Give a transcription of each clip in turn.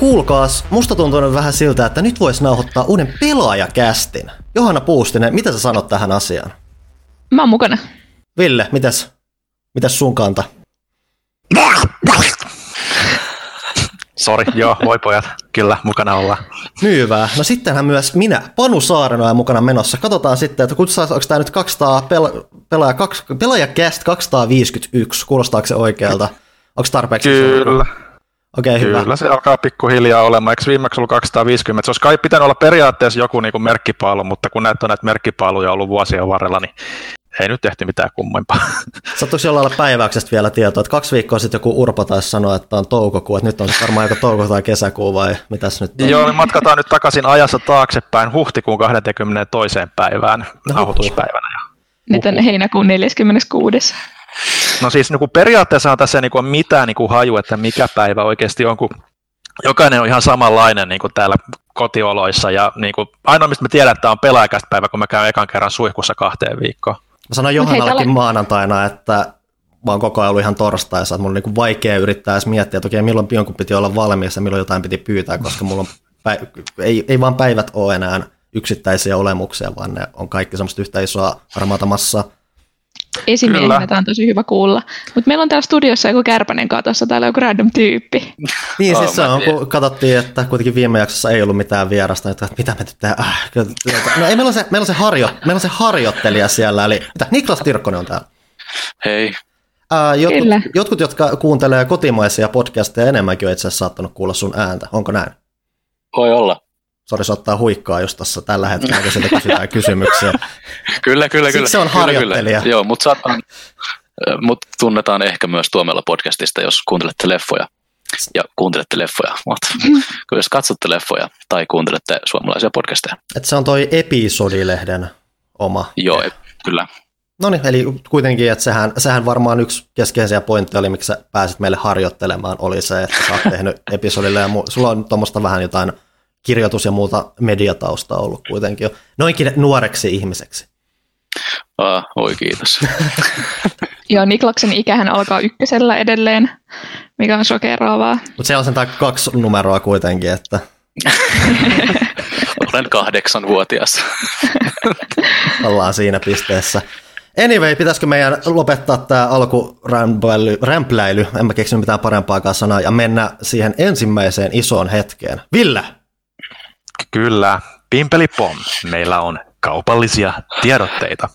kuulkaas, musta tuntuu nyt vähän siltä, että nyt voisi nauhoittaa uuden pelaajakästin. Johanna Puustinen, mitä sä sanot tähän asiaan? Mä oon mukana. Ville, mitäs sun kanta? Sori, joo, voi pojat, kyllä, mukana ollaan. Hyvä. No sittenhän myös minä, Panu Saarenoja, mukana menossa. Katsotaan sitten, että onko tämä nyt 200 pelaajakäst 251, kuulostaako se oikealta? Onko tarpeeksi? Kyllä. Okei, hyvä. Kyllä, se alkaa pikkuhiljaa olemaan. Eikö viimeksi ollut 250? Se olisi kai pitänyt olla periaatteessa joku niin kuin merkkipaalu, mutta kun näitä merkkipaaluja ollut vuosien varrella, niin ei nyt tehty mitään kummempaa. Sattuiko jollain lailla päiväyksestä vielä tietoa, että 2 viikkoa sitten joku Urpo taisi sanoa, että on toukokuu, että nyt on varmaan joko touko tai kesäkuu vai mitäs nyt on? Joo, me matkataan nyt takaisin ajassa taaksepäin huhtikuun 22. päivään nauhoituspäivänä. Nyt on heinäkuun 46. No siis niin periaatteessa tässä ei ole mitään haju, että mikä päivä oikeasti on, kun jokainen on ihan samanlainen niin kuin täällä kotioloissa ja niin kuin, ainoa mistä me tiedän, että on pelaajakästä päivä, kun mä käyn ekan kerran suihkussa 2 viikkoon. Mä sanoin Johannallekin maanantaina, että mä oon koko ajan ollut ihan torstaissa, että mun on niin vaikea yrittää edes miettiä, että okei, milloin jonkun piti olla valmiissa ja milloin jotain piti pyytää, koska mulla on ei vaan päivät ole enää yksittäisiä olemuksia, vaan ne on kaikki semmoista yhtä isoa harmaata massaa. Esimiehenä tämä on tosi hyvä kuulla. Mutta meillä on täällä studiossa joku Kärpänen katossa, täällä on joku random tyyppi. Niin siis se on, kun katsottiin, että kuitenkin viime jaksossa ei ollut mitään vierasta, että mitä me nyt tehdään. No ei, meillä on se harjoittelija siellä, eli Niklas Tirkkonen on täällä. Hei. Jotkut, jotka kuuntelee kotimaisia podcasteja enemmänkin, on itse asiassa saattanut kuulla sun ääntä. Onko näin? Voi olla. Sori, se ottaa huikkaa just tuossa tällä hetkellä, kun sieltä kysytään kysymyksiä. Kyllä. Sitten se on harjoittelija. Kyllä. Joo, mutta tunnetaan ehkä myös Tuomella podcastista, jos kuuntelette leffoja. Ja kuuntelette leffoja, mutta jos katsotte leffoja tai kuuntelette suomalaisia podcasteja. Että se on toi Episodilehden oma. Joo, kyllä. No niin, eli kuitenkin, että sehän varmaan yksi keskeisiä pointteja oli, miksi sä pääsit meille harjoittelemaan, oli se, että sä oot tehnyt episodille ja sulla on tuommoista vähän jotain kirjoitus- ja muuta mediataustaa ollut kuitenkin jo noinkin nuoreksi ihmiseksi. Oi kiitos. Joo, Niklaksen ikähän alkaa 1 edelleen, mikä on shokeraavaa. Mutta se on sen 2 numeroa kuitenkin, että... Olen 8-vuotias. Ollaan siinä pisteessä. Anyway, pitäisikö meidän lopettaa tämä alkurämpläily, en mä keksinyt mitään parempaakaan sanaa, ja mennä siihen ensimmäiseen isoon hetkeen. Ville! Kyllä, pimpelipom. Meillä on kaupallisia tiedotteita.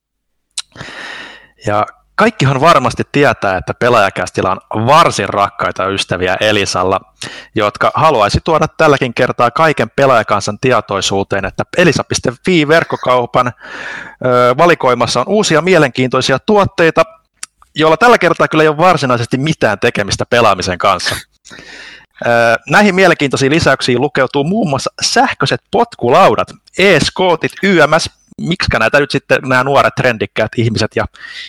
Ja kaikkihan varmasti tietää, että Pelaajakästillä on varsin rakkaita ystäviä Elisalla, jotka haluaisi tuoda tälläkin kertaa kaiken pelaajakansan tietoisuuteen, että elisa.fi-verkkokaupan valikoimassa on uusia mielenkiintoisia tuotteita, joilla tällä kertaa kyllä ei ole varsinaisesti mitään tekemistä pelaamisen kanssa. Näihin mielenkiintoisiin lisäyksiin lukeutuu muun muassa sähköiset potkulaudat, e-skootit, YMS, miksikä näitä nyt sitten nämä nuoret trendikkäät ihmiset ja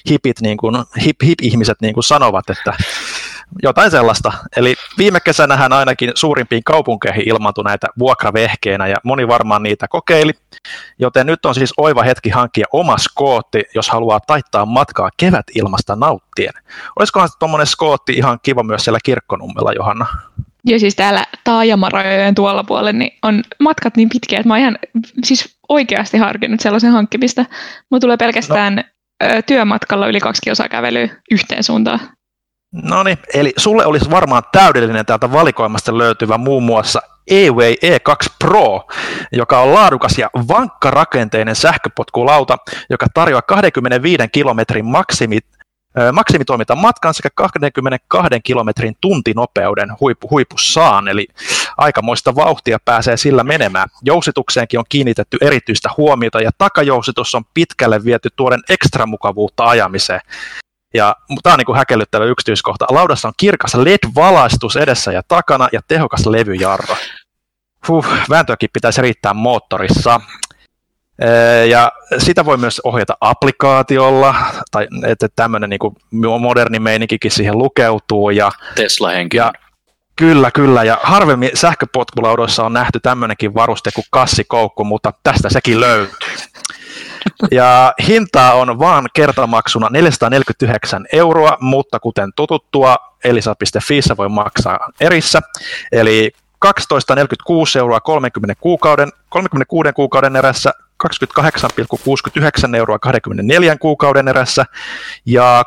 hip-ihmiset niin kuin sanovat, että jotain sellaista. Eli viime kesänähän ainakin suurimpiin kaupunkeihin ilmaantui näitä vuokravehkeinä ja moni varmaan niitä kokeili, joten nyt on siis oiva hetki hankkia oma skootti, jos haluaa taittaa matkaa kevätilmasta nauttien. Olisikohan tuommoinen skootti ihan kiva myös siellä Kirkkonummella, Johanna? Joo, siis täällä taajamarajojen tuolla puolella niin on matkat niin pitkiä, että mä oon ihan siis oikeasti harkinnut sellaisen hankkimista. Mulla tulee pelkästään työmatkalla yli 2 kilsaa kävelyä yhteen suuntaan. No niin, eli sulle olisi varmaan täydellinen täältä valikoimasta löytyvä muun muassa E-Way E2 Pro, joka on laadukas ja vankkarakenteinen sähköpotkulauta, joka tarjoaa 25 kilometrin maksimitoiminta matkan sekä 22 kilometrin tuntinopeuden huipussaan, eli aikamoista vauhtia pääsee sillä menemään. Jousitukseenkin on kiinnitetty erityistä huomiota ja takajousitus on pitkälle viety tuoden ekstramukavuutta ajamiseen. Ja tämä on niin kuin häkellyttävä yksityiskohta. Laudassa on kirkas LED-valaistus edessä ja takana ja tehokas levyjarro. Vääntöäkin pitäisi riittää moottorissa. Ja sitä voi myös ohjata applikaatiolla, tai että tämmöinen niin kuin moderni meininkikin siihen lukeutuu. Ja, Tesla-henki. Kyllä, ja harvemmin sähköpotkulaudoissa on nähty tämmöinenkin varuste kuin kassikoukku, mutta tästä sekin löytyy. Ja hintaa on vaan kertamaksuna 449 €, mutta kuten tututtua, elisa.fiissä voi maksaa erissä, eli 12,46 euroa 36 kuukauden erässä, 28,69 euroa 24 kuukauden erässä ja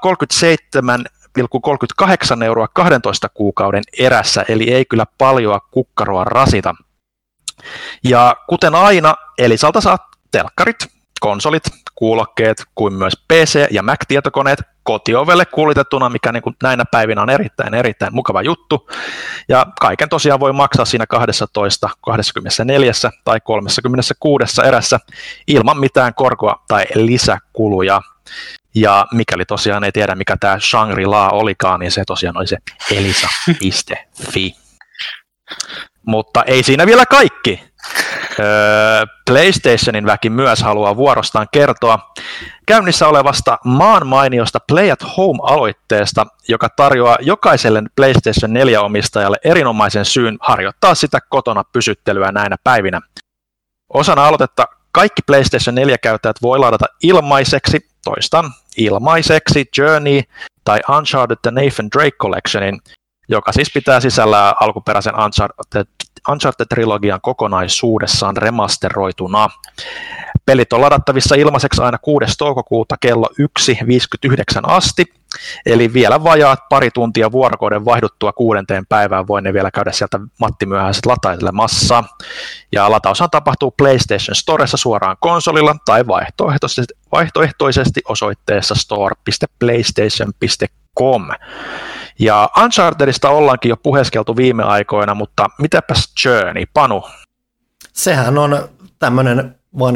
37,38 euroa 12 kuukauden erässä, eli ei kyllä paljoa kukkaroa rasita. Ja kuten aina, Elisalta saat telkkarit, konsolit, kuulokkeet kuin myös PC- ja Mac-tietokoneet kotiovelle kuljetettuna, mikä niin kuin näinä päivinä on erittäin mukava juttu. Ja kaiken tosiaan voi maksaa siinä 12, 24 tai 36 erässä ilman mitään korkoa tai lisäkuluja. Ja mikäli tosiaan ei tiedä, mikä tämä Shangri-La olikaan, niin se tosiaan oli se elisa.fi. Mutta ei siinä vielä kaikki. PlayStationin väki myös haluaa vuorostaan kertoa käynnissä olevasta maan mainiosta Play at Home-aloitteesta, joka tarjoaa jokaiselle PlayStation 4-omistajalle erinomaisen syyn harjoittaa sitä kotona pysyttelyä näinä päivinä. Osana aloitetta kaikki PlayStation 4-käyttäjät voi ladata ilmaiseksi Journey tai Uncharted The Nathan Drake Collectionin, joka siis pitää sisällään alkuperäisen Uncharted-trilogian kokonaisuudessaan remasteroituna. Pelit on ladattavissa ilmaiseksi aina 6. toukokuuta kello 1.59 asti, eli vielä vajaat pari tuntia vuorokauden vaihduttua 6. päivään voi ne vielä käydä sieltä Matti Myöhäiset latailemassa. Ja lataushan tapahtuu PlayStation Storessa suoraan konsolilla tai vaihtoehtoisesti osoitteessa store.playstation.com. Ja Unchartedista ollaankin jo puheskeltu viime aikoina, mutta mitäpäs Journey, Panu? Sehän on tämmöinen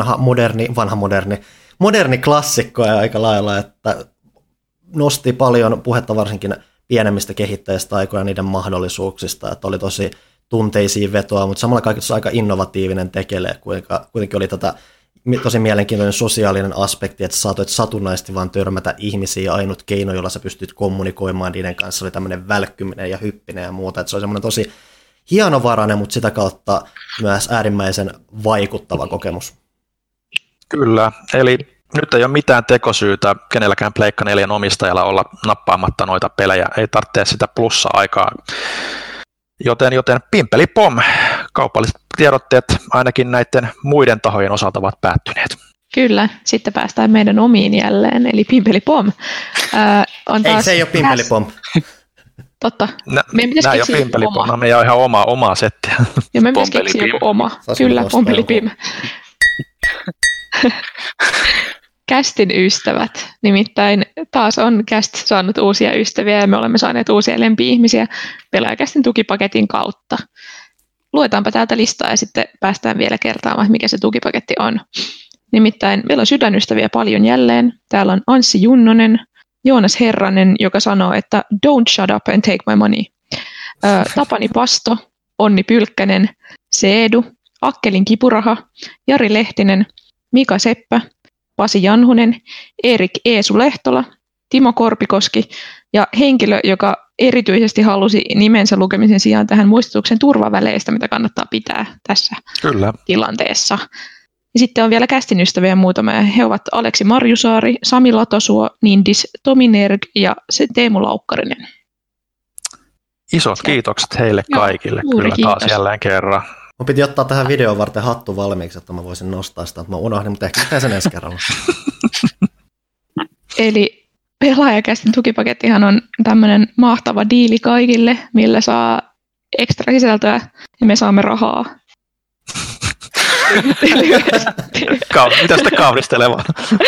moderni klassikko ja aika lailla, että nosti paljon puhetta varsinkin pienemmistä kehittäjistä aikoja niiden mahdollisuuksista, että oli tosi tunteisiin vetoa, mutta samalla kaikessa aika innovatiivinen tekele, kuitenkin oli tätä tosi mielenkiintoinen sosiaalinen aspekti, että saatoit satunnaisesti vaan törmätä ihmisiä ja ainut keino, jolla sä pystyt kommunikoimaan niiden kanssa, oli tämmöinen välkkyminen ja hyppinen ja muuta, että se oli semmoinen tosi hienovarainen, mutta sitä kautta myös äärimmäisen vaikuttava kokemus. Kyllä, eli nyt ei ole mitään tekosyytä kenelläkään Pleikka 4 omistajalla olla nappaamatta noita pelejä, ei tarvitse sitä plussa-aikaa. Joten pimpeli pom, kaupalliset tiedotteet ainakin näiden muiden tahojen osalta ovat päättyneet. Kyllä, sitten päästään meidän omiin jälleen, eli pimpeli pom. Ei, se ei ole pimpeli pom. Totta. Nämä ei ole pimpeli pom, meidän on ihan omaa settiä. Ja me pitäisi keksiä joku oma. Kyllä, pompeli pim. Kästin ystävät. Nimittäin taas on Käst saanut uusia ystäviä ja me olemme saaneet uusia lempi-ihmisiä Pelaajakästin tukipaketin kautta. Luetaanpa täältä listaa ja sitten päästään vielä kertaamaan, mikä se tukipaketti on. Nimittäin meillä on sydänystäviä paljon jälleen. Täällä on Anssi Junnonen, Joonas Herranen, joka sanoo, että don't shut up and take my money. Tapani Pasto, Onni Pylkkänen, Seedu, Akkelin Kipuraha, Jari Lehtinen, Mika Seppä, Pasi Janhunen, Erik Eesu Lehtola, Timo Korpikoski ja henkilö, joka erityisesti halusi nimensä lukemisen sijaan tähän muistutuksen turvaväleistä, mitä kannattaa pitää tässä tilanteessa. Ja sitten on vielä Kästin ystäviä muutama, ja he ovat Aleksi Marjusaari, Sami Latosuo, Nindis, Tomi Nerg ja Teemu Laukkarinen. Isot kiitokset heille kaikille, kyllä kiitos. Taas jälleen kerran. Mun piti ottaa tähän videon varten hattu valmiiksi, että mä voisin nostaa sitä, mutta mä unohdin, mutta ehkä tehdään sen ensi kerralla. Eli Pelaajakästin tukipakettihan on tämmöinen mahtava diili kaikille, millä saa ekstra sisältöä ja me saamme rahaa. Mitä sitä kaunistelevaa?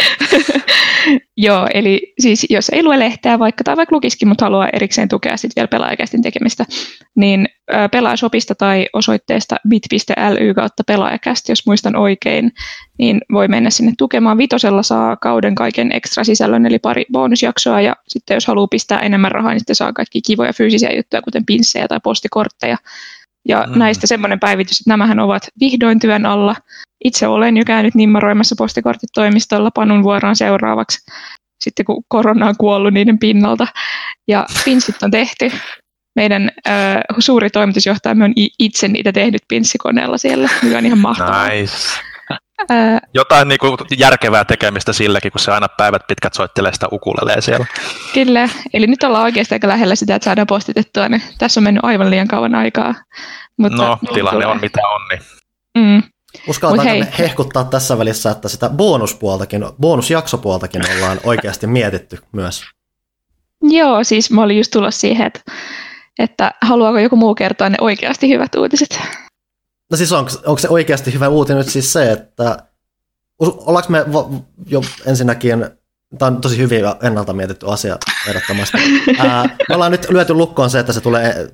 Joo, eli siis jos ei lue lehteä tai vaikka lukisikin, mutta haluaa erikseen tukea sitten vielä Pelaajakästin tekemistä, niin Pelaajashopista tai osoitteesta bit.ly/pelaajakäst, jos muistan oikein, niin voi mennä sinne tukemaan. 5 saa kauden kaiken ekstra sisällön, eli pari bonusjaksoa, ja sitten jos haluaa pistää enemmän rahaa, niin sitten saa kaikki kivoja fyysisiä juttuja, kuten pinssejä tai postikortteja. Ja näistä semmoinen päivitys, että nämähän ovat vihdoin työn alla. Itse olen jo käynyt nimmaroimassa postikortit toimistolla Panun vuoraan seuraavaksi, sitten kun korona on kuollut niiden pinnalta. Ja pinssit on tehty. Meidän suuri toimitusjohtajamme on itse niitä tehnyt pinssikoneella siellä, mikä on ihan mahtavaa. Nice. Jotain niin kuin järkevää tekemistä silläkin, kun se aina päivät pitkät soittelee sitä ukulelee siellä. Kyllä, eli nyt ollaan oikeasti aika lähellä sitä, että saadaan postitettua, niin tässä on mennyt aivan liian kauan aikaa. Mutta tilanne on mitä on. Niin. Uskaltaanko me hehkuttaa tässä välissä, että sitä bonusjaksopuoltakin ollaan oikeasti mietitty myös? Joo, siis mä olin just tulossa siihen, että haluaako joku muu kertoa ne oikeasti hyvät uutiset? No siis onko se oikeasti hyvä uutinen nyt siis se, että ollaanko me jo ensinnäkin, tämä on tosi hyvin ennalta mietitty asia ehdottomasti, me ollaan nyt lyöty lukkoon se, että se tulee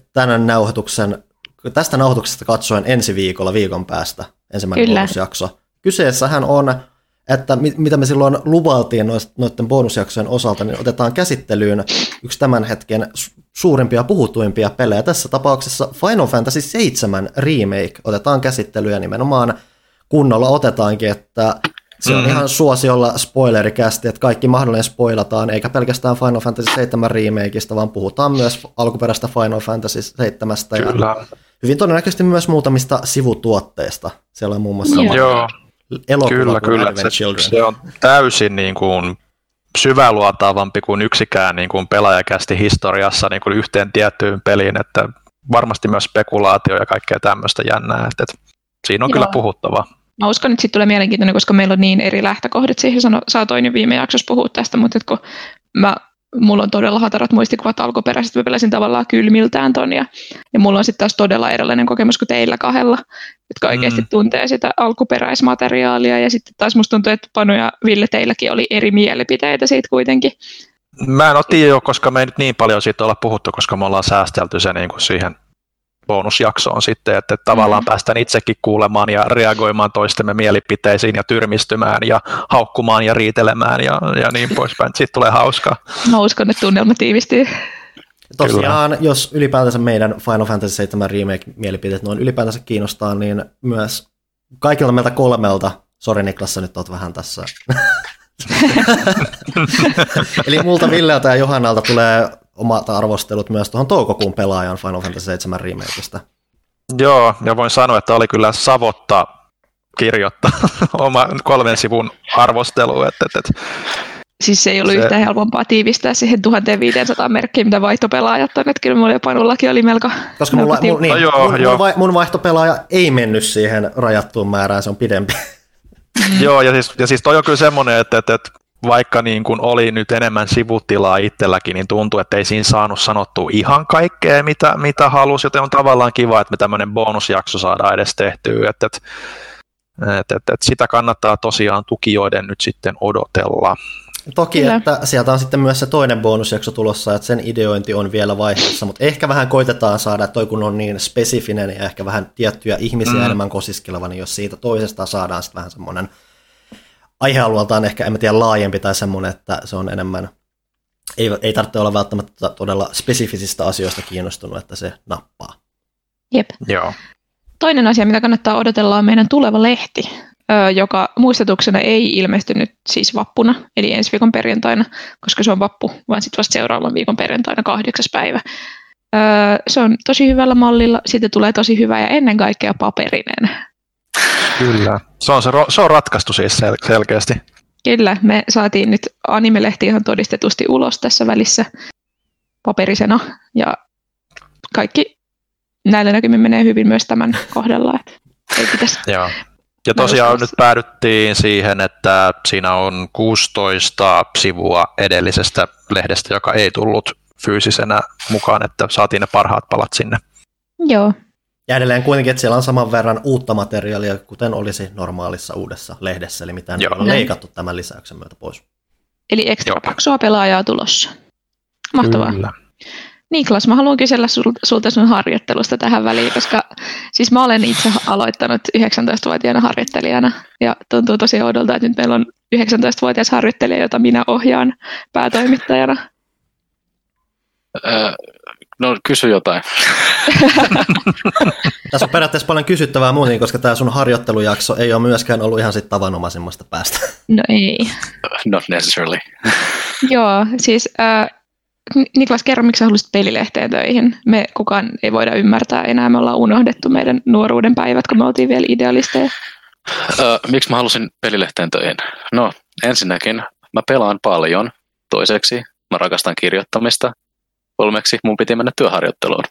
tästä nauhoituksesta katsoen ensi viikolla viikon päästä, ensimmäinen bonusjakso. Kyseessähän on, että mitä me silloin luvaltiin noiden bonusjaksojen osalta, niin otetaan käsittelyyn yksi tämän hetken suurimpia puhutuimpia pelejä. Tässä tapauksessa Final Fantasy 7 Remake otetaan käsittelyyn ja nimenomaan kunnolla otetaankin, että se on ihan suosiolla spoilerikästi, että kaikki mahdollinen spoilataan, eikä pelkästään Final Fantasy 7 Remakeista, vaan puhutaan myös alkuperäistä Final Fantasy 7 ja hyvin todennäköisesti myös muutamista sivutuotteista. Siellä on muun muassa elokuva kuin Advent Children. Se on täysin niin kuin syväluotaavampi kuin yksikään niin kuin pelaajakästi historiassa niin kuin yhteen tiettyyn peliin, että varmasti myös spekulaatio ja kaikkea tämmöistä jännää, että siinä on kyllä puhuttavaa. Mä uskon, että siitä tulee mielenkiintoinen, koska meillä on niin eri lähtökohdat siihen. Saatoin jo viime jaksossa puhua tästä, mutta kun mulla on todella hatarat muistikuvat alkuperäiset, mä pelasin tavallaan kylmiltään ton, ja mulla on sitten taas todella erilainen kokemus kuin teillä kahdella, jotka oikeasti tuntee sitä alkuperäismateriaalia, ja sitten taas musta tuntuu, että Panu ja Ville, teilläkin oli eri mielipiteitä siitä kuitenkin. Mä en ole tiedä, koska me ei nyt niin paljon siitä olla puhuttu, koska me ollaan säästelty se niin kuin siihen bonusjaksoon sitten, että tavallaan päästään itsekin kuulemaan ja reagoimaan toistemme mielipiteisiin ja tyrmistymään ja haukkumaan ja riitelemään ja niin poispäin. Siitä tulee hauskaa. Mä uskon, että tunnelma tiivistyy. Tosiaan, jos ylipäätänsä meidän Final Fantasy 7 Remake-mielipiteet noin ylipäätänsä kiinnostaa, niin myös kaikilta meiltä kolmelta, sori Niklas, sä nyt oot vähän tässä. Eli multa, Villeeltä ja Johannalta tulee omat arvostelut myös tuohon toukokuun pelaajan Final Fantasy 7 Remakeista. Joo, ja voin sanoa, että oli kyllä savotta kirjoittaa oma 3 sivun arvostelu. Siis se ei ollut yhtään helpompaa tiivistää siihen 1500 merkkiä, mitä vaihtopelaajat on, että kyllä mulla ja Panullakin oli melko... Koska mun vaihtopelaaja ei mennyt siihen rajattuun määrään, se on pidempi. Joo, ja siis toi on kyllä semmoinen, että vaikka niin kuin oli nyt enemmän sivutilaa itselläkin, niin tuntuu, että ei siinä saanut sanottua ihan kaikkea, mitä halusi, joten on tavallaan kiva, että me tämmöinen bonusjakso saadaan edes tehtyä, että sitä kannattaa tosiaan tukijoiden nyt sitten odotella. Toki, että sieltä on sitten myös se toinen bonusjakso tulossa, että sen ideointi on vielä vaiheessa, mutta ehkä vähän koitetaan saada, että toi kun on niin spesifinen ja ehkä vähän tiettyjä ihmisiä enemmän kosiskeleva, niin jos siitä toisesta saadaan sitten vähän semmoinen aihealueeltaan ehkä, en tiedä, laajempi tai semmoinen, että se on enemmän, ei tarvitse olla välttämättä todella spesifisistä asioista kiinnostunut, että se nappaa. Jep. Joo. Toinen asia, mitä kannattaa odotella, on meidän tuleva lehti, joka muistutuksena ei ilmestynyt siis vappuna, eli ensi viikon perjantaina, koska se on vappu, vaan sitten vasta seuraavan viikon perjantaina 8. päivä. Se on tosi hyvällä mallilla, siitä tulee tosi hyvä ja ennen kaikkea paperinen. Kyllä, se on ratkaistu siis selkeästi. Kyllä, me saatiin nyt anime-lehti ihan todistetusti ulos tässä välissä paperisena, ja kaikki näillä näkymin menee hyvin myös tämän kohdalla, että ei pitäisi. Joo. Ja tosiaan nyt päädyttiin siihen, että siinä on 16 sivua edellisestä lehdestä, joka ei tullut fyysisenä mukaan, että saatiin ne parhaat palat sinne. Joo. Ja edelleen kuitenkin, että siellä on saman verran uutta materiaalia, kuten olisi normaalissa uudessa lehdessä, eli mitään on leikattu tämän lisäyksen myötä pois. Eli ekstra paksua pelaajaa tulossa. Mahtavaa. Kyllä. Niklas, mä haluan kysellä sulta sun harjoittelusta tähän väliin, koska siis mä olen itse aloittanut 19-vuotiaana harjoittelijana, ja tuntuu tosi oudolta, että nyt meillä on 19-vuotias harjoittelija, jota minä ohjaan päätoimittajana. No kysy jotain. Tässä on periaatteessa paljon kysyttävää muutenkin, koska tämä sun harjoittelujakso ei ole myöskään ollut ihan sit tavanomaisimmasta päästä. No ei. Not necessarily. Joo, siis Niklas, kerro, miksi sä haluaisit pelilehteen töihin? Me kukaan ei voida ymmärtää enää, me ollaan unohdettu meidän nuoruuden päivät, kun me oltiin vielä idealisteja. Miksi mä halusin pelilehteen töihin? No, ensinnäkin mä pelaan paljon. Toiseksi mä rakastan kirjoittamista. Kolmeksi mun piti mennä työharjoitteluun.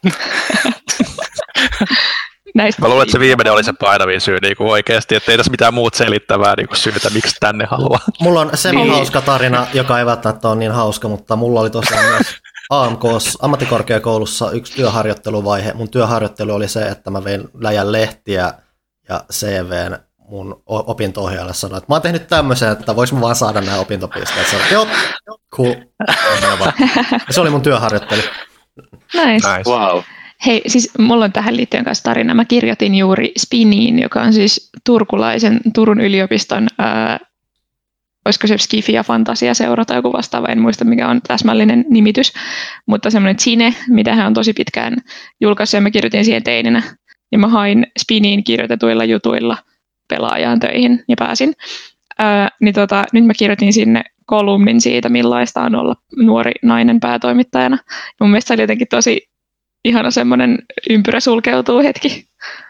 Näistä Mä luulen, että se viimeinen oli se painavin syy niin kuin oikeasti, että ei tässä mitään muut selittävää niin kuin syytä, miksi tänne haluaa. Mulla on semi-hauska tarina, joka ei välttämättä ole niin hauska, mutta mulla oli tosiaan myös ammattikorkeakoulussa yksi työharjoitteluvaihe. Mun työharjoittelu oli se, että mä vein läjän lehtiä ja CVn mun opinto-ohjaajalle sanoin, että mä oon tehnyt tämmöisen, että vois mä vaan saada nämä opintopisteet. Sanoin, joo, cool. Ja se oli mun työharjoittelu. Nice. Wow. Hei, siis mulla on tähän liittyen kanssa tarina. Mä kirjoitin juuri Spiniin, joka on siis Turun yliopiston, olisiko se Skifi ja Fantasia-seura tai joku vastaava, en muista mikä on täsmällinen nimitys, mutta semmoinen Cine, mitä hän on tosi pitkään julkaissut, ja mä kirjoitin siihen teininä, ja mä hain Spiniin kirjoitetuilla jutuilla pelaajaan töihin, ja pääsin. Nyt mä kirjoitin sinne kolumnin siitä, millaista on olla nuori nainen päätoimittajana. Ja mun mielestä se oli jotenkin tosi ihana semmoinen ympyrä sulkeutuu hetki.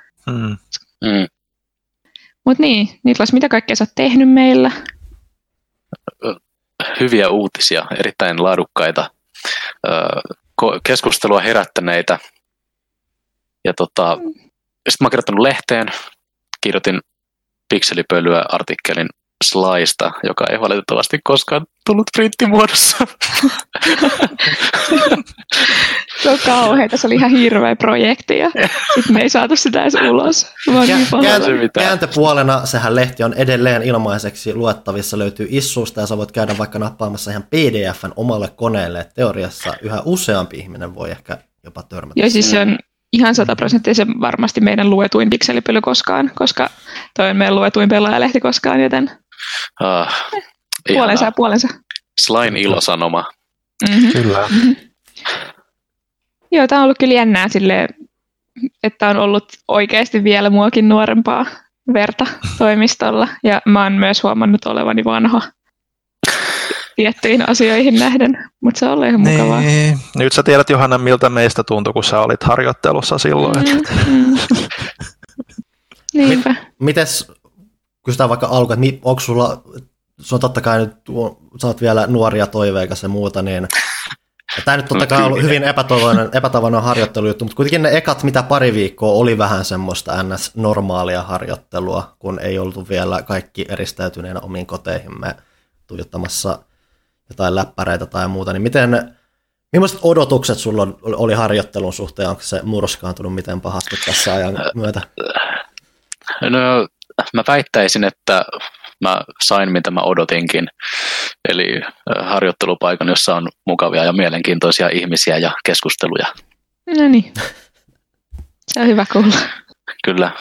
Mutta niin, Niklas, mitä kaikkea sä oot tehnyt meillä? Hyviä uutisia, erittäin laadukkaita, keskustelua herättäneitä. Ja sitten mä oon kirjoittanut lehteen, kirjoitin pikselipölyä artikkelin Slaista, joka ei valitettavasti koskaan tullut printtimuodossa. Se on kauheeta, se oli ihan hirveä projekti ja sitten me ei saatu sitä edes ulos. Kääntöpuolena sehän lehti on edelleen ilmaiseksi luettavissa, löytyy Issusta ja sä voit käydä vaikka nappaamassa ihan PDF:n omalle koneelle. Teoriassa yhä useampi ihminen voi ehkä jopa törmätä. Joo, siis se on ihan 100% varmasti meidän luetuin pikselipöly koskaan, koska toi on meidän luetuin pelaajalehti koskaan, joten puolensa ja puolensa. Slain ilosanoma. Mm-hmm. Kyllä. Mm-hmm. Joo, tämä on ollut kyllä jännää silleen, että on ollut oikeasti vielä muakin nuorempaa verta toimistolla. Ja mä oon myös huomannut olevani vanha tiettyihin asioihin nähden, mutta se on ollut ihan mukavaa. Niin. Nyt sä tiedät, Johanna, miltä meistä tuntui, kun sä olit harjoittelussa silloin. Niinpä. Mites, kysytään vaikka alkuun, että onko sulla, se on totta kai nyt, sä oot vielä nuoria toiveikas ja muuta, niin tämä nyt totta kai on ollut hyvin epätavallinen harjoittelujuttu, mutta kuitenkin ne ekat mitä pari viikkoa oli vähän semmoista NS-normaalia harjoittelua, kun ei oltu vielä kaikki eristäytyneenä omiin koteihimme tuijottamassa jotain läppäreitä tai muuta, niin millaiset odotukset sulla oli harjoittelun suhteen, onko se murskaantunut miten pahasti tässä ajan myötä? No, mä väittäisin, että mä sain mitä mä odotinkin, eli harjoittelupaikan, jossa on mukavia ja mielenkiintoisia ihmisiä ja keskusteluja. No niin, se on hyvä kuulla. Kyllä.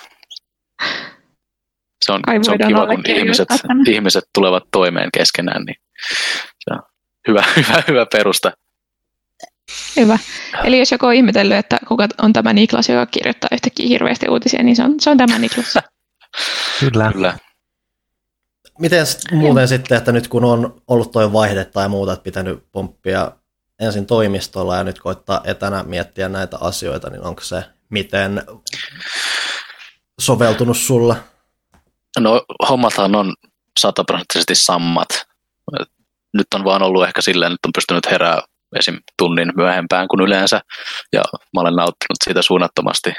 Se on kiva, kun ihmiset tulevat toimeen keskenään, niin se on hyvä perusta. Hyvä. Eli jos joku on ihmetellyt, että kuka on tämä Niklas, joka kirjoittaa yhtäkkiä hirveästi uutisia, niin se on tämä Niklas. Kyllä. Miten muuten sitten, että nyt kun on ollut toi vaihde tai muuta, että pitänyt pomppia ensin toimistolla ja nyt koittaa etänä miettiä näitä asioita, niin onko se miten soveltunut sulla? No hommathan on 100% sammat. Nyt on vaan ollut ehkä silleen, että on pystynyt herää esim. Tunnin myöhempään kuin yleensä ja mä olen nauttinut siitä suunnattomasti.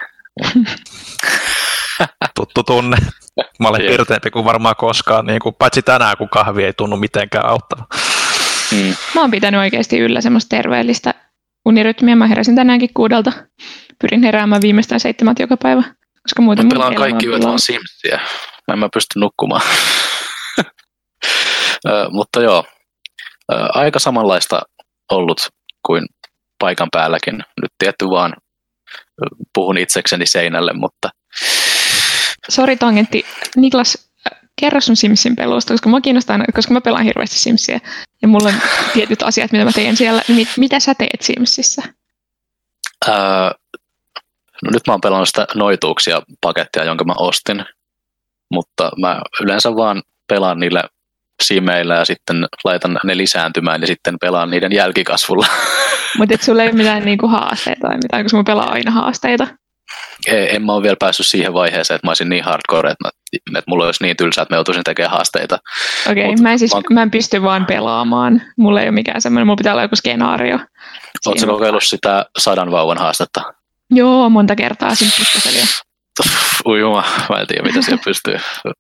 Tuttu tunne. Mä olen pirteempi kuin varmaan koskaan, niin kuin, paitsi tänään, kun kahvi ei tunnu mitenkään auttava. Mä oon pitänyt oikeasti yllä semmoista terveellistä unirytmiä. Mä heräsin tänäänkin 6:00. Pyrin heräämään viimeistään 7 joka päivä. Koska muuten mä pelaan kaikki yöt vaan Simsiä. Mä en pysty nukkumaan. Mutta joo, aika samanlaista ollut kuin paikan päälläkin. Nyt tietty vaan puhun itsekseni seinälle, mutta Sori tangentti. Niklas, kerro sun Simsin pelusta, koska mä kiinnostaa, koska mä pelaan hirveästi Simsiä ja mulla on tietyt asiat, mitä mä teen siellä. Mitä sä teet Simsissä? No nyt mä oon pelannut sitä noituuksia pakettia, jonka mä ostin, mutta mä yleensä vaan pelaan niillä simeillä ja sitten laitan ne lisääntymään ja sitten pelaan niiden jälkikasvulla. Mutta et sulla ei ole mitään niinku haasteita tai mitään, koska mä pelaan aina haasteita. En mä ole vielä päässyt siihen vaiheeseen, että mä olisin niin hardcore, että mulla olisi niin tylsää, että mä joutuisin tekemään haasteita. Okei, mä en pysty vaan pelaamaan. Mulla ei ole mikään semmoinen, mulla pitää olla joku skenaario. Oletko kokeillut sitä 100 vauvan haastetta? Joo, monta kertaa siinä pikkuseliä. Ujuma, mä en tiedä mitä siellä pystyy.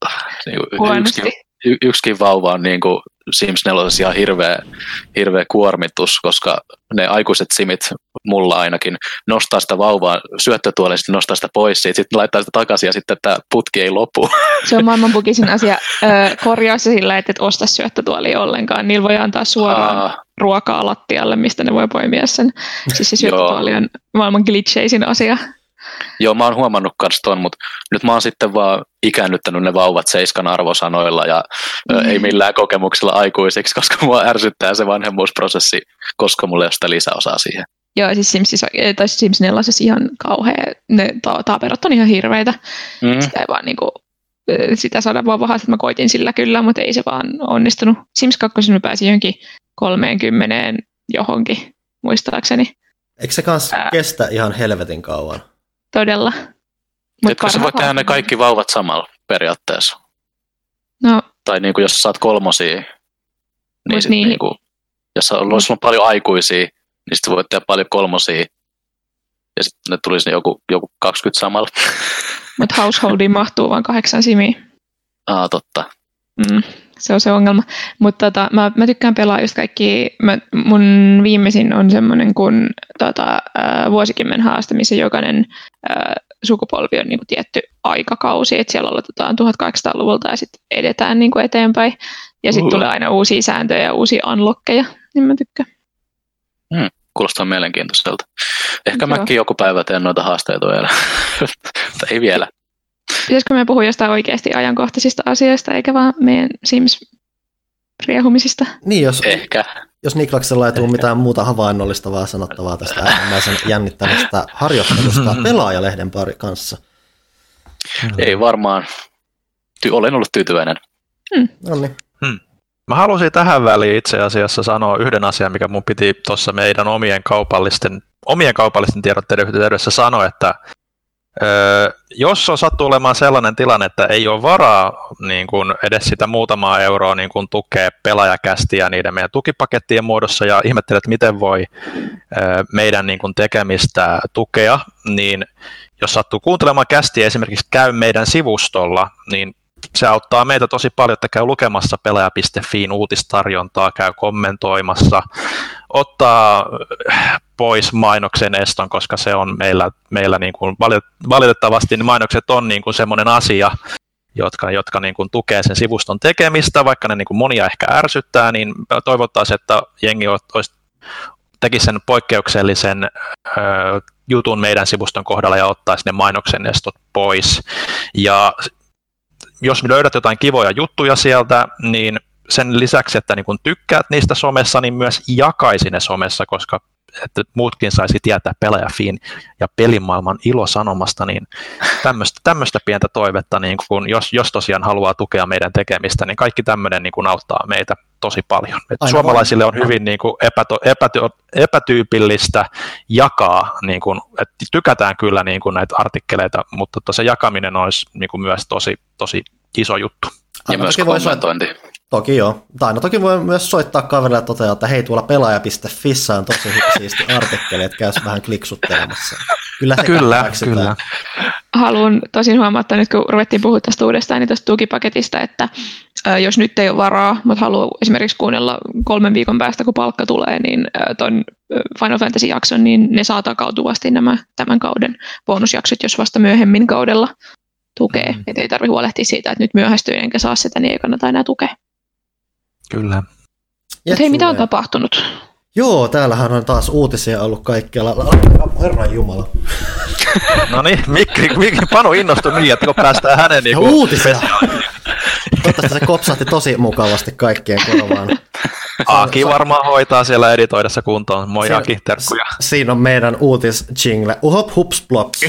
Yksikin vauva on niin kuin Sims 4 ihan hirveä kuormitus, koska ne aikuiset simit, mulla ainakin, nostaa sitä vauvaa syöttötuolista, nostaa sitä pois, sitten laittaa sitä takaisin ja sitten tämä putki ei lopu. Se on maailman bugisin asia korjaa se sillä, että et osta syöttötuolia ollenkaan. Niillä voi antaa suoraan ruokaa lattialle, mistä ne voi poimia sen. Siis se syöttötuoli on maailman glitcheisin asia. Joo, mä oon huomannut kans ton, mutta nyt mä oon sitten vaan ikäännyttänyt ne vauvat 7 arvosanoilla ja ei millään kokemuksella aikuisiksi, koska mua ärsyttää se vanhemmuusprosessi, koska mulla ei ole sitä lisäosaa siihen. Joo, siis Sims 4 ihan kauhea, ne taaperot on ihan hirveitä. Sitä ei vaan niinku, sitä saada vaan vahasta, että mä koitin sillä kyllä, mutta ei se vaan onnistunut. Sims 2 mä pääsin johonkin 30 johonkin, muistaakseni. Eikö se kans kestä ihan helvetin kauan? Todella. Etkö sä voi tehdä ne kaikki vauvat samalla periaatteessa? No. Tai niin kuin jos sä saat 3, niin sit niin kuin, jos sulla on paljon aikuisia, niin sitten voit tehdä paljon 3, ja sitten ne tulisi joku 20 samalla. Mutta householdiin mahtuu vain 8 simiä. Totta. Se on se ongelma. Mutta mä tykkään pelaa just kaikki, mun viimeisin on semmoinen kuin vuosikymmen haaste, missä jokainen sukupolvi on niinku tietty aikakausi, että siellä aloitetaan 1800-luvulta ja sitten edetään niinku eteenpäin. Ja sitten tulee aina uusia sääntöjä ja uusia unlockkeja, niin mä tykkään. Kuulostaa mielenkiintoiselta. Ehkä mäkin joku päivä teen noita haasteita vielä. Ei vielä. Pitäisikö me puhua jostain oikeasti ajankohtaisista asioista, eikä vaan meidän Sims-riehumisista? Niin, ehkä. Jos Niklaksella ei tule mitään muuta havainnollistavaa sanottavaa tästä äärimmäisen jännittävästä harjoittelusta Pelaajalehden kanssa. Ei varmaan. Olen ollut tyytyväinen. Noniin. Mä halusin tähän väliin itse asiassa sanoa yhden asian, mikä mun piti tuossa meidän omien kaupallisten tiedotteiden yhteydessä sanoa, että jos on sattuu olemaan sellainen tilanne, että ei ole varaa niin kuin edes sitä muutamaa euroa niin kuin tukea pelaajakästiä niiden meidän tukipakettien muodossa ja ihmettelee, että miten voi meidän niin kuin tekemistä tukea, niin jos sattuu kuuntelemaan kästiä esimerkiksi käy meidän sivustolla, niin se auttaa meitä tosi paljon, että käy lukemassa pelaaja.fiin uutistarjontaa, käy kommentoimassa, ottaa pois mainoksen eston, koska se on meillä niin kuin valitettavasti niin mainokset on niin kuin semmoinen asia, jotka niin kuin tukee sen sivuston tekemistä, vaikka ne niin kuin monia ehkä ärsyttää, niin toivottaisiin, että jengi tekisi sen poikkeuksellisen jutun meidän sivuston kohdalla ja ottaisi ne mainoksen estot pois. Ja jos löydät jotain kivoja juttuja sieltä, niin sen lisäksi, että niin kun tykkäät niistä somessa, niin myös jakaisi ne somessa, koska että muutkin saisi tietää Pelaajafiin ja pelimaailman ilosanomasta, niin tämmöistä pientä toivetta, niin kun jos tosiaan haluaa tukea meidän tekemistä, niin kaikki tämmöinen niin kun auttaa meitä tosi paljon. Suomalaisille on hyvin niin kun epätyypillistä jakaa, niin kun, että tykätään kyllä niin kun näitä artikkeleita, mutta se jakaminen olisi niin kun myös tosi iso juttu. Ja myös kommentointi. Toki joo. Toki voi myös soittaa kaverille ja toteaa, että hei, tuolla pelaaja.fissä on tosi siisti artikkeli, että käy vähän kliksuttelemassa. Kyllä. Haluan tosin huomauttaa nyt, kun ruvettiin puhua tästä uudestaan, niin tästä tukipaketista, että jos nyt ei ole varaa, mutta haluaa esimerkiksi kuunnella 3 viikon päästä, kun palkka tulee, niin ton Final Fantasy-jakson, niin ne saa takautuvasti nämä tämän kauden bonusjaksot, jos vasta myöhemmin kaudella tukee. Että ei tarvitse huolehtia siitä, että nyt myöhästyy enkä saa sitä, niin ei kannata enää tukea. Kyllä. Mutta hei, mitä on tapahtunut? Joo, täällähän on taas uutisia ollut kaikkialla. Herran jumala. No niin, Panu innostui niin, että kun päästään hänen niin uutisia! Toivottavasti se kopsahti tosi mukavasti kaikkien korvaan. Aki varmaan hoitaa siellä editoidessa kuntoon. Moi Aki, terkkuja. Siinä on meidän uutis-jingle. Uhop hups plops.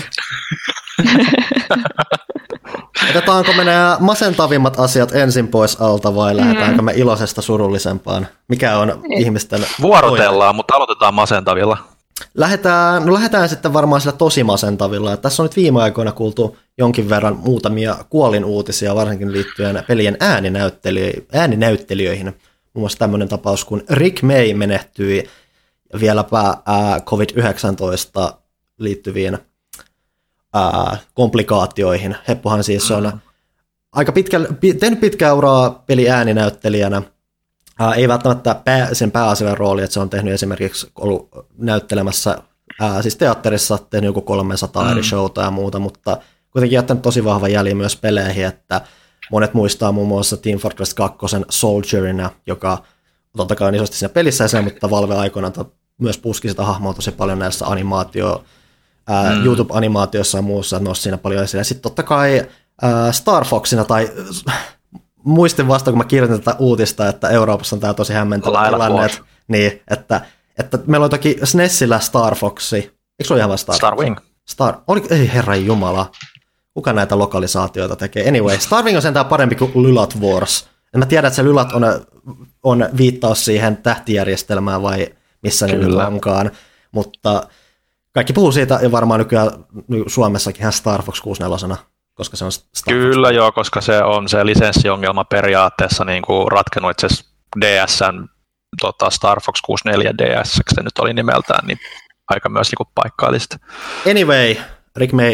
Otetaanko me nämä masentavimmat asiat ensin pois alta vai lähdetäänkö me iloisesta surullisempaan? Mikä on ihmisten... Vuorotellaan, mutta aloitetaan masentavilla. Lähdetään sitten varmaan sillä tosi masentavilla. Tässä on nyt viime aikoina kuultu jonkin verran muutamia kuolinuutisia, varsinkin liittyen pelien ääninäyttelijöihin. Muun muassa tämmöinen tapaus, kun Rick May menehtyi vieläpä COVID-19 liittyviin komplikaatioihin. Heppohan siis on tehnyt pitkää uraa peliääninäyttelijänä. Ei välttämättä sen pääasiallinen rooli, että se on tehnyt esimerkiksi ollut näyttelemässä siis teatterissa, tehnyt joku 300 eri showta ja muuta, mutta kuitenkin jättänyt tosi vahva jäljen myös peleihin, että monet muistaa muun muassa Team Fortress 2 Soldierina, joka totta kai on isosti siinä pelissä sen, mutta Valve aikoinaan myös puski sitä hahmoa tosi paljon näissä YouTube-animaatioissa ja muussa, nosti siinä paljon esille. Sitten totta kai Star Foxina tai muistin vasta, kun mä kirjoitin tätä uutista, että Euroopassa on tämä tosi hämmentävä tilanne, niin, että meillä on toki SNESillä Star Foxi. Eikö se ole ihan vaan Starwing? Ei herran jumala. Kuka näitä lokalisaatioita tekee? Anyway, Starwing on sentään parempi kuin Lylat Wars. En mä tiedä, että se Lylat on viittaus siihen tähtijärjestelmään vai missä ne nyt onkaan, mutta kaikki puhuu siitä ja varmaan nykyään Suomessakin ihan Star Fox 64, koska se on Star Kyllä Fox. joo, koska se on se lisenssiongelma periaatteessa niin kuin ratkennut itse asiassa DS:n Star Fox 64 DS, se nyt oli nimeltään, niin aika myös niin paikkaili sitä. Anyway, Rick May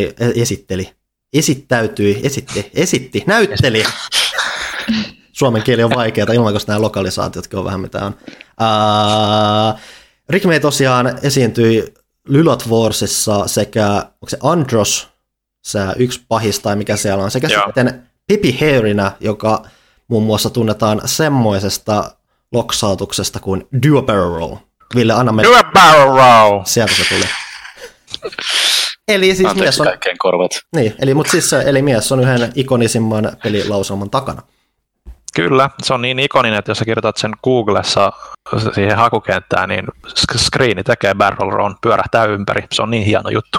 näytteli. Suomen kieli on vaikeaa ilman, koska nämä lokalisaatiotkin on vähän mitä on. Rick May tosiaan esiintyi Lylat Warsissa sekä, onko se Andros, se yksi pahista, mikä siellä on, sekä sitten Pipi Hairina, joka muun muassa tunnetaan semmoisesta loksautuksesta kuin Duo Barrel Roll. Ville, anna meille. Duo Barrel Roll! Sieltä se tuli. Eli siis mies on, korvat. niin, eli mies on yhden ikonisimman pelilauselman takana. Kyllä, se on niin ikoninen, että jos sä kirjoitat sen Googlessa siihen hakukenttään, niin screeni tekee barrel roll, pyörähtää ympäri. Se on niin hieno juttu.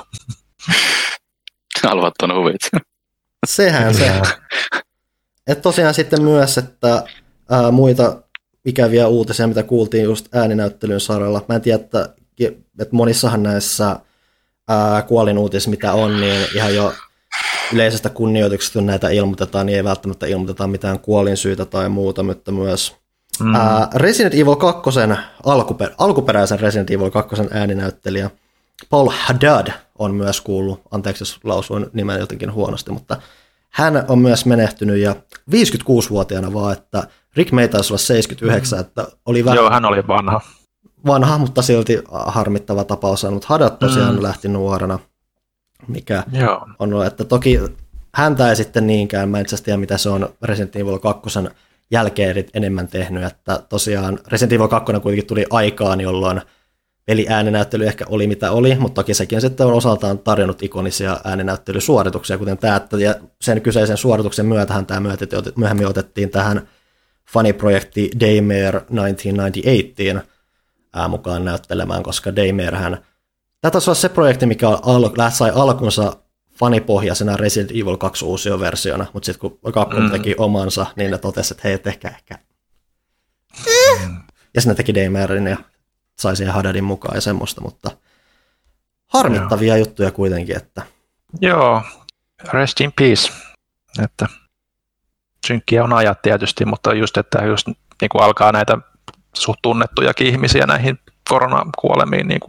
Alvat on huvit. Sehän se. Et tosiaan sitten myös, että muita ikäviä uutisia, mitä kuultiin just ääninäyttelyn saralla. Mä en tiedä, että monissahan näissä kuolinuutisissa, mitä on, niin ihan jo yleisestä kunnioituksesta näitä ilmoitetaan, niin ei välttämättä ilmoiteta mitään kuolinsyytä tai muuta, mutta myös Resident Evil 2, alkuperäisen Resident Evil 2 ääninäyttelijä Paul Haddad on myös kuullut, anteeksi jos lausuin nimen jotenkin huonosti, mutta hän on myös menehtynyt ja 56-vuotiaana vaan, että Rick May taisi olla 79, että oli vähän... Joo, hän oli vanha, mutta silti harmittava tapaus, mutta Haddad tosiaan lähti nuorena, mikä on, että toki häntä ei sitten niinkään, mä en itse tiedä mitä se on Resident Evil 2 jälkeen enemmän tehnyt, että tosiaan Resident Evil 2 kuitenkin tuli aikaan, jolloin peliääninäyttely ehkä oli mitä oli, mutta toki sekin sitten on osaltaan tarjonnut ikonisia ääninäyttelysuorituksia, kuten tämä, ja sen kyseisen suorituksen myötähän tämä myöhemmin otettiin tähän faniprojekti Daymare 1998 mukaan näyttelemään, koska Daymarehän, tämä taisi olla se projekti, mikä sai alkunsa fanipohjaisena Resident Evil 2 uusioversiona, mutta sitten kun Capcom teki omansa, niin ne totesi, että hei, tehkää ehkä. Ja sitten ne teki Daymaren ja sai siihen Haddadin mukaan ja semmoista, mutta harmittavia juttuja kuitenkin, että... Joo, rest in peace. Että synkkiä on ajat tietysti, mutta just, että just niin kuin alkaa näitä suht tunnettujakin ihmisiä näihin koronakuolemiin niin kuin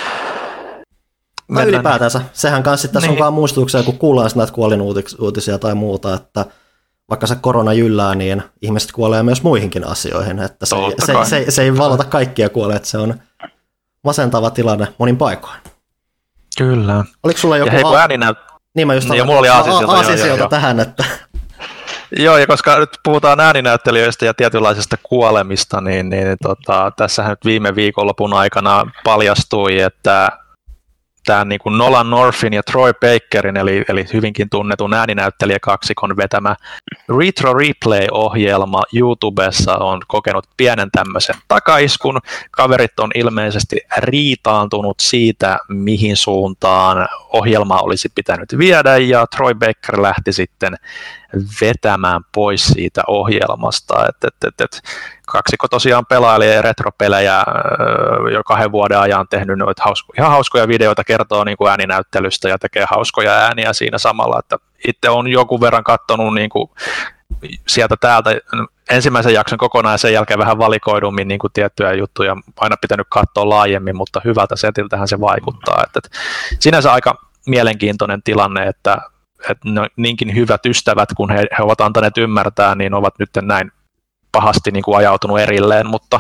tai ylipäätänsä. Sehän kanssa tässä niin. Onkaan muistutuksia, kun kuullaan näitä kuolinuutisia tai muuta, että vaikka se korona jyllää, niin ihmiset kuolee myös muihinkin asioihin. Että se ei valota kaikkia kuolee, että se on masentava tilanne monin paikoin. Kyllä. Oliko sulla joku... Niin mä just mulla oli aasinsilta tähän, että... Joo, ja koska nyt puhutaan ääninäyttelijöistä ja tietynlaisesta kuolemista, niin tässähän nyt viime viikonlopun aikana paljastui, että tämä niin kuin Nolan Northin ja Troy Bakerin, eli hyvinkin tunnetun ääninäyttelijäkaksikon vetämä Retro Replay-ohjelma YouTubessa on kokenut pienen tämmöisen takaiskun. Kaverit on ilmeisesti riitaantunut siitä, mihin suuntaan ohjelma olisi pitänyt viedä, ja Troy Baker lähti sitten vetämään pois siitä ohjelmasta. Kaksikko tosiaan pelailee retropelejä jo 2 vuoden ajan tehnyt noita ihan hauskoja videoita, kertoo niin kuin ääninäyttelystä ja tekee hauskoja ääniä siinä samalla, että itse on jonkun verran katsonut niin kuin sieltä täältä ensimmäisen jakson kokonaan ja sen jälkeen vähän valikoidummin niin kuin tiettyjä juttuja, aina pitänyt katsoa laajemmin, mutta hyvältä setiltähän se vaikuttaa. Että sinänsä aika mielenkiintoinen tilanne, että niinkin hyvät ystävät, kun he ovat antaneet ymmärtää, niin ovat nyt näin pahasti niin kuin ajautunut erilleen, mutta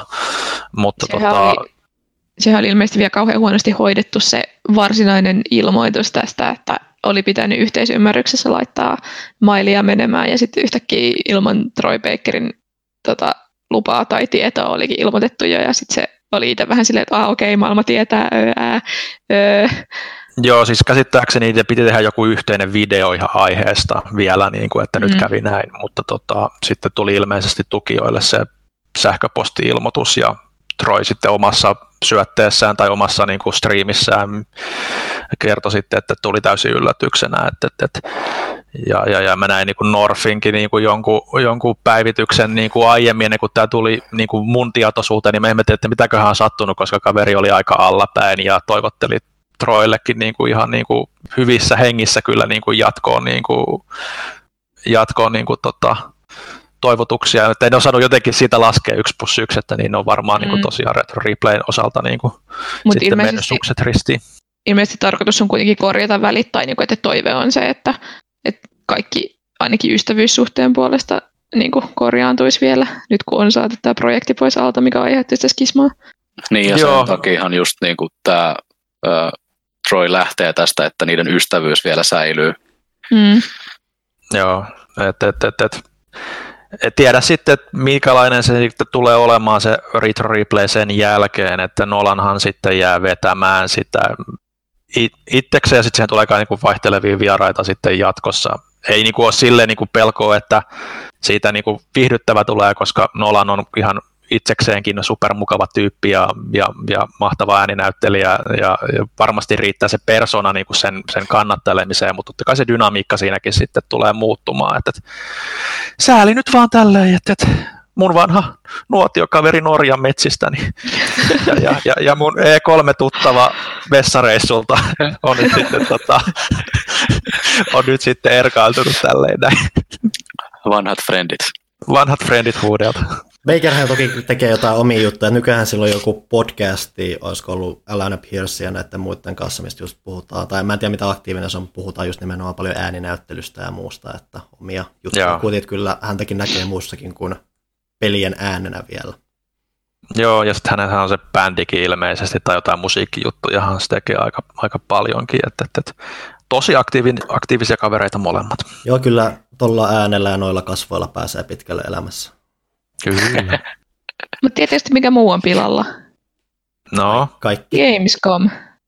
sehän oli ilmeisesti vielä kauhean huonosti hoidettu se varsinainen ilmoitus tästä, että oli pitänyt yhteisymmärryksessä laittaa mailia menemään ja sitten yhtäkkiä ilman Troy Bakerin lupaa tai tietoa olikin ilmoitettu jo ja sitten se oli itse vähän silleen, että okei, maailma tietää, Joo, siis käsittääkseni niitä piti tehdä joku yhteinen video ihan aiheesta vielä, niin kuin, että nyt kävi näin, mutta sitten tuli ilmeisesti tukijoille se sähköposti-ilmoitus ja Troy sitten omassa syötteessään tai omassa niin kuin striimissään kertoi sitten, että tuli täysin yllätyksenä, ja mä näin niin kuin Norfinkin niin kuin jonkun päivityksen niin kuin aiemmin, ennen kuin tämä tuli niin kuin mun tietoisuuteen, niin me emme tiedä, että mitäköhän on sattunut, koska kaveri oli aika allapäin ja toivotteli Troillekin niin kuin ihan niin kuin hyvissä hengissä kyllä niin kuin jatkoon toivotuksia, että en osannut jotenkin siitä laskea 1+1, että niin on varmaan niin kuin tosiaan Retro Replayn osalta niin kuin sitten mennyt sukset ristiin. Ilmeisesti tarkoitus on kuitenkin korjata välittäin, niin että toive on se, että kaikki ainakin ystävyyssuhteen puolesta niin kuin korjaantuisi vielä, nyt kun on saatu tämä projekti pois alta, mikä aiheutti sitä skismaa. Niin ja sen takiahan just niin kuin tämä Troy lähtee tästä, että niiden ystävyys vielä säilyy. Joo, et tiedä sitten, että minkälainen se sitten tulee olemaan se Retro Replay sen jälkeen, että Nolanhan sitten jää vetämään sitä itsekseen ja sitten siihen tulee niinku vaihtelevia vieraita sitten jatkossa. Ei niinku ole silleen niinku pelkoa, että siitä niinku viihdyttävä tulee, koska Nolan on ihan itsekseenkin supermukava tyyppi ja mahtava ääninäyttelijä ja varmasti riittää se persona niin kuin sen kannattelemiseen, mutta totta kai se dynamiikka siinäkin sitten tulee muuttumaan. Että sääli nyt vaan tälleen, että mun vanha nuotiokaveri Norjan metsistä ja mun E3-tuttava vessareissulta on nyt sitten erkailtunut tälleen näin. Vanhat friendit huudelta. Bakerhän toki tekee jotain omia juttuja. Nykyään sillä on joku podcasti, olisiko ollut Alana Pierce ja näiden muiden kanssa, mistä just puhutaan. Tai mä en tiedä, mitä aktiivinen se on, puhutaan just nimenomaan paljon ääninäyttelystä ja muusta, että omia juttuja. Kuitenkin kyllä häntäkin näkee muussakin kuin pelien äänenä vielä. Joo, ja sitten hänellä on se bändikin ilmeisesti, tai jotain musiikkijuttujahan se tekee aika paljonkin. Että tosi aktiivisia kavereita molemmat. Joo, kyllä tuolla äänellä ja noilla kasvoilla pääsee pitkälle elämässä. Kyllä. Mutta tietysti mikä muu on pilalla? No. Kaikki. Gamescom.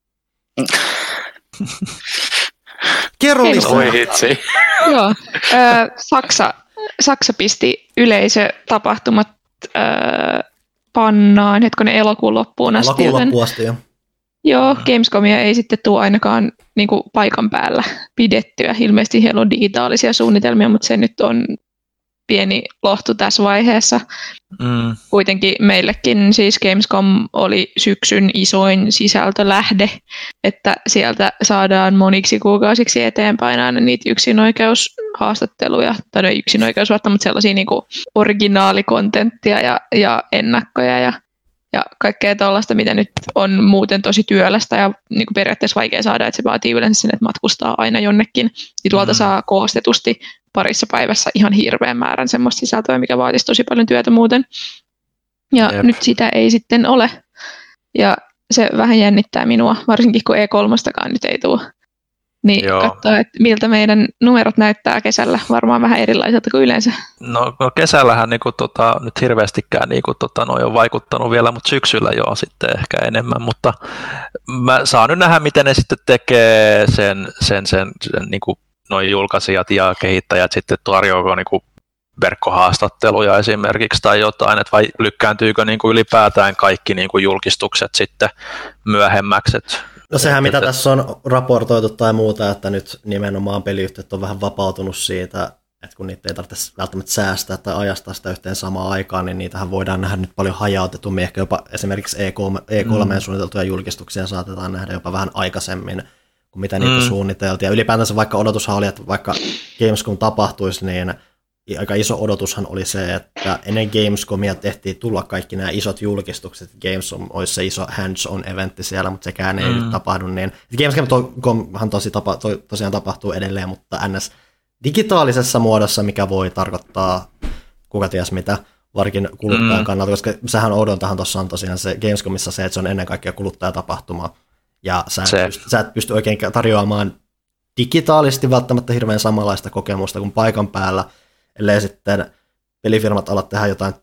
Kerro lisää. Oi hitsi. Joo. Saksa pisti yleisötapahtumat pannaan, elokuun loppuun asti. Elokuun loppuun asti, jo. Joo, Gamescomia ei sitten tule ainakaan niin kuin paikan päällä pidettyä. Ilmeisesti heillä on digitaalisia suunnitelmia, mutta se nyt on pieni lohtu tässä vaiheessa. Kuitenkin meillekin siis Gamescom oli syksyn isoin sisältölähde, että sieltä saadaan moniksi kuukausiksi eteenpäin aina niitä yksinoikeushaastatteluja, tai no yksinoikeusvuotta, mutta sellaisia niin kuin originaalicontenttia ja ennakkoja ja kaikkea tuollaista, mitä nyt on muuten tosi työlästä ja niin kuin periaatteessa vaikea saada, että se vaatii yleensä sinne, että matkustaa aina jonnekin. Ja tuolta saa koostetusti parissa päivässä ihan hirveän määrän semmoista sisältöä, mikä vaatisi tosi paljon työtä muuten. Ja nyt sitä ei sitten ole. Ja se vähän jännittää minua, varsinkin kun E3:stakaan nyt ei tule. Niin katsoa, että miltä meidän numerot näyttää kesällä, varmaan vähän erilaiselta kuin yleensä. No kesällähän niinku, nyt hirveästikään niinku, noi on vaikuttanut vielä, mutta syksyllä joo sitten ehkä enemmän, mutta mä saan nyt nähdä, miten ne sitten tekee sen niinku, noi julkaisijat ja kehittäjät sitten tarjoako niinku verkkohaastatteluja esimerkiksi tai jotain, että vai lykkääntyykö niinku ylipäätään kaikki niinku julkistukset sitten myöhemmäksi, No sehän mitä tässä on raportoitu tai muuta, että nyt nimenomaan peliyhtiöt on vähän vapautunut siitä, että kun niitä ei tarvitse välttämättä säästää tai ajastaa sitä yhteen samaan aikaan, niin niitähän voidaan nähdä nyt paljon hajautetummin, ehkä jopa esimerkiksi E3 suunniteltuja julkistuksia saatetaan nähdä jopa vähän aikaisemmin kuin mitä niitä suunniteltiin. Ja ylipäätänsä vaikka odotushan oli, että vaikka Gamescom tapahtuisi, niin aika iso odotushan oli se, että ennen Gamescomia tehtiin tulla kaikki nämä isot julkistukset, että Gamescom olisi se iso hands-on eventti siellä, mutta sekään ei nyt tapahdu niin. Gamescomhan tosiaan tapahtuu edelleen, mutta NS digitaalisessa muodossa, mikä voi tarkoittaa kuka ties mitä, varsinkin kuluttajan kannalta, koska sehän oudontahan tuossa on tosiaan se Gamescomissa se, että se on ennen kaikkea kuluttajatapahtuma, ja sä et pysty oikein tarjoamaan digitaalisesti välttämättä hirveän samanlaista kokemusta kuin paikan päällä, ellei sitten pelifirmat ala tehdä jotain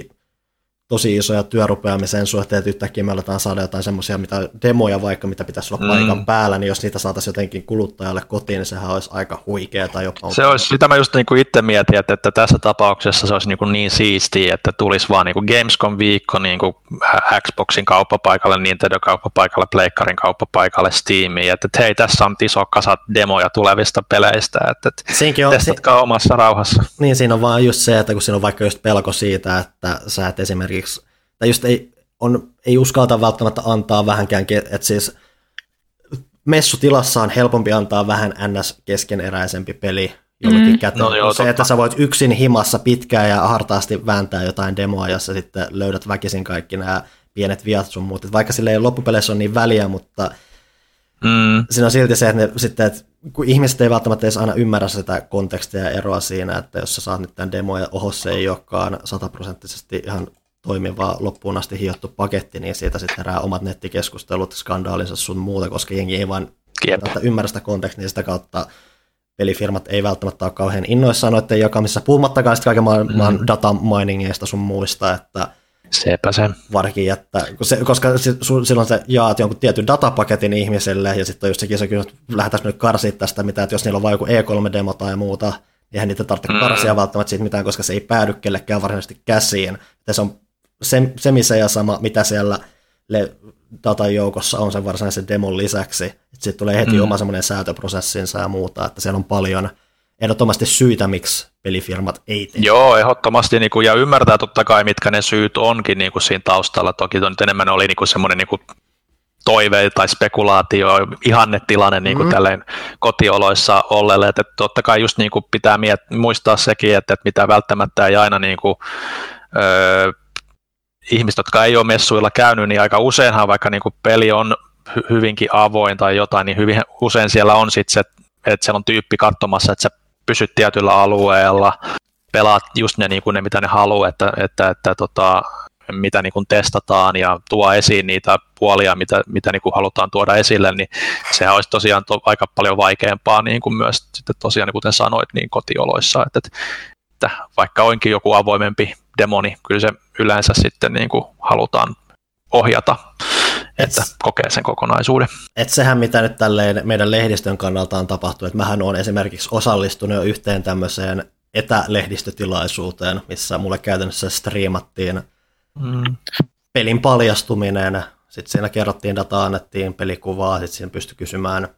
tosi isoja työrupeamia sen suhteen, että yhtäkkiä me aletaan saada jotain semmoisia demoja vaikka, mitä pitäisi olla paikan päällä, niin jos niitä saataisiin jotenkin kuluttajalle kotiin, niin sehän olisi aika huikea tai jopa... Se olisi, sitä mä just niin kuin itse mietin, että tässä tapauksessa se olisi niin siistiä, että tulisi vaan niin kuin Gamescom-viikko niin kuin Xboxin kauppapaikalle, Nintendo-kauppapaikalle, Pleikkarin kauppapaikalle, Steamiin, että hei, tässä on iso kasa demoja tulevista peleistä, että testatkaa omassa rauhassa. Niin, siinä on vaan just se, että kun siinä on vaikka just pelko siitä, että sä et esimerkiksi tai just ei uskalta välttämättä antaa vähänkään, että siis messutilassa on helpompi antaa vähän NS-keskeneräisempi peli jollekin käteen. Se, että sä voit yksin himassa pitkään ja hartaasti vääntää jotain demoa, jossa sitten löydät väkisin kaikki nämä pienet viat sun muut. Et vaikka sille ei loppupeleissä ole niin väliä, mutta siinä on silti se, että kun ihmiset ei välttämättä edes aina ymmärrä sitä kontekstia ja eroa siinä, että jos sä saat nyt tämän demo ja se ei olekaan 100% ihan toimiva loppuun asti hiottu paketti, niin siitä sitten herää omat nettikeskustelut, skandaalinsa sun muuta, koska jengi ei vaan ymmärrä sitä kontekstia, niin sitä kautta pelifirmat ei välttämättä ole kauhean innoissaan noiden jakamisessa, puhumattakaan sitten kaiken maan dataminingeista sun muista, että sepä se. Varsinkin, että koska silloin sä jaat jonkun tietyn datapaketin ihmiselle, ja sitten on just se kysymys, että lähdetäänkö nyt karsia tästä mitään, että jos niillä on vain joku E3-demo tai muuta, niin eihän niitä tarvitse karsia välttämättä siitä mitään, koska se ei päädy kellekään varsinaisesti käsiin. Ja se on se ja sama, mitä siellä datan joukossa on sen varsinaisen demon lisäksi. Sitten tulee heti oma semmoinen säätöprosessinsa ja muuta, että siellä on paljon ehdottomasti syitä, miksi pelifirmat ei tee. Joo, ehdottomasti, ja ymmärtää totta kai, mitkä ne syyt onkin siinä taustalla. Toki nyt enemmän oli semmoinen toive tai spekulaatio, ihannetilanne tälleen kotioloissa olleelle, että totta kai just pitää muistaa sekin, että mitä välttämättä ei aina ihmiset, jotka ei ole messuilla käynyt, niin aika useinhan vaikka peli on hyvinkin avoin tai jotain, niin hyvin usein siellä on sitten se, että siellä on tyyppi katsomassa, että sä pysyt tietyllä alueella, pelaat just ne, ne mitä ne haluaa, että mitä testataan ja tuo esiin niitä puolia, mitä halutaan tuoda esille, niin sehän olisi tosiaan aika paljon vaikeampaa myös sitten tosiaan, kuten sanoit, niin kotioloissa, että vaikka onkin joku avoimempi demo, niin kyllä se yleensä sitten halutaan ohjata, että kokee sen kokonaisuuden. Että sehän, mitä nyt tälleen meidän lehdistön kannalta on tapahtunut, että mähän olen esimerkiksi osallistunut jo yhteen tämmöiseen etälehdistötilaisuuteen, missä mulle käytännössä striimattiin pelin paljastuminen, sitten siinä kerrottiin dataa, annettiin pelikuvaa, sitten siinä pystyi kysymään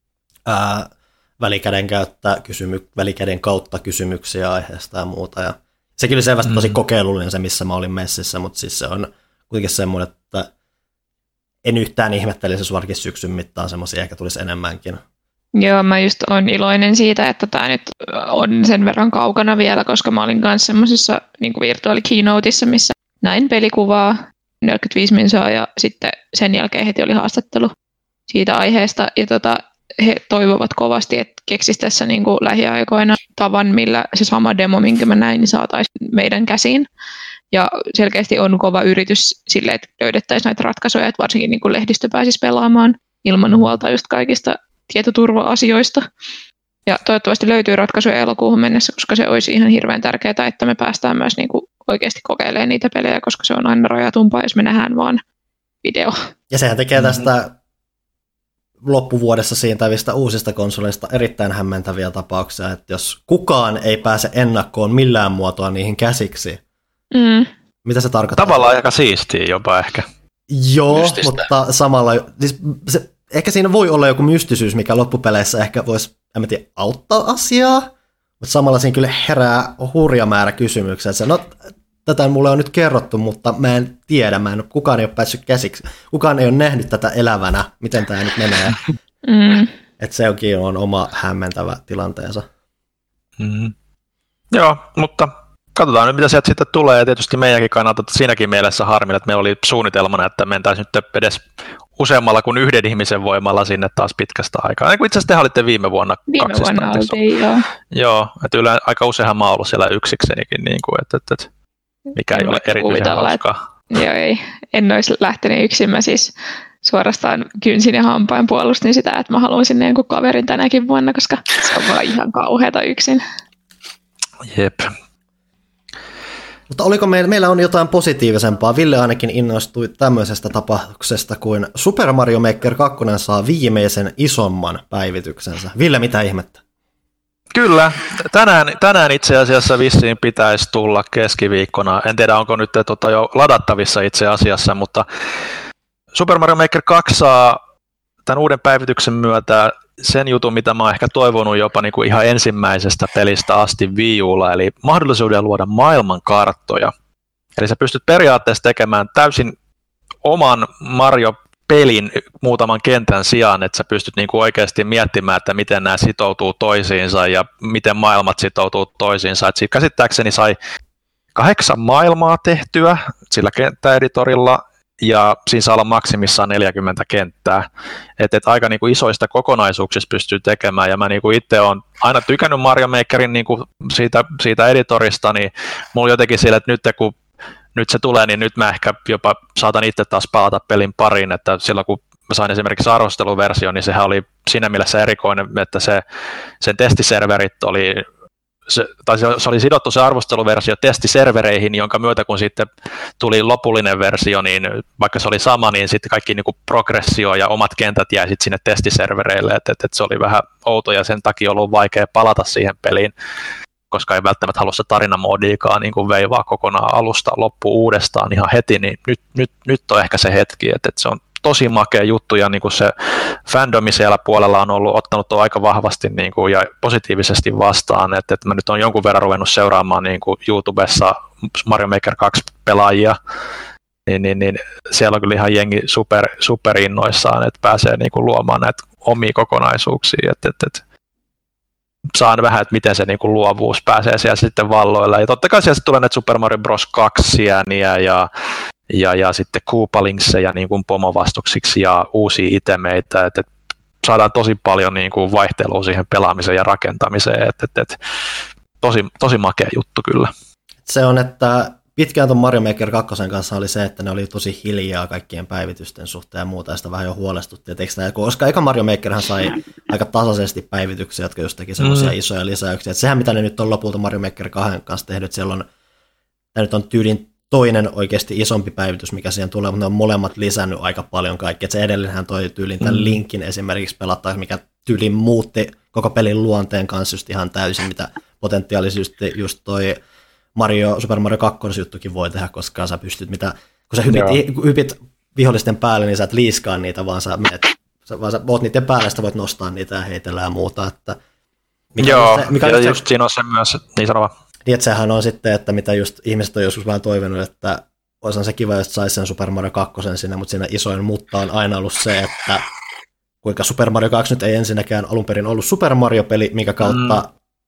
välikäden kautta kysymyksiä aiheesta ja muuta. Ja se kyllä selvästi tosi kokeilullinen se, missä mä olin messissä, mutta siis se on kuitenkin semmoinen, että en yhtään ihmettelisi, jos varsinkin syksyn mittaan semmoisia ehkä tulisi enemmänkin. Joo, mä just olen iloinen siitä, että tämä nyt on sen verran kaukana vielä, koska mä olin kanssa semmoisessa virtuaali keynoteissa, missä näin pelikuvaa 45 minsaa ja sitten sen jälkeen heti oli haastattelu siitä aiheesta. Ja he toivovat kovasti, että keksisi tässä lähiaikoina tavan, millä se sama demo, minkä mä näin, niin saataisiin meidän käsiin. Ja selkeästi on kova yritys sille, että löydettäisiin näitä ratkaisuja, että varsinkin lehdistö pääsisi pelaamaan ilman huolta just kaikista tietoturva-asioista. Ja toivottavasti löytyy ratkaisuja elokuuhun mennessä, koska se olisi ihan hirveän tärkeää, että me päästään myös oikeasti kokeilemaan niitä pelejä, koska se on aina rajatumpaa, jos me nähdään vaan video. Ja sehän tekee tästä loppuvuodessa siintävistä uusista konsoleista erittäin hämmentäviä tapauksia, että jos kukaan ei pääse ennakkoon millään muotoa niihin käsiksi, mitä se tarkoittaa? Tavallaan aika siistiä jopa ehkä. Joo, mystistä. Mutta samalla, siis ehkä siinä voi olla joku mystisyys, mikä loppupeleissä ehkä voisi, en tiedä, auttaa asiaa, Mutta samalla siinä kyllä herää hurja määrä kysymyksiä. Että no, tätä mulle on nyt kerrottu, mutta mä en tiedä, kukaan ei ole päässyt käsiksi. Kukaan ei ole nähnyt tätä elävänä, miten tämä nyt menee. Että sekin on oma hämmentävä tilanteensa. Joo, mutta katsotaan nyt, mitä sieltä sitten tulee. Ja tietysti meidänkin kannalta siinäkin mielessä harmilla, että meillä oli suunnitelmana, että mentäisiin nyt edes useammalla kuin yhden ihmisen voimalla sinne taas pitkästä aikaa. Niin kuin itse asiassa te olitte viime vuonna. Viime vuonna oltiin, joo. Joo, että aika useinhan mä oon ollut siellä yksiksenikin, niin kuin, että mikä ei ole erityisen hauskaa. Joo, en olisi lähtenyt yksin. Mä siis suorastaan kynsin ja hampain puolustin sitä, että mä haluaisin jonkun kaverin tänäkin vuonna, koska se on vaan ihan kauheata yksin. Jep. Mutta oliko meillä on jotain positiivisempaa? Ville ainakin innostui tämmöisestä tapauksesta kuin Super Mario Maker 2 saa viimeisen isomman päivityksensä. Ville, mitä ihmettä? Kyllä. Tänään itse asiassa vissiin pitäisi tulla keskiviikkona. En tiedä, onko nyt jo ladattavissa itse asiassa, mutta Super Mario Maker 2 saa tämän uuden päivityksen myötä sen jutun, mitä mä oon ehkä toivonut jopa niin kuin ihan ensimmäisestä pelistä asti Wii U:lla, eli mahdollisuuden luoda maailmankarttoja. Eli sä pystyt periaatteessa tekemään täysin oman Mario-pelin muutaman kentän sijaan, että sä pystyt niin kuin oikeasti miettimään, että miten nämä sitoutuu toisiinsa ja miten maailmat sitoutuu toisiinsa. Et siitä käsittääkseni sai 8 maailmaa tehtyä sillä kenttäeditorilla, ja siinä saa olla maksimissaan 40 kenttää. Et aika niinku isoista kokonaisuuksista pystyy tekemään, ja mä niinku itse olen aina tykännyt Mario Makerin niinku siitä editorista, niin mulla jotenkin sille, että nyt se tulee, niin nyt mä ehkä jopa saatan itse taas palata pelin pariin, että silloin kun mä sain esimerkiksi arvosteluversio, niin sehän oli siinä mielessä erikoinen, että sen testiserverit oli se oli sidottu se arvosteluversio testiservereihin, jonka myötä kun sitten tuli lopullinen versio, niin vaikka se oli sama, niin sitten kaikki niin kuin progressio ja omat kentät jäi sitten sinne testiservereille, että se oli vähän outo ja sen takia ollut vaikea palata siihen peliin, koska ei välttämättä halua se tarinamoodiikaan niin kuin veivaa kokonaan alusta loppuun uudestaan ihan heti, niin nyt on ehkä se hetki, että se on tosi makea juttu ja niin kuin se fandomi siellä puolella on ottanut aika vahvasti niin kuin, ja positiivisesti vastaan, että mä nyt on jonkun verran ruvennut seuraamaan niin kuin YouTubessa Mario Maker 2 pelaajia, niin siellä on kyllä ihan jengi super innoissaan, että pääsee niin kuin luomaan näitä omia kokonaisuuksia, että saan vähän, että miten se niin kuin luovuus pääsee siellä sitten valloilla, ja totta kai siellä tulee näitä Super Mario Bros. 2 ja sitten Koopalinkseja niin kuin pomovastuksiksi ja uusia itemeitä, että saadaan tosi paljon niin kuin vaihtelua siihen pelaamiseen ja rakentamiseen, että tosi makea juttu kyllä. Se on, että pitkään tuon Mario Maker 2 kanssa oli se, että ne oli tosi hiljaa kaikkien päivitysten suhteen ja muuta, ja sitä vähän jo huolestutti, koska eka Mario Makerhan sai aika tasaisesti päivityksiä, jotka just teki semmoisia isoja lisäyksiä. Että sehän, mitä ne nyt on lopulta Mario Maker 2 kanssa tehnyt, siellä on, tämä nyt on tyylin toinen oikeasti isompi päivitys, mikä siihen tulee, mutta ne on molemmat lisännyt aika paljon kaikkea. Se edellinenhän toi tyylin tämän Linkin esimerkiksi pelattaisiin, mikä tyylin muutti koko pelin luonteen kanssa just ihan täysin, mitä potentiaalisesti just toi Super Mario 2 juttukin voi tehdä, koska sä pystyt, kun sä hypit vihollisten päälle, niin sä et liiskaa niitä, vaan sä oot niiden päälle, sä voit nostaa niitä ja heitellä ja muuta. Että mikä just siinä on se myös, niin sanova. Niin, että sehän on sitten, että mitä just ihmiset on joskus vähän toivonut, että olisi se kiva, jos saisi sen Super Mario 2 sinne, mutta siinä isoin mutta on aina ollut se, että kuinka Super Mario 2 nyt ei ensinnäkään alun perin ollut Super Mario-peli, minkä kautta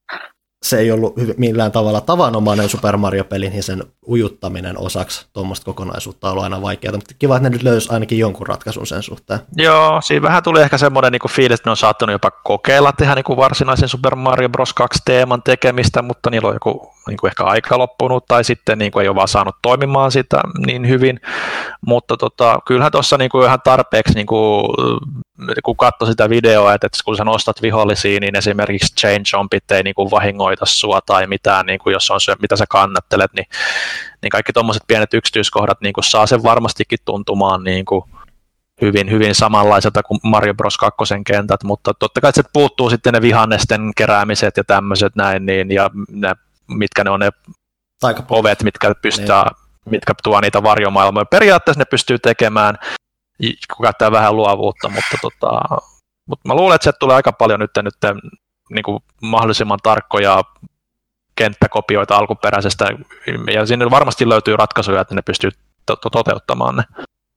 se ei ollut millään tavalla tavanomainen Super Mario-peli, niin sen ujuttaminen osaksi tuommoista kokonaisuutta on ollut aina vaikeaa, mutta kiva, että ne nyt löysi ainakin jonkun ratkaisun sen suhteen. Joo, siinä vähän tuli ehkä semmoinen niin fiilis, että ne on saattanut jopa kokeilla tehdä niin kuin varsinaisen Super Mario Bros. 2 teeman tekemistä, mutta niillä on joku niin kuin ehkä aika loppunut, tai sitten niin kuin ei ole vaan saanut toimimaan sitä niin hyvin, mutta kyllähän tuossa niin kuin ihan tarpeeksi niin kuin, kun katsoi sitä videoa, että kun sä nostat vihollisia, niin esimerkiksi chain jumpit ei niin kuin vahingoita sua tai mitään, niin kuin jos on se, mitä sä kannattelet, niin kaikki tuommoiset pienet yksityiskohdat niin kuin saa sen varmastikin tuntumaan niin kuin hyvin samanlaiselta kuin Mario Bros. 2 kentät, mutta totta kai se puuttuu sitten ne vihannesten keräämiset ja tämmöiset näin, niin, ja mitkä ne on ne ovet, mitkä tuo niitä varjomaailmoja. Periaatteessa ne pystyy tekemään, kun käyttää vähän luovuutta, mutta mä luulen, että sieltä tulee aika paljon nyt niin kuin mahdollisimman tarkkoja kenttäkopioita alkuperäisestä, ja sinne varmasti löytyy ratkaisuja, että ne pystyy toteuttamaan ne.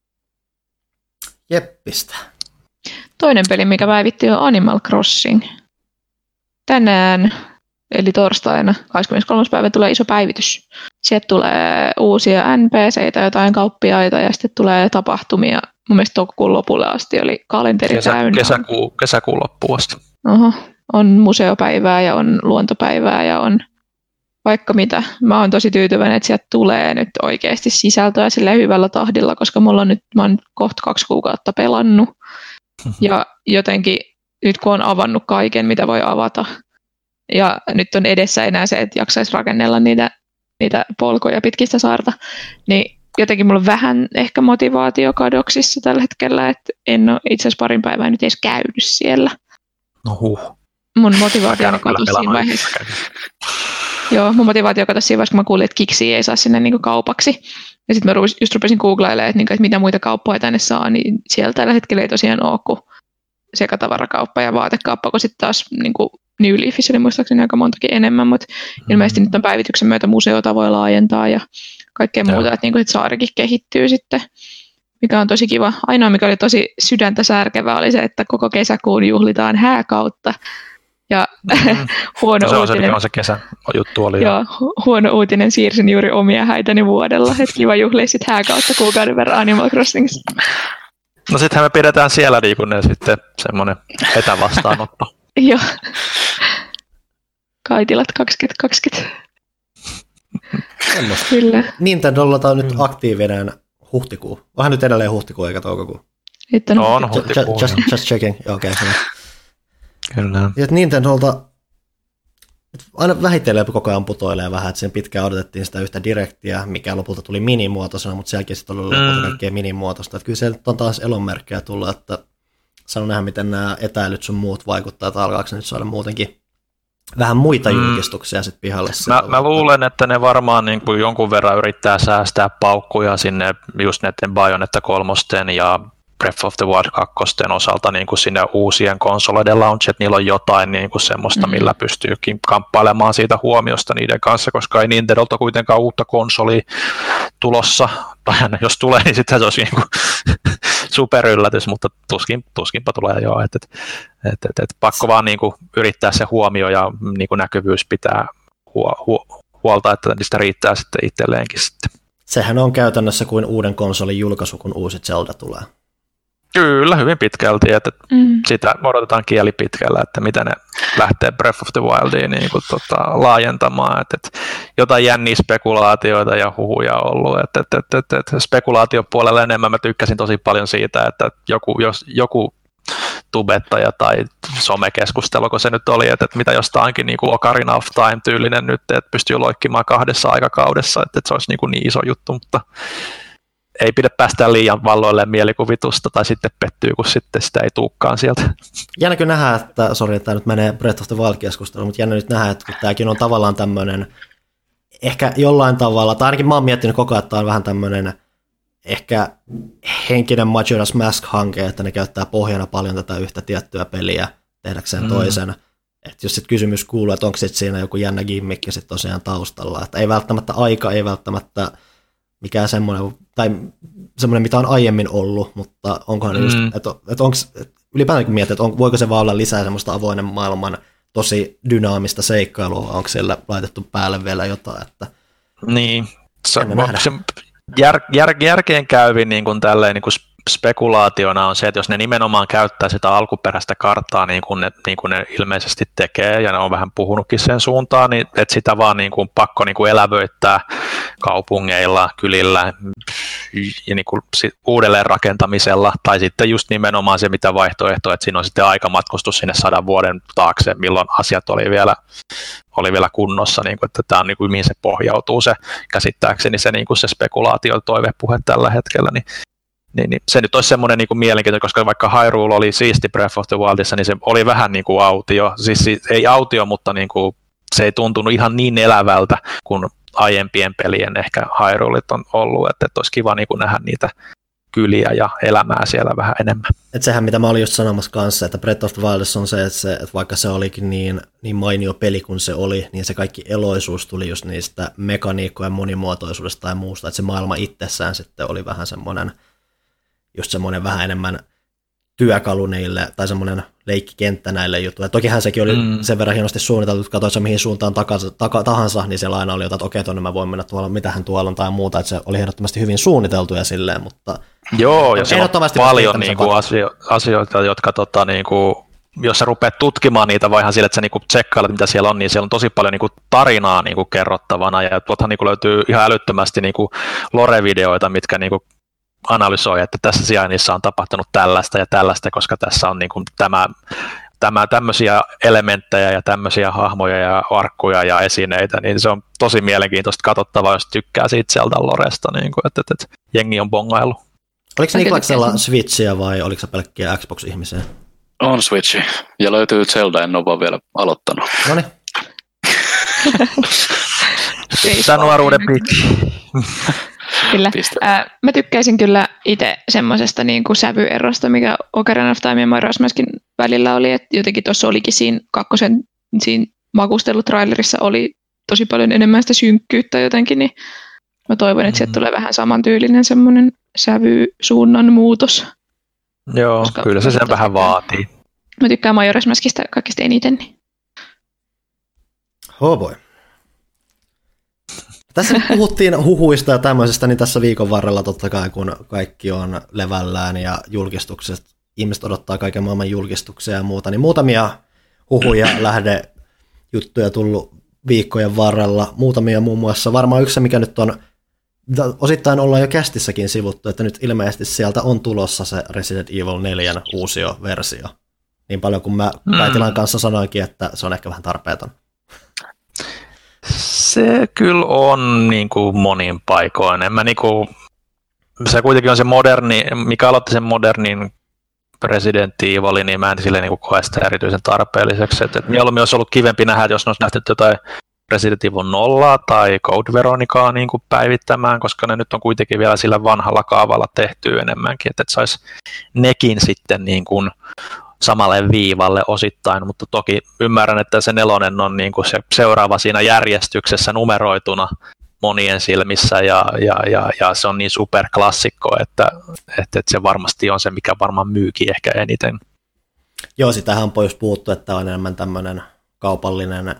Jeppistä. Toinen peli, mikä päivitti, on Animal Crossing. Tänään, eli torstaina, 23. päivä, tulee iso päivitys. Sieltä tulee uusia NPC:itä, jotain kauppiaita, ja sitten tulee tapahtumia. Mun mielestä toukokuun lopulle asti oli kalenteri täynnä. Kesäkuun loppuun asti. Oho, on museopäivää ja on luontopäivää ja on vaikka mitä. Mä oon tosi tyytyväinen, että sieltä tulee nyt oikeasti sisältöä sille hyvällä tahdilla, koska mä oon kohta 2 kuukautta pelannut. Ja jotenkin nyt kun on avannut kaiken, mitä voi avata, ja nyt on edessä enää se, että jaksaisi rakennella niitä polkuja pitkistä saarta, niin jotenkin mulla on vähän ehkä motivaatio kadoksissa tällä hetkellä, että en ole itse asiassa parin päivää nyt edes käynyt siellä. No Mun motivaatio katosi siinä vaiheessa. Joo, mun motivaatio katosi siinä vaiheessa, kun mä kuulin, että Kiksi ei saa sinne niinku kaupaksi. Ja sitten mä just rupesin googlailemaan, että mitä muita kauppoja tänne saa, niin siellä tällä hetkellä ei tosiaan ole kuin sekatavarakauppa ja vaatekauppa, kun sitten taas niinku New Leafissä oli muistaakseni aika montakin enemmän, mutta ilmeisesti nyt on päivityksen myötä museota voi laajentaa ja kaikkea muuta, että niinku saarikin kehittyy sitten, mikä on tosi kiva. Ainoa, mikä oli tosi sydäntä särkevää, oli se, että koko kesäkuun juhlitaan hääkautta. Ja huono uutinen. Se kesäjuttu oli. Joo, huono uutinen, siirsin juuri omia häitäni vuodella. Et kiva juhlia sitten hääkautta kuukauden verran Animal Crossingissa. No sittenhän me pidetään siellä liikunneen sitten semmoinen etävastaanotto. Joo. Kaitilat 2020. Kyllä. Nintendolla on nyt aktiivinen huhtikuu. Vähän nyt edelleen huhtikuu eikä toukokuu. On huhtikuu. Just checking. Okei. Kyllä. Ja Nintendolta aina vähitellen koko ajan putoilee vähän, että sen pitkään odotettiin sitä yhtä direktiä, mikä lopulta tuli minimuotoisena, mutta sielläkin sitten oli lopulta kaikkea minimuotoista. Että kyllä se on taas elonmerkkejä tullut, että sanon nähdä, miten nämä etäilyt sun muut vaikuttaa, että alkaako nyt saada muutenkin vähän muita julkistuksia sitten pihalle. Mä luulen, että ne varmaan niin kuin jonkun verran yrittää säästää paukkuja sinne just näiden Bayonetta 3 ja Breath of the Wild 2 osalta niin kuin sinne uusien konsoleiden launch, että niillä on jotain niin kuin semmoista, millä pystyykin kamppailemaan siitä huomiosta niiden kanssa, koska ei Nintendolta kuitenkaan uutta konsolia tulossa, tai jos tulee, niin sitten se olisi niin kuin superyllätys, mutta tuskinpa tulee jo, että pakko vaan niin kuin yrittää se huomio ja niin kuin näkyvyys pitää huolta, että niistä riittää sitten itselleenkin sitten. Sehän on käytännössä kuin uuden konsolin julkaisu, kun uusi Zelda tulee. Kyllä, hyvin pitkälti, että sitä odotetaan kieli pitkällä, että mitä ne lähtee Breath of the Wildiin niin kuin, laajentamaan, että jotain jänniä spekulaatioita ja huhuja on ollut, että spekulaatiopuolella enemmän mä tykkäsin tosi paljon siitä, että joku tubettaja tai somekeskustelu, kun se nyt oli, että mitä jostainkin niin kuin Ocarina of Time -tyylinen nyt, että pystyy loikkimaan 2 aikakaudessa, että se olisi niin iso juttu, mutta ei pidä päästä liian valloille mielikuvitusta tai sitten pettyy, kun sitten sitä ei tulekaan sieltä. Jännäkö nähdä, että, sori, että tämä nyt menee Breath of the Wild-keskusteluun, mutta jännä nyt nähdä, että kun tämäkin on tavallaan tämmöinen, ehkä jollain tavalla, tai ainakin mä oon miettinyt koko ajan, että tämä on vähän tämmöinen ehkä henkinen Majora's Mask-hanke, että ne käyttää pohjana paljon tätä yhtä tiettyä peliä tehdäkseen toisen. Että jos sitten kysymys kuuluu, että onko sitten siinä joku jännä gimmikki sitten tosiaan taustalla, että ei välttämättä aika, ei välttämättä mikään semmoinen, tai semmoinen, mitä on aiemmin ollut, mutta onkohan just, että onko, ylipäätään kun miettii, että voiko se vaan olla lisää semmoista avoinen maailman tosi dynaamista seikkailua, onko siellä laitettu päälle vielä jotain, että niin, se järkeen käyvin niin kuin tälleen niin kuin spekulaationa on se, että jos ne nimenomaan käyttää sitä alkuperäistä karttaa niin kuin ne ilmeisesti tekee, ja ne on vähän puhunutkin sen suuntaan, niin että sitä vaan niin kuin pakko niin kuin elävöittää kaupungeilla, kylillä ja niin kuin uudelleen rakentamisella, tai sitten just nimenomaan se, mitä vaihtoehto, että siinä on sitten aikamatkustus sinne 100 vuoden taakse, milloin asiat oli vielä kunnossa, niin kuin, että tämä on niin kuin, mihin se pohjautuu se käsittääkseni se, niin kuin se spekulaatio, toivepuhe tällä hetkellä, niin se nyt olisi semmoinen niin kuin mielenkiintoinen, koska vaikka Hyrule oli siisti Breath of the Wildissa, niin se oli vähän niin kuin autio, siis ei autio, mutta niin kuin, se ei tuntunut ihan niin elävältä kuin aiempien pelien ehkä Hyrulet on ollut, että olisi kiva niin kuin nähdä kyliä ja elämää siellä vähän enemmän. Et sehän mitä mä olin just sanomassa kanssa, että Breath of the Wild on se, että vaikka se olikin niin mainio peli kuin se oli, niin se kaikki eloisuus tuli just niistä mekaniikkojen monimuotoisuudesta tai muusta, että se maailma itsessään sitten oli vähän semmoinen, just semmoinen vähän enemmän työkalu niille, tai semmoinen leikkikenttä näille jutuille. Tokihan sekin oli sen verran hienosti suunniteltu, että katsoit mihin suuntaan tahansa, niin siellä aina oli jotain, että okei, tuonne mä voin mennä tuolla, mitähän tuolla on tai muuta, että se oli ehdottomasti hyvin suunniteltu ja silleen, mutta joo, ja siellä on paljon niinku asioita, jotka niinku, jos sä rupeat tutkimaan niitä vaan ihan sille, että sä niinku tsekkailet, mitä siellä on, niin siellä on tosi paljon niinku tarinaa niinku kerrottavana, ja tuothan niinku löytyy ihan älyttömästi niinku lore-videoita, mitkä niinku analysoi, että tässä sijainnissa on tapahtunut tällaista ja tällaista, koska tässä on niinku tämmöisiä elementtejä ja tämmöisiä hahmoja ja arkkuja ja esineitä, niin se on tosi mielenkiintoista katsottavaa, jos tykkää siitä Zeldan loresta, niinku, että jengi on bongailu. Oliko Niklaksella Switchiä vai oliko se pelkkiä Xbox-ihmisiä? On Switchi, ja löytyy Zelda, en ole vaan vielä aloittanut. Noniin. Sitä nuoruuden pitki. Kyllä. Mä tykkäisin kyllä itse semmoisesta niin kuin sävyerosta, mikä Ocarina of Time ja Majora's Maskin välillä oli, että jotenkin tuossa olikin siinä kakkosen siinä makustelutrailerissa oli tosi paljon enemmän sitä synkkyyttä jotenkin, niin mä toivon, että sieltä tulee vähän samantyylinen semmoinen sävysuunnan muutos. Joo, koska kyllä se sen vähän vaatii. Mä tykkään Majora's Maskista kaikista eniten. Niin. Oh boy. Tässä nyt puhuttiin huhuista ja tämmöisestä, niin tässä viikon varrella totta kai, kun kaikki on levällään ja julkistukset, ihmiset odottaa kaiken maailman julkistuksia ja muuta, niin muutamia huhuja lähdejuttuja tullut viikkojen varrella. Muutamia muun muassa, varmaan yksi mikä nyt on, osittain ollaan jo kästissäkin sivuttu, että nyt ilmeisesti sieltä on tulossa se Resident Evil 4 uusio versio. Niin paljon kuin mä Kaitilan kanssa sanoinkin, että se on ehkä vähän tarpeeton. Se kyllä on niin kuin monin paikoin. Se kuitenkin on se moderni, mikä aloitti sen modernin Resident Evil, niin mä en silleen niin koe sitä erityisen tarpeelliseksi. Et mieluummin olisi ollut kivempi nähdä, että jos ne olisi nähty jotain Resident Evil 0 tai Code Veronicaa niin kuin päivittämään, koska ne nyt on kuitenkin vielä sillä vanhalla kaavalla tehty enemmänkin, että saisi nekin sitten niin kuin samalle viivalle osittain, mutta toki ymmärrän, että se 4 on niin kuin se seuraava siinä järjestyksessä numeroituna monien silmissä ja se on niin superklassikko, että se varmasti on se, mikä varmaan myykin ehkä eniten. Joo, sitähän on pois puhuttu, että on enemmän tämmöinen kaupallinen,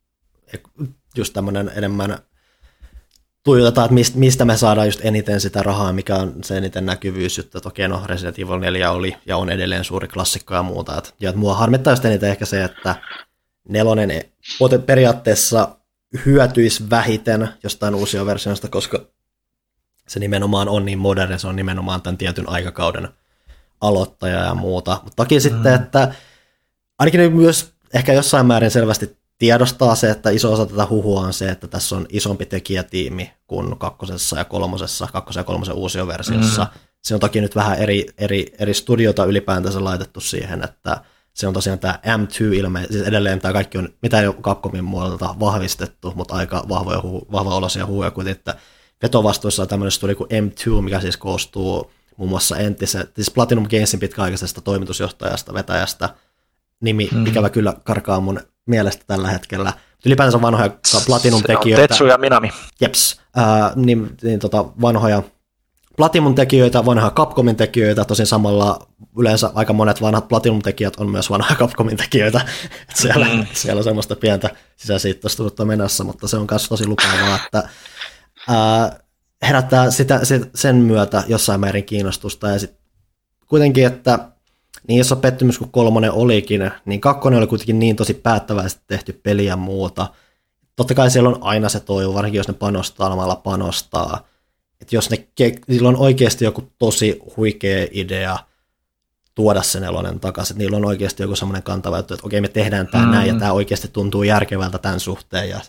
just tämmöinen enemmän tuijotetaan, että mistä me saadaan just eniten sitä rahaa, mikä on se eniten näkyvyys, että okei, no Resident Evil 4 oli ja on edelleen suuri klassikko ja muuta. Ja mua harmittaa just eniten ehkä se, että 4 periaatteessa hyötyisi vähiten jostain uusia versioista, koska se nimenomaan on niin moderni, se on nimenomaan tämän tietyn aikakauden aloittaja ja muuta. Mutta toki sitten, että ainakin myös ehkä jossain määrin selvästi tiedostaa se, että iso osa tätä huhua on se, että tässä on isompi tekijätiimi kuin 2. ja 3. uusioversiossa. Se on toki nyt vähän eri studiota ylipäätänsä laitettu siihen, että se on tosiaan tämä M2 siis edelleen tämä kaikki on, mitä ei ole Capcomin muodolta vahvistettu, mutta aika vahva-oloisia huhuja kuitenkin, että vetovastuussa on tämmöinen studio kuin M2, mikä siis koostuu muun muassa siis Platinum Gamesin pitkäaikaisesta toimitusjohtajasta, vetäjästä, nimi ikävä kyllä karkaa mun mielestä tällä hetkellä. Ylipäänsä on vanhoja Platinum-tekijöitä. Tetsuya Minami. Jeps. Vanhoja Platinum-tekijöitä, vanhoja Capcomin tekijöitä, tosin samalla yleensä aika monet vanhat Platinum-tekijät on myös vanhoja Capcomin tekijöitä. Siellä on semmoista pientä sisäsiittoisuutta menossa, mutta se on myös tosi lupaavaa, että herättää sen myötä jossain määrin kiinnostusta. Ja sitten kuitenkin, että niin iso pettymys kuin 3 olikin, niin 2 oli kuitenkin niin tosi päättäväisesti tehty peli ja muuta. Totta kai siellä on aina se toivo, varsinkin jos ne panostaa. Että jos niillä on oikeasti joku tosi huikea idea tuoda se 4 takaisin, että niillä on oikeasti joku semmoinen kantava juttu, että okei, me tehdään tämä näin, ja tämä oikeasti tuntuu järkevältä tämän suhteen, ja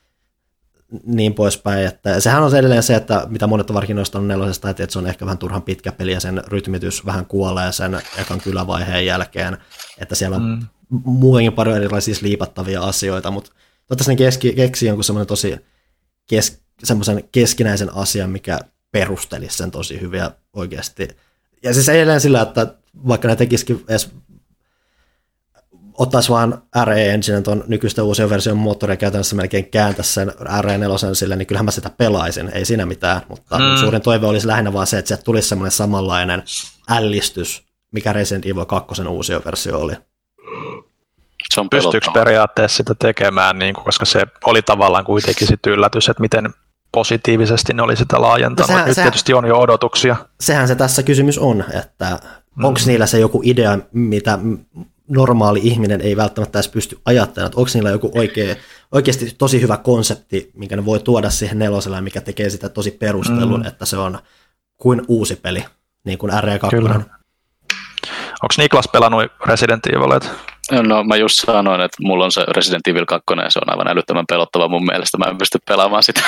niin poispäin. Että sehän on edelleen se, että mitä monet on varkinoistanut 4, että se on ehkä vähän turhan pitkä peli, ja sen rytmitys vähän kuolee sen ekan kylävaiheen jälkeen, että siellä on muutenkin paljon erilaisia liipattavia asioita, mutta toivottavasti ne keksii jonkun semmoinen tosi semmoisen keskinäisen asian, mikä perustelisi sen tosi hyviä oikeasti. Ja siis edelleen sillä, että vaikka ne tekisikin edes ottaisi vaan RE Engine tuon nykyistä uusien version moottoria käytännössä melkein kääntäisi sen RE4 sille, niin kyllähän mä sitä pelaisin, ei siinä mitään, mutta suurin toive olisi lähinnä vaan se, että sieltä tulisi semmoinen samanlainen ällistys, mikä Resident Evil 2 uusio versio oli. Pystyykö periaatteessa sitä tekemään, niin, koska se oli tavallaan kuitenkin sit yllätys, että miten positiivisesti ne oli sitä laajentanut. Nyt tietysti on jo odotuksia. Sehän se tässä kysymys on, että onko niillä se joku idea, mitä normaali ihminen ei välttämättä edes pysty ajattelemaan, onko niillä joku oikeasti tosi hyvä konsepti, minkä ne voi tuoda siihen 4, mikä tekee sitä tosi perustelun, että se on kuin uusi peli, niin kuin RE2. Kyllä. Onko Niklas pelannut Resident Evilit? No mä just sanoin, että mulla on se Resident Evil 2 ja se on aivan älyttömän pelottava mun mielestä. Mä en pysty pelaamaan sitä.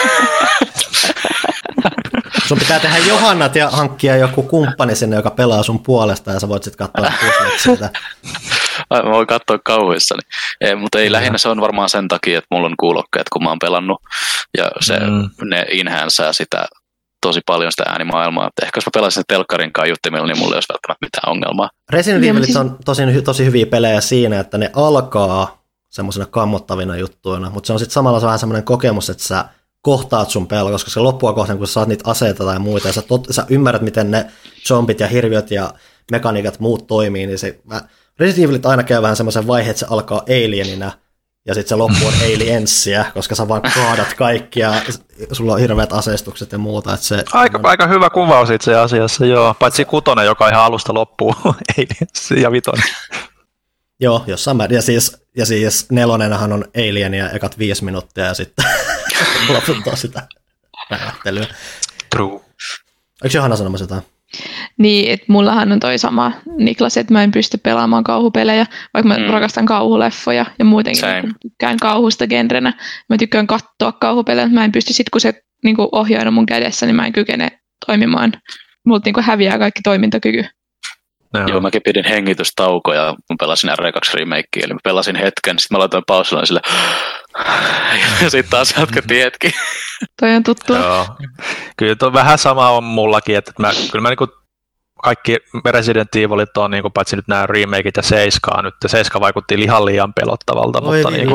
Sun pitää tehdä johannat ja hankkia joku kumppani sinne, joka pelaa sun puolesta ja sä voit sitten katsoa sitä. Mä voin katsoa kauhuissani. Mutta ei lähinnä se on varmaan sen takia, että mulla on kuulokkeet, kun mä oon pelannut. Ja ne enhancea sitä tosi paljon sitä äänimaailmaa. Ehkä jos mä pelaisin telkkarin kaiuttimilla, niin mulla ei olisi välttämättä mitään ongelmaa. Resident Evilit on tosi hyviä pelejä siinä, että ne alkaa semmoisena kammottavina juttuina, mutta se on sitten samalla vähän semmoinen kokemus, että sä kohtaat sun pelkoa, koska se loppua kohtaan, kun sä saat niitä aseita tai muita, ja sä ymmärrät, miten ne zombit ja hirviöt ja mekaniikat muut toimii, niin se Resident Evilit aina käy vähän semmoisen vaiheen, että se alkaa alienina, ja sitten se loppu on aliensia, koska sä vaan kaadat kaikkia, sulla on hirveät aseistukset ja muuta. Että se aika hyvä kuvaus itse asiassa, joo. Paitsi 6, joka ihan alusta loppuu, aliensia ja 5. Joo, jossain määrin. Ja siis 4 on alienia ekat 5 minuuttia ja sitten loputtaa sitä värähtelyä. True. Eikö Johanna sanomassa jotain? Niin, että mullahan on toi sama Niklas, että mä en pysty pelaamaan kauhupelejä, vaikka mä rakastan kauhuleffoja ja muutenkin tykkään kauhusta genrenä. Mä tykkään katsoa kauhupelejä, mutta mä en pysty sitten, kun se niin ohjaina mun kädessä, niin mä en kykene toimimaan. Multa niin häviää kaikki toimintakyky. Joo, mäkin pidin hengitystaukoja, mä pelasin R2 remakea, eli mä pelasin hetken, sitten mä laitoin pausilla sille, ja sitten taas jatkettiin hetki. Toi on tuttua. Joo. Kyllä tuo vähän sama on mullakin, että kyllä mä niinku kaikki Resident Evilit on niinku, paitsi nyt nämä remakeit ja 7, nyt 7 vaikutti ihan liian pelottavalta, mutta niinku,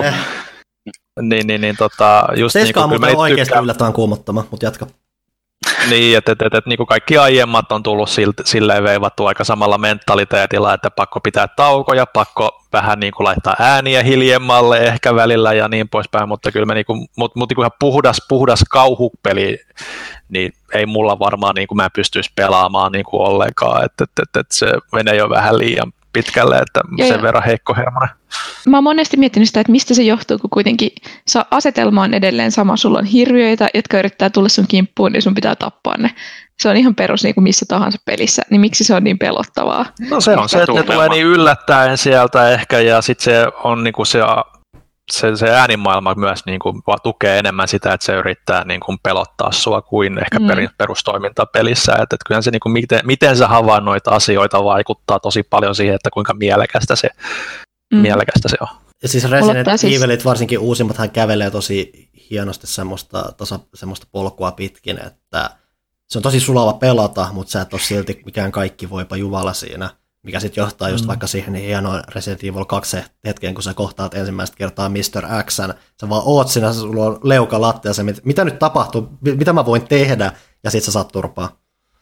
just 7 on muuten oikeasti yllättävän kuumottama, mutta jatka. Niin, että niinku kaikki aiemmat on tullut silleen veivattu aika samalla mentaliteetilla, että pakko pitää taukoja, pakko vähän niinku laittaa ääniä hiljemmalle ehkä välillä ja niin poispäin, mutta kyllä me niinku, ihan puhdas kauhupeli, niin ei mulla varmaan niinku mä pystyisi pelaamaan niinku ollenkaan, että se menee jo vähän liian pitkälle, että sen verran heikkohermoinen. Mä oon monesti miettinyt sitä, että mistä se johtuu, kun kuitenkin asetelma on edelleen sama. Sulla on hirviöitä, jotka yrittää tulla sun kimppuun, niin sun pitää tappaa ne. Se on ihan perus niin kuin missä tahansa pelissä, niin miksi se on niin pelottavaa? No se on se, että ne tulee niin yllättäen sieltä ehkä, ja sitten se on niin kuin se äänimaailma myös niin kuin tukee enemmän sitä, että se yrittää niin kuin pelottaa sua kuin ehkä perustoiminta pelissä. Että kyllähän se, niin kuin miten sä havainnoit asioita vaikuttaa tosi paljon siihen, että kuinka mielekästä se on. Ja siis Resident Evilit, varsinkin uusimmathan kävelee tosi hienosti semmoista polkua pitkin, että se on tosi sulava pelata, mutta sä et ole silti mikään kaikki voipa juvalla siinä, mikä sitten johtaa just vaikka siihen hienoon Resident Evil 2 hetkeen, kun sä kohtaat ensimmäistä kertaa Mr. X:n, sä vaan oot siinä, sulla on leuka lattiassa, mitä nyt tapahtuu, mitä mä voin tehdä, ja sit sä saat turpaa.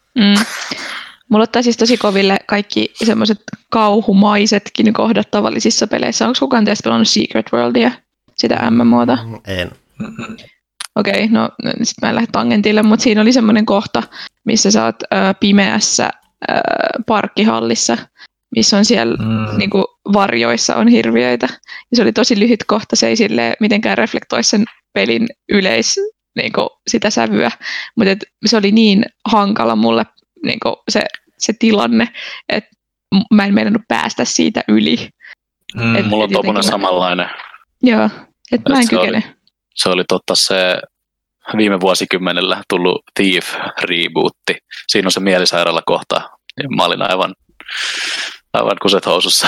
Mulla ottaa siis tosi koville kaikki semmoiset kauhumaisetkin kohdat tavallisissa peleissä. Onko kukaan teistä pelannut Secret Worldia, sitä MMOta? En. Okei, no sit mä en lähde tangentille, mutta siinä oli semmoinen kohta, missä sä oot pimeässä parkkihallissa, missä on siellä niinku, varjoissa on hirviöitä. Ja se oli tosi lyhyt kohta, se ei silleen mitenkään reflektoi sen pelin niinku, sitä sävyä, mutta se oli niin hankala mulle niinku, se tilanne, että mä en meinannut päästä siitä yli. Mulla on tommoinen samanlainen. Joo, että mä en kykene. Se oli se viime vuosikymmenellä tullut Thief-rebootti. Siinä on se mielisairaala-kohta. Ja mä olin aivan kuset housussa.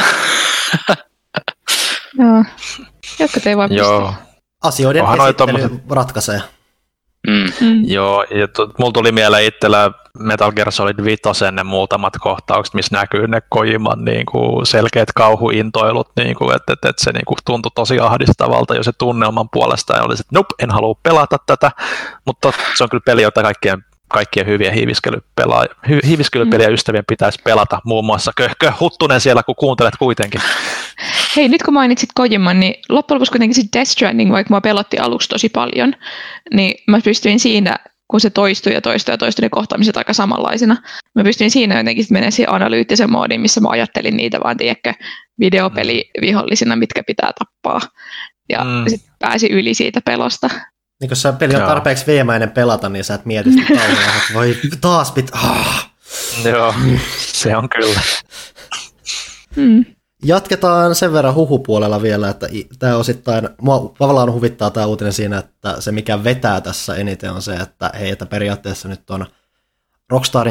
Joo, jotka ei vaan pysty. Asioiden esittely ratkaisee. Joo, ja mulla tuli mieleen itsellä Metal Gear Solid 5 ne muutamat kohtaukset, missä näkyy ne Kojiman niinku selkeät kauhuintoilut, niinku, että se niinku tuntui tosi ahdistavalta jo se tunnelman puolesta, ja olisi, että nope, en halua pelata tätä, mutta se on kyllä peli, jota kaikkien hyvien hiiviskelypeliä ystävien pitäisi pelata, muun muassa Köhkö Huttunen siellä, kun kuuntelet kuitenkin. Hei, nyt kun mainitsit Kojiman, niin loppujen lopuksi kuitenkin se Death Stranding, vaikka mua pelotti aluksi tosi paljon, niin mä pystyin siinä, kun se toistui, ne kohtaamiset aika samanlaisina, mä pystyin siinä jotenkin menemään siihen analyyttisen moodiin, missä mä ajattelin niitä vaan, tiedätkö, videopelivihollisina, mitkä pitää tappaa, ja sitten pääsi yli siitä pelosta. Niin kun se peli on tarpeeksi veemäinen pelata, niin sä et mieti sitä kauhean, että voi taas Joo, se on kyllä. Jatketaan sen verran huhupuolella vielä, että tämä osittain, mua tavallaan huvittaa tämä uutinen siinä, että se mikä vetää tässä eniten on se, että hei, että periaatteessa nyt on Rockstar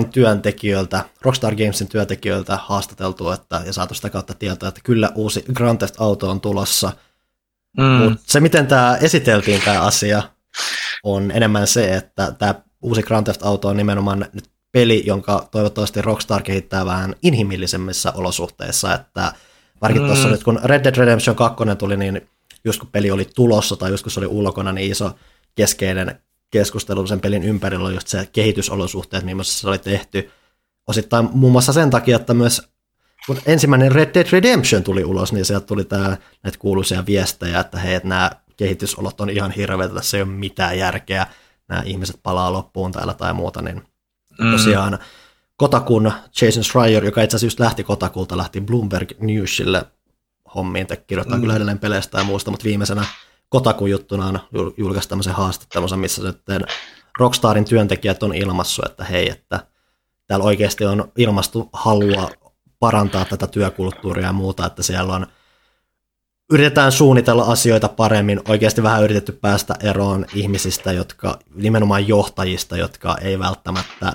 Gamesin työntekijöiltä haastateltu ja saatu sitä kautta tietoa, että kyllä uusi Grand Theft Auto on tulossa. Mutta se, miten tämä esiteltiin tämä asia, on enemmän se, että tämä uusi Grand Theft Auto on nimenomaan nyt peli, jonka toivottavasti Rockstar kehittää vähän inhimillisemmissä olosuhteissa, että varsinkin tuossa nyt, kun Red Dead Redemption 2 tuli, niin just kun peli oli tulossa tai just kun se oli ulkona, niin iso keskeinen keskustelu sen pelin ympärillä oli just se kehitysolosuhteet, millaisessa se oli tehty. Osittain muun muassa sen takia, että myös kun ensimmäinen Red Dead Redemption tuli ulos, niin sieltä tuli näitä kuuluisia viestejä, että hei, että nämä kehitysolot on ihan hirveitä, tässä ei ole mitään järkeä, nämä ihmiset palaa loppuun täällä tai muuta, niin tosiaan Kotakun Jason Schreier, joka itse asiassa just lähti Kotakulta, lähti Bloomberg Newsille hommiin, kirjoittaa kyllä edelleen peleistä ja muusta, mutta viimeisenä Kotakun juttuna on julkaisi tämmöisen haastattelunsa, missä sitten Rockstarin työntekijät on ilmassut, että hei, että täällä oikeasti on ilmastu halua parantaa tätä työkulttuuria ja muuta, että siellä yritetään suunnitella asioita paremmin, oikeasti vähän yritetty päästä eroon ihmisistä, jotka nimenomaan johtajista, jotka ei välttämättä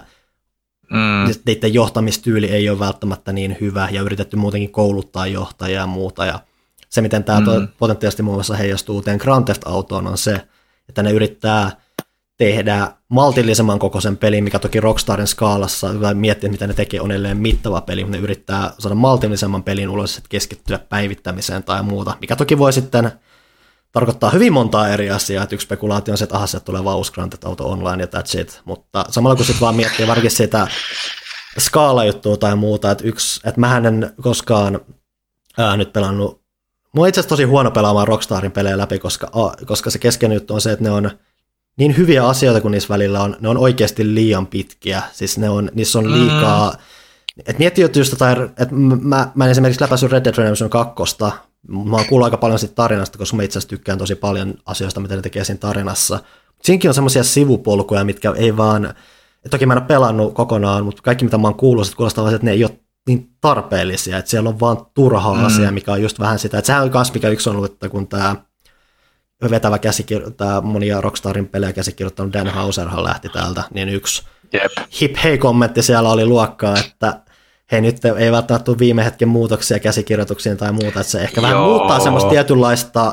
niiden johtamistyyli ei ole välttämättä niin hyvä, ja yritetty muutenkin kouluttaa johtajia ja muuta, ja se, miten tämä potentiaalisesti muun muassa heijastuu uuteen Grand Theft Autoon, on se, että ne yrittää tehdä maltillisemman kokoisen pelin, mikä toki Rockstarin skaalassa, hyvä miettiä, mitä ne tekee, on edelleen mittava peli, mutta ne yrittää saada maltillisemman pelin ulos, että keskittyä päivittämiseen tai muuta, mikä toki voi sitten tarkoittaa hyvin montaa eri asiaa, että yksi spekulaatio on se, että se tulee vaan uusi Grand Theft Auto Online ja that's it, mutta samalla kun sitten vaan miettii varsinkin sitä skaala-juttua tai muuta, että mähän en koskaan nyt pelannut, mua on itse asiassa tosi huono pelaamaan Rockstarin pelejä läpi, koska se keskeinen juttu on se, että ne on niin hyviä asioita, kun niissä välillä on, ne on oikeasti liian pitkiä, siis niissä on liikaa, että miettii just että mä en esimerkiksi läpäissyt Red Dead Redemption 2, mä oon kuullut aika paljon siitä tarinasta, koska mä itse asiassa tykkään tosi paljon asioista, mitä ne tekee siinä tarinassa. Siinäkin on semmoisia sivupolkuja, mitkä ei vaan, toki mä en ole pelannut kokonaan, mutta kaikki mitä mä oon kuullut, että kuulostaa vaan, että ne ei ole niin tarpeellisia, että siellä on vaan turhaa asiaa, mikä on just vähän sitä, että sehän on myös mikä yksi on ollut, että kun tämä vetävä käsikirjoittaja, monia Rockstarin pelejä käsikirjoittanut Dan Houserhan lähti täältä, niin yksi hip hei kommentti siellä oli luokkaa, että hei nyt ei välttämättä tule viime hetken muutoksia käsikirjoituksiin tai muuta, että se ehkä vähän muuttaa semmoista tietynlaista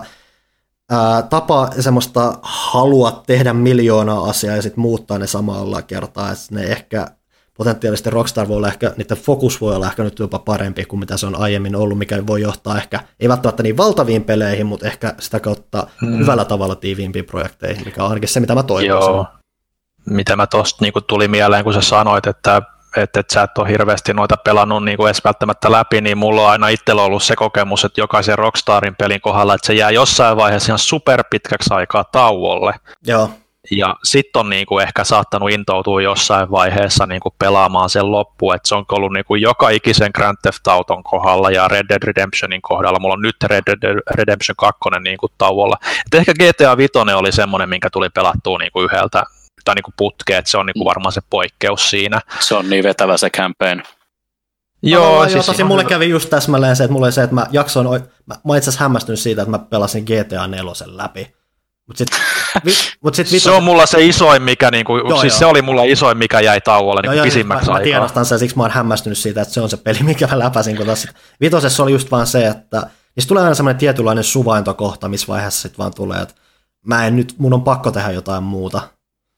tapaa, semmoista halua tehdä miljoonaa asiaa ja sitten muuttaa ne samalla kertaa, että ne ehkä potentiaalisesti Rockstar voi olla ehkä, niiden fokus voi olla ehkä nyt jopa parempi kuin mitä se on aiemmin ollut, mikä voi johtaa ehkä, ei välttämättä niin valtaviin peleihin, mutta ehkä sitä kautta hyvällä tavalla tiiviimpiin projekteihin, mikä on ainakin se, mitä mä toivoisin. Joo, mitä mä tosta niin tuli mieleen, kun sä sanoit, että sä et ole hirveästi noita pelannut niin edes välttämättä läpi, niin mulla on aina itsellä ollut se kokemus, että jokaisen Rockstarin pelin kohdalla, että se jää jossain vaiheessa ihan superpitkäksi aikaa tauolle. Joo. Ja sitten on niinku ehkä saattanut intoutua jossain vaiheessa niinku pelaamaan sen loppuun, että se on ollut niinku joka ikisen Grand Theft Auton kohdalla ja Red Dead Redemptionin kohdalla. Mulla on nyt Red Dead Redemption 2 niinku tauolla. Et ehkä GTA 5 oli semmoinen, minkä tuli pelattua niinku yhdeltä tai niinku putkeen, että se on niinku varmaan se poikkeus siinä. Se on niin vetävä se campaign. Joo, siis tosi mulle kävi just täsmälleen se, että mulla oli se, että mä itse asiassa hämmästynyt siitä, että mä pelasin GTA 4 läpi. Se on mulla se isoin, mikä niinku, se oli mulla isoin, mikä jäi tauolle niinku pisimmäksi aikaa. Mä tiedostan sen, siksi mä oon hämmästynyt siitä, että se on se peli, mikä mä läpäsin, kun taas vitosessa oli just vaan se, että niistä tulee aina semmoinen tietynlainen suvaintokohta, missä vaiheessa sit vaan tulee, että mun on pakko tehdä jotain muuta.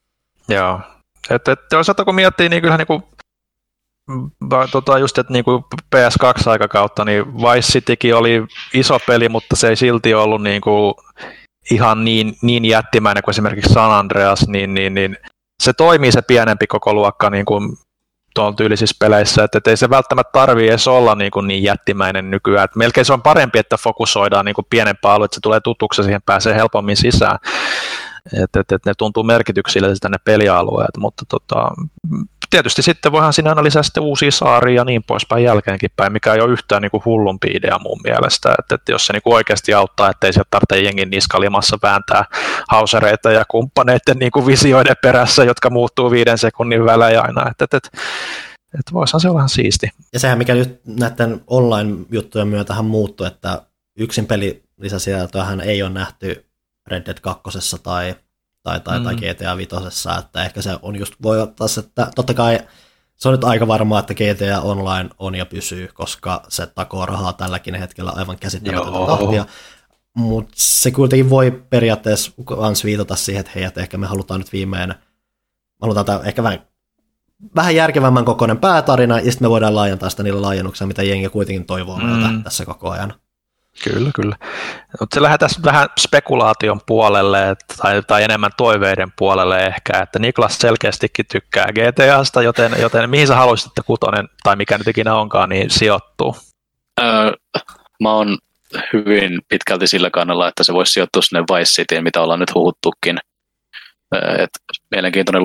Joo. Toisaalta kun miettii, niin kyllähän niinku, just, että niinku PS2-aikakautta, niin Vice Citykin oli iso peli, mutta se ei silti ollut niinku ihan niin jättimäinen kuin esimerkiksi San Andreas, niin se toimii se pienempi kokoluokka niin kuin tuolla tyylisissä peleissä, että ei se välttämättä tarvitse edes olla niin jättimäinen nykyään. Et melkein se on parempi, että fokusoidaan niin kuin pienempää aluetta, että se tulee tutuksi ja siihen pääsee helpommin sisään. Et ne tuntuu merkityksillisiltä ne pelialueet, mutta tietysti sitten voihan siinä aina lisää sitten uusia saaria ja niin poispäin jälkeenkin päin, mikä ei ole yhtään niin kuin hullumpi idea mun mielestä, että jos se niin kuin oikeasti auttaa, ettei sieltä tarvitse jengin niskalimassa vääntää hausereita ja kumppaneiden niin kuin visioiden perässä, jotka muuttuu 5 sekunnin välein aina, että voisihan se olla ihan siisti. Ja sehän mikä nyt näiden online-juttujen myötähän muuttui, että yksin pelilisäsisältöähän ei ole nähty Red Dead 2 tai GTA 5, että ehkä se on just, voi ottaa se, että totta kai se on nyt aika varmaa, että GTA Online on ja pysyy, koska se takoo rahaa tälläkin hetkellä aivan käsittämätöntä tahtia, mutta se kuitenkin voi periaatteessa myös viitata siihen, että hei, että ehkä me halutaan nyt halutaan ehkä vähän järkevämmän kokoinen päätarina, ja sitten me voidaan laajentaa sitä niillä laajennuksilla, mitä jengi kuitenkin toivoo meiltä tässä koko ajan. Kyllä. Mutta se lähdetään vähän spekulaation puolelle tai enemmän toiveiden puolelle ehkä, että Niklas selkeästikin tykkää GTAsta, joten mihin sä haluaisit, että 6 tai mikä nyt ikinä onkaan, niin sijoittuu? Mä oon hyvin pitkälti sillä kannalla, että se voisi sijoittua sinne Vice Cityin, mitä ollaan nyt huhuttukin. Mielenkiintoinen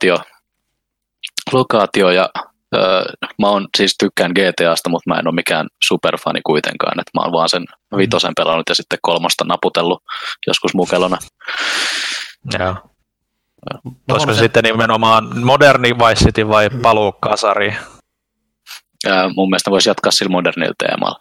lokaatio ja mä oon siis tykkään GTAsta, mutta mä en ole mikään superfani kuitenkaan, että mä oon vaan sen 5 pelannut ja sitten 3 naputellut joskus mukelona. Joo. Olisiko se sitten nimenomaan moderni Vice City vai paluu kasariin? Mun mielestä voisi jatkaa sillä modernilla teemalla.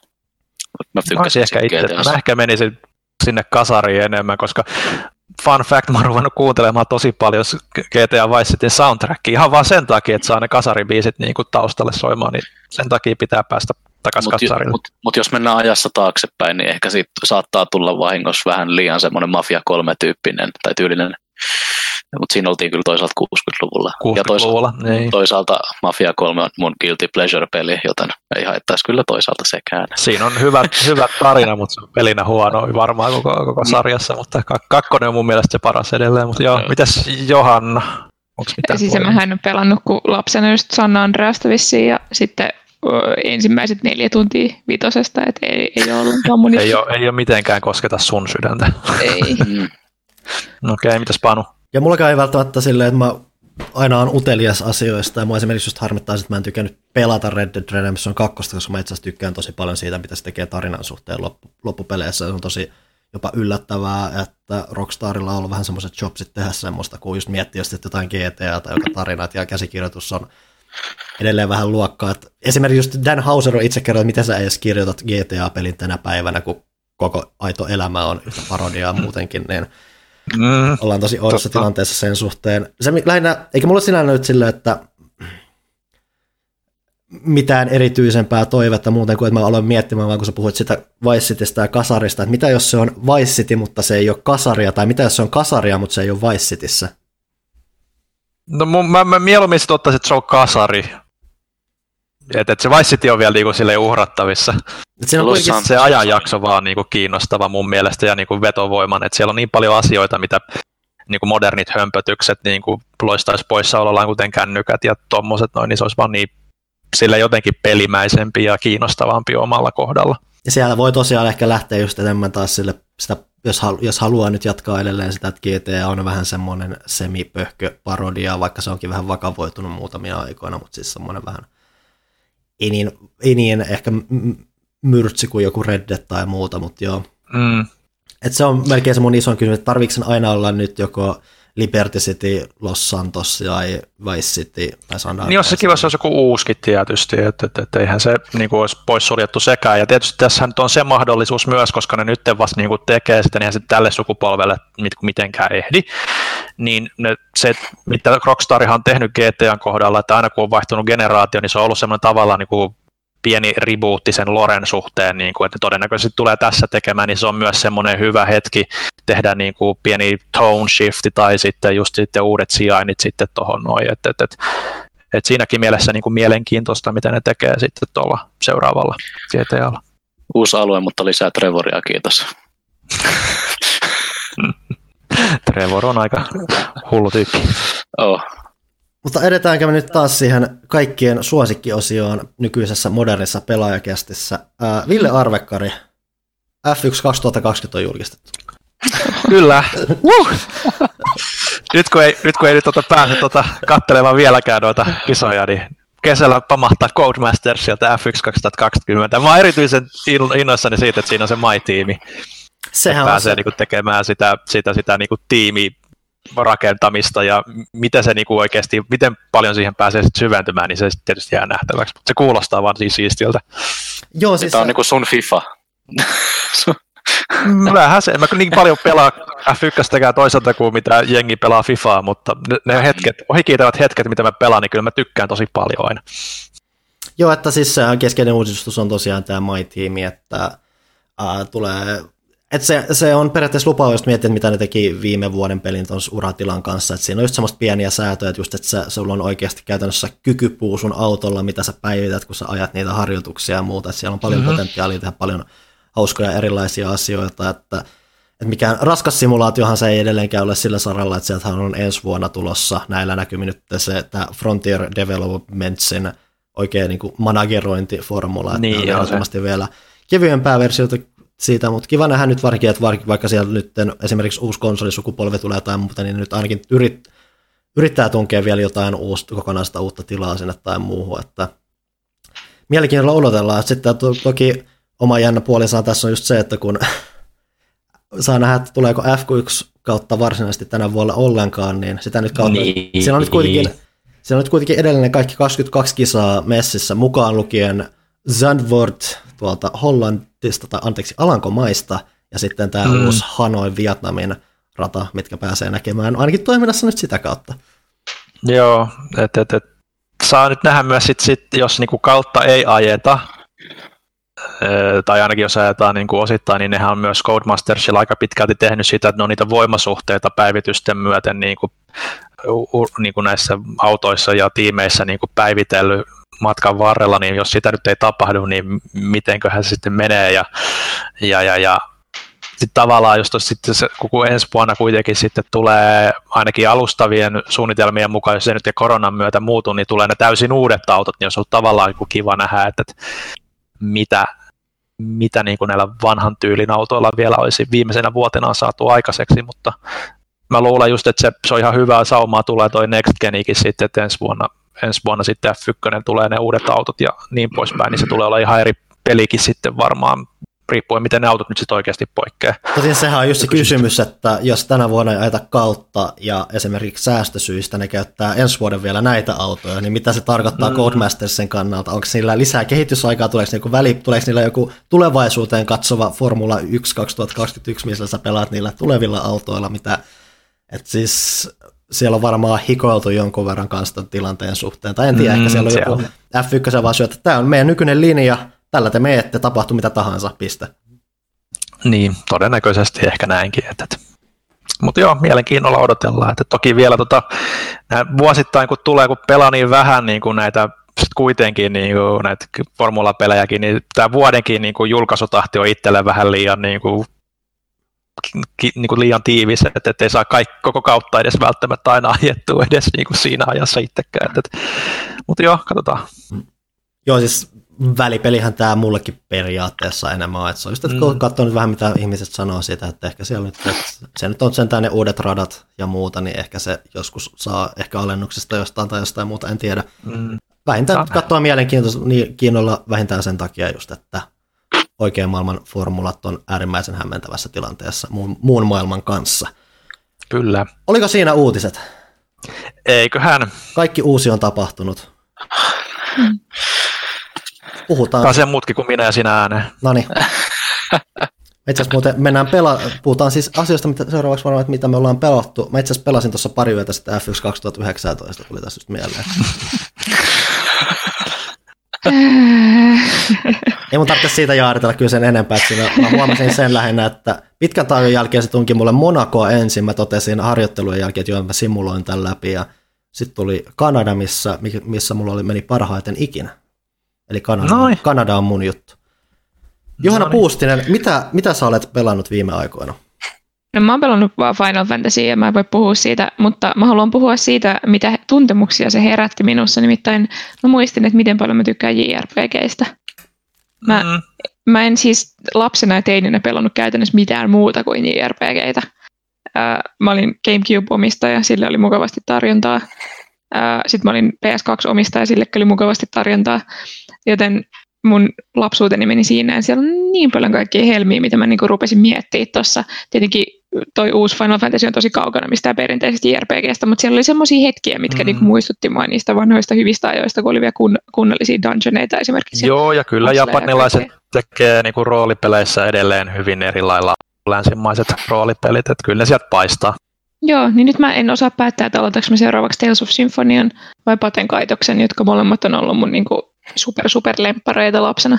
Mä ehkä menisin sinne kasariin enemmän, koska fun fact, mä oon ruvennut kuuntelemaan tosi paljon GTA Vice Cityn soundtrackia ihan vaan sen takia, että saa ne kasaribiisit niin kuin taustalle soimaan, niin sen takia pitää päästä takaisin kasarille. Mutta jos mennään ajassa taaksepäin, niin ehkä siitä saattaa tulla vahingossa vähän liian semmoinen Mafia 3-tyyppinen tai tyylinen. Mutta siinä oltiin kyllä toisaalta 60-luvulla. Ja toisaalta Mafia 3 on mun guilty pleasure-peli, joten ei haittaisi kyllä toisaalta sekään. Siinä on hyvä tarina, mutta se on pelinä huono varmaan koko sarjassa, mutta 2 on mun mielestä se paras edelleen. Mutta joo, mitäs Johanna? Siis mähän on pelannut kuin lapsena just San Andreasta vissiin ja sitten ensimmäiset 4 tuntia 5, että ei ole ollenkaan mun ei ole mitenkään kosketa sun sydäntä. Ei. Okei, mitäs Panu? Ja mullakaan ei välttämättä silleen, että mä aina on utelias asioista, ja mua esimerkiksi just harmittaa, että mä en tykännyt pelata Red Dead Redemption 2, koska mä itse asiassa tykkään tosi paljon siitä, mitä se tekee tarinan suhteen loppupeleissä. Se on tosi jopa yllättävää, että Rockstarilla on ollut vähän semmoiset jobsit tehdä semmoista, kun just miettii just jotain GTA tai jotain tarinat, ja käsikirjoitus on edelleen vähän luokkaa. Että esimerkiksi just Dan Houser on itse kertonut, että miten sä edes kirjoitat GTA-pelin tänä päivänä, kun koko aito elämä on yhtä parodiaa muutenkin, niin ollaan tosi oudossa tilanteessa sen suhteen. Se lähinnä, eikä mulla sinänsä nyt silleen, että mitään erityisempää toivetta muuten kuin, että mä aloin miettimään, vaan kun sä puhuit sitä Vice Citystä ja kasarista, että mitä jos se on Vice City, mutta se ei ole kasaria, tai mitä jos se on kasaria, mutta se ei ole Vice Cityssä? No mä mieluummin sit ottaisin, että se on kasari. Että se Vice City on vielä niinku silleen uhrattavissa. Se ajanjakso vaan niinku kiinnostava mun mielestä ja niinku vetovoiman, että siellä on niin paljon asioita, mitä niinku modernit hömpötykset niinku loistaisi poissaolollaan, kuten kännykät ja tommoset noin, niin se olisi vaan niin sillä jotenkin pelimäisempi ja kiinnostavampi omalla kohdalla. Ja siellä voi tosiaan ehkä lähteä just enemmän taas sille, sitä, jos haluaa nyt jatkaa edelleen sitä, että GTA on vähän semmoinen semipöhkö-parodia, vaikka se onkin vähän vakavoitunut muutamia aikoina, mutta siis semmoinen vähän ei niin ehkä myrtsi kuin joku Red Dead tai muuta, mutta joo. Et se on melkein se mun isoin kysymys, että tarviiko sen aina olla nyt joko Liberty City, Los Santos tai Vice City tai San Andreas. Niin jos se kiva, se olisi joku uuskin tietysti, että eihän se niin kuin olisi poissuljettu sekään. Ja tietysti tässä nyt on se mahdollisuus myös, koska ne nyt vasta niin kuin tekee sitä, niin eihän se tälle sukupolvelle mitenkään ehdi. Niin se, mitä Rockstarihan on tehnyt GTAn kohdalla, että aina kun on vaihtunut generaatio, niin se on ollut semmoinen tavallaan niin kuin pieni rebootti sen Loren suhteen, niin kuin, että todennäköisesti tulee tässä tekemään, niin se on myös semmoinen hyvä hetki tehdä niin kuin pieni tone shifti tai sitten just sitten uudet sijainnit sitten tuohon noin, että siinäkin mielessä niin kuin mielenkiintoista, mitä ne tekee sitten tuolla seuraavalla GTAlla. Uusi alue, mutta lisää Trevoria, kiitos. Trevor on aika hullu tyyppi. Oh. Mutta edetäänkö me nyt taas siihen kaikkien suosikkiosioon nykyisessä modernissa pelaajakästissä. Ville Arvekkari, F1 2020 on julkistettu. Kyllä. Nyt kun ei pääse katselemaan vieläkään noita kisoja, niin kesällä pamahtaa Codemastersilta F1 2020. Mä oon erityisen innoissani siitä, että siinä on se My-tiimi. Sehän pääsee niinku tekemään sitä niinku tiimirakentamista ja miten se niinku oikeasti, miten paljon siihen pääsee syventymään, niin se tietysti jää nähtäväksi. Se kuulostaa vaan siis siistiltä. Joo, siis tämä on niinku sun FIFA. Vähän se, en mä niin paljon pelaa F1:stäkään toisaalta kuin mitä jengi pelaa FIFAa, mutta ne hetket, ohikiitävät hetket, mitä mä pelaan, niin kyllä mä tykkään tosi paljon aina. Joo, että siis keskeinen uudistus on tosiaan tämä My-tiimi, että tulee, että se on periaatteessa lupaava, jos miettii, mitä ne teki viime vuoden pelin tuossa Uratilan kanssa, että siinä on just semmoista pieniä säätöjä, että just, että sulla on oikeasti käytännössä kykypuu sun autolla, mitä sä päivität, kun sä ajat niitä harjoituksia ja muuta, että siellä on paljon potentiaalia tehdä paljon hauskoja erilaisia asioita, että mikään raskas simulaatiohan se ei edelleenkään ole sillä saralla, että sieltähän on ensi vuonna tulossa näillä näkymin nyt tämä Frontier Developmentsin oikein niin kuin managerointiformula, että niin, on varmasti vielä kevyempää versiota siitä, mutta kiva nähdä nyt varsinkin, että vaikka siellä nyt esimerkiksi uusi konsolisukupolvi tulee jotain muuta, niin nyt ainakin yrittää tunkea vielä jotain kokonaista uutta tilaa sinne tai muuhun, että mielenkiinnolla odotellaan. Sitten toki oma jännä puolinsa tässä on just se, että kun saa nähdä, että tuleeko F1 kautta varsinaisesti tänä vuonna ollenkaan, niin sitä nyt kautta, niin. Siellä on nyt kuitenkin edellinen kaikki 22 kisaa messissä, mukaan lukien Zandvoort tuolta Hollandista, tai anteeksi Alankomaista, ja sitten tämä uusi Hanoi Vietnamin rata, mitkä pääsee näkemään ainakin toiminnassa nyt sitä kautta. Joo, että saa nyt nähdä myös sit jos niinku kautta ei ajeta, tai ainakin jos ajetaan niin kuin osittain, niin nehän on myös Codemastersilla aika pitkälti tehnyt sitä, että ne on niitä voimasuhteita päivitysten myöten niin kuin näissä autoissa ja tiimeissä niin kuin päivitellyt matkan varrella, niin jos sitä nyt ei tapahdu, niin mitenköhän se sitten menee ja sitten tavallaan, jos sitten kun ensi vuonna kuitenkin sitten tulee ainakin alustavien suunnitelmien mukaan, jos se nyt ei koronan myötä muutu, niin tulee ne täysin uudet autot, niin olisi ollut tavallaan kiva nähdä, että mitä niin kuin näillä vanhan tyylin autoilla vielä olisi viimeisenä vuotena saatu aikaiseksi, mutta mä luulen just, että se on ihan hyvää saumaa, tulee toi Next Genikin sitten, että ensi vuonna sitten F1 tulee ne uudet autot ja niin poispäin, niin se tulee olla ihan eri pelikin sitten varmaan, riippuen miten ne autot nyt sitten oikeasti poikkeaa. Tosin sehän on just se kysymys, että jos tänä vuonna ei ajeta kautta ja esimerkiksi säästösyistä ne käyttää ensi vuoden vielä näitä autoja, niin mitä se tarkoittaa Codemastersin kannalta? Onko niillä lisää kehitysaikaa, tuleeko niillä joku tulevaisuuteen katsova Formula 1 2021, missä sä pelaat niillä tulevilla autoilla, mitä, että siis siellä on varmaan hikoiltu jonkun verran kanssa tilanteen suhteen, tai en tiedä, ehkä siellä on joku F1 vaan syö, että tämä on meidän nykyinen linja, tällä te menette, tapahtuu mitä tahansa, piste. Niin, todennäköisesti ehkä näinkin. Mutta joo, mielenkiinnolla odotellaan. Että toki vielä vuosittain, kun pelaa niin vähän niin kuin näitä kuitenkin niin kuin näitä formulapelejäkin, niin tämä vuodenkin niin kuin julkaisutahti on itselle vähän liian, niin kuin liian tiivis, että ei saa koko kautta edes välttämättä aina ajettua edes niin kuin siinä ajassa itsekään. Mutta joo, katsotaan. Joo, siis välipelihän tämä mullekin periaatteessa enemmän on, että se on just, että kun katsoo nyt vähän mitä ihmiset sanoo siitä, että ehkä siellä nyt, että se nyt on sentään ne uudet radat ja muuta, niin ehkä se joskus saa ehkä alennuksesta jostain tai jostain muuta, en tiedä. Vähintään katsoa mielenkiinnolla vähintään sen takia just, että oikean maailman formulat on äärimmäisen hämmentävässä tilanteessa muun maailman kanssa. Kyllä. Oliko siinä uutiset? Eiköhän. Kaikki uusi on tapahtunut. Puhutaan. Pääsee muutkin kuin minä ja sinä ääneen. Noniin. Itse asiassa muuten puhutaan siis asioista, mitä seuraavaksi varmaan, että mitä me ollaan pelattu. Mä itse asiassa pelasin tuossa pari yötä sitten F1 2019, tuli tässä just mieleen. Ei mun tarvitse siitä jaaritella kyllä sen enempää, että mä huomasin sen lähinnä, että pitkän tauon jälkeen se tunki mulle Monacoa ensin, mä totesin harjoittelujen jälkeen, että joo, mä simuloin tämän läpi, ja sitten tuli Kanada, missä mulla meni parhaiten ikinä. Eli Kanada on mun juttu. Johanna Puustinen, mitä sä olet pelannut viime aikoina? No mä oon pelannut vaan Final Fantasy ja mä en voi puhua siitä, mutta mä haluan puhua siitä, mitä tuntemuksia se herätti minussa. Nimittäin mä muistin, että miten paljon mä tykkään JRPGistä. Mä en siis lapsena ja teininä pelannut käytännössä mitään muuta kuin JRPGitä. Mä olin GameCube-omistaja, sille oli mukavasti tarjontaa. Sitten mä olin PS2-omistaja, sille oli mukavasti tarjontaa. Joten mun lapsuuteni meni siinä, ja siellä on niin paljon kaikkia helmiä, mitä mä niinku rupesin miettimään tuossa. Tietenkin toi uusi Final Fantasy on tosi kaukana mistään perinteisestä JRPGstä, mutta siellä oli semmoisia hetkiä, mitkä niinku muistutti mua niistä vanhoista hyvistä ajoista, kun oli vielä kunnollisia dungeoneita esimerkiksi. Joo, ja kyllä japanilaiset tekee niinku roolipeleissä edelleen hyvin eri lailla länsimaiset roolipelit, että kyllä ne sieltä paistaa. Joo, niin nyt mä en osaa päättää, että aloitanko mä seuraavaksi Tales of Symphonian vai Paten Kaitoksen, jotka molemmat on ollut mun niinku super lemppareita lapsena.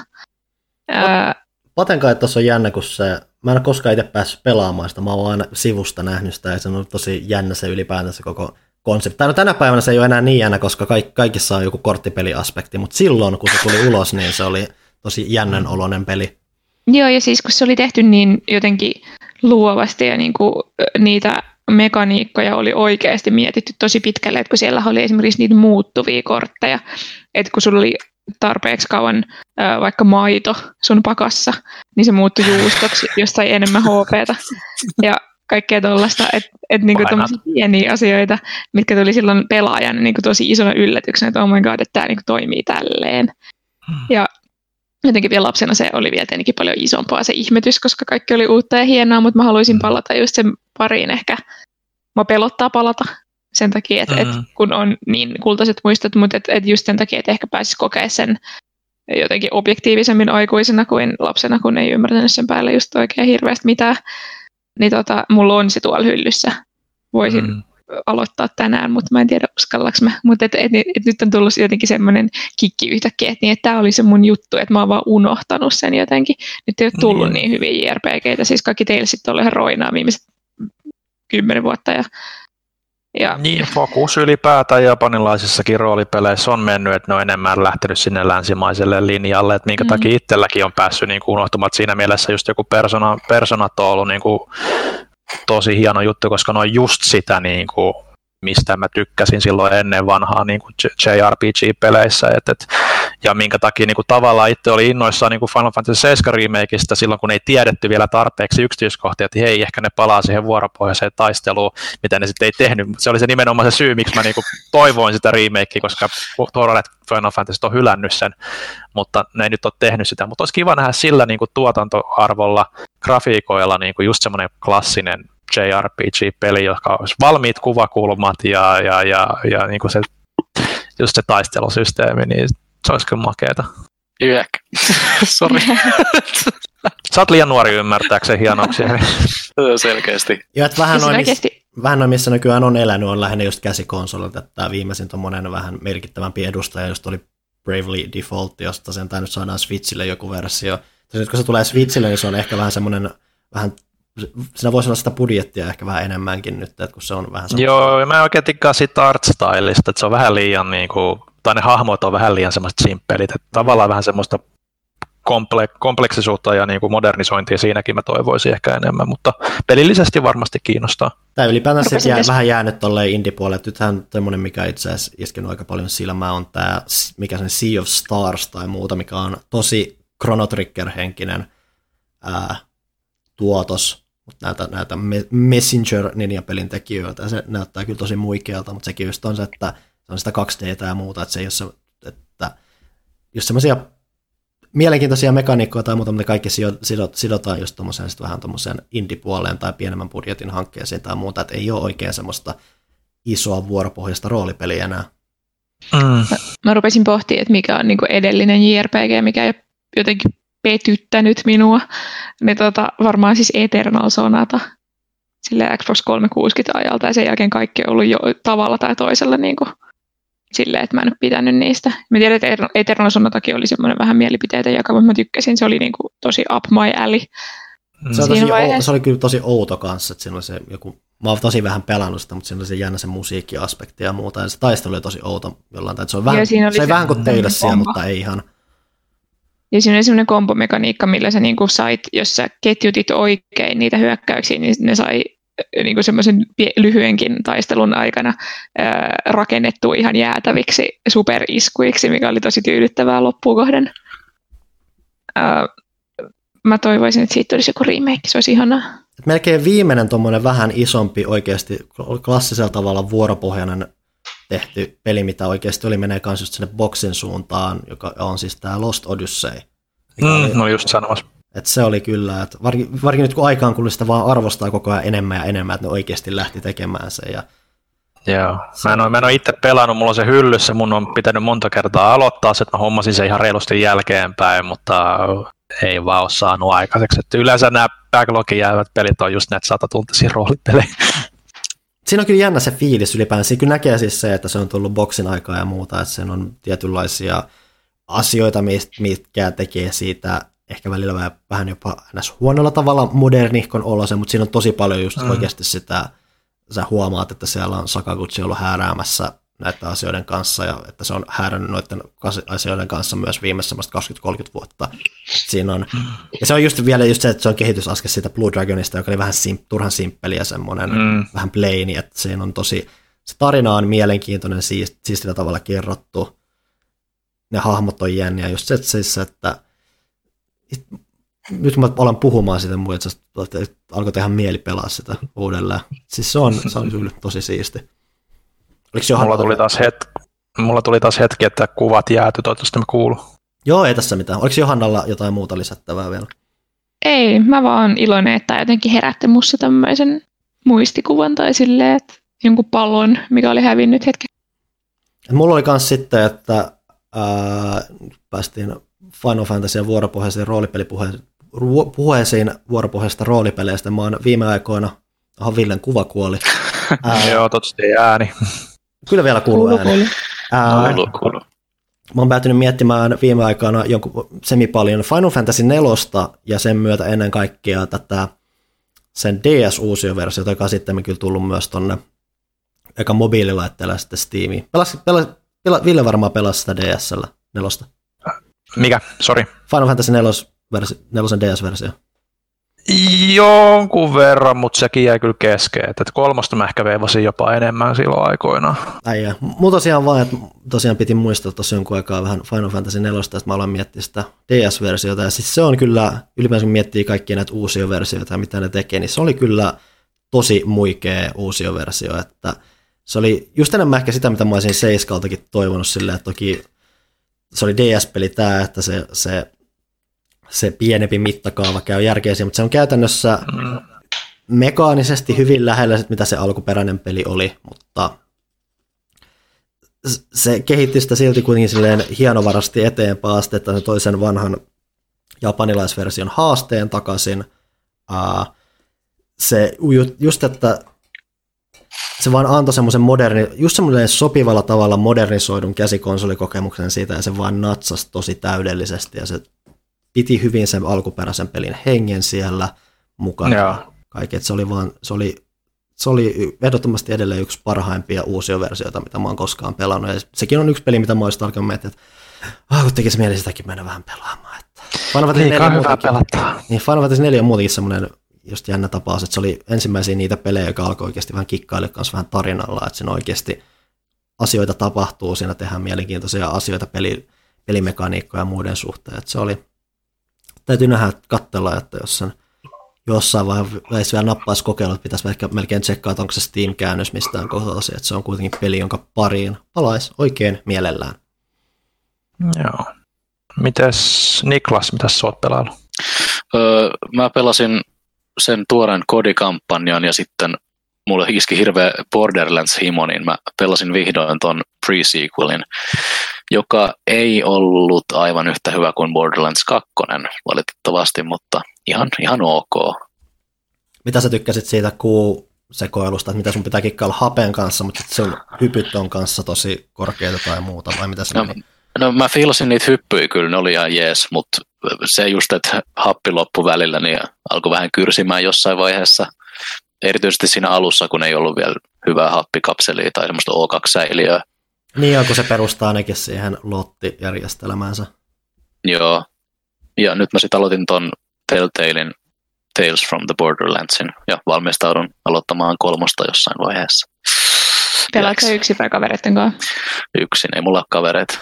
Paten Kaitos on jännä, kun mä en ole koskaan itse päässyt pelaamaan sitä, mä oon aina sivusta nähnyt sitä, ja se on ollut tosi jännä se ylipäätänsä koko konsepti. Tai no tänä päivänä se ei ole enää niin jännä, koska kaikissa on joku korttipeliaspekti, mutta silloin, kun se tuli ulos, niin se oli tosi jännän oloinen peli. Joo, ja siis kun se oli tehty niin jotenkin luovasti, ja niinku niitä mekaniikkoja oli oikeasti mietitty tosi pitkälle, että kun siellä oli esimerkiksi niitä muuttuvia kortteja, että kun sulla oli tarpeeksi kauan vaikka maito sun pakassa, niin se muuttui juustoksi, jos sai enemmän HP:tä ja kaikkea tuollaista, että niinku tommosia pieniä asioita, mitkä tuli silloin pelaajan niinku tosi isona yllätyksenä, että oh my god, että tämä niinku toimii tälleen. Ja jotenkin vielä lapsena se oli vielä tietenkin paljon isompaa se ihmetys, koska kaikki oli uutta ja hienoa, mutta mä haluaisin palata just sen pariin ehkä. Mä pelottaa palata sen takia, että kun on niin kultaiset muistot, mutta et just sen takia, että ehkä pääsisi kokea sen jotenkin objektiivisemmin aikuisena kuin lapsena, kun ei ymmärtänyt sen päälle just oikein hirveästi mitään. Niin mulla on se tuolla hyllyssä. Voisin aloittaa tänään, mutta mä en tiedä uskallaks mä. Mutta nyt on tullut jotenkin semmoinen kikki yhtäkkiä, että tämä oli se mun juttu, että mä oon vaan unohtanut sen jotenkin. Nyt ei ole tullut niin hyviä JRPGitä, siis kaikki Talesit on ollut ihan roinaa viimeiset 10 vuotta. Ja niin, fokus ylipäätään japanilaisissakin roolipeleissä on mennyt, että ne on enemmän lähtenyt sinne länsimaiselle linjalle, että minkä takia itselläkin on päässyt niin unohtumaan, että siinä mielessä just joku Personat on ollut niin kuin tosi hieno juttu, koska ne on just sitä, niin kuin, mistä mä tykkäsin silloin ennen vanhaa niin kuin JRPG-peleissä, ja minkä takia niin kuin tavallaan itse oli innoissaan niin kuin Final Fantasy 7 remakeista silloin, kun ei tiedetty vielä tarpeeksi yksityiskohtia, että hei, ehkä ne palaa siihen vuoropohjaiseen taisteluun, mitä ne sitten ei tehnyt, mutta se oli se nimenomaan se syy, miksi mä niin kuin toivoin sitä remakea, koska todellakin Final Fantasy on hylännyt sen, mutta ne ei nyt ole tehnyt sitä, mutta olisi kiva nähdä sillä niin kuin tuotantoarvolla, grafiikoilla niin kuin just semmoinen klassinen JRPG-peli, joka olisi valmiit kuvakulmat ja niin kuin se, just se taistelusysteemi, niin se olisi kyllä makeeta. Yäk. Sori. Sä oot liian nuori ymmärtääkseen hienouksia. Selkeästi. Ja vähän noin, missä nykyään on elänyt, on lähinnä just käsikonsolilta, että tämä viimeisin tommonen vähän merkittävämpi edustaja, josta oli Bravely Default, josta sen nyt saadaan Switchille joku versio. Nyt kun se tulee Switchille, niin se on ehkä vähän semmoinen, siinä voisi olla sitä budjettia ehkä vähän enemmänkin nyt, että kun se on vähän semmoinen. Joo, ja mä en oikein tikkaa siitä art-stylista, että se on vähän liian niinku, tai ne hahmot on vähän liian semmoista simppelit, että tavallaan vähän semmoista kompleksisuutta ja niinku modernisointia siinäkin mä toivoisin ehkä enemmän, mutta pelillisesti varmasti kiinnostaa. Tämä ylipäätään vähän jäänyt tolleen indie-puolelle, että nythän semmoinen, mikä itse asiassa iskenut aika paljon silmään, on tämä, mikä sen Sea of Stars tai muuta, mikä on tosi Chrono Trigger-henkinen tuotos, mutta näitä Messenger-ninjapelin tekijöitä, se näyttää kyllä tosi muikealta, mutta sekin just on se, että se on sitä 2D:tä ja muuta, että se ei ole se, että just semmoisia mielenkiintoisia mekaniikkoja tai muuta, mutta kaikki sidotaan just tommoseen vähän tommoseen indie-puoleen tai pienemmän budjetin hankkeeseen tai muuta, että ei ole oikein semmoista isoa vuoropohjaista roolipeliä enää. Mä rupesin pohtimaan, että mikä on niinku edellinen JRPG, mikä ei ole jotenkin petyttänyt minua, niin varmaan siis Eternal Sonata sille Xbox 360 ajalta, ja sen jälkeen kaikki on ollut jo tavalla tai toisella niinku silleen, että mä en ole pitänyt niistä. Mä tiedän, että Eternal Sonatakin oli semmoinen vähän mielipiteitä jakava, mutta mä tykkäsin, se oli niinku tosi up my alley. Se oli kyllä tosi outo kanssa, että siinä oli se joku, mä oon tosi vähän pelannut sitä, mutta siinä oli se jännä se musiikkiaspekti ja muuta, ja se taistelu oli tosi outo jollain tavalla. Se oli vähän kuin teille siellä, mutta ei ihan. Ja siinä oli semmoinen kompomekaniikka, millä sä niinku sait, jos sä ketjutit oikein niitä hyökkäyksiä, niin ne sai niinku semmoisen lyhyenkin taistelun aikana rakennettua ihan jäätäviksi superiskuiksi, mikä oli tosi tyydyttävää loppuun kohden. Mä toivoisin, että siitä olisi joku remake, se olisi ihanaa. Melkein viimeinen tuommoinen vähän isompi oikeasti klassisella tavalla vuoropohjainen tehty peli, mitä oikeasti oli, menee myös just sinne boksin suuntaan, joka on siis tämä Lost Odyssey. No just sanomassa. Että se oli kyllä, että varsinkin nyt kun aikaan kun sitä vaan arvostaa koko ajan enemmän ja enemmän, että ne oikeasti lähti tekemään sen. Ja joo, mä en ole itse pelannut, mulla on se hyllyssä, mun on pitänyt monta kertaa aloittaa se, että mä hommasin se ihan reilusti jälkeenpäin, mutta ei vaan ole saanut aikaiseksi. Että yleensä nämä backlogin jäävät pelit on just näitä 100-tuntisia roolipelejä. Siinä on kyllä jännä se fiilis ylipäänsä. Siinä kyllä näkee siis se, että se on tullut boksin aikaa ja muuta, että sen on tietynlaisia asioita, mitkä tekee siitä ehkä välillä vähän jopa huonolla tavalla modernihkon olosen, mutta siinä on tosi paljon just oikeasti sitä, sä huomaat, että siellä on Sakaguchi ollut hääräämässä näiden asioiden kanssa, ja että se on häärännyt noiden asioiden kanssa myös viimeisessä 20-30 vuotta. Siinä on, ja se on just vielä just se, että se on kehitysaskel siitä Blue Dragonista, joka oli vähän turhan simppeli ja semmoinen vähän plaini, että siinä on tosi, se tarina on mielenkiintoinen, siistillä tavalla kerrottu, ne hahmot on jänniä, just se, että nyt kun mä alan puhumaan sitä, että alkoi tehdä mieli pelaa sitä uudelleen. Siis se on kyllä tosi siisti. Mulla tuli taas hetki, että kuvat jääty, toivottavasti me kuuluu. Joo, ei tässä mitään. Oliko Johannalla jotain muuta lisättävää vielä? Ei, mä vaan iloinen, että jotenkin herätti musta tämmöisen muistikuvan tai silleen, että jonkun pallon, mikä oli hävinnyt hetki. Mulla oli myös sitten, että päästiin Final Fantasy vuoropohjaisiin vuoropohjaisista roolipeleistä. Mä oon viime aikoina, Villen kuva kuoli. Joo, totta ei ääni. Kyllä vielä kuuluu ääni. Kuuluu. Mä oon päätynyt miettimään viime aikoina jonkun semipaljon Final Fantasy 4 ja sen myötä ennen kaikkea tätä sen DS-uusioversiota, joka on sitten kyllä tullut myös tonne eka mobiililaitteella sitten Steamiin. Ville varmaan pelasi sitä DS:llä 4. Mikä? Sori. Final Fantasy 4 DS-versio. Jonkun verran, mutta sekin jäi kyllä kesken. Että 3 mä ehkä veivasin jopa enemmän silloin aikoinaan. Mun tosiaan vaan, että tosiaan piti muistaa tuossa jonkun aikaa vähän Final Fantasy 4, että mä aloin miettiä sitä DS-versiota. Ja siis se on kyllä, ylipäänsä kun miettii kaikkia näitä uusia versioita ja mitä ne tekee, niin se oli kyllä tosi muikea uusia versio. Että se oli just enemmän ehkä sitä, mitä mä olisin Seiskaltakin toivonut silleen, että toki se oli DS-peli tämä, että se pienempi mittakaava käy järkeä, mutta se on käytännössä mekaanisesti hyvin lähellä, mitä se alkuperäinen peli oli, mutta se kehitti sitä silti kuitenkin silleen hienovarasti eteenpäin asti, että se toi sen vanhan japanilaisversion haasteen takaisin. Se just, että se vaan antoi semmoisen just semmoinen sopivalla tavalla modernisoidun käsikonsolikokemuksen siitä, ja se vaan natsasi tosi täydellisesti, ja se piti hyvin sen alkuperäisen pelin hengen siellä mukana. Kaikki, että se oli ehdottomasti edelleen yksi parhaimpia uusia versioita, mitä mä oon koskaan pelannut. Ja sekin on yksi peli, mitä mä olisin alkanut miettiä, että kun tekisi mieli sitäkin mennä vähän pelaamaan. Final Fantasy 4 on muutenkin semmoinen just jännä tapaus, että se oli ensimmäisiä niitä pelejä, joka alkoi oikeasti vähän kikkailla kanssa vähän tarinalla, että siinä oikeasti asioita tapahtuu, siinä tehdään mielenkiintoisia asioita pelimekaniikkoja ja muiden suhteen. Että se oli, täytyy nähdä katsella, että jos sen jossain vaiheessa vielä nappaisi kokeilla, että pitäisi ehkä melkein tsekkaa, että onko se Steam-käännös mistään kotoisin, että se on kuitenkin peli, jonka pariin palaisi oikein mielellään. Joo. Mites Niklas, mitäs sä oot pelaillut? Mä pelasin sen tuoreen kodikampanjan ja sitten mulle iski hirveä Borderlands-himo, niin mä pelasin vihdoin ton pre-sequelin, joka ei ollut aivan yhtä hyvä kuin Borderlands 2 valitettavasti, mutta ihan ok. Mitä sä tykkäsit siitä sekoilusta, että mitä sun pitää kikkailla hapen kanssa, mutta sitten sun hypyt on kanssa tosi korkeita tai muuta, vai mitä se meni? No mä fiilasin niitä hyppyjä kyllä, ne oli ihan jees, mutta se just, että happi loppu välillä, niin alkoi vähän kyrsimään jossain vaiheessa. Erityisesti siinä alussa, kun ei ollut vielä hyvää happikapselia tai semmoista O2-säiliöä. Niin, kun se perustaa ainakin siihen lottijärjestelmäänsä. Joo, ja nyt mä sitten aloitin ton Telltalein Tales from the Borderlandsin ja valmistaudun aloittamaan 3 jossain vaiheessa. Pelaatko yksin vai kavereiden kanssa? Yksin, ei mulla ole kavereita.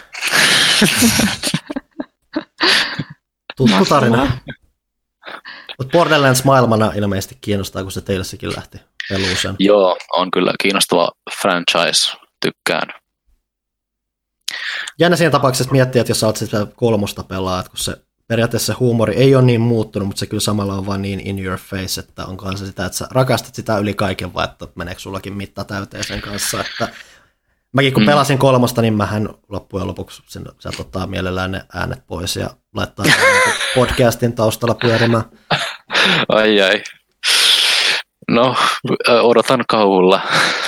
Tuttu tarina. Mutta Borderlands maailmana ilmeisesti kiinnostaa, kun se Talesikin lähti peluuseen. Joo, on kyllä kiinnostava franchise, tykkään. Jännä siinä tapauksessa miettiä, että jos sä oot sitä 3 pelaat, kun se periaatteessa se huumori ei ole niin muuttunut, mutta se kyllä samalla on vaan niin in your face, että onkohan se sitä, että sä rakastat sitä yli kaiken, vai että meneekö sullakin mitta täyteen sen kanssa. Että mäkin kun pelasin 3, niin mähän loppujen lopuksi sieltä ottaa mielellään ne äänet pois ja laittaa podcastin taustalla pyörimään. Ai. No, odotan kauhulla.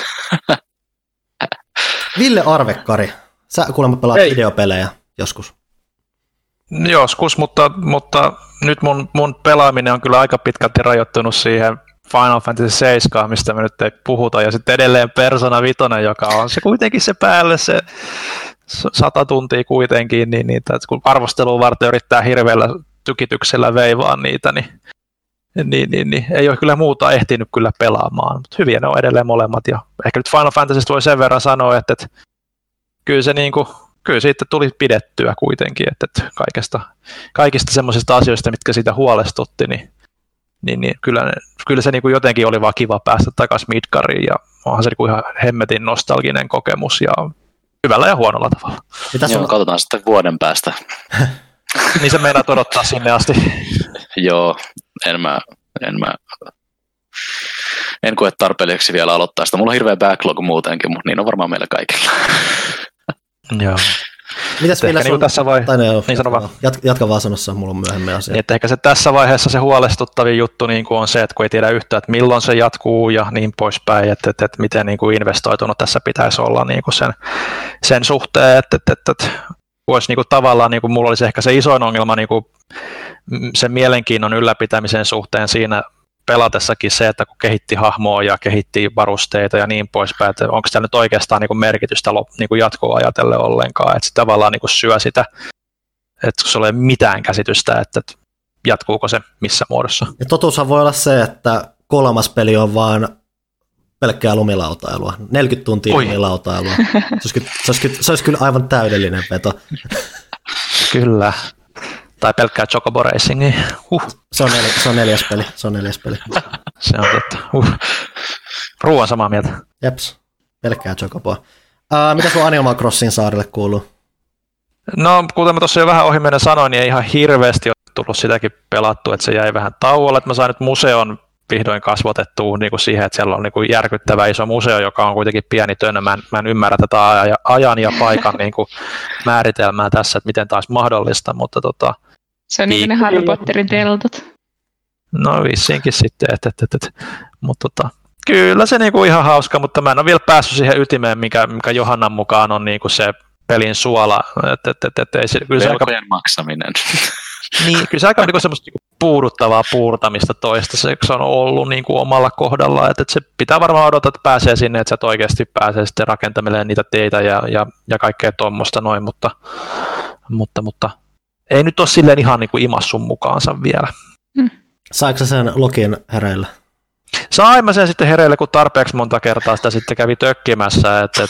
Ville Arvekkari, sä kuulemma pelaat videopelejä joskus. Joskus, mutta nyt mun pelaaminen on kyllä aika pitkälti rajoittunut siihen Final Fantasy 7, mistä me nyt ei puhuta, ja sitten edelleen Persona 5, joka on se kuitenkin se päälle se 100 tuntia kuitenkin, niin kun arvosteluun varten yrittää hirveällä tykityksellä veivaa niitä, niin ei ole kyllä muuta ehtinyt kyllä pelaamaan, mutta hyviä ne on edelleen molemmat, ja ehkä nyt Final Fantasysta voi sen verran sanoa, että kyllä se kyllä siitä tuli pidettyä kuitenkin, että kaikista semmoisista asioista, mitkä siitä huolestutti, niin kyllä se niin kuin jotenkin oli vaan kiva päästä takaisin Midgariin, ja onhan se niin kuin ihan hemmetin nostalginen kokemus, ja hyvällä ja huonolla tavalla. Joo, katsotaan sitten vuoden päästä. Niin se meinaat odottaa sinne asti. Joo, en koe tarpeelliseksi vielä aloittaa sitä. Mulla on hirveä backlog muutenkin, mutta niin on varmaan meillä kaikilla. Joo. Mitäs vielä niin tässä jatka vaan sanossa, mulla on myöhemmin asia. Että ehkä se tässä vaiheessa se huolestuttavin juttu niin kuin on se, että kun ei tiedä yhtään, että milloin se jatkuu ja niin poispäin, että miten niin kuin investoitunut tässä pitäisi olla niin kuin sen suhteen, että voisi niin kuin tavallaan, niin kuin mulla olisi ehkä se isoin ongelma niin kuin sen mielenkiinnon ylläpitämisen suhteen siinä pelatessakin se, että kun kehitti hahmoa ja kehitti varusteita ja niin poispäin, että onko tämä nyt oikeastaan niin kuin merkitystä niin kuin jatkoa ajatellen ollenkaan, että se tavallaan niin kuin syö sitä, että se ei ole mitään käsitystä, että jatkuuko se missä muodossa. Ja totuushan voi olla se, että 3. peli on vaan pelkkää lumilautailua, 40 tuntia lumilautailua. Se olisi kyllä aivan täydellinen veto. Kyllä. Tai pelkkää Chocobo Racingia. Se on 4. peli. Se on totta. Ruuan samaa mieltä. Jeps, pelkkää Chocoboa. Mitä sun Animal Crossing saarelle kuuluu? No, kuten mä tuossa jo vähän ohimennen sanoin, niin ei ihan hirveästi ole tullut sitäkin pelattua, että se jäi vähän tauolle. Että mä sain nyt museon vihdoin kasvotettua niin kuin siihen, että siellä on niin kuin järkyttävä iso museo, joka on kuitenkin pieni tönnö. Mä en ymmärrä tätä ajan ja paikan niin kuin määritelmää tässä, että miten taas mahdollista, mutta se on niin ne Harry Potterin teltat. No vissiinkin sitten, mutta kyllä se niinku ihan hauska, mutta mä en ole vielä päässyt siihen ytimeen, mikä Johannan mukaan on niinku se pelin suola. Velkojen maksaminen. Niin, kyllä se aika niinku semmoista niinku puuduttavaa puurtamista toistaiseksi on ollut niinku omalla kohdalla, että se pitää varmaan odottaa, että pääsee sinne, että sä oikeasti pääsee sitten rakentamaan niitä teitä ja kaikkea tuommoista noin, mutta ei nyt ole silleen ihan niin kuin imassun mukaansa vielä. Saiko sä sen login hereillä? Sain mä sen sitten hereille, kun tarpeeksi monta kertaa sitä sitten kävi tökkimässä, että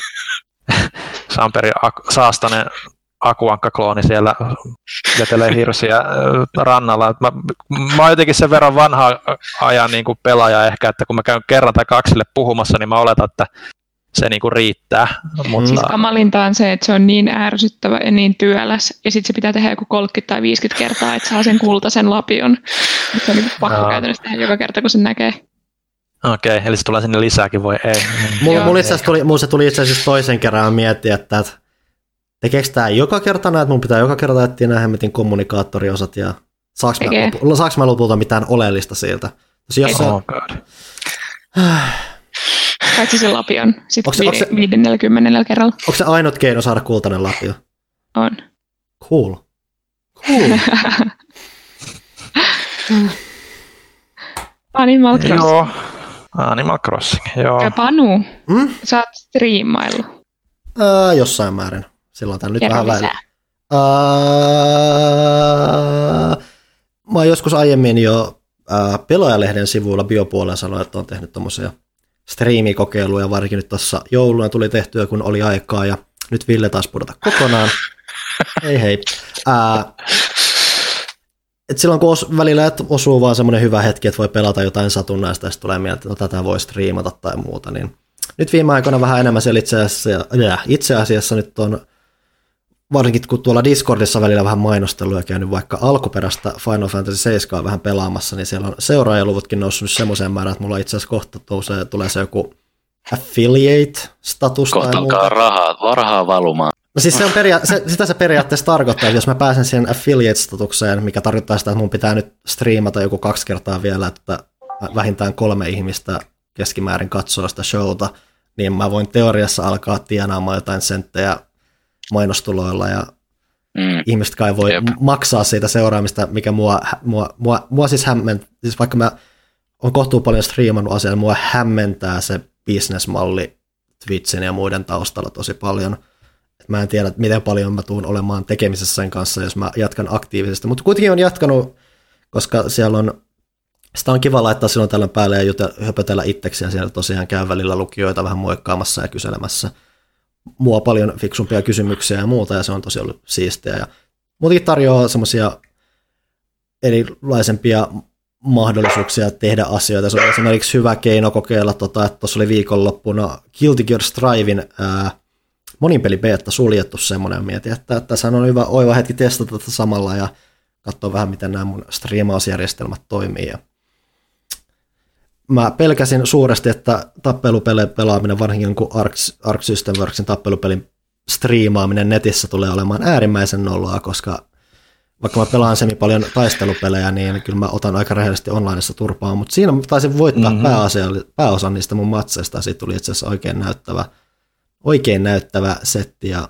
Samperi saastainen akuankkaklooni siellä vetelee hirsiä rannalla. Mä oon jotenkin sen verran vanha ajan niin kuin pelaaja ehkä, että kun mä käyn kerran tai 2 puhumassa, niin mä oletan, että se niinku riittää. Mutta kamalinta on se, että se on niin ärsyttävä ja niin työläs, ja sitten se pitää tehdä joku 30 tai 50 kertaa, että saa sen kultaisen lapion. Se on niin pakko käytännössä tehdä joka kerta, kun sen näkee. Okei, eli se tulee sinne lisääkin, voi ei. Mulla se tuli itse asiassa toisen kerran miettiä, että tekeekö tämä joka kerta näin, että mun pitää joka kerta etsiä nämä hemmetin kommunikaattoriosat, ja saaks mä lopulta mitään oleellista siltä? Paitsi se lapion sitten 50 kerralla. Onko se ainut keino saada kultainen lapio? On. Cool. Animal Crossing. Joo, Animal Crossing, joo. Ja Panu, sä oot striimaillut. Jossain määrin. Silloin tän nyt vähän lisää. Mä oon joskus aiemmin jo Pelaajalehden sivuilla Biopuolella sanoin, että on tehnyt tommosia striimikokeiluja, varsinkin nyt tuossa jouluna tuli tehtyä, kun oli aikaa, ja nyt Ville taas pudota kokonaan. Hei. Et silloin kun välillä osuu vaan semmoinen hyvä hetki, että voi pelata jotain satunnaista, ja sitten tulee mieltä, että no, tätä voi striimata tai muuta, niin nyt viime aikoina vähän enemmän siellä itse asiassa nyt on, varsinkin kun tuolla Discordissa välillä vähän mainostellut ja käynyt vaikka alkuperäistä Final Fantasy 7 vähän pelaamassa, niin siellä on seuraajaluvutkin noussut nyt semmoiseen määrään, että mulla itse asiassa kohta tulee se joku affiliate-status kohta tai muuta. Kohta alkaa rahaa valumaan. No siis sitä se periaatteessa tarkoittaa, että jos mä pääsen siihen affiliate-statukseen, mikä tarkoittaa sitä, että mun pitää nyt striimata joku 2 kertaa vielä, että vähintään 3 ihmistä keskimäärin katsoo sitä showta, niin mä voin teoriassa alkaa tienaamaan jotain senttejä mainostuloilla ja ihmiset kai voi maksaa siitä seuraamista, mikä mua siis hämmentää, siis vaikka mä oon kohtuu paljon striimannut asiaa, mua hämmentää se businessmalli Twitchin ja muiden taustalla tosi paljon. Mä en tiedä, miten paljon mä tuun olemaan tekemisessä sen kanssa, jos mä jatkan aktiivisesti, mutta kuitenkin on jatkanut, koska siellä on, sitä on kiva laittaa silloin tällöin päälle ja höpötellä itseksi, ja siellä tosiaan käy välillä lukijoita vähän moikkaamassa ja kyselemässä mua paljon fiksumpia kysymyksiä ja muuta, ja se on tosi ollut siistiä. Ja muutenkin tarjoaa semmoisia erilaisempia mahdollisuuksia tehdä asioita. Se on esimerkiksi hyvä keino kokeilla, että tuossa oli viikonloppuna Guilty Gear Striven moninpeli beta suljettu semmoinen, ja mietin, että tässä on hyvä oiva hetki testata tätä samalla ja katsoa vähän, miten nämä mun striimausjärjestelmät toimii. Ja mä pelkäsin suuresti, että tappelupelien pelaaminen, varsinkin kun Arc System Worksin tappelupelin striimaaminen netissä tulee olemaan äärimmäisen noloa, koska vaikka mä pelaan paljon taistelupelejä, niin kyllä mä otan aika rehellisesti onlineissa turpaa, mutta siinä mä taisin voittaa pääosan niistä mun matseista, ja siitä tuli itse asiassa oikein näyttävä setti, ja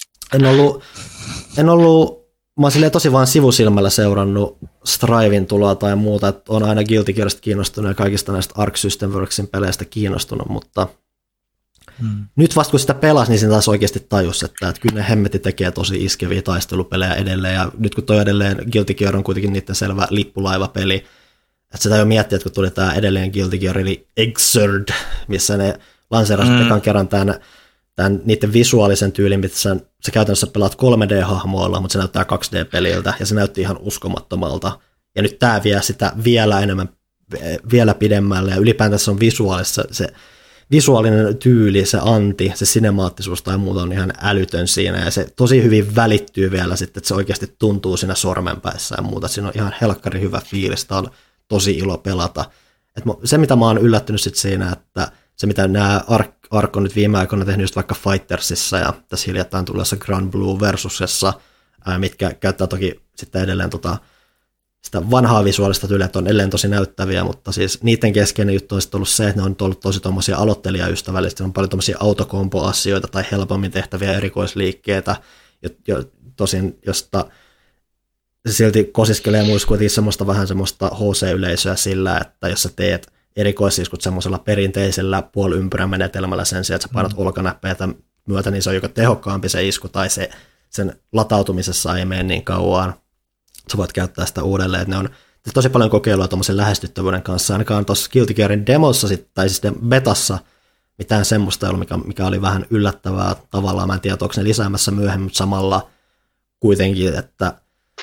en ollut mä oon silleen tosi vaan sivusilmällä seurannut Striven tuloa tai muuta, että on aina Guilty Gearista kiinnostunut ja kaikista näistä Arc System Worksin peleistä kiinnostunut, mutta nyt vasta kun sitä pelasi, niin siinä taas oikeasti tajus, että kyllä ne hemmetti tekee tosi iskeviä taistelupelejä edelleen, ja nyt kun toi edelleen Guilty Gear on kuitenkin niiden selvä lippulaivapeli, että sitä jo miettiä, että kun tuli tää edelleen Guilty Gear, eli Exerd, missä ne lanseerasivat ekan kerran tämän niiden visuaalisen tyylin, missä sä käytännössä pelaat 3D-hahmoilla, mutta se näyttää 2D-peliltä, ja se näytti ihan uskomattomalta. Ja nyt tää vie sitä vielä enemmän, vielä pidemmälle, ja ylipäätään se on se visuaalinen tyyli, se anti, se sinemaattisuus tai muuta on ihan älytön siinä, ja se tosi hyvin välittyy vielä sitten, että se oikeasti tuntuu siinä sormenpäissä ja muuta. Siinä on ihan helkkari hyvä fiilis, tää on tosi ilo pelata. Et se, mitä mä oon yllättynyt sitten siinä, että se, mitä nämä Ark on nyt viime aikoina tehnyt just vaikka Fightersissa ja tässä hiljattain tulleessa Grand Blue Versusessa, mitkä käyttää toki sitten edelleen sitä vanhaa visuaalista tyyliä, että on edelleen tosi näyttäviä, mutta siis niiden keskeinen juttu on sitten ollut se, että ne on ollut tosi tommosia aloittelijaystävällisiä, on paljon tommosia autokompo-asioita tai helpommin tehtäviä erikoisliikkeitä, tosin josta se silti kosiskelee muissa kuitenkin semmoista HC-yleisöä sillä, että jos sä teet erikoisiskut semmoisella perinteisellä puoliympyrän menetelmällä sen sijaan, että sä painat olkanäppäitä myötä, niin se on joko tehokkaampi se isku tai sen latautumisessa ei mene niin kauan. Sä voit käyttää sitä uudelleen. Että ne on tosi paljon kokeilua tuommoisen lähestyttävyyden kanssa. Ainakaan tuossa Guilty Gearin demossa tai siis betassa mitään semmoista ei ollut, mikä oli vähän yllättävää tavallaan. Mä en tiedä, onko ne lisäämässä myöhemmin, mutta samalla kuitenkin, että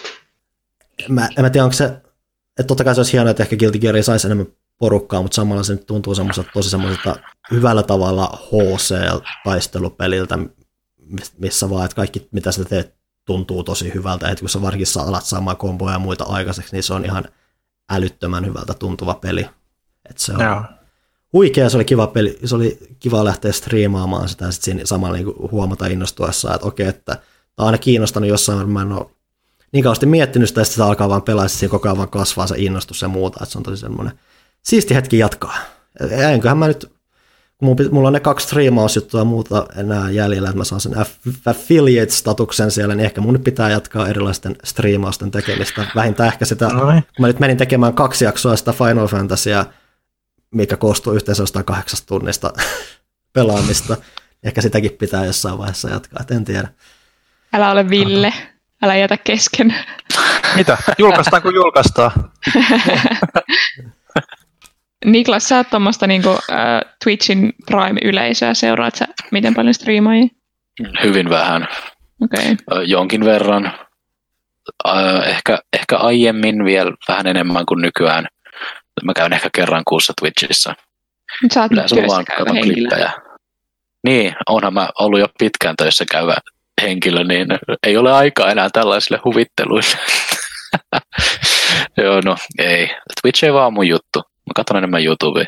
en tiedä, onko se, että totta kai se olisi hienoa, että ehkä Guilty Gearia saisi enemmän porukkaa, mutta samalla se nyt tuntuu tosi semmoiselta hyvällä tavalla HC-taistelupeliltä, missä vaan, että kaikki mitä sä teet tuntuu tosi hyvältä, että kun sä varsinkin alat saamaan komboja ja muita aikaiseksi, niin se on ihan älyttömän hyvältä tuntuva peli. Että se on huikea, se oli kiva peli, se oli kiva lähteä striimaamaan sitä ja sitten siinä samalla niin huomata innostuessa, että okei, että tämä on aina kiinnostanut jossain, mä en ole niin kauheasti miettinyt sitä, että sitä alkaa vaan pelaa, siinä koko ajan vaan kasvaa se innostus ja muuta, että se on tosi semmoinen siisti hetki jatkaa. enköhän mä nyt, kun mulla on ne 2 striimausjuttua ja muuta enää jäljellä, että mä saan sen affiliate-statuksen siellä, niin ehkä mun nyt pitää jatkaa erilaisten striimausten tekemistä. Vähintään ehkä sitä, kun mä nyt menin tekemään 2 jaksoa sitä Final Fantasyä, mikä koostuu yhteensä 8 tunnista pelaamista. Ehkä sitäkin pitää jossain vaiheessa jatkaa, en tiedä. Älä ole Ville, älä jätä kesken. Mitä? Julkaistaan kun julkaistaan. Niklas, sä oot tuommoista niinku, Twitchin Prime-yleisöä, seuraat sä miten paljon striimaajia? Hyvin vähän. Okay. Jonkin verran. Ehkä aiemmin vielä vähän enemmän kuin nykyään. Mä käyn ehkä kerran kuussa Twitchissä. Sä oot Yleensä työssä vaan käyvä katon henkilö. klippejä. Niin, onhan mä ollut jo pitkään töissä käyvä henkilö, niin ei ole aikaa enää tällaisille huvitteluille. Joo, no ei. Twitch ei vaan mun juttu. Mä katson enemmän YouTubea.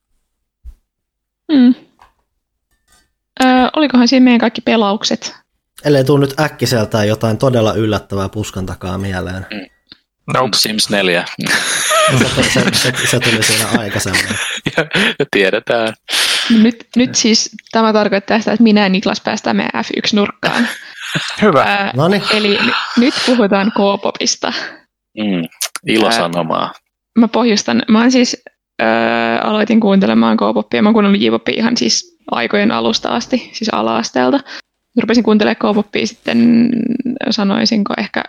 Olikohan siinä meidän kaikki pelaukset? Ellei tule nyt äkkiseltään jotain todella yllättävää puskan takaa mieleen. Nope. Sims 4. Se tuli siinä aikaisemmin. Ja tiedetään. Nyt siis tämä tarkoittaa sitä, että minä ja Niklas päästään meidän F1-nurkkaan. Hyvä. Noniin. Eli nyt puhutaan K-popista. Ilosanomaa. Mä pohjustan. Mä oon siis aloitin kuuntelemaan K-popia. Mä oon kuunnellut J-popia ihan siis aikojen alusta asti, siis ala-asteelta. Rupesin kuuntelemaan K-popia sitten, sanoisinko ehkä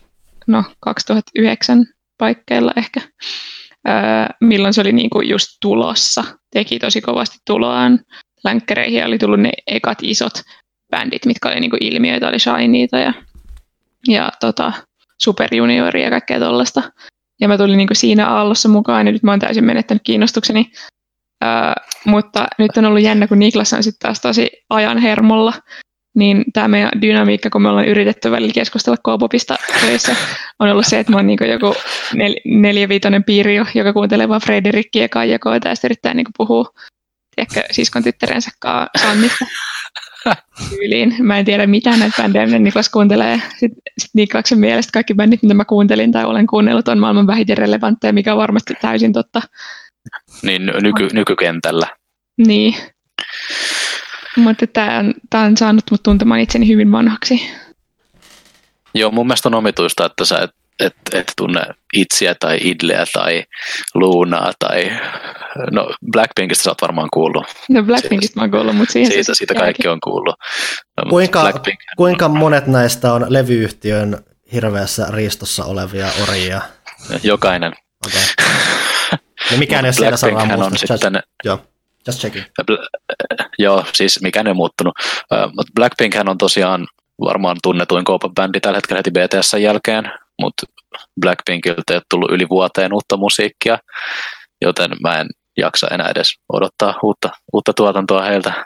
2009 paikkeilla ehkä. Milloin se oli niinku just tulossa. Teki tosi kovasti tuloaan. Länkkäreihin oli tullut ne ekat isot bändit, mitkä oli niinku ilmiöitä, oli Shinyta ja Super Junioria ja kaikkea tollaista. Ja mä tulin niinku siinä aallossa mukaan, ja nyt mä oon täysin menettänyt kiinnostukseni. Mutta nyt on ollut jännä, kun Niklas on sitten taas tosi ajan hermolla, niin tämä meidän dynamiikka, kun me ollaan yritetty välillä keskustella K-popista töissä, on ollut se, että mä oon niinku joku 4-5 piiri, joka kuuntelee vaan Frederikkiä ja Kaijakoita, ja sitten yrittää niinku puhua siskon tyttärensä Sannista tyyliin. Mä en tiedä mitään näitä bändejä, mitä Niklas kuuntelee. Sitten Niklaksen mielestä kaikki bändit, mitä mä kuuntelin tai olen kuunnellut, on maailman vähiten relevantteja, mikä on varmasti täysin totta. Niin nykykentällä. Niin. Mutta tämä on saanut mut tuntemaan itseni hyvin vanhaksi. Joo, mun mielestä on omituista, että sä et tunne Itsiä tai Idleä tai Luunaa tai... No Blackpinkista sä oot varmaan kuullut. No Blackpinkista mä oon kuullut, mutta siihen siitä kaikki on kuullut. No, kuinka monet näistä on levyyhtiön hirveässä riistossa olevia orjia? Jokainen. Okay. No mikään ei ole siellä sanaa muusta. Joo. Just checking. Joo, siis mikään ei ole muuttunut. Mutta Blackpinkhän on tosiaan varmaan tunnetuin K-pop-bändi tällä hetkellä heti BTS:n jälkeen, mutta Blackpinkiltä ei ole tullut yli vuoteen uutta musiikkia, joten mä en jaksa enää edes odottaa uutta tuotantoa heiltä.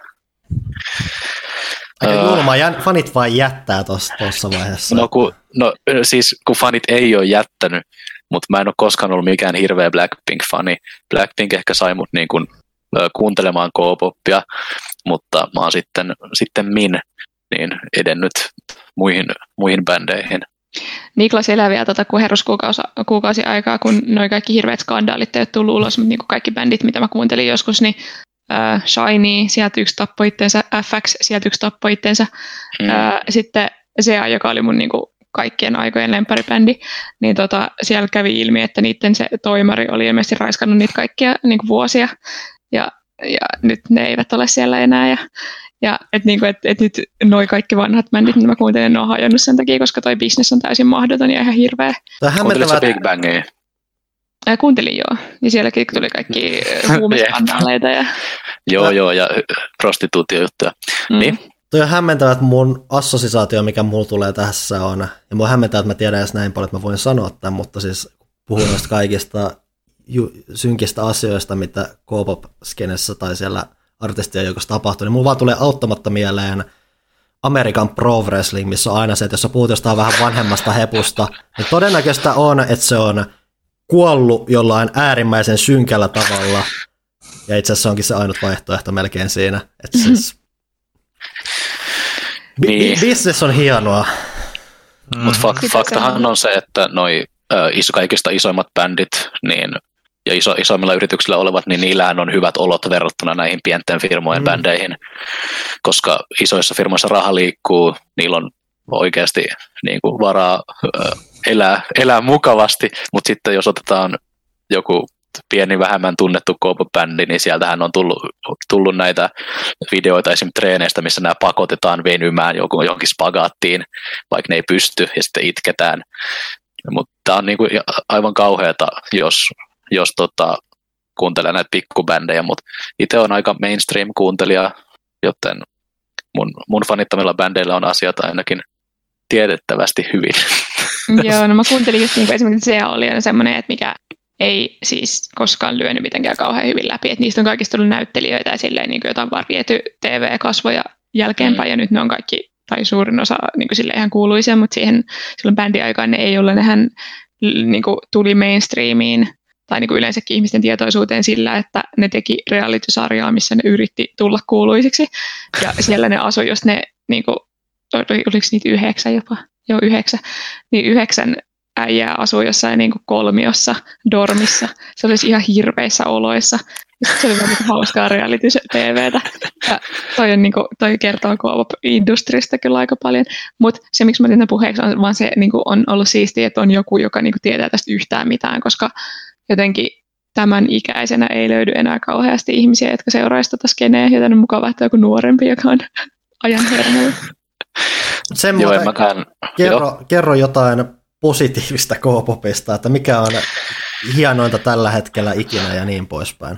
Aika julma, fanit vaan jättää tuossa vaiheessa. Siis kun fanit ei ole jättänyt, mutta mä en ole koskaan ollut mikään hirveä Blackpink-fani. Blackpink ehkä sai mut niin kuin kuuntelemaan K-popia, mutta mä oon sitten edennyt muihin bändeihin. Niklas elää vielä kuheruskuukausi aikaa, kun noi kaikki hirveät skandaalit ei ole tullut ulos, mutta niin kaikki bändit, mitä mä kuuntelin joskus, niin Shiny, sieltä yksi tappoi itteensä, FX, sieltä yksi tappoi itteensä, sitten SEA, joka oli mun niin kuin kaikkien aikojen lempparibändi, niin siellä kävi ilmi, että niiden se toimari oli ilmeisesti raiskannut niitä kaikkia niin kuin vuosia, ja nyt ne eivät ole siellä enää, ja et nyt noi kaikki vanhat bändit, mitä mä kuuntelen, ne on hajonnut sen takia, koska toi business on täysin mahdoton ja ihan hirveä. Kuuntelitko Big Bangia? Kuuntelin joo, ja sielläkin tuli kaikki huumeskandaaleita. Joo, ja prostituutiojuttuja. Niin? Toi on hämmentävä, että mun assosiaatio, mikä mulla tulee tässä on, ja mua hämmentää, että mä tiedän edes näin paljon, että mä voin sanoa tämän, mutta siis puhun noista kaikista synkistä asioista, mitä K-pop-skenessä tai siellä artistien joukossa tapahtuu, niin mulla vaan tulee auttamatta mieleen American Pro Wrestling, missä on aina se, että jos sä puhut jostain vähän vanhemmasta hepusta, niin todennäköistä on, että se on kuollut jollain äärimmäisen synkällä tavalla, ja itse asiassa onkin se ainut vaihtoehto melkein siinä, että siis business on hienoa. Mutta faktahan on se, että noi kaikista isoimmat bändit, niin ja isoimmilla yrityksillä olevat, niin niillähän on hyvät olot verrattuna näihin pienten firmojen bändeihin, koska isoissa firmoissa raha liikkuu, niillä on oikeasti niin kuin varaa elää mukavasti, mutta sitten jos otetaan joku pieni vähemmän tunnettu K-pop-bändi, niin sieltähän on tullut näitä videoita esim. Treeneistä, missä nämä pakotetaan venymään johonkin spagaattiin, vaikka ne ei pysty, ja sitten itketään. Mutta tämä on niinku aivan kauheata, jos kuuntelee näitä pikkubändejä, mutta itse on aika mainstream-kuuntelija, joten mun fanittamilla bändeillä on asiat ainakin tiedettävästi hyvin. Joo, no mä kuuntelin just niin kuin esimerkiksi se oli semmoinen, että mikä ei siis koskaan lyönyt mitenkään kauhean hyvin läpi, että niistä on kaikista tullut näyttelijöitä ja silleen niin kuin jotain vaan viety TV-kasvoja jälkeenpäin, ja nyt ne on kaikki, tai suurin osa niin kuin silleen ihan kuuluisia, mutta silloin bändin aikaan ne ei ole, nehän niin kuin tuli mainstreamiin, tai niin kuin yleensäkin ihmisten tietoisuuteen sillä, että ne teki reality-sarjaa, missä ne yritti tulla kuuluisiksi, ja siellä ne asui, jos ne, niin kuin, oliko niitä 9 jopa? Joo, 9. Niin 9 äijää asuu jossain niin kuin kolmiossa, dormissa. Se olisi ihan hirveissä oloissa. Ja se oli vähän hauskaa reality-tvtä. Ja toi kertoo K-pop-industrista kyllä aika paljon. Mutta se, miksi mä otin tämän puheeksi, on vaan se niin kuin on ollut siistiä, että on joku, joka niin kuin tietää tästä yhtään mitään, koska jotenkin tämän ikäisenä ei löydy enää kauheasti ihmisiä, jotka seuraisivat tätä skeneä, joten on mukava, että joku nuorempi, joka on ajan hermolla. Kerro jotain positiivista K-popista, että mikä on hienointa tällä hetkellä ikinä ja niin poispäin.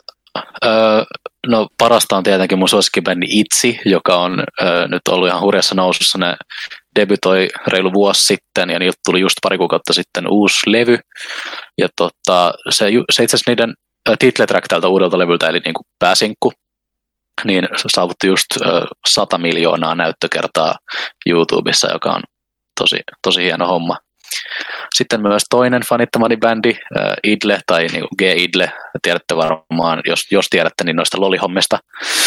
No parasta on tietenkin mun suosikkibändi ITZY, joka on nyt ollut ihan hurjassa nousussa. Ne debytoi reilu vuosi sitten ja niiltä tuli just pari kuukautta sitten uusi levy. Ja se itse asiassa niiden titletrack tältä uudelta levyltä, eli niin kuin pääsinkku, niin saavutti just 100 miljoonaa näyttökertaa YouTubessa, joka on tosi hieno homma. Sitten myös toinen fanittamani bändi, Idle tai niin kuin G-Idle, tiedätte varmaan, jos tiedätte, niin noista lolihommista,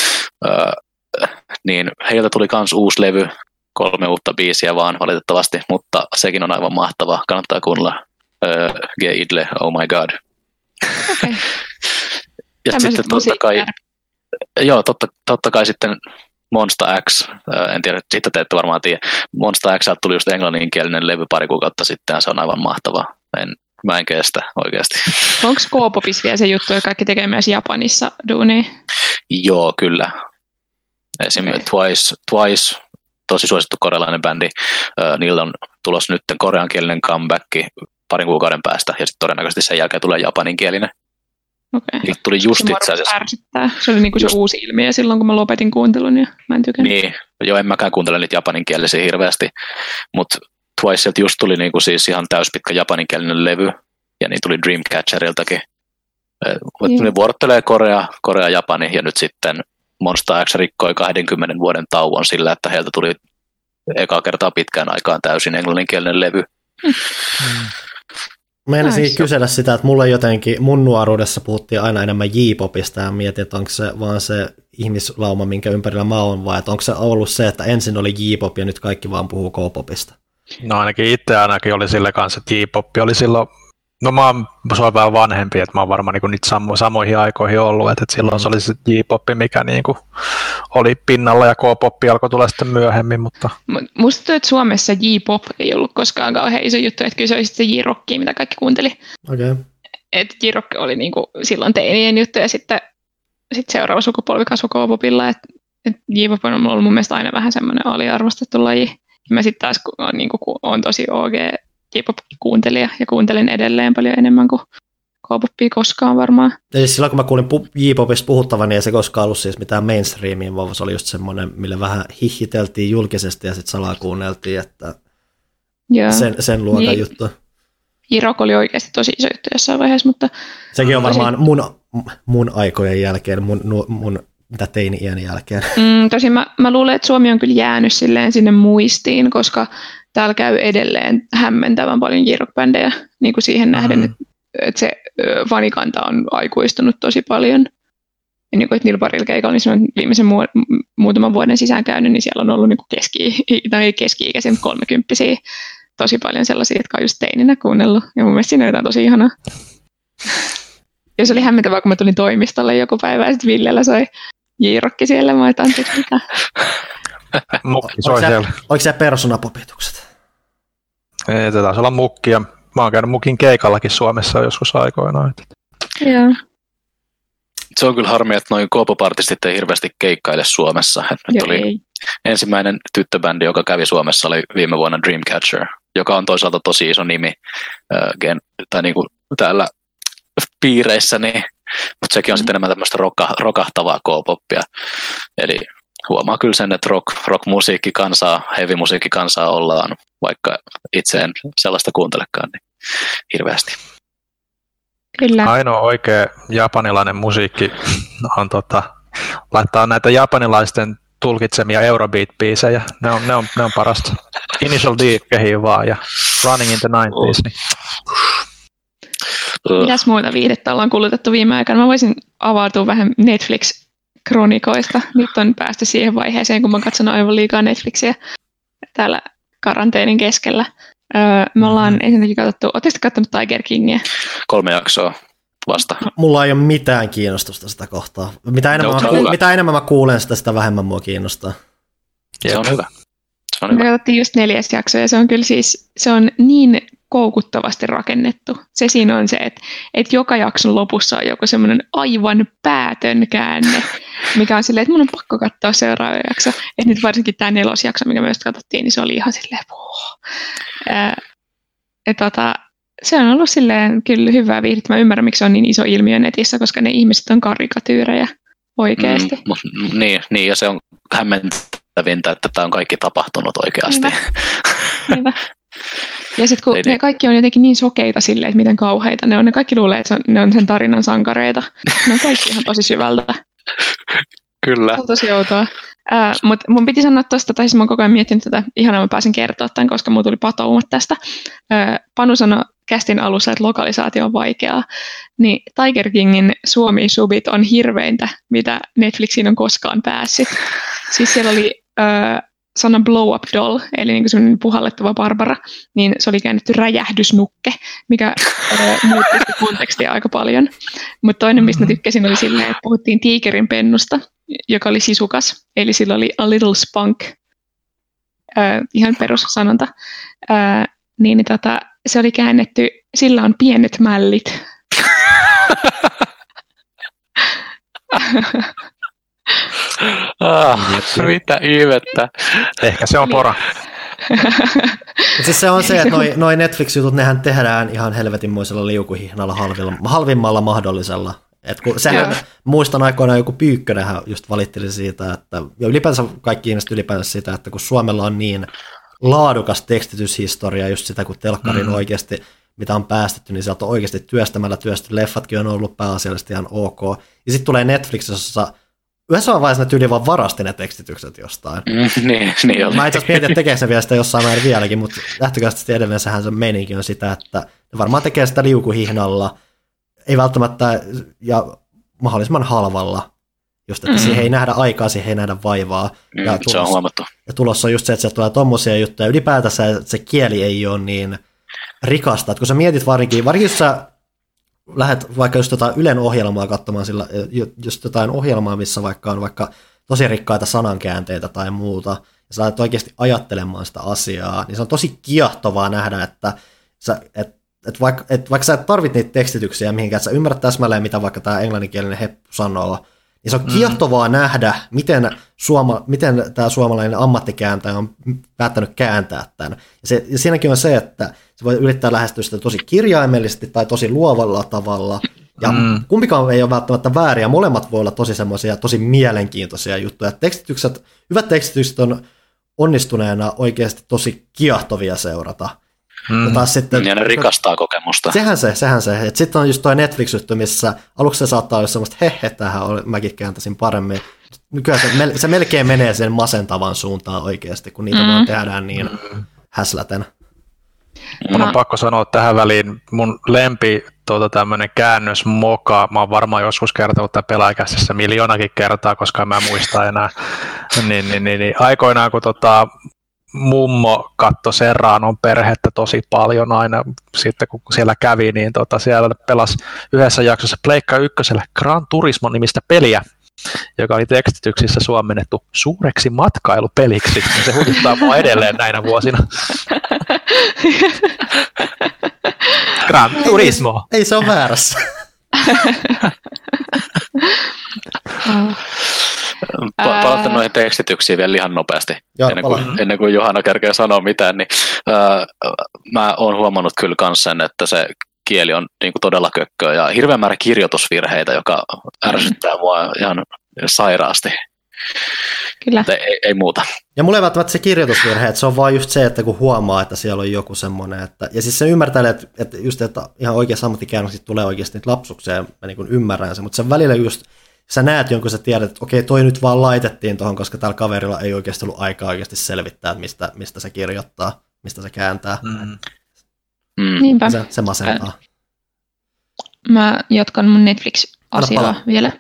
niin heiltä tuli myös uusi levy, 3 uutta biisiä vaan valitettavasti, mutta sekin on aivan mahtava, kannattaa kuunnella G-Idle, oh my god. Okay. Ja sitten totta kai sitten Monsta X, en tiedä, siitä te ette varmaan tiedä. Monsta X tuli just englanninkielinen levy pari kuukautta sitten, ja se on aivan mahtava. Mä en kestä oikeasti. Onko K-popissa vielä se juttu, että kaikki tekee myös Japanissa duunia? Joo, kyllä. Esimerkiksi Twice, tosi suosittu korealainen bändi. Niillä on tulossa nyt koreankielinen comeback parin kuukauden päästä, ja sitten todennäköisesti sen jälkeen tulee japaninkielinen. Okay. Niitä tuli just itse asiassa. Se oli niinku se uusi ilmiö silloin, kun mä lopetin kuuntelun ja mä en tykännyt. Niin, joo, en mäkään kuuntele niitä japaninkielisiä hirveästi, mutta Twiceilta just tuli niinku siis ihan täyspitkä japaninkielinen levy, ja niin tuli Dreamcatcheriltakin. Ne vuorottelee Korea, Japani, ja nyt sitten Monsta X rikkoi 20 vuoden tauon sillä, että heiltä tuli ekaa kertaa pitkään aikaan täysin englanninkielinen levy. Meinasin kysellä sitä, että mulle jotenkin, mun nuoruudessa puhuttiin aina enemmän J-popista ja mietin, että onko se vaan se ihmislauma, minkä ympärillä mä oon, vai että onko se ollut se, että ensin oli J-pop ja nyt kaikki vaan puhuu K-popista? No ainakin itse oli sille kanssa, että J-pop oli silloin, no se on vähän vanhempi, että mä oon varmaan niin niitä samoihin aikoihin ollut, että silloin se oli se J-pop, mikä niin kuin oli pinnalla ja K-pop alkoi tulla sitten myöhemmin, mutta... Musta tuntuu, että Suomessa J-pop ei ollut koskaan kauhean iso juttu, että kyllä se oli sitten J-rockia, mitä kaikki kuunteli. Okay. Että J-rock oli niin kuin silloin teinien juttu ja sitten seuraava sukupolvi kasvoi K-popilla, että J-pop on ollut mun mielestä aina vähän semmoinen aliarvostettu laji. Ja mä sitten taas on tosi OG J-pop-kuuntelija ja kuuntelen edelleen paljon enemmän kuin K-popia koskaan varmaan. Ja siis silloin kun mä kuulin J-popista puhuttavan, niin ei se koskaan ollut siis mitään mainstreamia, vaan se oli just semmoinen, millä vähän hihiteltiin julkisesti ja sitten salaa kuunneltiin, että sen luokan juttu. J-rock oli oikeasti tosi iso juttu jossain vaiheessa, mutta... Sekin on varmaan mun aikojen jälkeen, mun mitä teini-iän jälkeen. Tosin mä luulen, että Suomi on kyllä jäänyt silleen sinne muistiin, koska täällä käy edelleen hämmentävän paljon J-rock-bändejä niin kuin siihen nähden, että se fanikanta on aikuistunut tosi paljon. Ja niin kuin, että niillä parilla keikalla, niin viimeisen muutaman vuoden sisään käynyt, niin siellä on ollut niin kuin keski-ikäisiä 30-vuotiaita tosi paljon sellaisia, jotka on just teininä kuunnellut. Ja mun mielestä siinä on jotain tosi ihanaa. Ja se oli hämmentävää, kun mä tulin toimistolle joku päivä, ja sitten Villellä soi J-rokki siellä, mä otan mitä. Mukki soi siellä. Oliko siellä Persona-popitukset? Ei, taisi olla Mukki, ja mä oon käynyt Mukin keikallakin Suomessa joskus aikoinaan. Joo. Se on kyllä harmi, että noin K-pop-artistit ei hirveästi keikkaile Suomessa. Nyt oli ensimmäinen tyttöbändi, joka kävi Suomessa, oli viime vuonna Dreamcatcher, joka on toisaalta tosi iso nimi tai niin kuin täällä piireissä, niin, mutta sekin on sitten enemmän tämmöistä rokahtavaa K-poppia. Eli huomaa kyllä sen, että rock-musiikkikansaa, heavy-musiikkikansaa ollaan, vaikka itse en sellaista kuuntelekaan niin hirveästi. Kyllä. Ainoa oikea japanilainen musiikki on laittaa näitä japanilaisten tulkitsemia Eurobeat-biisejä. Ne on parasta. Initial D kehii vaan ja Running in the 90s. Niin. Mitäs muuta viihdettä ollaan kulutettu viime aikana? Mä voisin avautua vähän Netflix-kronikoista. Nyt on päästy siihen vaiheeseen, kun mä katson aivan liikaa Netflixiä täällä karanteenin keskellä. Me ollaan ensinnäkin katsottu, ootteko katsonut Tiger Kingia? 3 jaksoa vasta. Mulla ei ole mitään kiinnostusta sitä kohtaa. Mitä enemmän mä kuulen sitä vähemmän mua kiinnostaa. Se on hyvä. Me katsottiin just 4. jakso ja se on kyllä siis, se on niin koukuttavasti rakennettu. Se siinä on se, että joka jakson lopussa on joku semmoinen aivan päätön käänne, mikä on silleen, että mun on pakko katsoa seuraava jakso. Et nyt varsinkin tämä 4. jakso, mikä me just katsottiin, niin se oli ihan silleen, se on ollut silleen kyllä hyvää viihdettä. Mä ymmärrän, miksi se on niin iso ilmiö netissä, koska ne ihmiset on karikatyyrejä oikeasti. Niin, ja se on hämmentävintä, että tämä on kaikki tapahtunut oikeasti. Hyvä. Ja sitten kun ne kaikki on jotenkin niin sokeita silleen, että miten kauheita ne on, ne kaikki luulee, että ne on sen tarinan sankareita. Ne on kaikki ihan tosi syvältä. Kyllä. Se on tosi outoa. Mutta mun piti sanoa tuosta, tai siis mä oon koko ajan miettinyt tätä, ihanaa mä pääsin kertoa tämän, koska mulla tuli patoumat tästä. Panu sanoi kästin alussa, että lokalisaatio on vaikeaa, niin Tiger Kingin Suomi-subit on hirveintä, mitä Netflixiin on koskaan päässyt. Siis siellä oli sana blow up doll, eli niin kuin semmoinen puhallettava Barbara, niin se oli käännetty räjähdysnukke, mikä muutti kontekstia aika paljon. Mutta toinen, mistä mä tykkäsin, oli silleen, että puhuttiin tiikerin pennusta, joka oli sisukas, eli sillä oli a little spunk, ihan perussanonta, se oli käännetty, sillä on pienet mällit. Mitä ihmettä. Ehkä se on pora. Siis se on se, että noi Netflix-jutut, nehän tehdään ihan helvetinmoisella liukuhihnalla halvimmalla mahdollisella. Sehän muistan aikoinaan joku Pyykkönenhän just valitteli siitä, että, ja ylipäänsä kaikki ihmiset ylipäänsä sitä, että kun Suomella on niin laadukas tekstityshistoria, just sitä kun telkkarin oikeasti, mitä on päästetty, niin sieltä on oikeasti työstämällä leffatkin on ollut pääasiallisesti ihan ok. Ja sitten tulee Netflix, jossa yhdessä vaiheessa ne tyyli vaan varasti ne tekstitykset jostain. Niin mä itse asiassa mietin, että tekee se vielä sitä jossain määrin vieläkin, mutta lähtökohtaisesti edelleen sehän se meininki on sitä, että ne varmaan tekee sitä liukuhihnalla, ei välttämättä ja mahdollisimman halvalla, just että siihen ei nähdä aikaa, siihen ei nähdä vaivaa. Ja se on huomattu. Ja tulossa on just se, että sieltä tulee tommosia juttuja, ylipäätänsä se kieli ei ole niin rikasta, että kun sä mietit varsinkin jos sä lähdet vaikka just jotain Ylen ohjelmaa katsomaan, sillä just jotain ohjelmaa, missä vaikka on vaikka tosi rikkaita sanankäänteitä tai muuta, ja sä lähdet oikeasti ajattelemaan sitä asiaa, niin se on tosi kiehtovaa nähdä, että vaikka sä et tarvit niitä tekstityksiä mihinkään, että sä ymmärrät täsmälleen, mitä vaikka tämä englanninkielinen heppu sanoo, niin se on kiehtovaa nähdä, miten tämä suomalainen ammattikääntäjä on päättänyt kääntää tämän. Ja siinäkin on se, että se voi yrittää lähestyä sitä tosi kirjaimellisesti tai tosi luovalla tavalla, ja kumpikaan ei ole välttämättä vääriä, molemmat voi olla tosi semmoisia tosi mielenkiintoisia juttuja. Hyvät tekstitykset on onnistuneena oikeasti tosi kiehtovia seurata. Ja ne rikastaa kokemusta. Sehän se. Sitten on just toi Netflix-juttu, missä aluksi se saattaa olla semmoista, tähän mäkin kääntäisin paremmin. Nykyään se melkein menee sen masentavan suuntaan oikeasti, kun niitä vaan tehdään niin häsläten. Mun on pakko sanoa tähän väliin, mun lempi tämmöinen käännösmoka, mä oon varmaan joskus kertonut tämän Pelaajakästissä miljoonakin kertaa, koska mä en muista enää, niin aikoinaan kun mummo katsoi Serranon perhettä tosi paljon aina. Sitten kun siellä kävi, niin siellä pelasi yhdessä jaksossa Pleikka ykkösellä Gran Turismo nimistä peliä, joka oli tekstityksissä suomennettu suureksi matkailupeliksi. Ja se huvittaa mua edelleen näinä vuosina. Gran Turismo. Ei se ole väärässä. Palataan noihin tekstityksiin vielä ihan nopeasti, ennen kuin Johanna kerkee sanoa mitään, niin mä oon huomannut kyllä kanssa sen, että se kieli on niin kuin todella kökköä ja hirveän määrä kirjoitusvirheitä, joka ärsyttää mua ihan sairaasti. Kyllä. Ei muuta. Ja mulle ei välttämättä se kirjoitusvirhe, että se on vaan just se, että kun huomaa, että siellä on joku semmoinen, että, ja siis se ymmärtää, että just, että ihan oikeassa ammattikäännöksistä tulee oikeasti niitä lapsuksia, ja mä niin kuin ymmärrän sen, mutta sen välillä just, sä näet jonkun, sä tiedät, että okei, toi nyt vaan laitettiin tuohon, koska tällä kaverilla ei oikeasti ollut aikaa oikeasti selvittää, että mistä se kirjoittaa, mistä se kääntää. Niinpä. Se masentaa. Mä jatkan mun Netflix-asiaa vielä.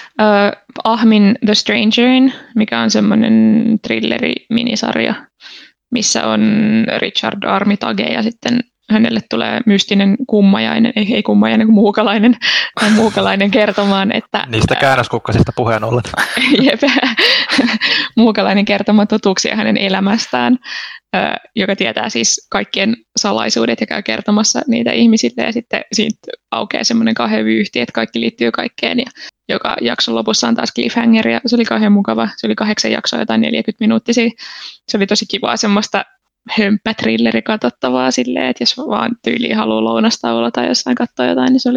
Ahmin The Strangerin, mikä on semmoinen thrilleri-minisarja, missä on Richard Armitage ja sitten hänelle tulee mystinen kummajainen, ei kummajainen, kuin muukalainen kertomaan, että... Niistä käännöskukkasista puheen ollen. Jep, muukalainen kertomaan totuuksia hänen elämästään, joka tietää siis kaikkien salaisuudet ja käy kertomassa niitä ihmisille, ja sitten siitä aukeaa semmoinen kauhean vyyhti, että kaikki liittyy kaikkeen, ja joka jakson lopussa on taas cliffhanger, ja se oli kauhean mukava. Se oli 8 jaksoa, jotain 40 minuuttisia. Se oli tosi kivaa semmoista hömppätrilleri katsottavaa silleen, että jos vaan tyyliin haluaa lounastaululla tai jossain katsoa jotain, niin se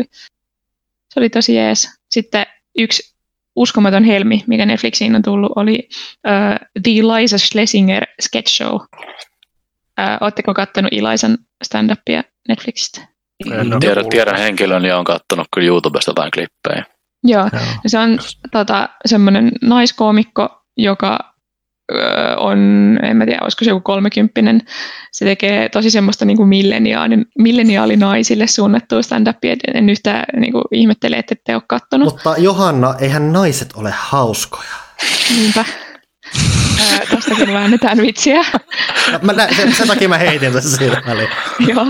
oli tosi jees. Sitten yksi uskomaton helmi, mikä Netflixiin on tullut, oli The Eliza Schlesinger Sketch Show. Ootteko kattonut Elizan stand-upia Netflixistä? Tiedän henkilön ja olen katsonut kyllä YouTubesta jotain klippejä. Joo. Se on semmoinen naiskoomikko, joka on, en mä tiedä, olisiko se joku 30. Se tekee tosi semmoista niin kuin milleniaalinaisille suunnattua stand-upia. En yhtään niin kuin ihmettele, että ette ole kattonut. Mutta Johanna, eihän naiset ole hauskoja. Niinpä. Tästäkin väännetään vitsiä. Sen takia mä heitin tässä siitä väliin. Joo.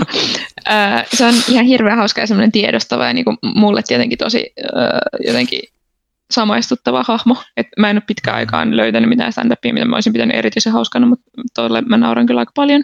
Se on ihan hirveän hauska ja semmoinen tiedostava ja niin kuin mulle tietenkin tosi jotenkin samaistuttava hahmo. Et mä en ole pitkään aikaan löytänyt mitään stand-upia, mitä mä olisin pitänyt erityisen hauskana, mutta tolle mä nauran kyllä aika paljon.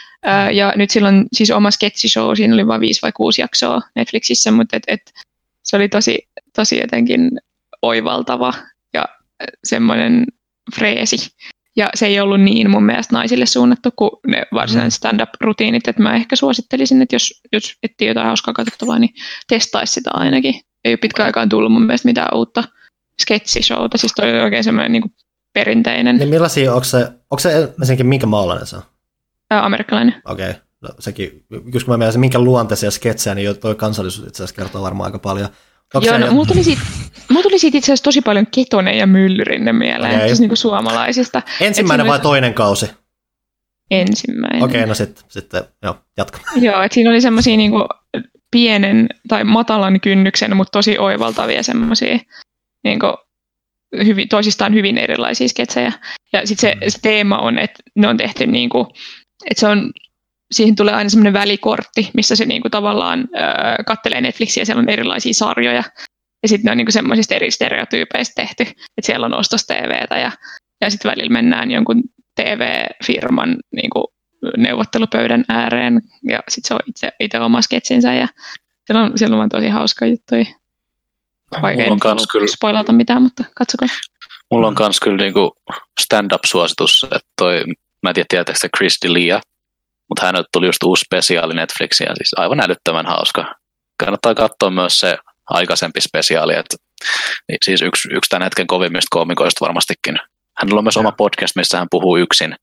Ja nyt sillä on siis oma sketsishow, siinä oli vain 5 vai 6 jaksoa Netflixissä, mutta se oli tosi jotenkin oivaltava ja semmoinen freesi. Ja se ei ollut niin mun mielestä naisille suunnattu kuin ne varsinaiset stand-up-rutiinit, että mä ehkä suosittelisin, että jos etsii jotain hauskaa katsottavaa, niin testaisi sitä ainakin. Ei ole pitkään aikaan tullut mun mielestä mitään uutta sketsishowta, siis toi on oikein semmoinen niin kuin perinteinen. Niin millaisia, onko se ensinnäkin minkä maalainen se on? Amerikkalainen. Okei. No, sekin, just kun mä mietin, minkä luonteisia sketsejä, niin toi kansallisuus itse asiassa kertoo varmaan aika paljon. Joo, no, mulla tuli siitä itse asiassa tosi paljon Ketonen ja Myllyrinne mieleen, siis niin kuin suomalaisista. Ensimmäinen vai toinen kausi? Ensimmäinen. Okei, no sitten joo, jatka. Joo, että siinä oli semmoisia niin kuin pienen tai matalan kynnyksen, mutta tosi oivaltavia semmoisia niin kuin toisistaan hyvin erilaisia sketsejä. Ja sitten se teema on, että ne on tehty niin kuin, että se on, siihen tulee aina semmoinen välikortti, missä se niin kuin tavallaan kattelee Netflixiä ja siellä on erilaisia sarjoja. Ja sitten ne on niin kuin semmoisista eri stereotyypeistä tehty, että siellä on ostos-TVtä ja sitten välillä mennään jonkun TV-firman niin kuin neuvottelupöydän ääreen ja sitten se on itse oma sketsinsä ja siellä on vaan tosi hauska juttuja. Vaikka en spoilata mitään, mutta katsokaa. Mulla on kans kyllä niinku stand-up-suositus, että mä en tiedä, tiedätkö Chris D'Elia, mutta hänelle tuli just uusi spesiaali Netflixiin, ja siis aivan älyttömän hauska. Kannattaa katsoa myös se aikaisempi spesiaali, että siis yksi tämän hetken kovimmista koomikoista varmastikin. Hänellä on myös oma podcast, missä hän puhuu yksin.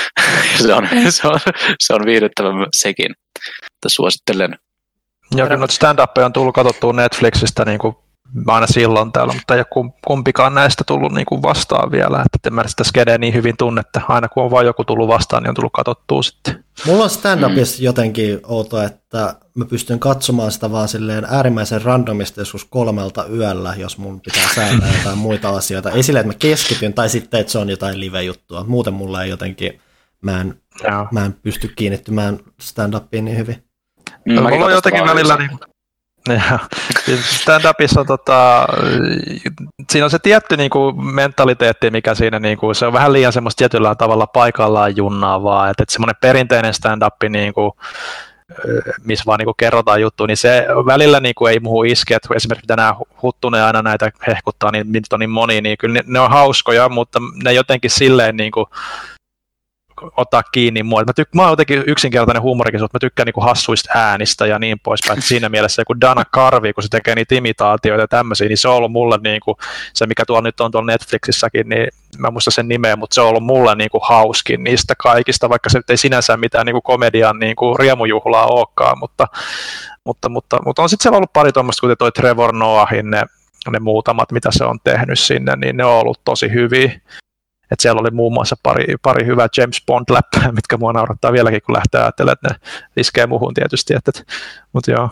se on viihdyttävä sekin. Suosittelen. Joo, kyllä stand-upeja on tullut katsottua Netflixistä niin kuin aina silloin täällä, mutta ei ole kumpikaan näistä tullut niin kuin vastaan vielä. Että en mä sitä skedeä niin hyvin tunne, että aina kun on vain joku tullut vastaan, niin on tullut katsottua sitten. Mulla on stand-upissa jotenkin outo, että mä pystyn katsomaan sitä vaan silleen äärimmäisen randomista joskus 3 yöllä, jos mun pitää säätää jotain muita asioita. Ei silleen, että mä keskityn, tai sitten, että se on jotain live-juttua. Muuten mulla ei jotenkin, mä en pysty kiinnittymään stand-upiin niin hyvin. Mulla on jotenkin välillä stand-upissa siinä on se tietty niinku mentaliteetti, mikä siinä niinku, se on vähän liian semmoista tietyllä tavalla paikallaan junnaavaa, että semmoinen perinteinen stand-up niinku, missä vaan niinku kerrotaan juttu, niin se välillä niinku ei muuhun iske, että esimerkiksi mitä nämä Huttunen aina näitä hehkuttaa, niin niitä on niin moni, niin kyllä ne on hauskoja, mutta ne jotenkin silleen niinku ottaa kiinni mua. Mä oon jotenkin yksinkertainen huumorikin, mutta mä tykkään niinku hassuista äänistä ja niin poispäin. Siinä mielessä joku Dana Carvey, kun se tekee niitä imitaatioita ja tämmöisiä, niin se on ollut mulle niinku, se, mikä tuolla nyt on tuolla Netflixissäkin, niin mä muistan sen nimeä, mutta se on ollut mulle niinku hauskin niistä kaikista, vaikka se ei sinänsä mitään niinku komedian niinku riemujuhlaa olekaan, mutta on sitten siellä ollut pari tuommoista, kuten toi Trevor Noahin ne muutamat, mitä se on tehnyt sinne, niin ne on ollut tosi hyviä. Et siellä oli muun muassa pari hyvää James Bond-läppää, mitkä mua naurattaa vieläkin, kun lähtee ajattelemaan, että ne iskee muuhun tietysti. Mutta joo.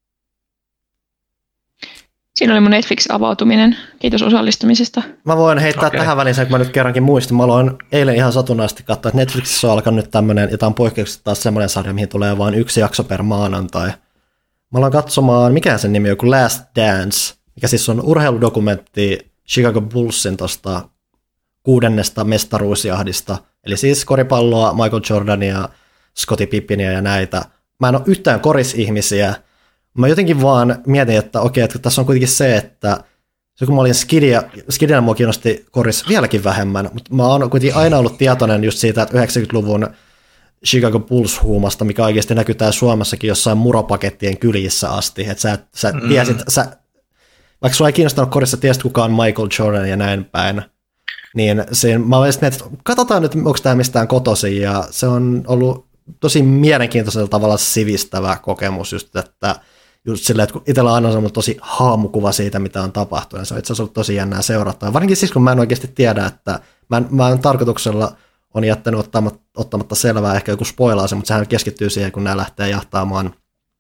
Siinä oli mun Netflix-avautuminen. Kiitos osallistumisesta. Mä voin heittää tähän väliin sen, kun mä nyt kerrankin muistin. Mä aloin eilen ihan satunnaisesti katsoa, että Netflixissä on alkanut nyt tämmöinen, ja tämä on poikkeuksessa taas semmoinen sarja, mihin tulee vain yksi jakso per maanantai. Mä aloin katsomaan, mikä sen nimi on, joku Last Dance, mikä siis on urheiludokumentti Chicago Bullsin tuosta 6. mestaruusjahdista, eli siis koripalloa, Michael Jordania, Scottie Pippinia ja näitä. Mä en ole yhtään korisihmisiä. Mä jotenkin vaan mietin, että okei, että tässä on kuitenkin se, että kun mä olin skidinä, mua kiinnosti koris vieläkin vähemmän, mutta mä oon kuitenkin aina ollut tietoinen just siitä, että 90-luvun Chicago Bulls-huumasta, mikä oikeasti näkyy täällä Suomessakin jossain muropakettien kylissä asti, että sä tiesit, vaikka sua ei kiinnostanut korissa, tiesit kuka on Michael Jordan ja näin päin. Niin mä olin sitten, että katsotaan nyt, onko tämä mistään kotoisin, ja se on ollut tosi mielenkiintoisella tavalla sivistävä kokemus, just silleen, että itsellä on aina tosi haamukuva siitä, mitä on tapahtunut, ja se on itse asiassa ollut tosi jännää seurata. Varsinkin siis, kun mä en oikeasti tiedä, että mä en tarkoituksella on jättänyt ottamatta selvää, ehkä joku spoilaa se, mutta sehän keskittyy siihen, kun nämä lähtee jahtaamaan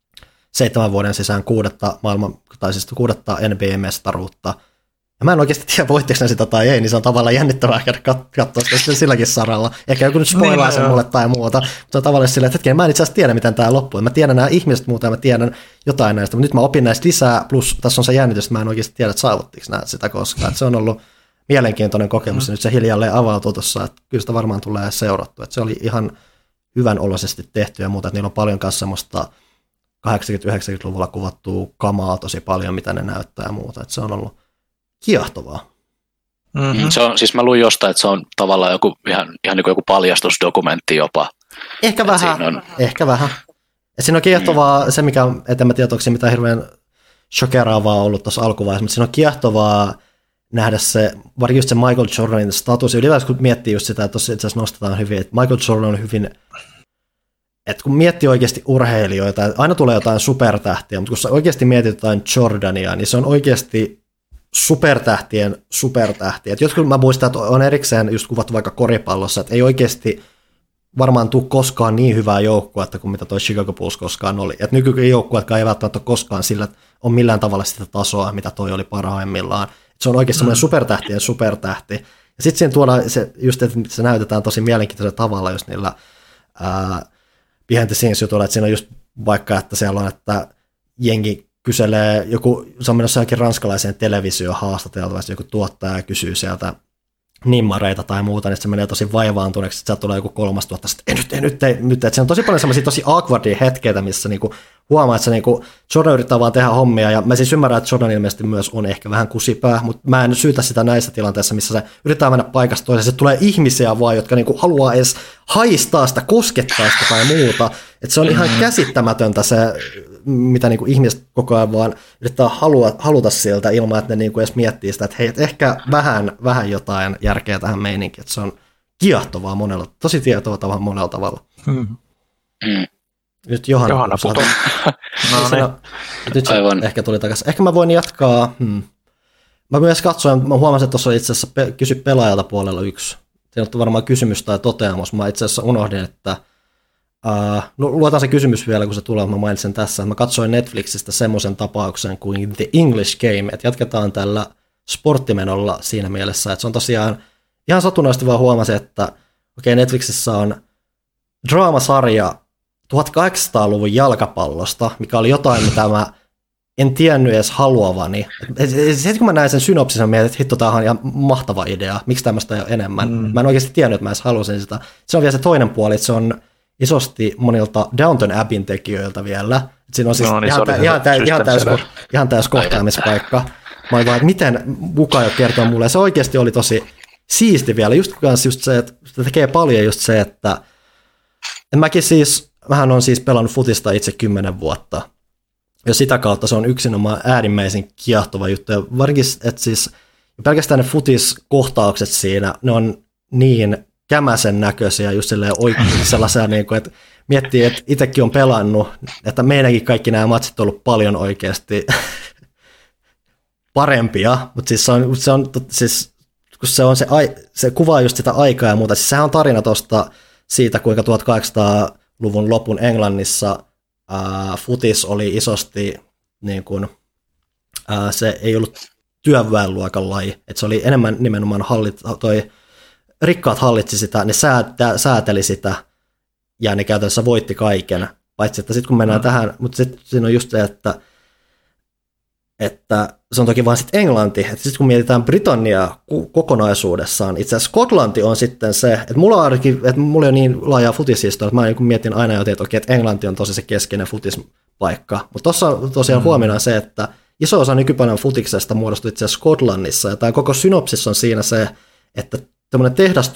7 vuoden sisään 6. NBA-mestaruutta. Ja mä en oikeasti tiedä, voitteko ne sitä tai ei, niin se on tavallaan jännittävää käydä katsoa sitä silläkin saralla. Ehkä joku nyt spoilaa sen mulle tai muuta, mutta se on tavallaan silleen, että hetken, mä en itse asiassa tiedä, miten tämä loppuu. Mä tiedän nämä ihmiset muuta ja mä tiedän jotain näistä, mutta nyt mä opin näistä lisää, plus tässä on se jännitys, että mä en oikeasti tiedä, että saavuttiko nämä sitä koskaan. Että se on ollut mielenkiintoinen kokemus, ja nyt se hiljalleen avautuu tuossa, että kyllä sitä varmaan tulee seurattua. Että se oli ihan hyvän oloisesti tehty ja muuta, että niillä on paljon kanssa semmoista 80-90-luvulla kuvattua kamaa tosi paljon, mitä ne näyttää ja muuta, että se on ollut kiehtovaa. Mm-hmm. Se on, siis mä luin jostain, että se on tavallaan joku, ihan niin kuin joku paljastusdokumentti jopa. Ehkä vähän. Ja siinä on kiehtovaa se, mikä on, en mä tiedä, onko se mitään hirveän shokeraavaa ollut tuossa alkuvaiheessa, mutta siinä on kiehtovaa nähdä se, varsinkin just se Michael Jordanin status, ylipäätään kun miettii just sitä, että tuossa itse asiassa nostetaan hyvin, että Michael Jordan on hyvin, että kun miettii oikeasti urheilijoita, aina tulee jotain supertähtiä, mutta kun sä oikeasti mietit jotain Jordania, niin se on oikeasti supertähtien supertähtiä. Et jotkut mä muistan, että on erikseen just kuvattu vaikka koripallossa, että ei oikeasti varmaan tule koskaan niin hyvää joukkuetta kuin mitä toi Chicago Bulls koskaan oli. Et nykyään joukkueetkaan ei välttämättä ole koskaan sillä, että on millään tavalla sitä tasoa, mitä toi oli parhaimmillaan. Et se on oikeasti semmoinen supertähtien supertähti. Ja sitten siinä tuodaan se, just, että se näytetään tosi mielenkiintoisella tavalla just niillä behind the scenes jutuilla, että siinä on just vaikka, että siellä on, että jengi kyselee, se on menossa johonkin ranskalaiseen televisiohaastateltavasti, joku tuottaja kysyy sieltä nimmareita tai muuta, niin se menee tosi vaivaantuneeksi, että sieltä tulee joku 3000, että nyt, että siinä on tosi paljon semmoisia tosi awkwardia hetkeitä, missä niinku huomaa, että se niinku Jordan yrittää vaan tehdä hommia, ja mä siis ymmärrän, että Jordan ilmeisesti myös on ehkä vähän kusipää, mutta mä en syytä sitä näissä tilanteissa, missä se yrittää mennä paikasta toiseen, se tulee ihmisiä vaan, jotka niinku haluaa edes haistaa sitä, koskettaa sitä tai muuta, että se on ihan käsittämätöntä se, mitä niinku ihmiset koko ajan vaan yrittää haluta siltä ilman, että ne niinku edes miettii sitä, että hei, ehkä vähän jotain järkeä tähän meininkiin, että se on kiehtovaa monella, tosi tietoa monella tavalla. Nyt Johanna putoaa. Nyt se ehkä tuli takaisin. Ehkä mä voin jatkaa. Mä myös katsoin, mä huomasin, että tuossa itse asiassa kysy pelaajalta puolella 1. Siinä on varmaan kysymys tai toteamus. Mä itse asiassa unohdin, että luotaan se kysymys vielä, kun se tulee, mä mainitsen tässä. Mä katsoin Netflixistä semmoisen tapauksen kuin The English Game, että jatketaan tällä sporttimenolla siinä mielessä, että se on tosiaan ihan satunnaisesti vaan huomasin, että okei, Netflixissä on draamasarja 1800-luvun jalkapallosta, mikä oli jotain, mitä mä en tiennyt edes haluavani. Sitten kun mä näin sen synopsin, mä mietin, että hitto, tämä on ihan mahtava idea. Miksi tämmöistä ei ole enemmän? Mä en oikeasti tiennyt, että mä edes halusin sitä. Se on vielä se toinen puoli, että se on isosti monilta Downton Abbeyn tekijöiltä vielä. Siinä on siis ihan täys kohtaamispaikka. Mä olin vaan, että miten Bukayo kertoo mulle. Se oikeasti oli tosi siisti vielä. Just se, että se tekee paljon just se, että mähän on siis pelannut futista itse 10 vuotta. Ja sitä kautta se on yksinomaan äärimmäisen kiehtova juttu. Ja varsinkin, että siis pelkästään ne futiskohtaukset siinä, ne on niin kämäsen näköisiä, just oikein sellaisia, niin kuin, että miettii, että itsekin on pelannut, että meidänkin kaikki nämä matsit on ollut paljon oikeasti parempia, mutta siis se kuvaa just sitä aikaa ja muuta. Siis sehän on tarina siitä, kuinka 1800-luvun lopun Englannissa futis oli isosti, niin kuin, se ei ollut työväenluokan laji, että se oli enemmän nimenomaan rikkaat hallitsi sitä, ne sääteli sitä ja ne käytännössä voitti kaiken, paitsi että sitten kun mennään tähän, mutta sitten siinä on just se, että se on toki vain sitten Englanti, että sitten kun mietitään Britanniaa kokonaisuudessaan, itse asiassa Skotlanti on sitten se, että mulla on niin laajaa futishistoria, että mä mietin aina joten, että okei, että Englanti on tosi se keskeinen futispaikka, mutta tuossa tosiaan huomioidaan se, että iso osa nykypäivän futiksesta muodostui itse asiassa Skotlannissa, ja tämä koko synopsis on siinä se, että tämmöinen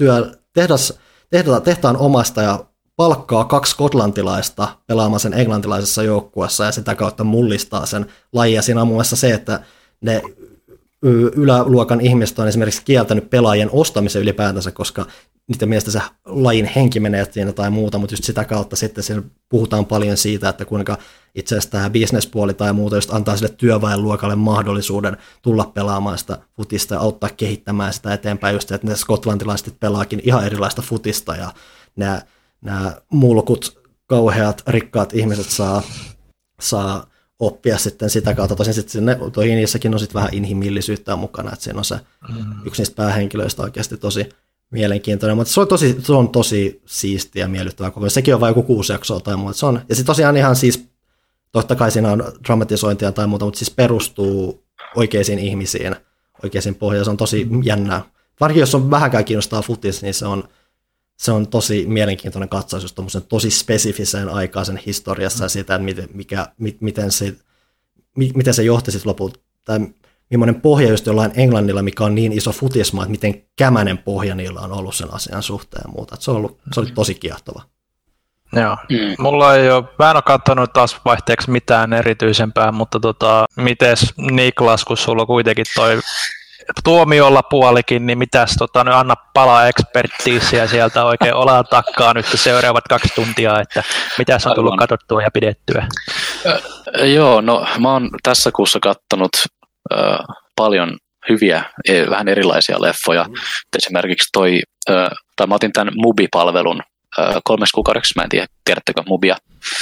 tehtaan omastaja palkkaa 2 skotlantilaista pelaamaan sen englantilaisessa joukkueessa ja sitä kautta mullistaa sen lajin. Ja siinä on muun muassa se, että ne yläluokan ihmiset on esimerkiksi kieltänyt pelaajien ostamisen ylipäätänsä, koska niiden mielestä se lajin henki menee siinä tai muuta, mutta just sitä kautta sitten siinä puhutaan paljon siitä, että kuinka itse asiassa tämä businesspuoli tai muuta just antaa sille työväenluokalle mahdollisuuden tulla pelaamaan sitä futista ja auttaa kehittämään sitä eteenpäin, just että ne skotlantilaiset pelaakin ihan erilaista futista ja nämä mulkut, kauheat, rikkaat ihmiset saa oppia sitten sitä kautta. Tosin sitten niissäkin on sitten vähän inhimillisyyttä mukana, että siinä on se yksi niistä päähenkilöistä oikeasti tosi mielenkiintoinen, mutta se on tosi siistiä ja miellyttävää koko ajan. Sekin on vain joku 6 jaksoa tai muuta. Se on, ja sitten tosiaan ihan siis, totta kai siinä on dramatisointia tai muuta, mutta siis perustuu oikeisiin ihmisiin, oikeisiin pohjaan. Se on tosi jännää. Varsinkin jos on vähänkään kiinnostaa futis, niin se on tosi mielenkiintoinen katsaus just tommosen tosi spesifiseen aikaan sen historiassa ja siitä, että miten se johti sitten lopulta, tai millainen pohja just jollain Englannilla, mikä on niin iso futismaa, että miten kämänen pohja niillä on ollut sen asian suhteen ja muuta. Se oli tosi kiehtova. Joo. Mulla ei ole, mä en ole katsonut taas vaihteeksi mitään erityisempää, mutta mites Niklas, kun sulla kuitenkin toi tuomiolla puolikin, niin mitäs nyt anna palaa ekspertiisiä sieltä oikein olan takkaa nyt seuraavat 2 tuntia, että mitäs on tullut katsottua ja pidettyä? Joo, no mä oon tässä kuussa kattonut paljon hyviä, vähän erilaisia leffoja. Esimerkiksi mä otin tämän Mubi-palvelun 3 kuukaudeksi, mä en tiedä, tiedättekö Mubia?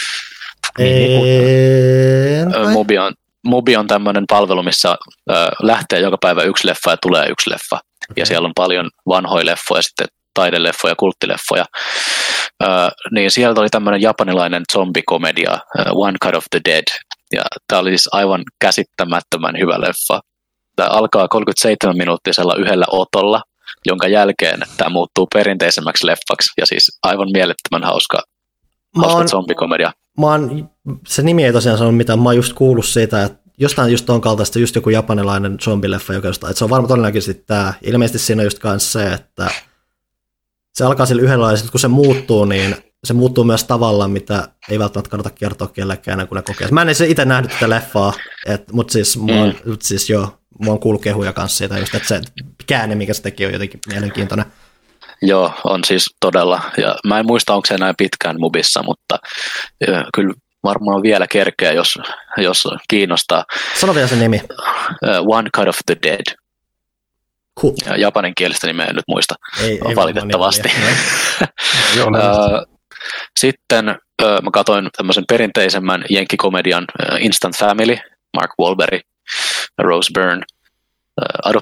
Mubi on tämmöinen palvelu, missä lähtee joka päivä 1 leffa ja tulee 1 leffa. Okay. Ja siellä on paljon vanhoja leffoja, sitten taideleffoja, kulttileffoja. Niin sieltä oli tämmöinen japanilainen zombikomedia, One Cut of the Dead. Ja tämä oli siis aivan käsittämättömän hyvä leffa. Tämä alkaa 37-minuuttisella yhdellä otolla, jonka jälkeen tämä muuttuu perinteisemmäksi leffaksi. Ja siis aivan mielettömän hauska zombikomedia. Se nimi ei tosiaan sano mitään, mä oon just kuullut siitä, että jostain just ton kaltaista, just joku japanilainen zombileffa, että se on varmaan todennäköisesti tämä. Ilmeisesti siinä on just kanssa se, että se alkaa sillä yhdellä, ja kun se muuttuu, niin se muuttuu myös tavalla, mitä ei välttämättä kannata kertoa kellekään, kun ne kokee. Mä en itse nähnyt tätä leffaa, mutta siis mä oon kuullut kehuja kanssa siitä, just, että se käänne, mikä se teki, on jotenkin mielenkiintoinen. Joo, on siis todella. Ja mä en muista, onko se enää pitkään Mubissa, mutta kyllä varmaan vielä kerkeä, jos kiinnostaa. Sano vielä sen nimi. One Cut of the Dead. Cool. Japaninkielistä nimeä en nyt muista, ei valitettavasti. Sitten mä katsoin tämmöisen perinteisemmän jenkkikomedian Instant Family, Mark Wahlberg, Rose Byrne.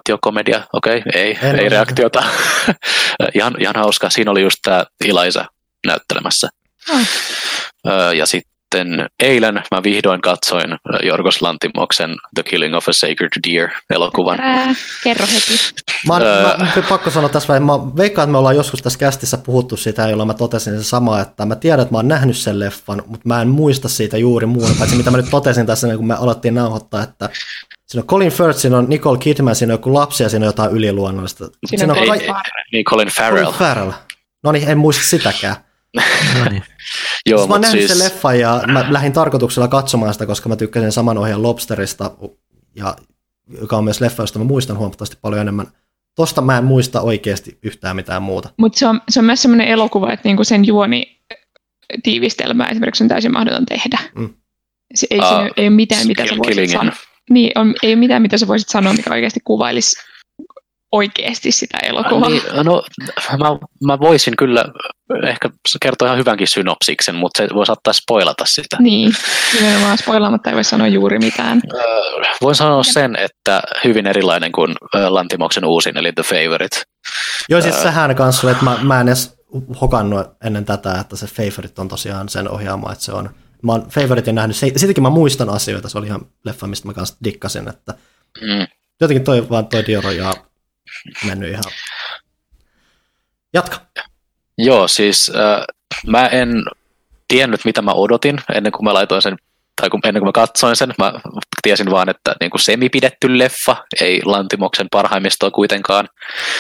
Adoptiokomedia, okei, ei reaktiota. ihan hauska. Siinä oli just tämä Eliza näyttelemässä. Ja sitten eilen mä vihdoin katsoin Jorgos Lanthimoksen The Killing of a Sacred Deer-elokuvan. Kerro heti. Mä pakko sanoa tässä väliin, mä veikkaan, että me ollaan joskus tässä kästissä puhuttu sitä, jolloin mä totesin se sama, että mä tiedän, että mä oon nähnyt sen leffan, mutta mä en muista siitä juuri muuta, paitsi mitä mä nyt totesin tässä, kun me alettiin nauhoittaa, että siinä on Colin Firth, siinä on Nicole Kidman, siinä on joku lapsi ja siinä on jotain yliluonnollista. Siinä on Colin Farrell. No niin, en muista sitäkään. Joo, mä oon nähnyt sen leffan ja mä lähdin tarkoituksella katsomaan sitä, koska mä tykkäsin saman ohjaan Lobsterista, joka on myös leffa, josta mä muistan huomattavasti paljon enemmän. Tosta mä en muista oikeasti yhtään mitään muuta. Mutta se on myös semmoinen elokuva, että niinku sen juoni tiivistelmää esimerkiksi on täysin mahdoton tehdä. Ei ole mitään, mitä sä voisit sanoa. Niin, ei ole mitään, mitä sä voisit sanoa, mikä oikeasti kuvailisi oikeasti sitä elokuvaa. Niin, no, mä voisin kyllä ehkä kertoa ihan hyvänkin synopsiksen, mutta se voi saattaa spoilata sitä. Niin, nimenomaan spoilaamatta ei voi sanoa juuri mitään. Voin sanoa sen, että hyvin erilainen kuin Lanthimoksen uusin, eli The Favourite. Joo, siis sehän kanssa, että mä en edes hokannut ennen tätä, että se Favourite on tosiaan sen ohjaama, että se on. Mä oon Favoritein nähnyt, siitäkin mä muistan asioita, se oli ihan leffa, mistä mä kanssa dikkasin, että jotenkin toi Dior ja mennyt ihan. Jatka. Joo, siis mä en tiennyt, mitä mä odotin ennen kuin mä laitoin sen, tai ennen kuin mä katsoin sen. Mä tiesin vaan, että niin kuin semipidetty leffa, ei Lanthimoksen parhaimmistoa kuitenkaan.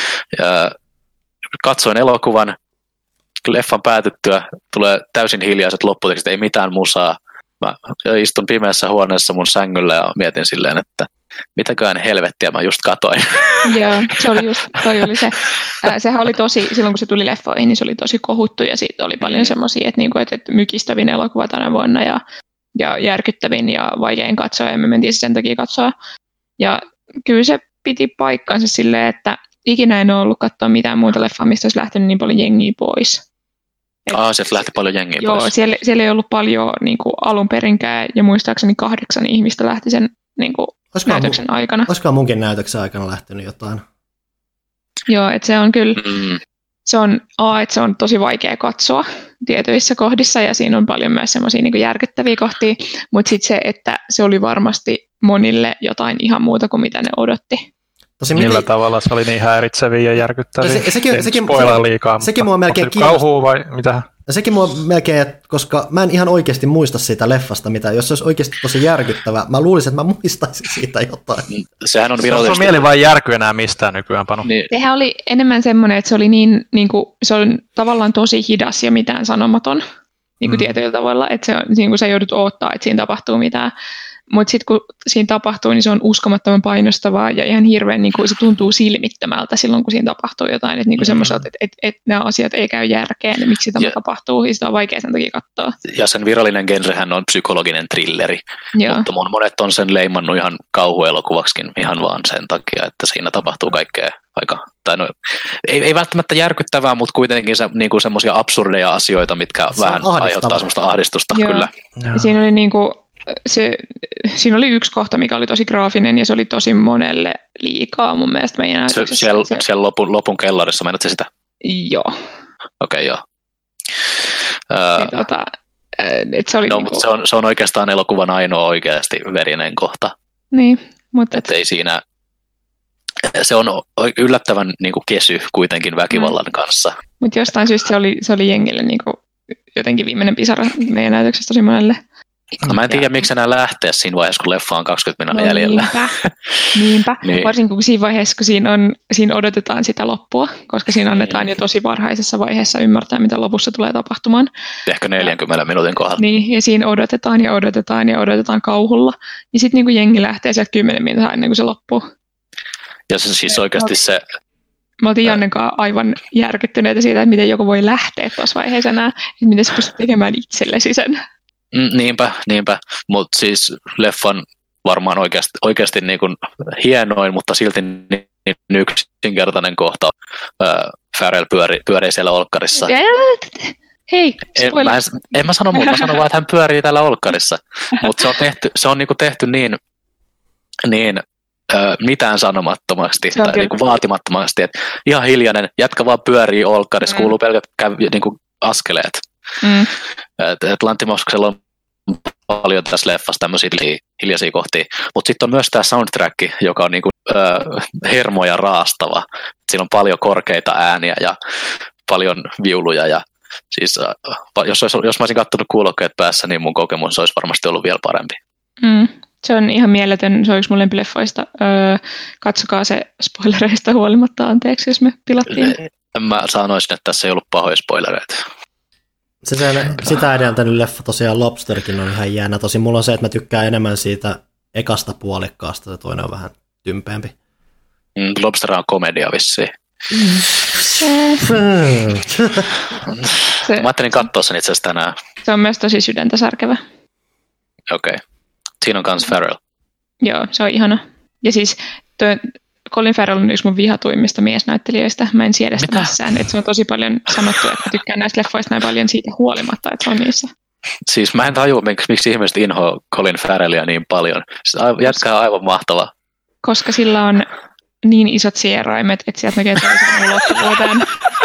Katsoin elokuvan, leffan päätyttyä tulee täysin hiljaiset lopputekstit, ei mitään musaa. Mä istun pimeässä huoneessa mun sängyllä ja mietin silleen, että mitäkään helvettiä mä just katoin. Joo, se oli just, toi oli se. Sehän oli tosi, silloin kun se tuli leffoihin, niin se oli tosi kohuttu ja siitä oli paljon semmoisia, että mykistävin elokuva tänä vuonna ja järkyttävin ja vaikein katsoa ja me mentiin sen takia katsoa. Ja kyllä se piti paikkansa silleen, että ikinä en ole ollut katsoa mitään muuta leffaa, mistä olisi lähtenyt niin paljon jengiä pois. Sieltä lähti paljon jengiä pois. Joo, siellä ei ollut paljon niin kuin alun perinkään ja muistaakseni 8 ihmistä lähti sen niin kuin näytöksen aikana. Olisikohan munkin näytöksen aikana lähtenyt jotain? Joo, että se on kyllä, että se on tosi vaikea katsoa tietyissä kohdissa ja siinä on paljon myös semmoisia niin kuin järkyttäviä kohtia, mutta sitten se, että se oli varmasti monille jotain ihan muuta kuin mitä ne odotti. Millä tavalla se oli niin häiritseviä ja järkyttäviä? Sekin spoilaa liikaa. Sekin mua melkein kauhua vai mitä? Sekin mua melkein, koska mä en ihan oikeasti muista siitä leffasta mitään. Jos se olisi oikeasti tosi järkyttävä, mä luulisin, että mä muistaisin siitä jotain. Sehän on virallisesti. Se on mieli vain järky enää mistään nykyään, Panu. Niin. Sehän oli enemmän semmoinen, että se oli niin kuin, se on tavallaan tosi hidas ja mitään sanomaton niin kuin tietyllä tavalla, että se on, niin kuin sä joudut odottaa, että siinä tapahtuu mitään. Mutta sitten kun siinä tapahtuu, niin se on uskomattoman painostavaa ja ihan hirveän, niin kuin se tuntuu silmittömältä silloin, kun siinä tapahtuu jotain. Että niin semmoiselta, että nämä asiat ei käy järkeen, miksi tämä tapahtuu, ja sitä on vaikea sen takia katsoa. Ja sen virallinen genrehän on psykologinen thrilleri, mutta monet on sen leimannut ihan kauhuelokuvaksikin ihan vaan sen takia, että siinä tapahtuu kaikkea aika, tai no, ei välttämättä järkyttävää, mutta kuitenkin niinku semmoisia absurdeja asioita, mitkä se vähän aiheuttaa semmoista ahdistusta. Kyllä. Ja siinä oli niinku siinä oli yksi kohta, mikä oli tosi graafinen ja se oli tosi monelle liikaa mun mielestä meidän näytöksessä. Siellä lopun kellarissa, meinaatko sitä? Joo. Okei, joo. Se oli mutta se on oikeastaan elokuvan ainoa oikeasti verinen kohta. Niin, mutta ei siinä, se on yllättävän niin kuin kesy kuitenkin väkivallan kanssa. Mutta jostain syystä se oli jengille niin kuin jotenkin viimeinen pisara meidän näytöksessä tosi monelle. Mä en tiedä, miksi enää lähteä siinä vaiheessa, kun leffa on 20 minuuttia jäljellä. Niinpä. Niin. Varsinkin kun siinä vaiheessa, kun siinä odotetaan sitä loppua, koska siinä annetaan jo tosi varhaisessa vaiheessa ymmärtää, mitä lopussa tulee tapahtumaan. Ehkä 40 minuutin kohdalla. Niin, ja siinä odotetaan kauhulla. Ja sitten niin jengi lähtee sieltä 10 minuuttia ennen kuin se loppuu. Ja se siis oikeasti se. Me oltiin Jannenkaan aivan järkyttyneitä siitä, että miten joku voi lähteä tuossa vaiheessa enää, että miten se pystyy tekemään itsellesi sen. Niinpä. Mutta siis leffan varmaan oikeasti niin kuin hienoin, mutta silti niin yksinkertainen kohta. Farrell pyörii siellä olkkarissa. Hei, en mä sano muuta, mä sanon vaan, että hän pyörii täällä olkkarissa. Mutta se on niinku tehty niin mitään sanomattomasti tai niinku vaatimattomasti, että ihan hiljainen, jätkä vaan pyörii olkkarissa, kuuluu pelkät niinku askeleet. Lanttimoksella on paljon tässä leffassa tämmöisiä hiljaisia kohtia, mutta sitten on myös tämä soundtrack, joka on niinku, hermoja raastava. Siinä on paljon korkeita ääniä ja paljon viuluja ja siis, jos mä olisin katsonut kuulokkeet päässä, niin mun kokemus olisi varmasti ollut vielä parempi. Se on ihan mieletön, se on yksi mun lempileffoista. Katsokaa se spoilereista huolimatta, anteeksi jos me pilattiin. Mä sanoisin, että tässä ei ollut pahoja spoilereita. Sitä edeltänyt leffa tosiaan Lobsterkin on ihan jäänä. Tosin mulla on se, että mä tykkään enemmän siitä ekasta puolikkaasta, se toinen on vähän tympeämpi. Lobster on komedia vissiin. Mä ajattelin katsoa sen itse asiassa tänään. Se on myös tosi sydäntä särkevä. Okei. Siinä on kans Farrell. Joo, se on ihana. Ja siis Colin Farrell on yksi mun vihatuimmista miesnäyttelijöistä. Mä en siedä sitä missään. Että se on tosi paljon sanottu, että mä tykkään näistä leffoista näin paljon siitä huolimatta, että se on niissä. Siis mä en tajua, miksi ihmiset inhoa Colin Farrellia niin paljon. Jätkä on aivan mahtava. Koska sillä on niin isot sieraimet, että sieltä näkee toisen ulottuvuuteen.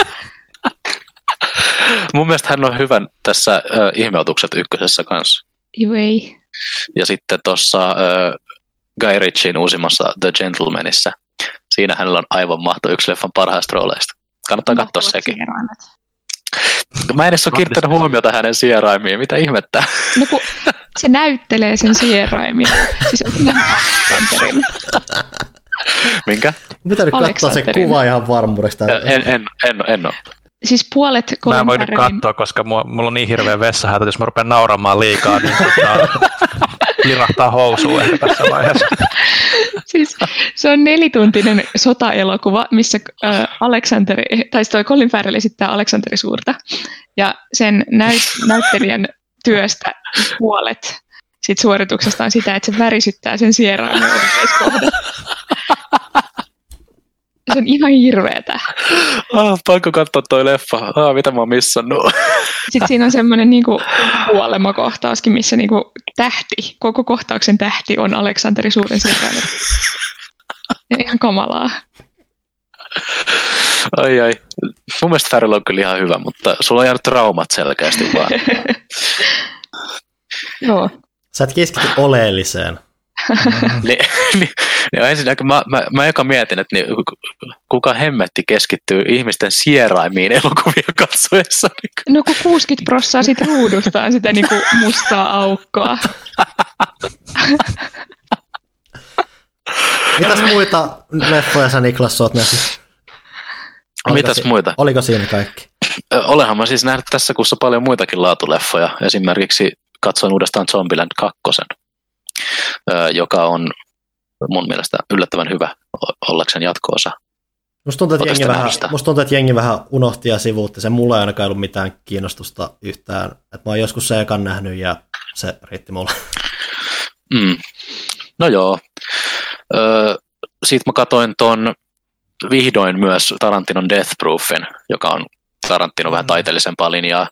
Mun mielestä hän on hyvän tässä Ihmeotukset ykkösessä kanssa. Joo ei. Ja sitten tuossa Guy Ritchien uusimmassa The Gentlemanissa. Siinä hänellä on aivan mahtava yksi leffan parhaista rooleista. Kannattaa katsoa sekin. Mä en edes ole kiinnittänyt huomiota hänen sieraimiin. Mitä ihmettä? No kun se näyttelee sen sieraimia. Siis Aleksanterin. Minkä? Mitä nyt katsoa se kuva ihan varmuudesta? En ole. Siis puolet Mä en voi nyt katsoa, koska mulla on niin hirveä vessahätä, jos mä rupean nauramaan liikaa, niin lirahtaa housuun ehkä tässä vaiheessa. Siis se on 4-tuntinen sotaelokuva, missä toi Colin Farrell esittää Aleksanteri Suurta. Ja sen näyttelijän työstä puolet sit suorituksesta on sitä, että se värisyttää sen sieraimen oikeiskohdan. Se on ihan hirveetä. Pakko katsoa toi leffa. Mitä mä oon missannut? Sitten siinä on semmoinen niinku kuolemakohtauskin, missä niinku koko kohtauksen tähti on Aleksanteri Suuren sieraimen. Ihan kamalaa. Ai. Mun mielestä Farrell on kyllä ihan hyvä, mutta sulla on jäänyt traumat selkeästi vaan. Joo. Sä et keskity oleelliseen. Ensinnäkin mä eka mietin, että kuka hemmetti keskittyy ihmisten sieraimiin elokuvia katsoessa. No kun 60% siitä ruudusta on sitä niinku mustaa aukkoa. Mitäs muita leffoja sä, Niklas, oot nähnyt? Mitäs muita? Oliko siinä kaikki? Olenhan mä siis nähnyt tässä kuussa paljon muitakin laatuleffoja. Esimerkiksi katsoin uudestaan Zombieland 2, joka on mun mielestä yllättävän hyvä ollakseen jatko-osa. Musta tuntuu, että jengi vähän unohti ja sivuutti sen. Mulla ei ainakaan ollut mitään kiinnostusta yhtään. Et mä oon joskus se ekan nähnyt ja se riitti mulle. No joo. Sitten mä katoin ton vihdoin myös Tarantinon Death Proofin, joka on Tarantino vähän taiteellisempaa linjaa.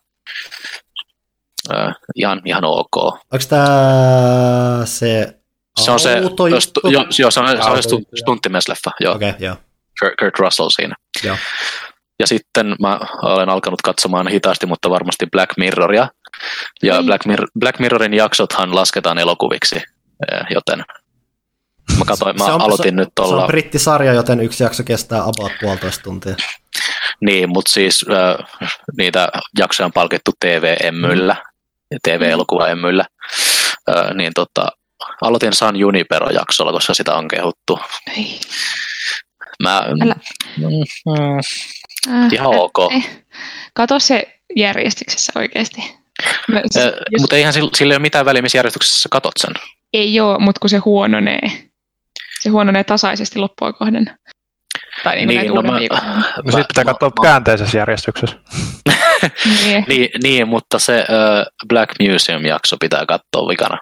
Ihan ok. Onko tää se se on se stunttimiesleffa, joo. Okay, joo. Kurt Russell siinä. Joo. Ja sitten mä olen alkanut katsomaan hitaasti, mutta varmasti Black Mirroria. Ja Black Mirrorin jaksothan lasketaan elokuviksi, joten mä aloitin nyt olla... Se on brittisarja, joten yksi jakso kestää about 1,5 tuntia. Niin, mutta siis niitä jaksoja on palkittu TV-emmyllä, TV-elokuva-emmyllä, niin aloitin San Junipero-jaksolla, koska sitä on kehuttu. Ihan ok. Kato se järjestyksessä oikeasti. Mutta eihän sillä ole mitään väliä, missä järjestyksessä katot sen. Ei ole, mutta kun se huononee. Se huononee tasaisesti loppua kohden. Tai niin, sitten pitää katsoa käänteisessä järjestyksessä. niin, mutta se Black Museum-jakso pitää katsoa vikana.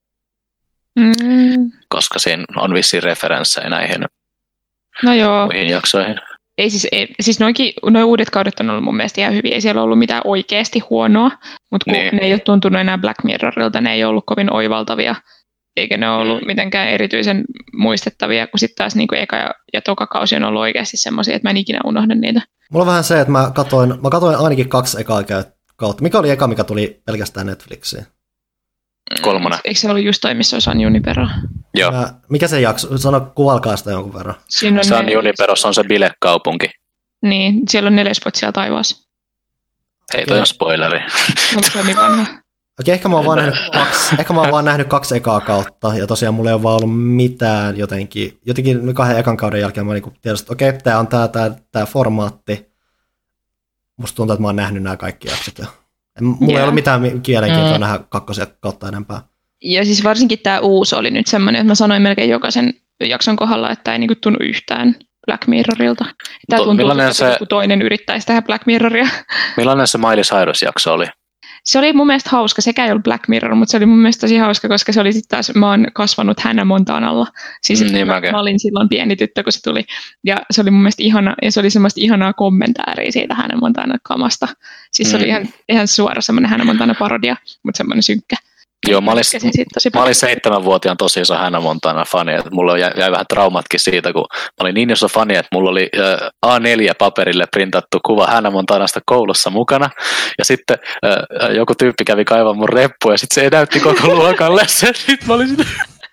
Koska siinä on vissiin referenssejä näihin muihin jaksoihin. Siis nuo uudet kaudet on ollut mun mielestä ihan hyviä. Ei siellä ollut mitään oikeasti huonoa, mutta kun ne ei ole tuntunut enää Black Mirrorilta, ne ei ollut kovin oivaltavia, eikä ne ole ollut mitenkään erityisen muistettavia, kun sitten taas niin eka ja toka kausi on ollut oikeasti semmoisia, että mä en ikinä unohda niitä. Mulla on vähän se, että mä katoin ainakin 2 ekaa kautta. Mikä oli eka, mikä tuli pelkästään Netflixiin? 3. Eikö se ollut just toi, missä olisi Junipero? Joo. Mikä se jakso? Kuvalkaa sitä jonkun verran. Se on Juniperossa on se bilekaupunki. Niin, siellä on 4 spotsia taivaassa. Ei toi on spoileri. Onko se niin vanha? Okei, ehkä mä oon vaan nähnyt 2 ekaa kautta, ja tosiaan mulla ei ole vaan ollut mitään jotenkin 2 ekan kauden jälkeen mä niinku tiedosin, että okei, tää on tää formaatti. Musta tuntuu, että mä oon nähnyt nämä kaikki jaksot. Mulla ei ollut mitään kielenkiintoa nähdä 2 kautta enempää. Ja siis varsinkin tää uusi oli nyt semmoinen, että mä sanoin melkein jokaisen jakson kohdalla, että ei niinku tunnu yhtään Black Mirrorilta. Tää tuntuu, että joku toinen yrittäisi tehdä Black Mirroria. Millainen se Miley Cyrus-jakso oli? Se oli mun mielestä hauska, sekä ei ollut Black Mirror, mutta se oli mun mielestä tosi hauska, koska se oli sitten taas, mä oon kasvanut Hannah Montanalla. Siis niin mä olin silloin pieni tyttö, kun se tuli. Ja se oli mun mielestä ihana, ja se oli semmoista ihanaa kommentaaria siitä Hannah Montana-kamasta. Siis se oli ihan suora semmoinen Hannah Montana-parodia, mutta semmoinen synkkä. Joo, mä olin 7-vuotiaan tosi iso Hannah Montana-fani, että mulla jäi vähän traumatkin siitä, kun mä olin niin iso fani, että mulla oli A4-paperille printattu kuva Hannah Montanasta koulussa mukana, ja sitten joku tyyppi kävi kaivaa mun reppuja, ja sitten se näytti koko luokalle sen, sitten mä olin sitä.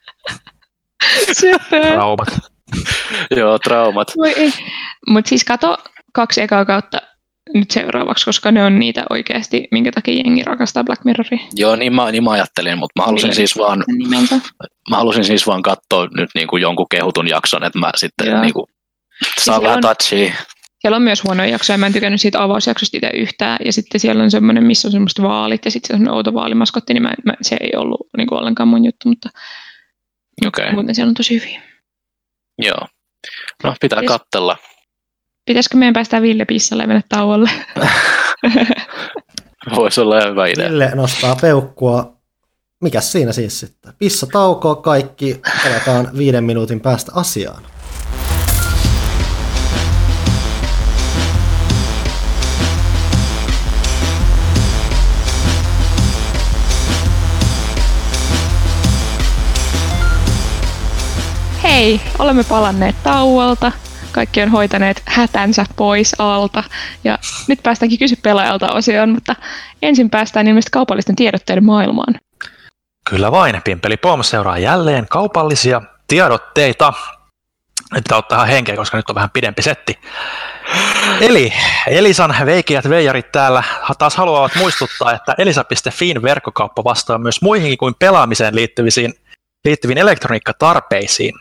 Traumat. Joo, traumat. Mutta siis kato 2 ekaa kautta nyt seuraavaksi, koska ne on niitä oikeasti, minkä takia jengi rakastaa Black Mirroria. Joo, niin mä ajattelin, mutta mä halusin siis vaan katsoa nyt niinku jonkun kehutun jakson, että mä sitten niinku saan vähän touchia. Siellä on myös huonoja jaksoja, mä en tykännyt siitä avausjaksosta itse yhtään, ja sitten siellä on semmoinen, missä on semmoista vaalit, ja sitten se on semmoinen outo vaalimaskotti, niin se ei ollut niinku ollenkaan mun juttu, mutta muuten siellä on tosi hyviä. Joo, no pitää katsella. Pitäisikö meidän päästää Ville pissalle ja mennä tauolle? Voisi olla hyvä idea. Ville nostaa peukkua. Mikäs siinä siis sitten? Pissa taukoa kaikki. Palataan 5 minuutin päästä asiaan. Hei, olemme palanneet tauolta. Kaikki on hoitaneet hätänsä pois alta. Ja nyt päästäänkin Kysy pelaajalta -osioon, mutta ensin päästään ilmeisesti kaupallisten tiedotteiden maailmaan. Kyllä vain. Pimpeli Pom seuraa jälleen kaupallisia tiedotteita. Nyt pitää ottaa ihan henkeä, koska nyt on vähän pidempi setti. Eli Elisan veikeät veijarit täällä taas haluavat muistuttaa, että elisa.fin verkkokauppa vastaa myös muihinkin kuin pelaamiseen liittyviin elektroniikkatarpeisiin.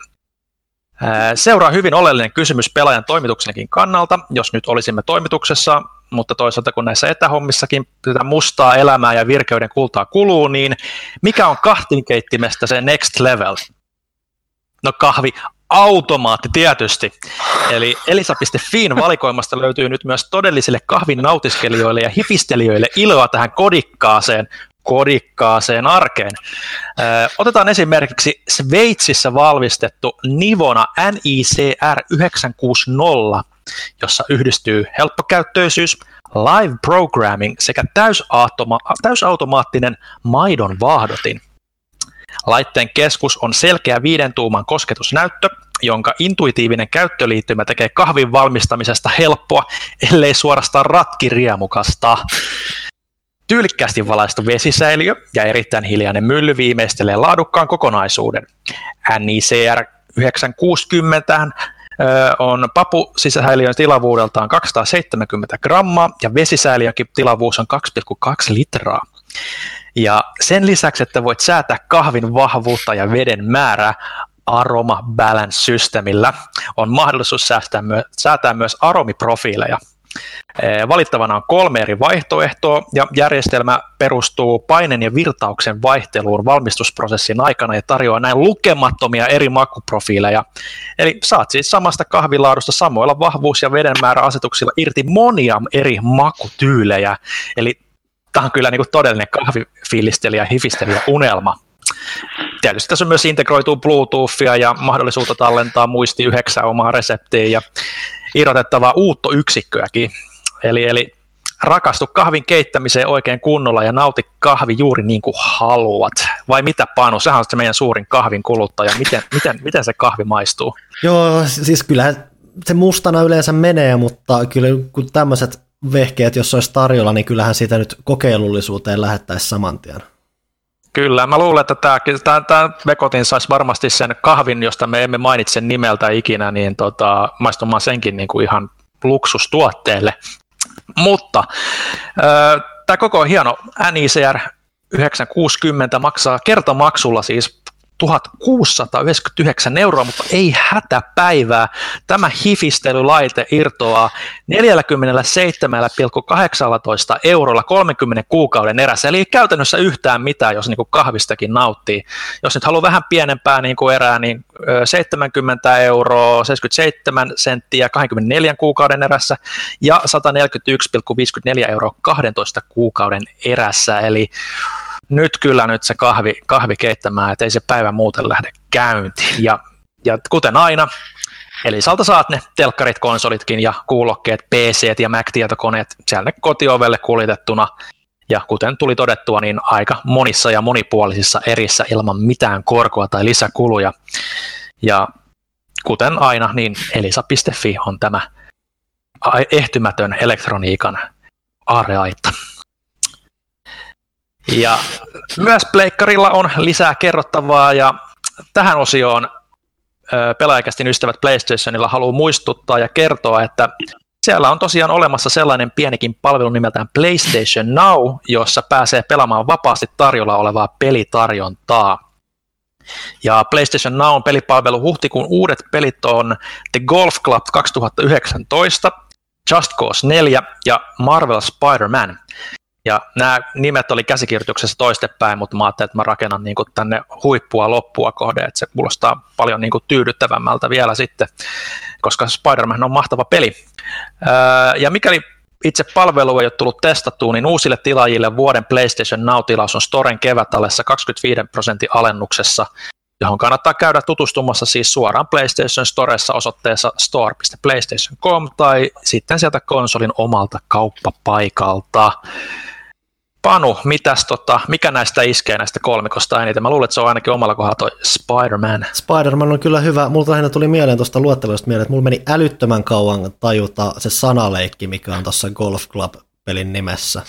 Seuraa hyvin oleellinen kysymys pelaajan toimituksenkin kannalta, jos nyt olisimme toimituksessa, mutta toisaalta kun näissä etähommissakin tätä mustaa elämää ja virkeyden kultaa kuluu, niin mikä on kahvinkeittimestä se next level? No kahviautomaatti tietysti. Eli elisa.fin valikoimasta löytyy nyt myös todellisille kahvin nautiskelijoille ja hifistelijöille iloa tähän kodikkaaseen arkeen. Otetaan esimerkiksi Sveitsissä valmistettu Nivona NICR 960, jossa yhdistyy helppokäyttöisyys, live programming sekä täysautomaattinen maidon vaahdotin. Laitteen keskus on selkeä 5 tuuman kosketusnäyttö, jonka intuitiivinen käyttöliittymä tekee kahvin valmistamisesta helppoa, ellei suorastaan ratkiriemukasta. Tyylikkäästi valaistu vesisäiliö ja erittäin hiljainen mylly viimeistelee laadukkaan kokonaisuuden. NICR 960 on papusisäiliön tilavuudeltaan 270 grammaa ja vesisäiliönkin tilavuus on 2,2 litraa. Ja sen lisäksi, että voit säätää kahvin vahvuutta ja veden määrää Aroma Balance-systeemillä, on mahdollisuus säätää myös aromiprofiileja. Valittavana on 3 eri vaihtoehtoa ja järjestelmä perustuu paineen ja virtauksen vaihteluun valmistusprosessin aikana ja tarjoaa näin lukemattomia eri makuprofiileja. Eli saat siis samasta kahvilaadusta samoilla vahvuus- ja vedenmääräasetuksilla irti monia eri makutyylejä. Eli tämä on kyllä niin kuin todellinen kahvifiilistelijä ja hifistelijä unelma. Tietysti tässä on myös integroituu Bluetoothia ja mahdollisuutta tallentaa muisti 9 omaa reseptiin ja irrotettavaa uuttoyksikköäkin. Eli rakastu kahvin keittämiseen oikein kunnolla ja nauti kahvi juuri niin kuin haluat. Vai mitä, Panu? Sehän on se meidän suurin kahvin kuluttaja. Miten se kahvi maistuu? Joo, siis kyllähän se mustana yleensä menee, mutta kyllä kun tämmöiset vehkeet, jos olisi tarjolla, niin kyllähän siitä nyt kokeilullisuuteen lähettäisiin saman tien. Kyllä, mä luulen, että tämä Vekotin saisi varmasti sen kahvin, josta me emme mainitse nimeltä ikinä, niin maistumaan senkin niin kuin ihan luksustuotteelle. Mutta tämä koko hieno NICR 960 maksaa kertamaksulla siis 1699 €, mutta ei hätäpäivää. Tämä hifistelylaite irtoaa 47,18 € 30 kuukauden erässä, eli käytännössä yhtään mitään, jos niin kuin kahvistakin nauttii. Jos nyt haluaa vähän pienempää niin kuin erää, niin 70 €, 77 senttiä 24 kuukauden erässä ja 141,54 € 12 kuukauden erässä, eli nyt se kahvi keittämään, että ei se päivä muuten lähde käyntiin. Ja kuten aina, Elisalta saat ne telkkarit, konsolitkin ja kuulokkeet, PC:t ja Mac-tietokoneet siellä kotiovelle kuljetettuna. Ja kuten tuli todettua, niin aika monissa ja monipuolisissa erissä ilman mitään korkoa tai lisäkuluja. Ja kuten aina, niin elisa.fi on tämä ehtymätön elektroniikan aarreaitta. Ja myös pleikkarilla on lisää kerrottavaa, ja tähän osioon Pelaajakästin ystävät PlayStationilla haluaa muistuttaa ja kertoa, että siellä on tosiaan olemassa sellainen pienikin palvelu nimeltään PlayStation Now, jossa pääsee pelaamaan vapaasti tarjolla olevaa pelitarjontaa. Ja PlayStation Now on pelipalvelu. Huhtikuun uudet pelit on The Golf Club 2019, Just Cause 4 ja Marvel Spider-Man. Ja nämä nimet oli käsikirjoituksessa toistepäin, mutta mä ajattelin, että mä rakennan niin kuin tänne huippua loppua kohde, että se kuulostaa paljon niin kuin tyydyttävämmältä vielä sitten, koska Spider-Man on mahtava peli. Ja mikäli itse palvelu ei ole tullut testattua, niin uusille tilaajille vuoden PlayStation Now-tilaus on Storen kevätallessa 25% alennuksessa, johon kannattaa käydä tutustumassa siis suoraan PlayStation Storessa osoitteessa store.playstation.com tai sitten sieltä konsolin omalta kauppapaikalta. Panu, mikä näistä iskee näistä kolmikosta eniten? Mä luulen, että se on ainakin omalla kohdalla toi Spider-Man. Spider-Man on kyllä hyvä. Multa lähinnä tuli mieleen tuosta luettelosta mieleen, että mulla meni älyttömän kauan tajuta se sanaleikki, mikä on tuossa Golf Club-pelin nimessä.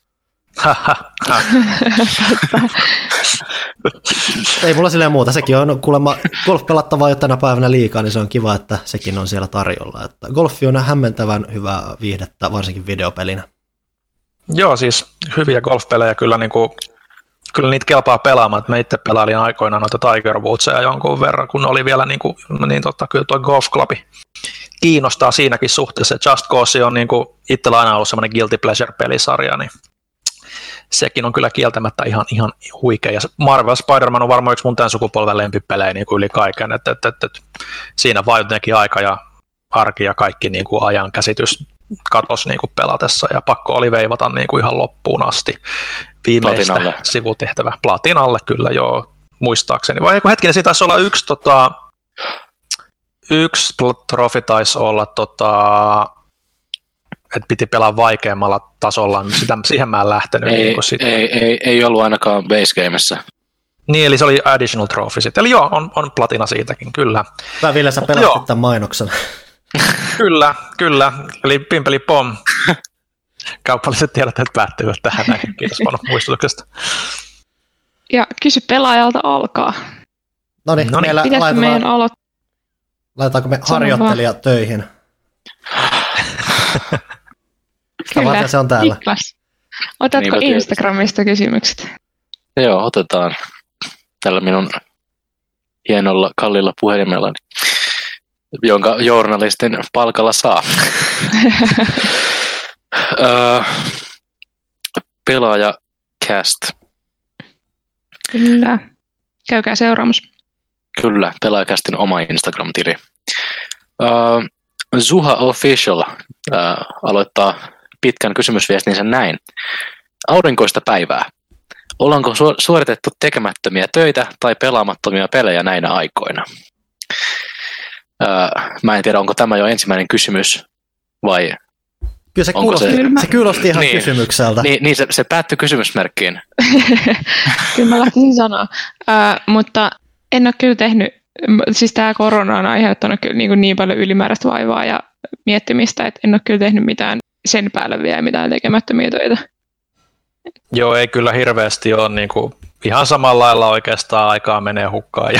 Ei mulla silleen muuta. Sekin on kuulemma golf-pelattavaa jo tänä päivänä liikaa, niin se on kiva, että sekin on siellä tarjolla. Että golfi on hämmentävän hyvää viihdettä, varsinkin videopelinä. Joo, siis hyviä golfpelejä kyllä, kyllä niitä kelpaa pelaamaan. Mä itse pelailin aikoinaan noita Tiger Woodsia jonkun verran, kun oli vielä kyllä tuo Golf Clubi kiinnostaa siinäkin suhteessa. Just Cause on itsellä aina ollut semmoinen guilty pleasure-pelisarja, niin sekin on kyllä kieltämättä ihan huikea. Ja Marvel Spider-Man on varmaan yksi mun tämän sukupolven lempipelejä yli kaiken. Et siinä vaan jotenkin aika ja arki ja kaikki ajan käsitys katosi pelatessa, ja pakko oli veivata ihan loppuun asti viimeistä sivutehtävää. Platinalle kyllä, joo, muistaakseni. Vai hetkinen, siitä taisi olla yksi trofi taisi olla, että piti pelaa vaikeammalla tasolla, niin siihen mä en lähtenyt. Ei ollut ainakaan base gamessa. Niin, eli se oli additional trophy sitten. Eli joo, on platina siitäkin, kyllä. Hyvä, Ville, sä pelastit tämän mainoksen. Kyllä. Eli pimpeli pom. Kaupalliset tiedot päättyvät tähän näin. Kiitos Panu muistutuksesta. Ja kysy pelaajalta alkaa. Noniin. Pitäisikö meidän aloittaa? Laitetaanko me harjoittelija töihin? Kyllä, se on täällä. Niklas. Otatko niin, Instagramista kysymykset? Joo, otetaan tällä minun hienolla, kallilla puhelimellani, jonka journalistin palkalla saa. Pelaajakäst. Kyllä. Käykää seuraamus. Kyllä, Pelaajakästin oma Instagram-tili. Zuha Official aloittaa pitkän kysymysviestinsä näin. Aurinkoista päivää. Ollaanko suoritettu tekemättömiä töitä tai pelaamattomia pelejä näinä aikoina? Mä en tiedä, onko tämä jo ensimmäinen kysymys vai... Kyllä se kuulosti ihan kysymykseltä. Niin se päättyi kysymysmerkkiin. Kyllä mä lähtisin sanoa, mutta en ole kyllä tehnyt siis tämä korona on aiheuttanut kyllä niin paljon ylimääräistä vaivaa ja miettimistä, että en ole kyllä tehnyt mitään sen päälle vielä mitään tekemättömiä töitä. Joo, ei kyllä hirveästi ole niin kuin, ihan samalla lailla oikeastaan aikaa menee hukkaan.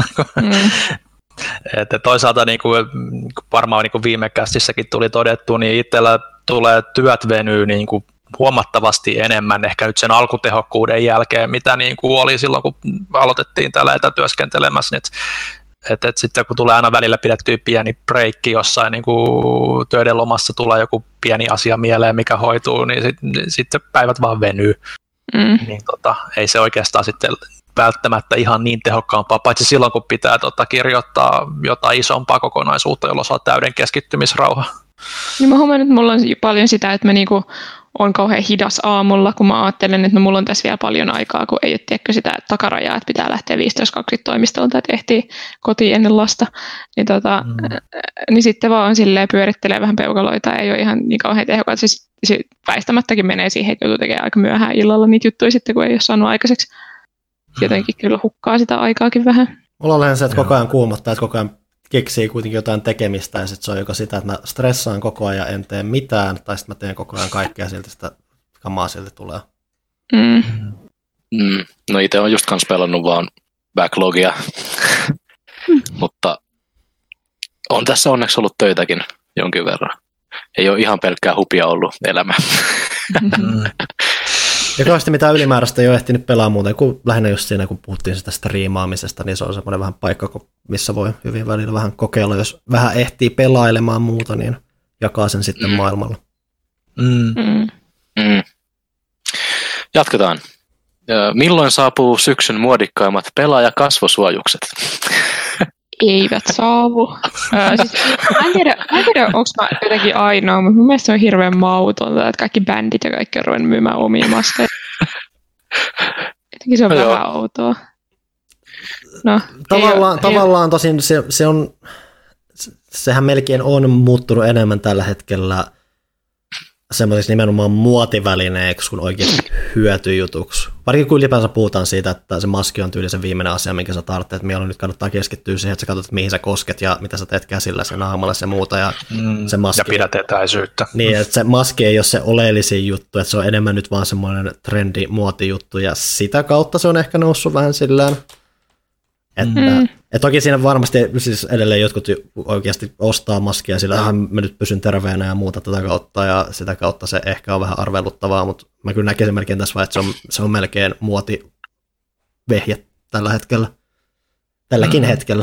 Että toisaalta niin kuin, varmaan niin kuin viime kästissäkin tuli todettu, niin itsellä tulee työt venyy niin kuin huomattavasti enemmän ehkä nyt sen alkutehokkuuden jälkeen, mitä niin kuin oli silloin, kun aloitettiin täällä etätyöskentelemässä. Että sitten kun tulee aina välillä pidettyä pieni breikki jossain niin kuin töiden lomassa, tulee joku pieni asia mieleen, mikä hoituu, niin sitten päivät vaan venyy. Niin ei se oikeastaan sitten välttämättä ihan niin tehokkaampaa, paitsi silloin, kun pitää kirjoittaa jotain isompaa kokonaisuutta, jolloin saa täyden keskittymisrauha. Niin mä huomannut, että mulla on paljon sitä, että mä niinku on kauhean hidas aamulla, kun mä ajattelen, että no mulla on tässä vielä paljon aikaa, kun ei ole tiedäkö sitä takarajaa, että pitää lähteä 15-20 toimistolta, että ehtii kotiin ennen lasta. Niin sitten vaan silleen pyörittelee vähän peukaloita, ei ole ihan niin kauhean tehokkaat. Siis väistämättäkin menee siihen, että joutuu tekemään aika myöhään illalla niitä juttuja sitten, kun ei ole saanut aikaiseksi. Jotenkin kyllä hukkaa sitä aikaakin vähän. Mulla on se, että koko ajan kuumottaa, että koko ajan keksii kuitenkin jotain tekemistä, ja sitten se on joko sitä, että mä stressaan koko ajan, en tee mitään, tai sitten mä teen koko ajan kaikkea, silti sitä kamaa silti tulee. No itse olen just kans pelannut vaan backlogia, mutta on tässä onneksi ollut töitäkin jonkin verran. Ei ole ihan pelkkää hupia ollut elämä. Ja kauheasti mitään ylimääräistä ei ole ehtinyt pelaa muuten, kun lähinnä just siinä, kun puhuttiin sitä striimaamisesta, niin se on semmoinen vähän paikka, missä voi hyvin välillä vähän kokeilla, jos vähän ehtii pelailemaan muuta, niin jakaa sen sitten maailmalla. Jatketaan. Milloin saapuu syksyn muodikkaimmat pelaajakasvosuojukset? Eivät saavu. Siis, mä en tiedä onko mä jotenkin ainoa, mutta mun mielestä se on hirveän mautonta, että kaikki bändit ja kaikki on ruvennut myymään omia maskeja. Jotenkin se on vähän outoa. No, tavallaan tosin se on, sehän melkein on muuttunut enemmän tällä hetkellä semmoisiksi nimenomaan muotivälineeksi kuin oikeasti hyötyjutuksi. Varsinkin kun ylipäänsä puhutaan siitä, että se maski on tyylisen viimeinen asia, minkä sä tarvitset, että mieluummin nyt kannattaa keskittyä siihen, että sä katsot, mihin sä kosket ja mitä sä teet käsillä sen naamalla ja muuta. Ja, se maski, ja pidät etäisyyttä. Niin, että se maski ei ole se oleellisin juttu, että se on enemmän nyt vaan semmoinen trendi muotijuttu ja sitä kautta se on ehkä noussut vähän sillään. Että toki siinä varmasti siis edelleen jotkut oikeasti ostaa maskia, sillä mä nyt pysyn terveenä ja muuta tätä kautta, ja sitä kautta se ehkä on vähän arveluttavaa, mutta mä kyllä näkisin melkein tässä vaiheessa, että se on melkein muotivehje tällä hetkellä. Tälläkin hetkellä.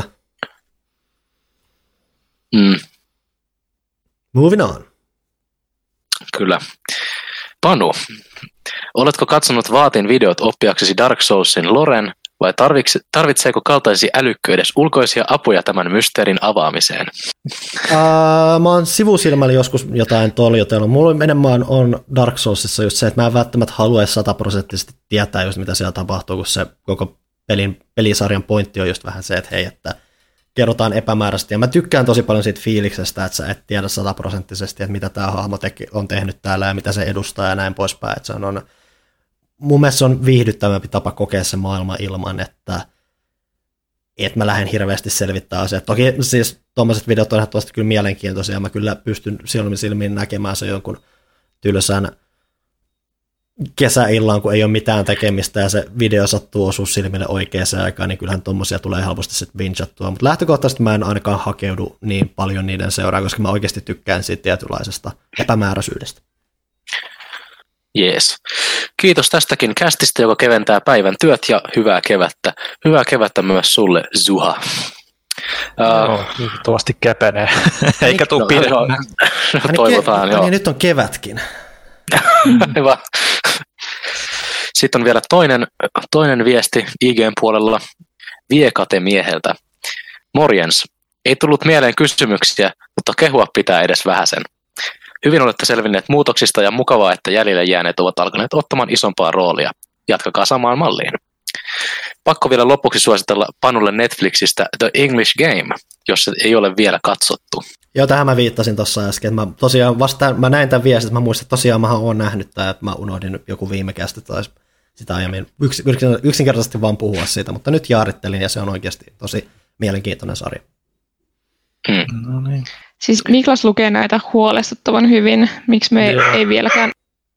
Moving on. Kyllä. Panu, oletko katsonut Vaatin videot oppiaksesi Dark Soulsin loren, vai tarvitseeko kaltaisi älykkö edes ulkoisia apuja tämän mysteerin avaamiseen? Mä oon sivusilmällä joskus jotain toljotellut. Mulla enemmän on Dark Soulsissa just se, että mä en välttämättä haluaisi 100% tietää just mitä siellä tapahtuu, kun se koko pelisarjan pointti on just vähän se, että hei, että kerrotaan epämääräisesti. Ja mä tykkään tosi paljon siitä fiiliksestä, että sä et tiedä 100%, että mitä tää hahmo on tehnyt täällä ja mitä se edustaa ja näin poispäin. Että se on mun mielestä se on viihdyttävämpi tapa kokea se maailma ilman, että mä lähden hirveästi selvittämään asiat. Toki siis tuommoiset videot on ehdottomasti kyllä mielenkiintoisia, ja mä kyllä pystyn silmin näkemään se jonkun tylsän kesäillan, kun ei ole mitään tekemistä, ja se video sattuu osua silmille oikeaan aikaan, niin kyllähän tuommoisia tulee helposti sitten bingeattua. Mutta lähtökohtaisesti mä en ainakaan hakeudu niin paljon niiden seuraan, koska mä oikeasti tykkään siitä tietynlaisesta epämääräisyydestä. Jees. Kiitos tästäkin kästistä, joka keventää päivän työt ja hyvää kevättä. Hyvää kevättä myös sulle, Zuha. Tuosti kepenee. Eikä tule pidemmän. Toivotaan, joo. Nyt on kevätkin. Hyvä. Sitten on vielä toinen viesti IGN puolella Viekate-mieheltä. Morjens. Ei tullut mieleen kysymyksiä, mutta kehua pitää edes vähäsen. Hyvin olette selvinneet muutoksista ja mukavaa, että jäljelle jääneet ovat alkaneet ottamaan isompaa roolia. Jatkakaa samaan malliin. Pakko vielä lopuksi suositella Panulle Netflixistä The English Game, jos se ei ole vielä katsottu. Joo, tähän mä viittasin tuossa äsken. Mä näin tämän viestin, että mä muistan, että tosiaan mä oon nähnyt tämän, että mä unohdin joku viime kästä tai sitä aiemmin yksinkertaisesti vaan puhua siitä, mutta nyt jaarittelin ja se on oikeasti tosi mielenkiintoinen sarja. No niin. Siis Niklas lukee näitä huolestuttavan hyvin. Miksi me ei vieläkään...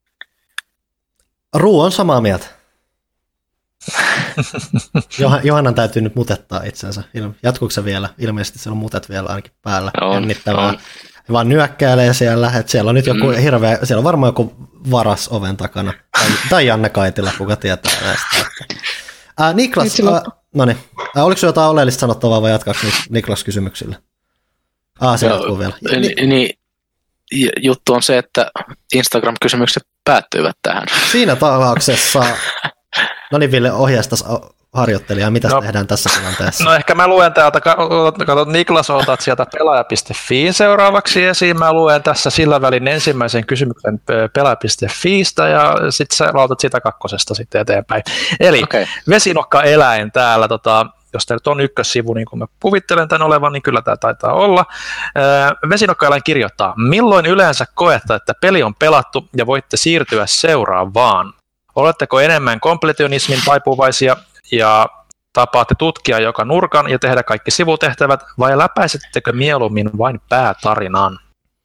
Ruu on samaa mieltä. Johannan täytyy nyt mutettaa itsensä. Jatkuuko se vielä? Ilmeisesti siellä on mutet vielä ainakin päällä. Jännittävää. Vaan nyökkäilee siellä, että siellä on nyt joku hirveä, siellä on varmaan joku varas oven takana. Tai Janne Kaitila, kuka tietää näistä. Niklas, noniin. Oliko sinulla jotain oleellista sanottavaa vai jatkaako Niklas kysymyksille? Se jatkuu vielä. Niin, juttu on se, että Instagram-kysymykset päättyivät tähän. Siinä tapauksessa, no niin Ville, ohjeistas harjoittelijaa, mitä tehdään tässä tilanteessa? No ehkä mä luen täältä, katsot Niklas, otat sieltä pelaaja.fi seuraavaksi esiin, mä luen tässä sillä välin ensimmäisen kysymyksen pelaaja.fiistä ja sitten sä lautat sitä kakkosesta sitten eteenpäin. Eli vesinokkaeläin täällä, jos tämä nyt on ykkössivu, niin kuin mä kuvittelen tämän olevan, niin kyllä tämä taitaa olla. Vesinokkaeläin kirjoittaa, milloin yleensä koette, että peli on pelattu ja voitte siirtyä seuraavaan? Oletteko enemmän kompletionismin taipuvaisia ja tapaatte tutkia joka nurkan ja tehdä kaikki sivutehtävät, vai läpäisittekö mieluummin vain päätarinan?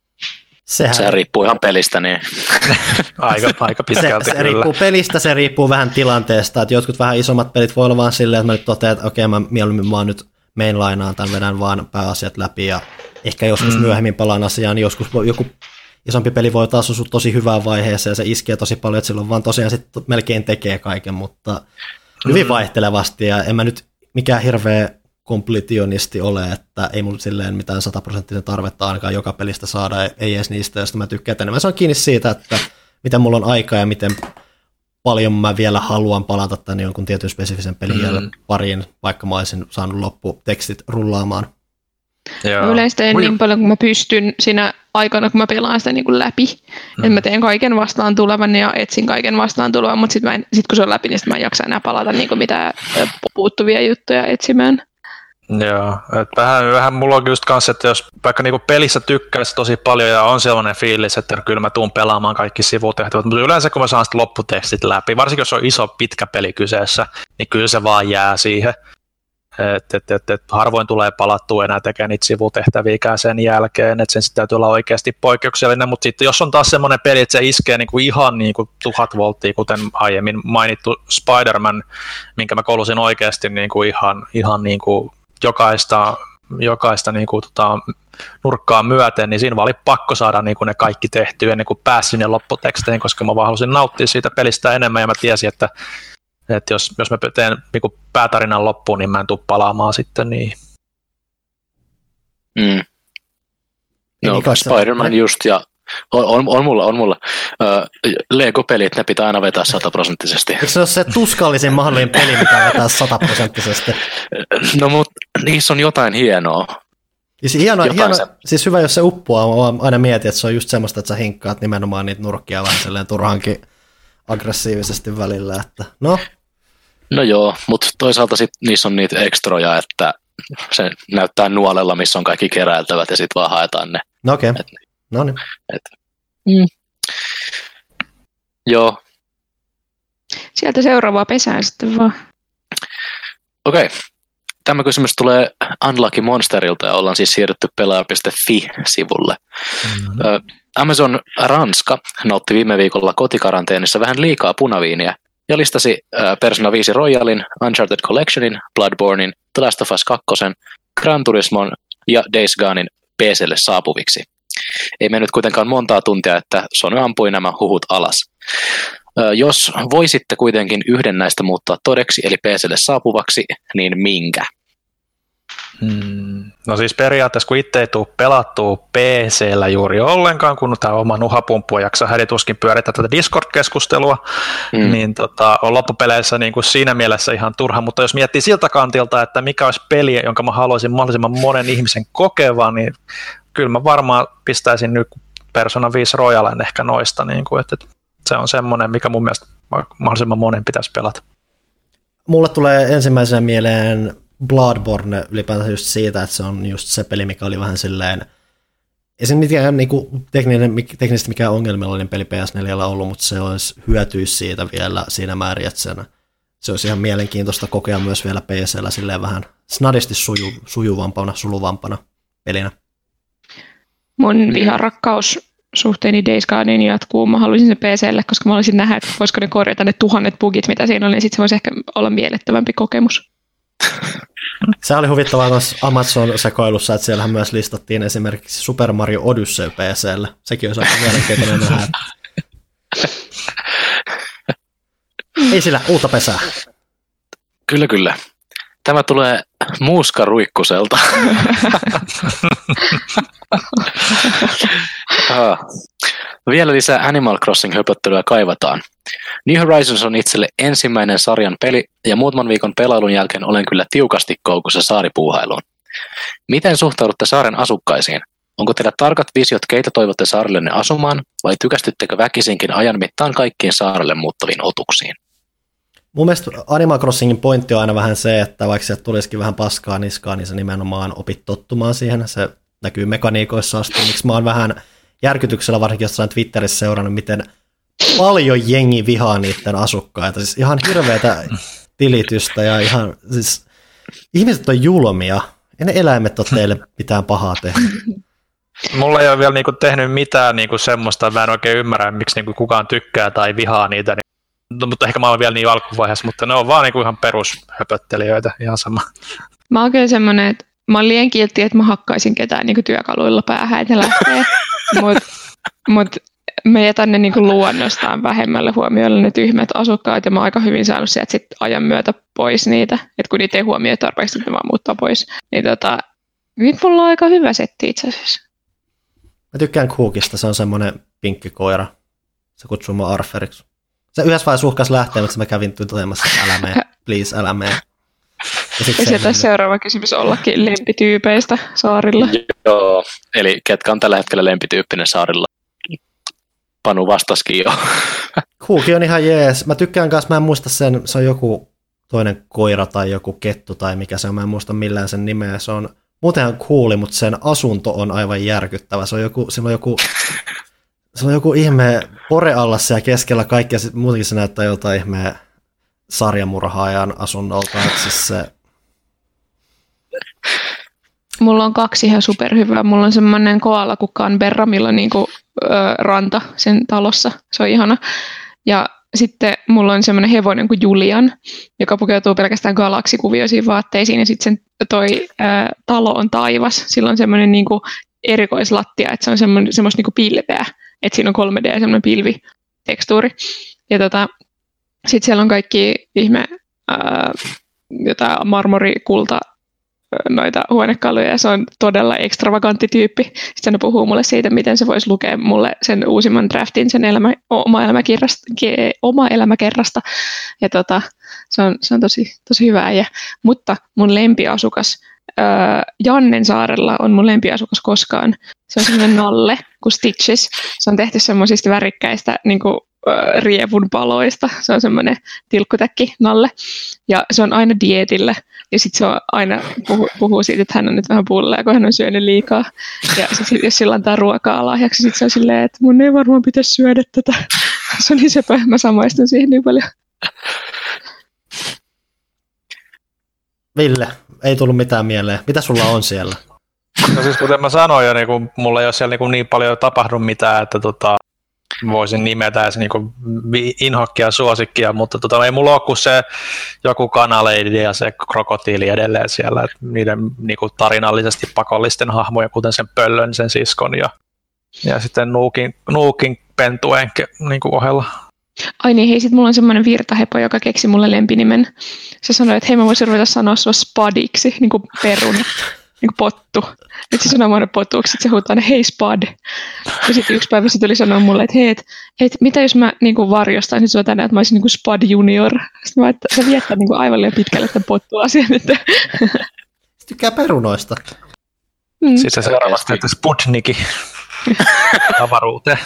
Se riippuu ihan pelistä. Niin. aika pitkälti se riippuu pelistä, se riippuu vähän tilanteesta. Että jotkut vähän isommat pelit voi olla vaan silleen, että mä nyt totean, että okei, mä mieluummin vaan nyt mainlinaan tämän, vedän vaan pääasiat läpi ja ehkä joskus myöhemmin palaan asiaan, niin joskus joku isompi peli voi taas osua tosi hyvään vaiheeseen ja se iskee tosi paljon, että silloin vaan tosiaan sitten melkein tekee kaiken, mutta hyvin vaihtelevasti ja en mä nyt mikään hirveä kompletionisti ole, että ei mulla silleen mitään 100% tarvetta ainakaan joka pelistä saada, ei edes niistä, joista mä tykkään enemmän. Se on kiinni siitä, että miten mulla on aikaa ja miten paljon mä vielä haluan palata tänne jonkun tietyn spesifisen pelin pariin, vaikka mä olisin saanut lopputekstit rullaamaan. Mä yleensä teen niin paljon, kun mä pystyn siinä aikana, kun mä pelaan sitä niin kuin läpi. Että mä teen kaiken vastaan tulevan ja etsin kaiken vastaan tulevan, mutta sitten kun se on läpi, niin sit mä en jaksa enää palata niin kuin mitään puuttuvia juttuja etsimään. Joo, että vähän mulla on just kanssa, että jos vaikka niinku pelissä tykkäisi tosi paljon ja on sellainen fiilis, että kyllä mä tuun pelaamaan kaikki sivutehtävät, mutta yleensä kun mä saan sitten lopputekstit läpi, varsinkin jos on iso pitkä peli kyseessä, niin kyllä se vaan jää siihen. Et harvoin tulee palattua enää tekemään niitä sivutehtäviäkään sen jälkeen, että sen sitten täytyy olla oikeasti poikkeuksellinen, mutta sitten jos on taas semmoinen peli, että se iskee niinku ihan niinku 1000 volttia, kuten aiemmin mainittu Spider-Man, minkä mä koulusin oikeasti niinku ihan niinku jokaista niinku nurkkaa myöten, niin siinä vaan oli pakko saada niinku ne kaikki tehtyä ennen kuin pääsi sinne lopputeksteihin, koska mä vaan halusin nauttia siitä pelistä enemmän ja mä tiesin, että jos mä teen niinku päätarinan loppuun, niin mä en tule palaamaan sitten niihin. No, Spider-Man just ja on mulla. Lego-pelit, ne pitää aina vetää 100%. Eikö se ole se tuskallisin mahdollinen peli, mikä vetää 100%? No mutta niissä on jotain hienoa. Siis hyvä, jos se uppoaa. Mä aina mietin, että se on just semmoista, että sä hinkkaat nimenomaan niitä nurkkia vähän silleen turhankin aggressiivisesti välillä. Että, No joo, mutta toisaalta sit niissä on niitä ekstroja, että se näyttää nuolella, missä on kaikki keräiltävät ja sitten vaan haetaan ne. No okei. No niin. Joo. Sieltä seuraavaa pesään sitten vaan. Okei. Tämä kysymys tulee Unlucky Monsterilta ja ollaan siis siirrytty pelaaja.fi-sivulle. Amazon Ranska nautti viime viikolla kotikaranteenissa vähän liikaa punaviiniä ja listasi Persona 5 Royalin, Uncharted Collectionin, Bloodbornein, The Last of Us 2, Gran Turismon ja Days Gonein PC:lle saapuviksi. Ei mennyt kuitenkaan montaa tuntia, että Sony ampui nämä huhut alas. Jos voisitte kuitenkin yhden näistä muuttaa todeksi, eli PC:lle saapuvaksi, niin minkä? No siis periaatteessa, kun itse ei tule pelattua PC:llä juuri ollenkaan, kun tämä oma nuhapumppu jaksaa hädituskin pyörittää tätä Discord-keskustelua, niin on loppupeleissä niin kuin siinä mielessä ihan turha, mutta jos miettii siltä kantilta, että mikä olisi peli, jonka mä haluaisin mahdollisimman monen ihmisen kokevan, niin kyllä mä varmaan pistäisin nyt Persona 5 Royalen ehkä noista, niin kuin, että se on semmoinen, mikä mun mielestä mahdollisimman monen pitäisi pelata. Mulle tulee ensimmäisenä mieleen Bloodborne ylipäänsä just siitä, että se on just se peli, mikä oli vähän silleen, ei se mitään niinku teknisesti mikään ongelmallinen peli PS4 ollut, mutta se olisi hyötyisi siitä vielä siinä määrin, että se olisi ihan mielenkiintoista kokea myös vielä PC:llä silleen vähän snadisti sujuvampana, suluvampana pelinä. Mun viharakkaus suhteeni Days Gonein jatkuu. Mä haluaisin se PC:lle, koska mä haluaisin nähdä, että voisiko ne korjata ne 1000 bugit, mitä siinä oli, niin sitten se voisi ehkä olla miellyttävämpi kokemus. Se oli huvittavaa tuossa Amazon-sekoilussa, että siellähän myös listattiin esimerkiksi Super Mario Odyssey PC:lle. Sekin olisi aika mielenkiintoinen nähdä. Ei sillä, uutta pesää. Kyllä. Tämä tulee Muuska Ruikkuselta. Vielä lisää Animal Crossing-höpöttelyä kaivataan. New Horizons on itselle ensimmäinen sarjan peli, ja muutaman viikon pelailun jälkeen olen kyllä tiukasti koukussa saaripuuhailuun. Miten suhtaudutte saaren asukkaisiin? Onko teillä tarkat visiot, keitä toivotte saarellenne asumaan, vai tykästyttekö väkisinkin ajan mittaan kaikkiin saarelle muuttaviin otuksiin? Mun mielestä Animal Crossingin pointti on aina vähän se, että vaikka sieltä tulisikin vähän paskaa niskaan, niin se nimenomaan opit tottumaan siihen. Se näkyy mekaniikoissa asti. Miksi mä oon vähän järkytyksellä, varsinkin jossain Twitterissä seurannut, miten paljon jengi vihaa niiden asukkaita. Siis ihan hirveätä tilitystä ja ihan, siis ihmiset on julmia. Ja ne eläimet ole teille mitään pahaa tehdä. Mulla ei ole vielä niinku tehnyt mitään niinku semmoista, mä en oikein ymmärrä, miksi niinku kukaan tykkää tai vihaa niitä. No, mutta ehkä mä olen vielä niin alkuvaiheessa, mutta ne on vaan niinku ihan perushöpöttelijöitä, ihan sama. Mä oon kyllä semmonen, että mä oon liian kiltti, että mä hakkaisin ketään niinku työkaluilla päähän, että ne lähtee. Mut mä jätän ne niinku luonnostaan vähemmälle huomiolle ne tyhmät asukkaat, ja mä oon aika hyvin saanut sieltä sit ajan myötä pois niitä, että kun niitä ei huomioi tarpeeksi, että ne vaan muuttaa pois. Niin nyt mulla on aika hyvä setti itse asiassa. Mä tykkään Cookista, se on semmoinen pinkki koira. Se kutsuu mua Arferiksi. Se yhdessä vaiheessa uhkasi lähteä, mutta mä kävin tuntelemassa, että älä mene, please, älä mene. Ja sieltä seuraava kysymys ollakin lempityypeistä saarilla. Joo, eli ketkä on tällä hetkellä lempityyppinen saarilla? Panu vastasikin jo. Huuki on ihan jees. Mä tykkään kanssa, mä en muista sen, se on joku toinen koira tai joku kettu tai mikä se on, mä en muista millään sen nimeä. Se on muutenhan cooli, mutta sen asunto on aivan järkyttävä. Se on joku ihme pore alla siellä keskellä kaikkea, muutenkin se näyttää joltain ihme sarjamurhaajan asunnolta. Siis se... Mulla on 2 ihan superhyvää. Mulla on semmoinen koala kuin Canberra, millä on niinku, ranta sen talossa. Se on ihana. Ja sitten mulla on semmoinen hevonen kuin Julian, joka pukeutuu pelkästään galaksikuvioisiin vaatteisiin. Ja sitten toi talo on taivas. Sillä on semmoinen niinku erikoislattia, että se on semmoista niinku pilveä. Että siinä on 3D ja semmoinen pilvitekstuuri. Ja sitten siellä on kaikki ihme jotain marmorikulta noita huonekaluja, ja se on todella ekstravagantti tyyppi. Sitten ne puhuu mulle siitä, miten se voisi lukea mulle sen uusimman draftin sen oma elämäkerrasta. Ja se on tosi hyvä äijä. Mutta mun lempiasukas Jannen saarella on mun lempiasukas koskaan. Se on semmoinen nalle kuin Stitches. Se on tehty semmoisista värikkäistä niin kuin rievun paloista. Se on semmoinen tilkkutäkki nalle. Ja se on aina dietillä. Ja sitten se on aina puhuu siitä, että hän on nyt vähän pullea, kun hän on syönyt liikaa. Ja sit, jos sillä antaa ruokaa lahjaksi, sitten se on silleen, että mun ei varmaan pitäisi syödä tätä. Se on niin sepä, mä samaistun siihen niin paljon. Ville, ei tullut mitään mieleen. Mitä sulla on siellä? No siis kuten mä sanoin jo, niin mulla ei ole siellä niin paljon tapahdu mitään, että voisin nimetä edes niin inhokkia suosikkia, mutta ei mulla ole kuin se joku kanaleidi ja se krokotiili edelleen siellä, että niiden niin tarinallisesti pakollisten hahmoja, kuten sen pöllön, sen siskon ja sitten nuukin pentuen niin ohella. Ai niin, hei, sit mulla on semmoinen virtahepo, joka keksi mulle lempinimen. Se sanoi, että hei, mä voisin ruveta sanoa sua spadiksi, niin kuin peruna, niin kuin pottu. Nyt se sanoo mulle potuksi, sit se huutaa ne, hei spad. Ja sitten yksi päivä se tuli sanoa mulle, että hei, mitä jos mä niin kuin varjostaisin sua tänään, että mä olisin niin kuin spad junior. Sitten mä että sä viettää niin kuin aivan liian pitkälle tämän pottu-asian. Se tykkää perunoista. Siis se seuraavasti, että Sputniki avaruuteen.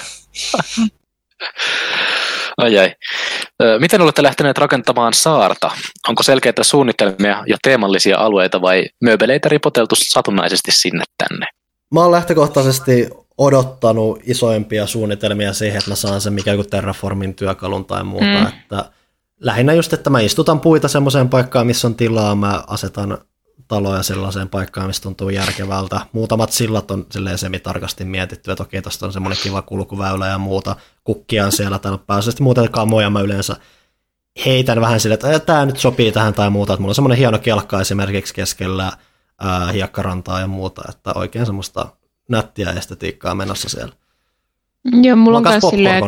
Ai. Miten olette lähteneet rakentamaan saarta? Onko selkeitä suunnitelmia ja teemallisia alueita vai mööbeleitä ripoteltu satunnaisesti sinne tänne? Mä oon lähtökohtaisesti odottanut isoimpia suunnitelmia siihen, että mä saan sen mikä joku Terraformin työkalun tai muuta. Että lähinnä just, että mä istutan puita semmoiseen paikkaan, missä on tilaa, mä asetan taloja sellaiseen paikkaan, missä tuntuu järkevältä. Muutamat sillat on silleen semi-tarkasti mietitty, että okei, tuosta on semmoinen kiva kulkuväylä ja muuta. Kukkia on siellä tai pääsisesti muuta kamoja mä yleensä heitän vähän silleen, että tämä nyt sopii tähän tai muuta. Että mulla on semmoinen hieno kelkka esimerkiksi keskellä hiekkarantaa ja muuta, että oikein semmoista nättiä estetiikkaa menossa siellä. Joo, mulla on myös silleen...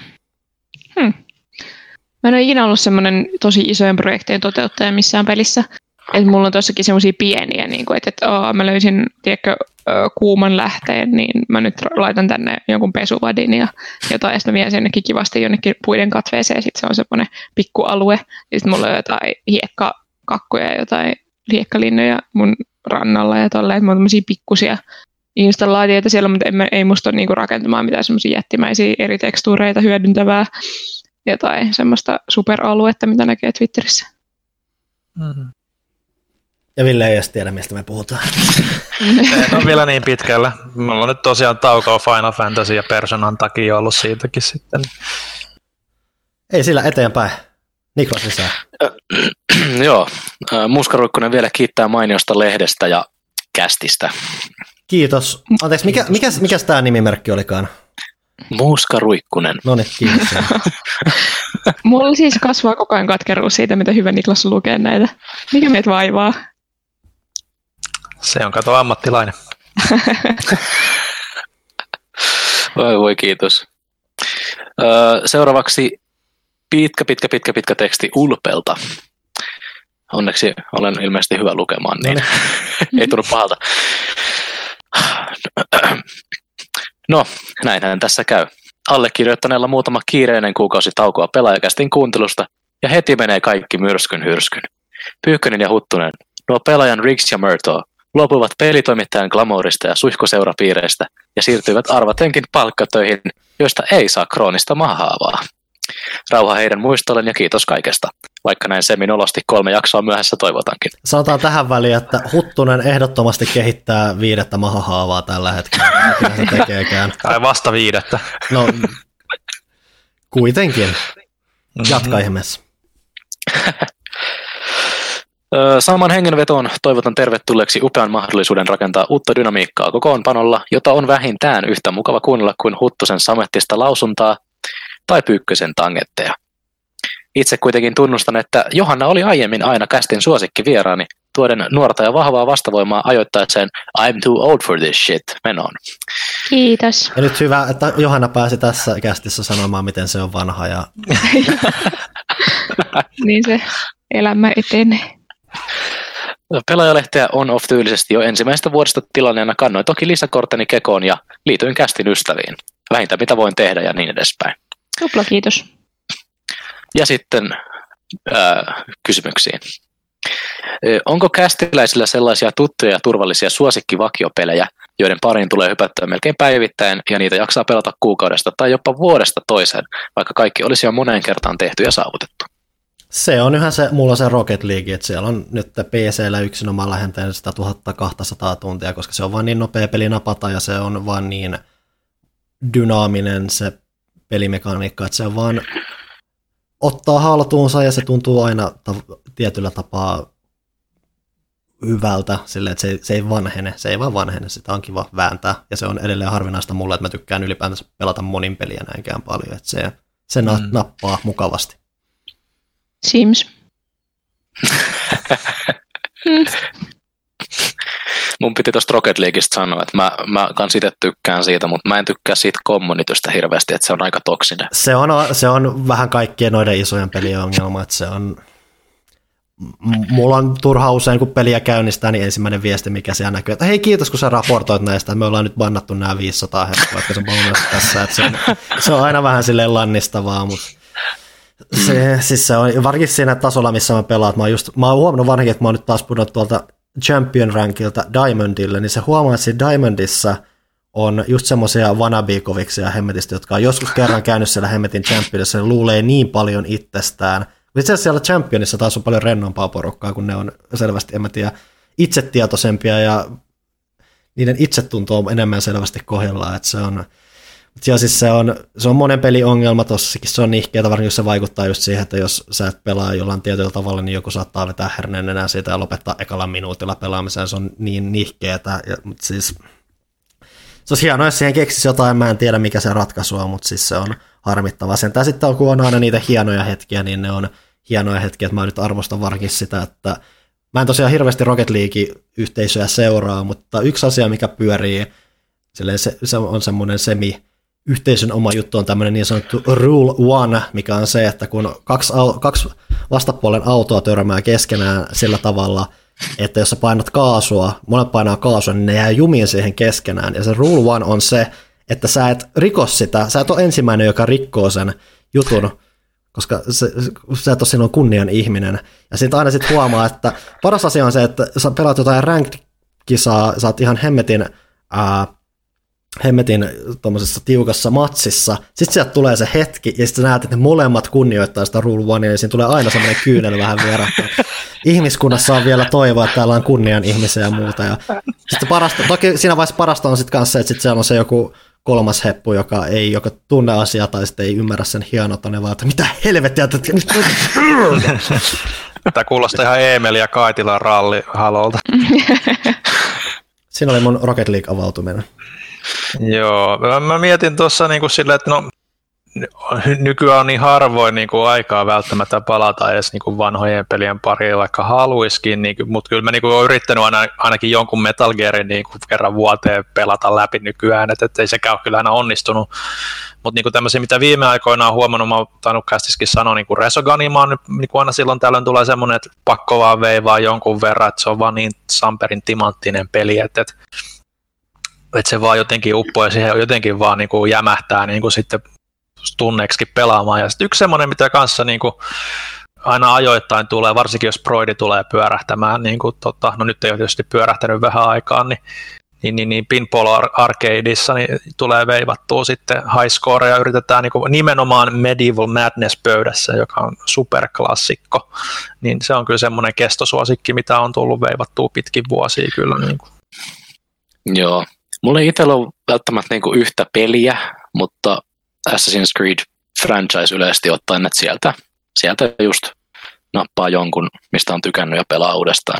Mä en ole ikinä ollut semmoinen tosi isojen projektien toteuttaja missään pelissä. Että mulla on tossakin semmoisia pieniä, niin kuin, että mä löysin kuuman lähteen, niin mä nyt laitan tänne jonkun pesuvadin ja jotain, ja sitten mä vien sen kivasti jonnekin puiden katveeseen, sitten se on semmoinen pikkualue, ja sitten mulla on jotain hiekkakakkuja ja jotain hiekkalinnoja mun rannalla ja tolleen, että mulla on tämmöisiä pikkusia installaatioita siellä, mutta ei musta ole niinku rakentamaan mitään semmoisia jättimäisiä eri tekstuureita hyödyntävää jotain semmoista superaluetta, mitä näkee Twitterissä. Mm-hmm. Ja Ville ei edes tiedä, mistä me puhutaan. En ole vielä niin pitkällä. Mulla on nyt tosiaan taukoa Final Fantasy ja Personan takia ollut siitäkin sitten. Ei sillä eteenpäin. Niklas lisää. Joo, Muska Ruikkonen vielä kiittää mainiosta lehdestä ja kästistä. Kiitos. Anteeksi, mikäs tämä nimimerkki olikaan? Muska Ruikkunen. No niin, kiitos. Mulla siis kasvaa koko ajan katkeruus siitä, mitä hyvä Niklas lukee näitä. Mikä meitä vaivaa? Se on kato ammattilainen. Voi kiitos. Seuraavaksi pitkä teksti Ulpelta. Onneksi olen ilmeisesti hyvä lukemaan, niin ei tullut pahalta. No, näinhän tässä käy. Allekirjoittaneella muutama kiireinen kuukausi taukoa pelaajakästin kuuntelusta, ja heti menee kaikki myrskyn hyrskyn. Pyykkönen ja Huttunen, nuo pelaajan Riggs ja Murtaugh, luopuivat pelitoimittajan glamourista ja suihkuseurapiireistä ja siirtyivät arvatenkin palkkatöihin, joista ei saa kroonista mahaavaa. Rauha heidän muistolleen ja kiitos kaikesta, vaikka näin seminolosti 3 jaksoa myöhässä toivotankin. Sanotaan tähän väliin, että Huttunen ehdottomasti kehittää 5. mahahaavaa tällä hetkellä. Mitä se tekeekään? Tai vasta 5. No, kuitenkin. Jatka ihmeessä. Saman hengenvetoon toivotan tervetulleeksi upean mahdollisuuden rakentaa uutta dynamiikkaa kokoonpanolla, jota on vähintään yhtä mukava kuunnella kuin Huttusen samettista lausuntaa tai Pyykkösen tangetteja. Itse kuitenkin tunnustan, että Johanna oli aiemmin aina kästin suosikkivieraani, tuoden nuorta ja vahvaa vastavoimaa ajoittaeseen I'm too old for this shit menoon. Kiitos. Ja nyt hyvä, että Johanna pääsi tässä kästissä sanomaan, miten se on vanha. Ja... niin se elämä etenee. Pelaajalehteä on-off-tyylisesti jo ensimmäisestä vuodesta tilanneena kannoin toki lisäkortteni kekoon ja liityin kästin ystäviin. Vähintä mitä voin tehdä ja niin edespäin. Tupla kiitos. Ja sitten kysymyksiin. Onko kästiläisillä sellaisia tuttuja ja turvallisia suosikkivakiopelejä, joiden pariin tulee hypättyä melkein päivittäin ja niitä jaksaa pelata kuukaudesta tai jopa vuodesta toiseen, vaikka kaikki olisi jo moneen kertaan tehty ja saavutettu? Se on yhä mulla se Rocket League, että siellä on nyt PC:llä yksinomaan lähentänyt sitä 1200 tuntia, koska se on vaan niin nopea peli napata ja se on vaan niin dynaaminen se pelimekaniikka, että se on vaan ottaa haltuunsa ja se tuntuu aina tietyllä tapaa hyvältä, silleen, että se ei vanhene, se ei vaan vanhene, sitä on kiva vääntää ja se on edelleen harvinaista mulle, että mä tykkään ylipäätänsä pelata monin peliä näinkään paljon, että se nappaa mukavasti. Sims. Mun piti tuosta Rocket Leagueista sanoa, että mä kans itse tykkään siitä, mutta mä en tykkää siitä kommunitystä hirveästi, että se on aika toksinen. Se on vähän kaikkien noiden isojen pelien ongelma, että se on... Mulla on turha usein, kun peliä käynnistää, niin ensimmäinen viesti, mikä siellä näkyy, että hei kiitos, kun sä raportoit näistä, me ollaan nyt bannattu nämä 500 herkkoa, vaikka se on paljon tässä, että se on aina vähän silleen lannistavaa, mutta siis se on varsinkin siinä tasolla, missä mä pelaan, että mä oon huomannut varsinkin, että mä oon nyt taas pudonnut tuolta Champion Rankilta Diamondille, niin se huomaa, että siinä Diamondissa on just semmoisia wannabe-koviksia hemmetistä, jotka on joskus kerran käynyt siellä hemmetin Championissa ja luulee niin paljon itsestään. Itse asiassa siellä Championissa taas on paljon rennompaa porukkaa, kun ne on selvästi, en mä tiedä, itsetietoisempia ja niiden itsetunto on enemmän selvästi kohdallaan, että se on... Joo, siis se on monen pelin ongelma tossakin, se on nihkeetä, varsinkin jos se vaikuttaa just siihen, että jos sä et pelaa jollain tietyllä tavalla, niin joku saattaa vetää herneen enää siitä ja lopettaa ekalla minuutilla pelaamiseen, se on niin nihkeetä, mutta siis se olisi hienoa, jos siihen keksisi jotain, mä en tiedä mikä se ratkaisu on, mutta siis se on harmittavaa. Sentään sitten kun on aina niitä hienoja hetkiä, niin ne on hienoja hetkiä, että mä nyt arvostan varsinkin sitä, että mä en tosiaan hirveästi Rocket League-yhteisöjä seuraa, mutta yksi asia, mikä pyörii, se on semmoinen yhteisön oma juttu, on tämmöinen niin sanottu Rule One, mikä on se, että kun kaksi vastapuolen autoa törmää keskenään sillä tavalla, että jos sä painat kaasua, molemmat painaa kaasua, niin ne jää jumiin siihen keskenään. Ja se Rule One on se, että sä et riko sitä, sä et ole ensimmäinen, joka rikkoo sen jutun, koska sä et ole silloin kunnian ihminen. Ja siitä aina sitten huomaa, että paras asia on se, että sä pelaat jotain ranked-kisaa, sä oot ihan hemmetin tuommoisessa tiukassa matsissa, sitten sieltä tulee se hetki, ja sitten näet, että ne molemmat kunnioittaa sitä Rule Onea, ja siinä tulee aina semmoinen kyynel vähän vierähtää. Ihmiskunnassa on vielä toivoa, että täällä on kunnian ihmisiä ja muuta. Ja sitten toki siinä vaiheessa parasta on sitten kanssa se, että sitten siellä on se joku kolmas heppu, joka tunne asiaa tai sitten ei ymmärrä sen hienoutta, ne vaan, että mitä helvettiä. Tämä kuulostaa ihan Eemeli ja Kaitilan rallihalolta. Siinä oli mun Rocket League-avautuminen. Joo, mä mietin tuossa niin silleen, että no, nykyään on niin harvoin niin kuin aikaa välttämättä palata edes niin kuin vanhojen pelien pariin, vaikka haluiskin, niin mutta kyllä mä niin kuin olen yrittänyt ainakin jonkun Metal Gearin niin kuin kerran vuoteen pelata läpi nykyään, että ei sekään ole kyllä aina onnistunut. Mutta niin tämmöisiä, mitä viime aikoina on huomannut, mä oon tainnut kästiskin sanoa, niin kuin Resoganimaan niin aina silloin tällöin tulee semmoinen, että pakko vaan veivaa jonkun verran, että se on vaan niin samperin timanttinen peli, että se vaan jotenkin uppoo ja siihen jotenkin vaan niin kuin jämähtää niin kuin sitten tunneeksikin pelaamaan. Ja sitten yksi semmoinen, mitä kanssa niin kuin aina ajoittain tulee, varsinkin jos Broidi tulee pyörähtämään, niin kuin, no nyt ei ole tietysti pyörähtänyt vähän aikaan, niin Pinball Arcadeissa niin tulee veivattua sitten high score ja yritetään niin kuin nimenomaan Medieval Madness-pöydässä, joka on superklassikko, niin se on kyllä semmoinen kestosuosikki, mitä on tullut veivattua pitkin vuosia kyllä. Niin kuin. Joo. Mulla ei itsellä ole välttämättä niinku yhtä peliä, mutta Assassin's Creed franchise yleisesti ottaen, että sieltä just nappaa jonkun, mistä on tykännyt ja pelaa uudestaan.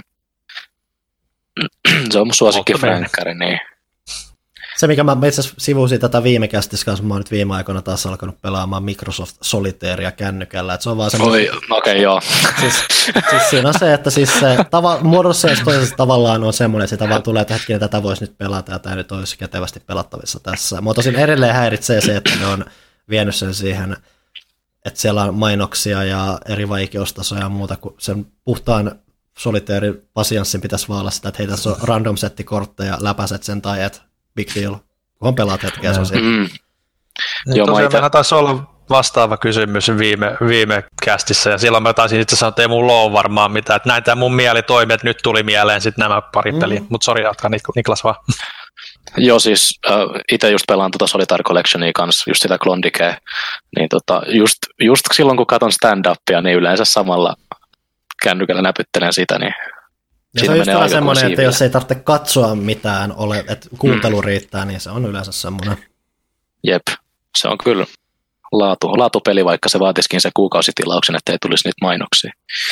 Se on mun suosikki Frankkari, niin. Se, mikä mä itse asiassa sivusin tätä viime kästissä kanssa, mä oon nyt viime aikoina taas alkanut pelaamaan Microsoft Solitairea kännykällä, että se on vaan semmoinen. Okei, joo. Siis siinä on se, että siis se muodossa ja toisessa tavallaan on semmoinen, että sitä vaan tulee, että hetkinen, tätä voisi nyt pelata ja tämä nyt olisi kätevästi pelattavissa tässä. Mua tosin edelleen häiritsee se, että ne on vienyt sen siihen, että siellä on mainoksia ja eri vaikeustasoja ja muuta, kun sen puhtaan Solitairen pasianssin pitäisi vaan olla sitä, että hei, tässä on random setti kortteja, läpäiset sen tai et big deal, kun pelaat hetkeä se on siinä. Tosiaan meillä taisi olla vastaava kysymys viime kästissä, ja silloin mä taisin itse sanoa, että ei mulla ole varmaan mitään, että näin tämä mun mieli toimi, että nyt tuli mieleen sitten nämä pari peliä, mutta sori, jatka Niklas vaan. Joo, siis itse just pelaan Solitaire Collectionia kanssa, just sitä Klondikea, niin just silloin kun katson stand-upia, niin yleensä samalla kännykällä näpyttelen sitä, niin ja se on just vähän semmoinen, että jos ei tarvitse katsoa mitään, että kuuntelu riittää, niin se on yleensä semmoinen. Jep, se on kyllä laatupeli, vaikka se vaatisikin se kuukausitilauksen, että ei tulisi niitä mainoksia.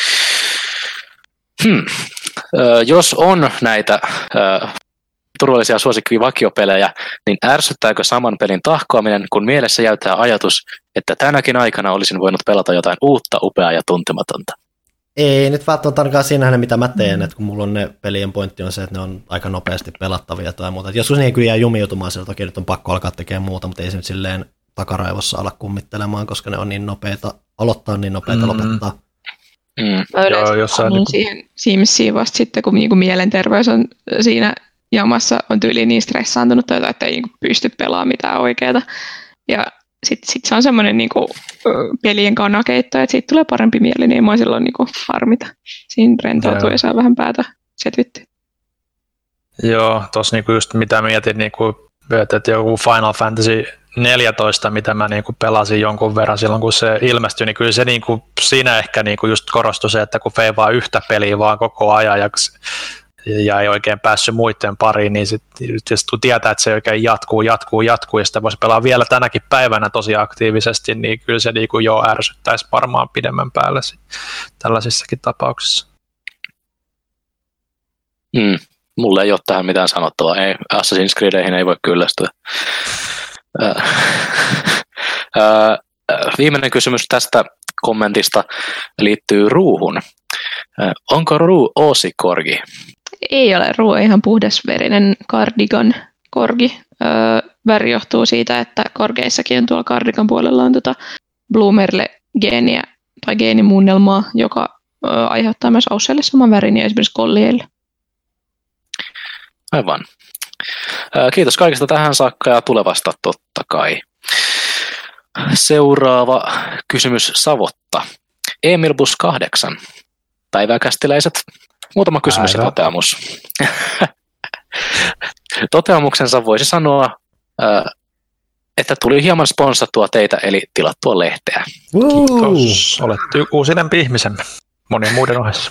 Jos on näitä turvallisia suosikkia vakiopelejä, niin ärsyttääkö saman pelin tahkoaminen, kun mielessä jäytää ajatus, että tänäkin aikana olisin voinut pelata jotain uutta, upeaa ja tuntematonta? Ei nyt välttämättä ainakaan siinähän mitä mä teen, että kun mulla on ne pelien pointti on se, että ne on aika nopeasti pelattavia tai muuta. Et joskus niihin kyllä jää jumiutumaan sillä, toki nyt on pakko alkaa tekemään muuta, mutta ei se nyt silleen takaraivossa ala kummittelemaan, koska ne on niin nopeita aloittaa, niin nopeita lopettaa. Mä yleensä siihen Simsiin vasta sitten, kun niinku mielenterveys on siinä jamassa, on tyyliin niin stressaantunut, että ei niinku pysty pelaamaan mitään oikeaa. Ja sitten se on semmoinen niinku pelien kanakeitto, että siitä tulee parempi mieli, niin mua silloin niinku harmita. Siinä rentoutuu ja saa vähän päätä setvyttyä. Joo, tuossa niinku just mitä mietin, niinku, että joku Final Fantasy 14, mitä mä niinku pelasin jonkun verran silloin, kun se ilmestyi, niin kyllä se niinku, siinä ehkä niinku just korostui se, että kun feivaa yhtä peliä vaan koko ajan ja ei oikein päässyt muiden pariin, niin sitten kun tietää, että se oikein jatkuu, ja sitä voisi pelaa vielä tänäkin päivänä tosi aktiivisesti, niin kyllä se niin kuin jo ärsyttäisi varmaan pidemmän päälle tällaisissakin tapauksissa. Mulla ei ole tähän mitään sanottavaa. Ei, Assassin's Creedihin ei voi kyllästyä. Viimeinen kysymys tästä kommentista liittyy ruuhun. Onko ruu Oosi-korgi? Ei ole, ruu on ihan puhdasverinen cardigan korgi. Väri johtuu siitä, että korgeissakin on tuolla cardigan puolella on Bloomerle-geeniä tai geenimuunnelmaa, joka aiheuttaa myös Ausselle saman värin ja esimerkiksi kollieille. Aivan. Kiitos kaikista tähän saakka ja tulevasta totta kai. Seuraava kysymys Savotta. Emilbus 8. Päivää kästiläiset. Muutama kysymys ja toteamus. Toteamuksensa voisi sanoa, että tuli hieman sponsattua teitä, eli tilattua lehteä. Kiitos. Olet uusinempi ihmisemme monien muiden ohessa.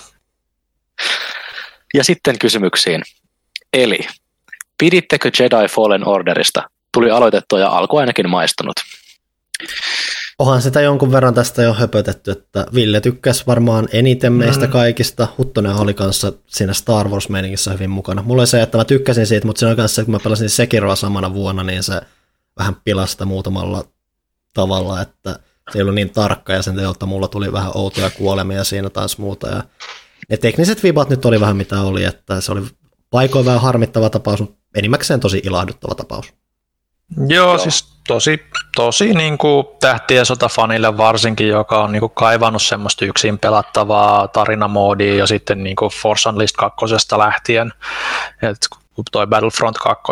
Ja sitten kysymyksiin. Eli, pidittekö Jedi Fallen Orderista? Tuli aloitettua ja alku ainakin maistunut. Onhan sitä jonkun verran tästä jo höpötetty, että Ville tykkäsi varmaan eniten meistä kaikista. Huttonen oli kanssa siinä Star Wars-meiningissä hyvin mukana. Mulla oli se, että mä tykkäsin siitä, mutta siinä on kanssa, kun mä pelasin Sekiroa samana vuonna, niin se vähän pilasta muutamalla tavalla, että se ei ollut niin tarkka ja sen teolta mulla tuli vähän outoja kuolemia siinä taas muuta. Ja ne tekniset vibat nyt oli vähän mitä oli, että se oli paikoin vähän harmittava tapaus, mutta enimmäkseen tosi ilahduttava tapaus. Joo, siis tosi niin kuin Tähtien sota-fanille varsinkin, joka on niin kuin kaivannut semmoista yksin pelattavaa tarinamoodia jo sitten niin kuin Force Unleashed 2 lähtien. Et kun toi Battlefront 2,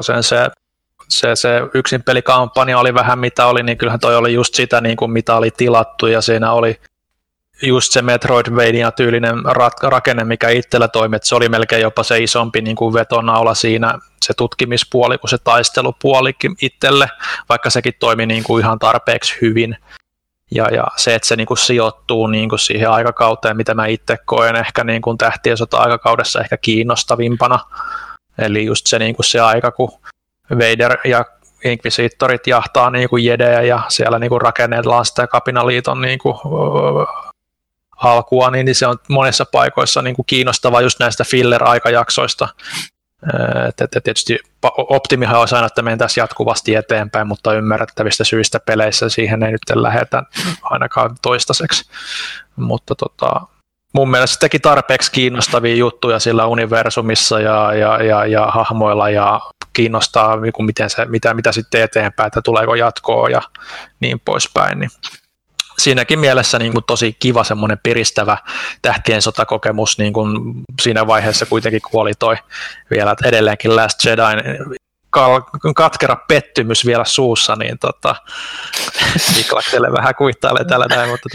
se yksin pelikampanja oli vähän mitä oli, niin kyllähän toi oli just sitä niin kuin mitä oli tilattu ja siinä oli just se Metroidvania-tyylinen rakenne, mikä itsellä toimi, että se oli melkein jopa se isompi niin kuin vetonaula siinä, se tutkimispuoli kuin se taistelupuolikin itselle, vaikka sekin toimi niin kuin ihan tarpeeksi hyvin. Ja se, että se niin kuin sijoittuu niin kuin siihen aikakauteen, mitä mä itse koen ehkä niin kuin Tähtien sota-aikakaudessa ehkä kiinnostavimpana. Eli just se, niin kuin se aika, kun Vader ja Inquisitorit jahtaa niin kuin jedejä ja siellä niin kuin rakennellaan sitä Kapinaliiton niin kuin alkua, niin se on monessa paikoissa niin kuin kiinnostavaa just näistä filler-aikajaksoista. Tietysti optimihan olisi aina, että mentäisiin jatkuvasti eteenpäin, mutta ymmärrettävistä syistä peleissä siihen ei nyt lähdetä ainakaan toistaiseksi. Mutta mun mielestä se teki tarpeeksi kiinnostavia juttuja sillä universumissa ja hahmoilla ja kiinnostaa, mitä sitten eteenpäin, että tuleeko jatkoa ja niin poispäin. Niin siinäkin mielessä niin kuin tosi kiva semmoinen piristävä Tähtien sotakokemus, niin kuin siinä vaiheessa kuitenkin kuoli toi vielä, että edelleenkin Last Jedi katkera pettymys vielä suussa, niin Niklakselle vähän kuittailee tällä näin, mutta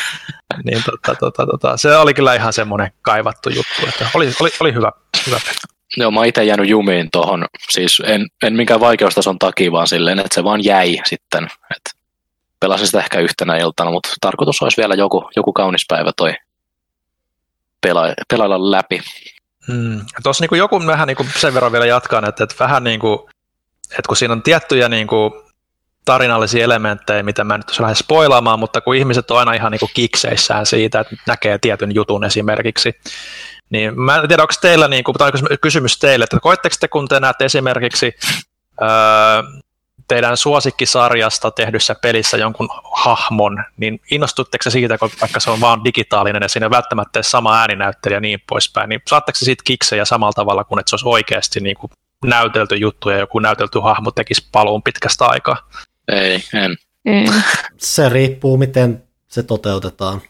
se oli kyllä ihan semmoinen kaivattu juttu, että oli hyvä. Joo, mä oon itse jäänyt jumiin tohon, siis en minkään vaikeustason takia, vaan silleen, että se vaan jäi sitten, että pelasin sitä ehkä yhtenä iltana, mutta tarkoitus olisi vielä joku kaunis päivä toi pelailla läpi. Tuossa niin joku vähän niin kuin sen verran vielä jatkan, että vähän niin kuin, että kun siinä on tiettyjä niin kuin tarinallisia elementtejä, mitä mä nyt lähden spoilaamaan, mutta kun ihmiset on aina ihan niin kuin kikseissään siitä, että näkee tietyn jutun esimerkiksi, niin mä en tiedä, onko teillä, niin kuin, tai kysymys teille, että koetteko te, kun te näette esimerkiksi teidän suosikkisarjasta tehdyssä pelissä jonkun hahmon, niin innostutteko se siitä, vaikka se on vaan digitaalinen ja siinä ei välttämättä sama ääninäyttelijä ja niin poispäin, niin saatteko se siitä kiksejä samalla tavalla kuin että se olisi oikeasti niin kuin näytelty juttu ja joku näytelty hahmo tekisi paluun pitkästä aikaa? En. Se riippuu, miten se toteutetaan.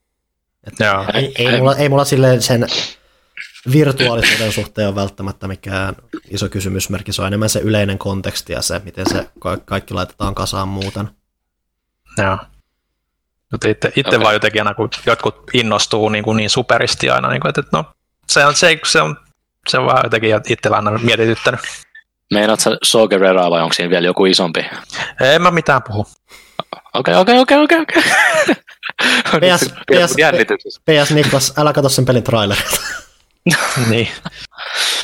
Ei mulla silleen sen virtuaalisuuden suhteen on välttämättä mikään iso kysymysmerkki, se on enemmän se yleinen konteksti ja se, miten se kaikki laitetaan kasaan muuten. Joo. Mutta itse vaan jotenkin aina, kun jotkut innostuu niin superisti aina, niin kuin, että no, se on vähän jotenkin itsellä aina mietityttänyt. Meinaat sä Saw Gerreraa vai onko siinä vielä joku isompi? En mä mitään puhu. Okei. PS Niklas, älä katso sen pelin trailerilta. Niin.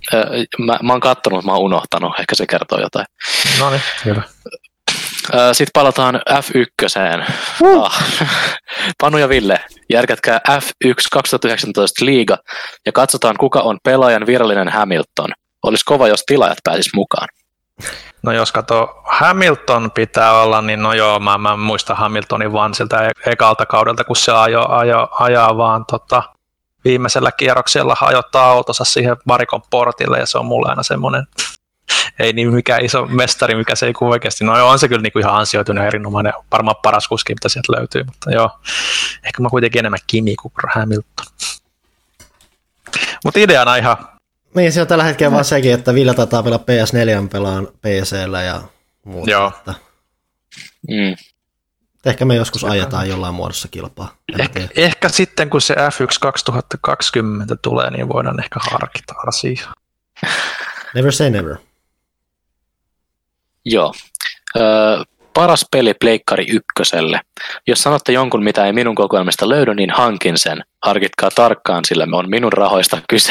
Mä oon kattonut, mä oon unohtanut. Ehkä se kertoo jotain. No niin, hyvä. Sitten palataan F1. Panu ja Ville, järkätkää F1 2019 liiga ja katsotaan, kuka on pelaajan virallinen Hamilton. Olisi kova, jos tilaajat pääsis mukaan. No jos katsoo Hamilton pitää olla, niin no joo, mä muistan Hamiltonin vaan siltä ekalta kaudelta, kun se ajaa vaan viimeisellä kierroksella hajottaa autonsa siihen varikon portille, ja se on mulle aina semmoinen, ei niin mikään iso mestari, mikä se ei kuin oikeasti, no on se kyllä niinku ihan ansioitunut ja erinomainen, varmaan paras kuski, mitä sieltä löytyy, mutta joo, ehkä mä kuitenkin enemmän Kimi kuin Hamilton. Mutta ideana ihan... Niin, se on tällä hetkellä vaan sekin, että Ville taitaa pelaa PS4 pelaan PC:llä ja muuta. Joo. Että... Ehkä me joskus ajetaan jollain muodossa kilpaa. Ehkä sitten, kun se F1 2020 tulee, niin voidaan ehkä harkita asiaa. Never say never. Joo. Paras peli Pleikkari 1. Jos sanotte jonkun, mitä ei minun kokoelmista löydy, niin hankin sen. Harkitkaa tarkkaan, sillä on minun rahoista kyse.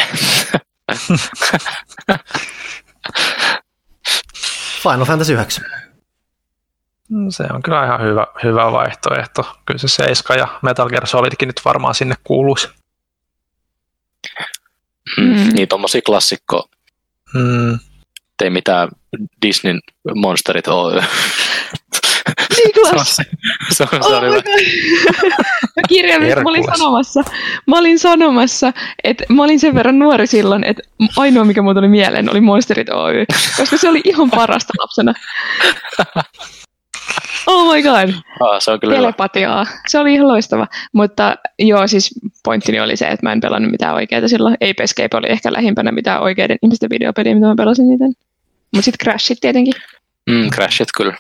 Final Fantasy 9. Se on kyllä ihan hyvä vaihtoehto. Kyllä se 7 ja Metal Gear Solidkin nyt varmaan sinne kuuluisi. Niin tommosia klassikko. Ei mitään Disneyn Monsterit Oy. Niklas! Se on hyvä. Mä olin sanomassa, että mä olin sen verran nuori silloin, että ainoa mikä mulle tuli mieleen oli Monsterit Oy, koska se oli ihan parasta lapsena. Oh my god. Se on kyllä telepatiaa. Hyvä. Se oli ihan loistava. Mutta joo, siis pointtini oli se, että mä en pelannut mitään oikeita silloin. Ape Escape oli ehkä lähimpänä mitään oikeiden ihmisten videopeliä, mitä mä pelasin niiden. Mutta sitten Crashit tietenkin. Crashit kyllä.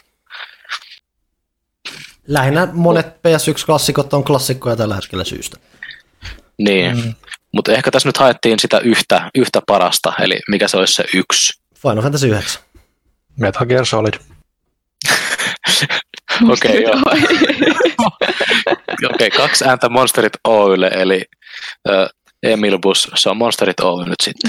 Lähinnä monet PS1-klassikot on klassikkoja tällä hetkellä syystä. Niin, mutta ehkä tässä nyt haettiin sitä yhtä parasta, eli mikä se olisi se yksi? Final Fantasy 9. Metal Gear Solid. Okei, joo. Okei, 2 ääntä Monsterit Oylle, eli Emil Bus, se on Monsterit Oy nyt sitten.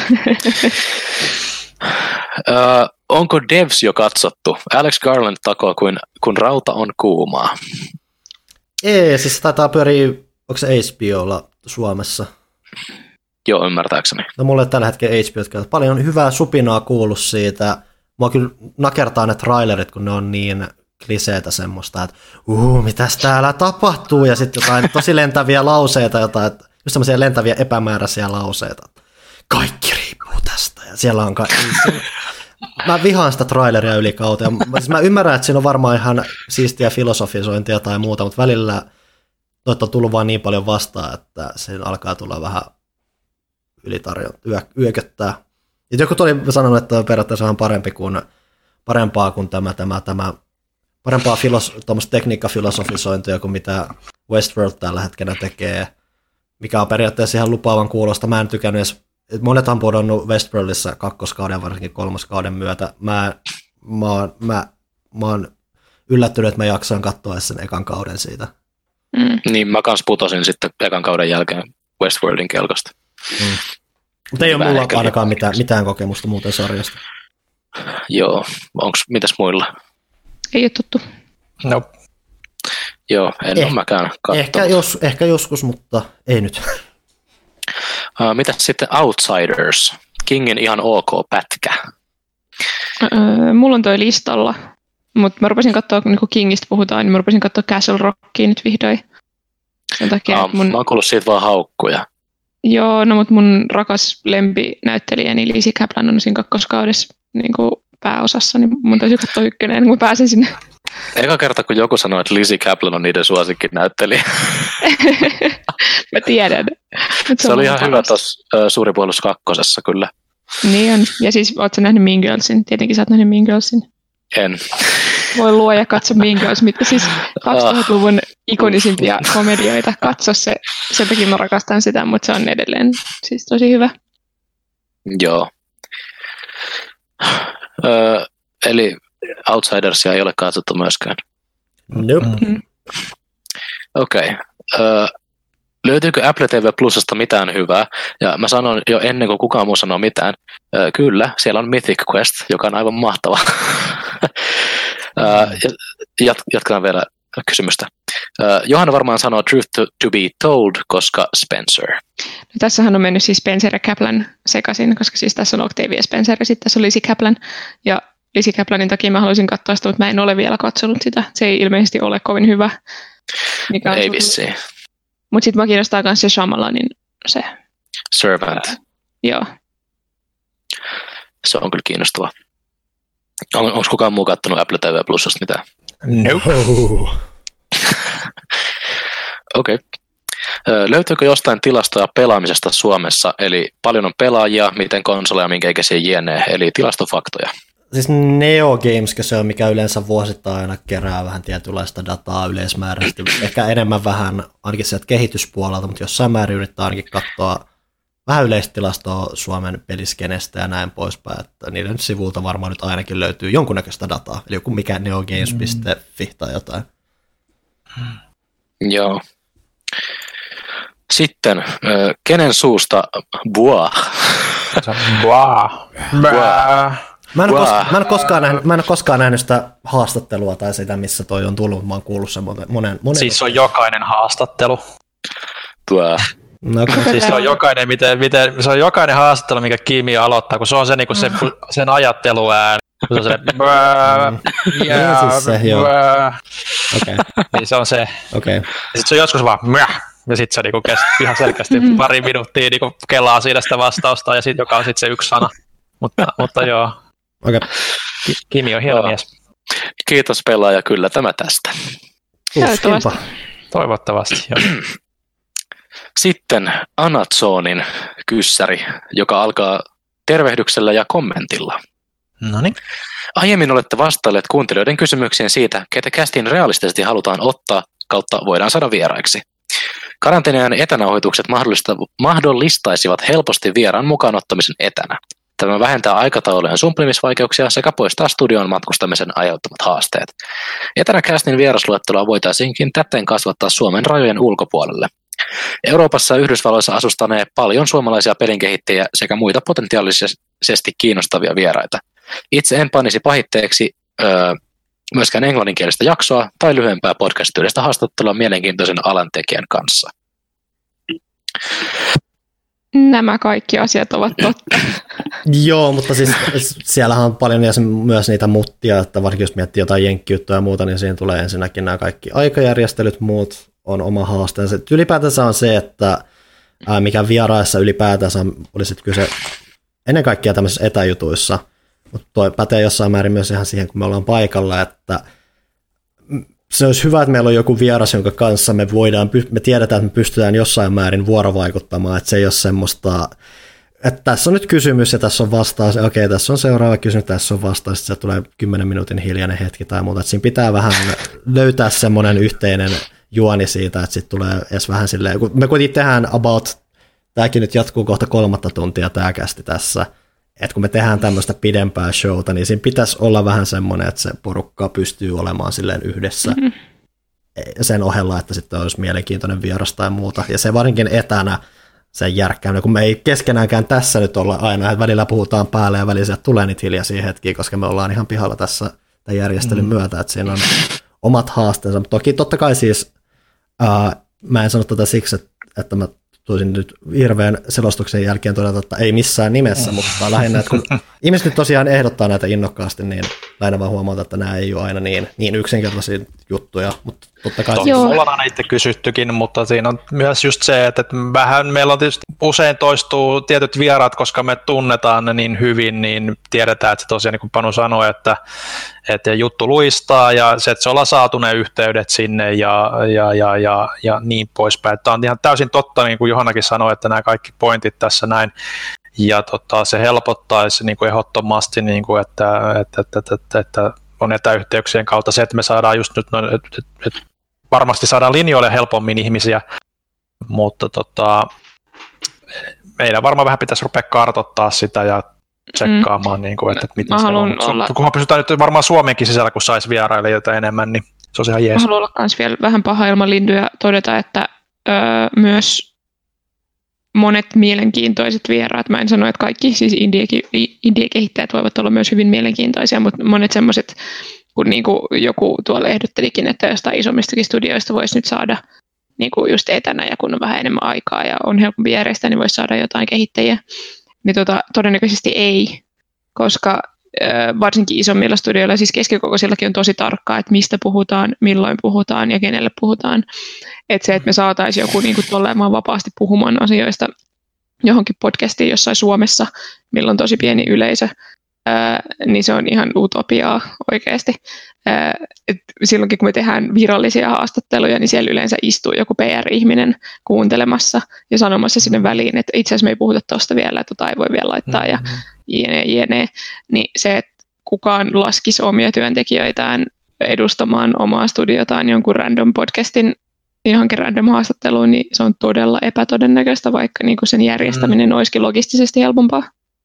Onko Devs jo katsottu? Alex Garland takoo, kun rauta on kuumaa. Ei, siis taitaa pyöriä, onko se HBOlla Suomessa? Joo, ymmärtääkseni. No mulla ei tällä hetkellä HBO, paljon hyvää supinaa kuullut siitä. Mua kyllä nakertaa ne trailerit, kun ne on niin kliseitä semmoista, että mitäs täällä tapahtuu, ja sitten jotain tosi lentäviä lauseita, jotain, just semmoisia lentäviä epämääräisiä lauseita. Kaikki riippuu tästä, ja siellä on mä vihaan sitä traileria yli kautta. Siis mä ymmärrän, että siinä on varmaan ihan siistiä filosofisointia tai muuta, mutta välillä on tullut vaan niin paljon vastaan, että siinä alkaa tulla vähän yököttää. Ja joku tuli sanonut, että periaatteessa on parempaa kuin tämä parempaa tekniikkafilosofisointia kuin mitä Westworld tällä hetkellä tekee, mikä on periaatteessa ihan lupaavan kuulosta. Mä en tykännyt edes, monet on pudonnut Westworldissa kakkoskauden, varsinkin kolmoskauden myötä. Mä oon yllättynyt, että mä jaksoin katsoa sen ekan kauden siitä. Niin, mä kans putosin sitten ekan kauden jälkeen Westworldin kelkasta. Mutta ei ole mulla ainakaan mitään kokemusta muuten sarjasta. Joo, mitäs muilla? Ei ole tuttu. No. Joo, en ole mäkään katsonut. Ehkä joskus, mutta ei nyt. Mitäs sitten Outsiders? Kingin ihan ok pätkä. Mulla on toi listalla, mutta mä rupesin katsoa, kun Kingistä puhutaan, niin mä rupesin katsoa Castle Rockia nyt vihdoin. Sen takia, mä oon kuullut siitä vaan haukkuja. Joo, no mutta mun rakas lempinäyttelijä, niin Lizzie Kaplan on siinä kakkoskaudessa niin kuin pääosassa, niin mun täytyy katsoa ykkönen, kun mä pääsen sinne. Eka kerta, kun joku sanoo, että Lizzie Kaplan on niiden suosikkinäyttelijä. Mä tiedän. Se oli ihan hyvä tuossa Suuripuolus kakkosessa kyllä. Niin on. Ja siis ootko nähnyt Mean Girlsin? Tietenkin sä oot nähnyt Mean Girlsin. En. Voi luoja, katso Mean Girls, mitkä siis 2000-luvun ikonisimpia komedioita. Katso se, sen takia mä rakastan sitä, mutta se on edelleen siis tosi hyvä. Joo. Eli Outsidersia ei ole katsottu myöskään. Nope. Okei. Löytyykö Apple TV Plusasta mitään hyvää? Ja mä sanon jo ennen kuin kukaan muu sanoo mitään. Kyllä, siellä on Mythic Quest, joka on aivan mahtava. Jatketaan vielä kysymystä. Johanna varmaan sanoo Truth to be told, koska Spencer. No, tässähän on mennyt siis Spencer ja Kaplan sekaisin, koska siis tässä on Octavia Spencer ja sitten tässä on Lizzie Kaplan. Ja Lizzie Kaplanin takia mä haluaisin katsoa sitä, mutta mä en ole vielä katsonut sitä. Se ei ilmeisesti ole kovin hyvä. Ei vissiin. Mutta sitten mä kiinnostaa myös se Shyamallanin se. Servant. Joo. Se on kyllä kiinnostava. Onko kukaan muu kattonut Apple TV Plusasta mitään? No. Okei. Löytyykö jostain tilastoja pelaamisesta Suomessa? Eli paljon on pelaajia, miten konsoleja, minkä ikäisiä jne. Eli tilastofaktoja. Siis Neo Games, se on mikä yleensä vuosittain aina kerää vähän tietynlaista dataa yleismääräisesti. Ehkä enemmän vähän ainakin sieltä kehityspuolelta, mutta jossain määrin yrittää ainakin katsoa vähän yleistilastoa Suomen peliskenestä ja näin poispäin. Että niiden sivulta varmaan nyt ainakin löytyy jonkunnäköistä dataa. Eli joku mikä neogames.fi tai jotain. Joo. Sitten, kenen suusta buah? Buah. Mä en ole koskaan nähnyt sitä haastattelua tai sitä, missä toi on tullut. Mä oon kuullut sen monen. Siis on jokainen haastattelu. Buah. No, okay. Siis se on jokainen, se on jokainen haastattelu, mikä Kimi aloittaa, kun se on se, niin kuin sen ajatteluään. Se on se, niin se on se. Okay. Ja sitten se on joskus vaan ja sitten se niinku kestää ihan selkeästi pari minuuttia niinku kelaa siitä sitä vastausta, ja sitten joka on sitten se yksi sana. Mutta joo, okay. Kimi on hieno mies. Kiitos pelaaja, kyllä tämä tästä. Toivottavasti, joo. Sitten Anazonin kyssäri, joka alkaa tervehdyksellä ja kommentilla. Noniin. Aiemmin olette vastailleet kuuntelijoiden kysymyksiin siitä, ketä kästiin realistisesti halutaan ottaa kautta voidaan saada vieraiksi. Karanteeniajan etänauhoitukset mahdollistaisivat helposti vieraan mukaan ottamisen etänä. Tämä vähentää aikataulujen sumplimisvaikeuksia sekä poistaa studioon matkustamisen aiheuttamat haasteet. Etänä castin vierasluettelua voitaisiinkin täten kasvattaa Suomen rajojen ulkopuolelle. Euroopassa ja Yhdysvalloissa asustanee paljon suomalaisia pelinkehittäjiä sekä muita potentiaalisesti kiinnostavia vieraita. Itse en panisi pahitteeksi myöskään englanninkielistä jaksoa tai lyhyempää podcast-tyylistä haastattelua mielenkiintoisen alantekijän kanssa. Nämä kaikki asiat ovat totta. Joo, mutta siis siellähän on paljon myös niitä muttia, että varsinkin jos miettii jotain jenkkijuttuja ja muuta, niin siinä tulee ensinnäkin nämä kaikki aikajärjestelyt, muut on oma haasteensa. Ylipäätänsä on se, että mikä vieraissa ylipäätänsä olisi kyse ennen kaikkea tämmöisissä etäjutuissa, mutta toi pätee jossain määrin myös ihan siihen, kun me ollaan paikalla, että se olisi hyvä, että meillä on joku vieras, jonka kanssa me tiedetään, että me pystytään jossain määrin vuorovaikuttamaan, että se ei ole semmoista, että tässä on nyt kysymys ja tässä on vastaus, okei, tässä on seuraava kysymys, tässä on vastaus, että se tulee 10 minuutin hiljainen hetki tai muuta, että siinä pitää vähän löytää semmoinen yhteinen juoni siitä, että sitten tulee edes vähän silleen, kun me kuitenkin tehdään tämäkin nyt jatkuu kohta 3 tuntia tämä kästi tässä, että kun me tehdään tämmöistä pidempää showta, niin siinä pitäisi olla vähän semmoinen, että se porukka pystyy olemaan silleen yhdessä sen ohella, että sitten olisi mielenkiintoinen vieras tai muuta. Ja se varsinkin etänä sen järkkääminen, kun me ei keskenäänkään tässä nyt olla aina, että välillä puhutaan päälle ja välillä tulee niitä hiljaisia hetkiä, koska me ollaan ihan pihalla tässä tämän järjestelyn myötä, että siinä on omat haasteensa. Mutta toki totta kai siis, mä en sano tätä siksi, että mä tulisin nyt hirveän selostuksen jälkeen todeta, että ei missään nimessä, mutta lähinnä, että kun ihmiset tosiaan ehdottaa näitä innokkaasti, niin lähinnä vaan huomata, että nämä ei ole aina niin yksinkertaisia juttuja, mutta totta kai... Mulla on aina itse kysyttykin, mutta siinä on myös just se, että vähän meillä on tietysti usein toistuu tietyt vieraat, koska me tunnetaan ne niin hyvin, niin tiedetään, että se tosiaan niin kuin Panu sanoi, että juttu luistaa ja se, että se ollaan saatu ne yhteydet sinne ja niin poispäin. Tämä on ihan täysin totta, niin kuin Johannakin sanoi, että nämä kaikki pointit tässä näin. Ja se helpottaisi niin kuin ehdottomasti, niin kuin, että on etäyhteyksien kautta se, että me saadaan just nyt, että varmasti saadaan linjoille helpommin ihmisiä, mutta meidän varmaan vähän pitäisi rupea kartoittaa sitä ja tsekkaamaan, niin kuin, että miten se on. Kunhan pysytään nyt varmaan Suomenkin sisällä, kun saisi vierailijoita enemmän, niin se on ihan jees. Mä haluan olla myös vielä vähän paha ilman lintuja todeta, että myös monet mielenkiintoiset vieraat. Mä en sano, että kaikki, siis indie-kehittäjät voivat olla myös hyvin mielenkiintoisia, mutta monet semmoiset, kun niinku joku tuolla ehdottelikin, että jostain isommistakin studioista voisi nyt saada niinku just etänä ja kun on vähän enemmän aikaa ja on helpompi järjestää, niin voisi saada jotain kehittäjiä. Niin todennäköisesti ei, koska varsinkin isommilla studioilla, siis keskikokoisillakin on tosi tarkkaa, että mistä puhutaan, milloin puhutaan ja kenelle puhutaan. Että se, että me saataisiin joku niin kuin tolleen vapaasti puhumaan asioista johonkin podcastiin jossain Suomessa, milloin on tosi pieni yleisö, niin se on ihan utopiaa oikeasti. Et silloinkin, kun me tehdään virallisia haastatteluja, niin siellä yleensä istuu joku PR-ihminen kuuntelemassa ja sanomassa sinne väliin, että itse asiassa me ei puhuta tuosta vielä, että tota ei voi vielä laittaa ja jne. Niin se, että kukaan laskisi omia työntekijöitään edustamaan omaa studiotaan jonkun random podcastin johonkin random haastatteluun, niin se on todella epätodennäköistä, vaikka niin kuin sen järjestäminen olisikin logistisesti helpompaa.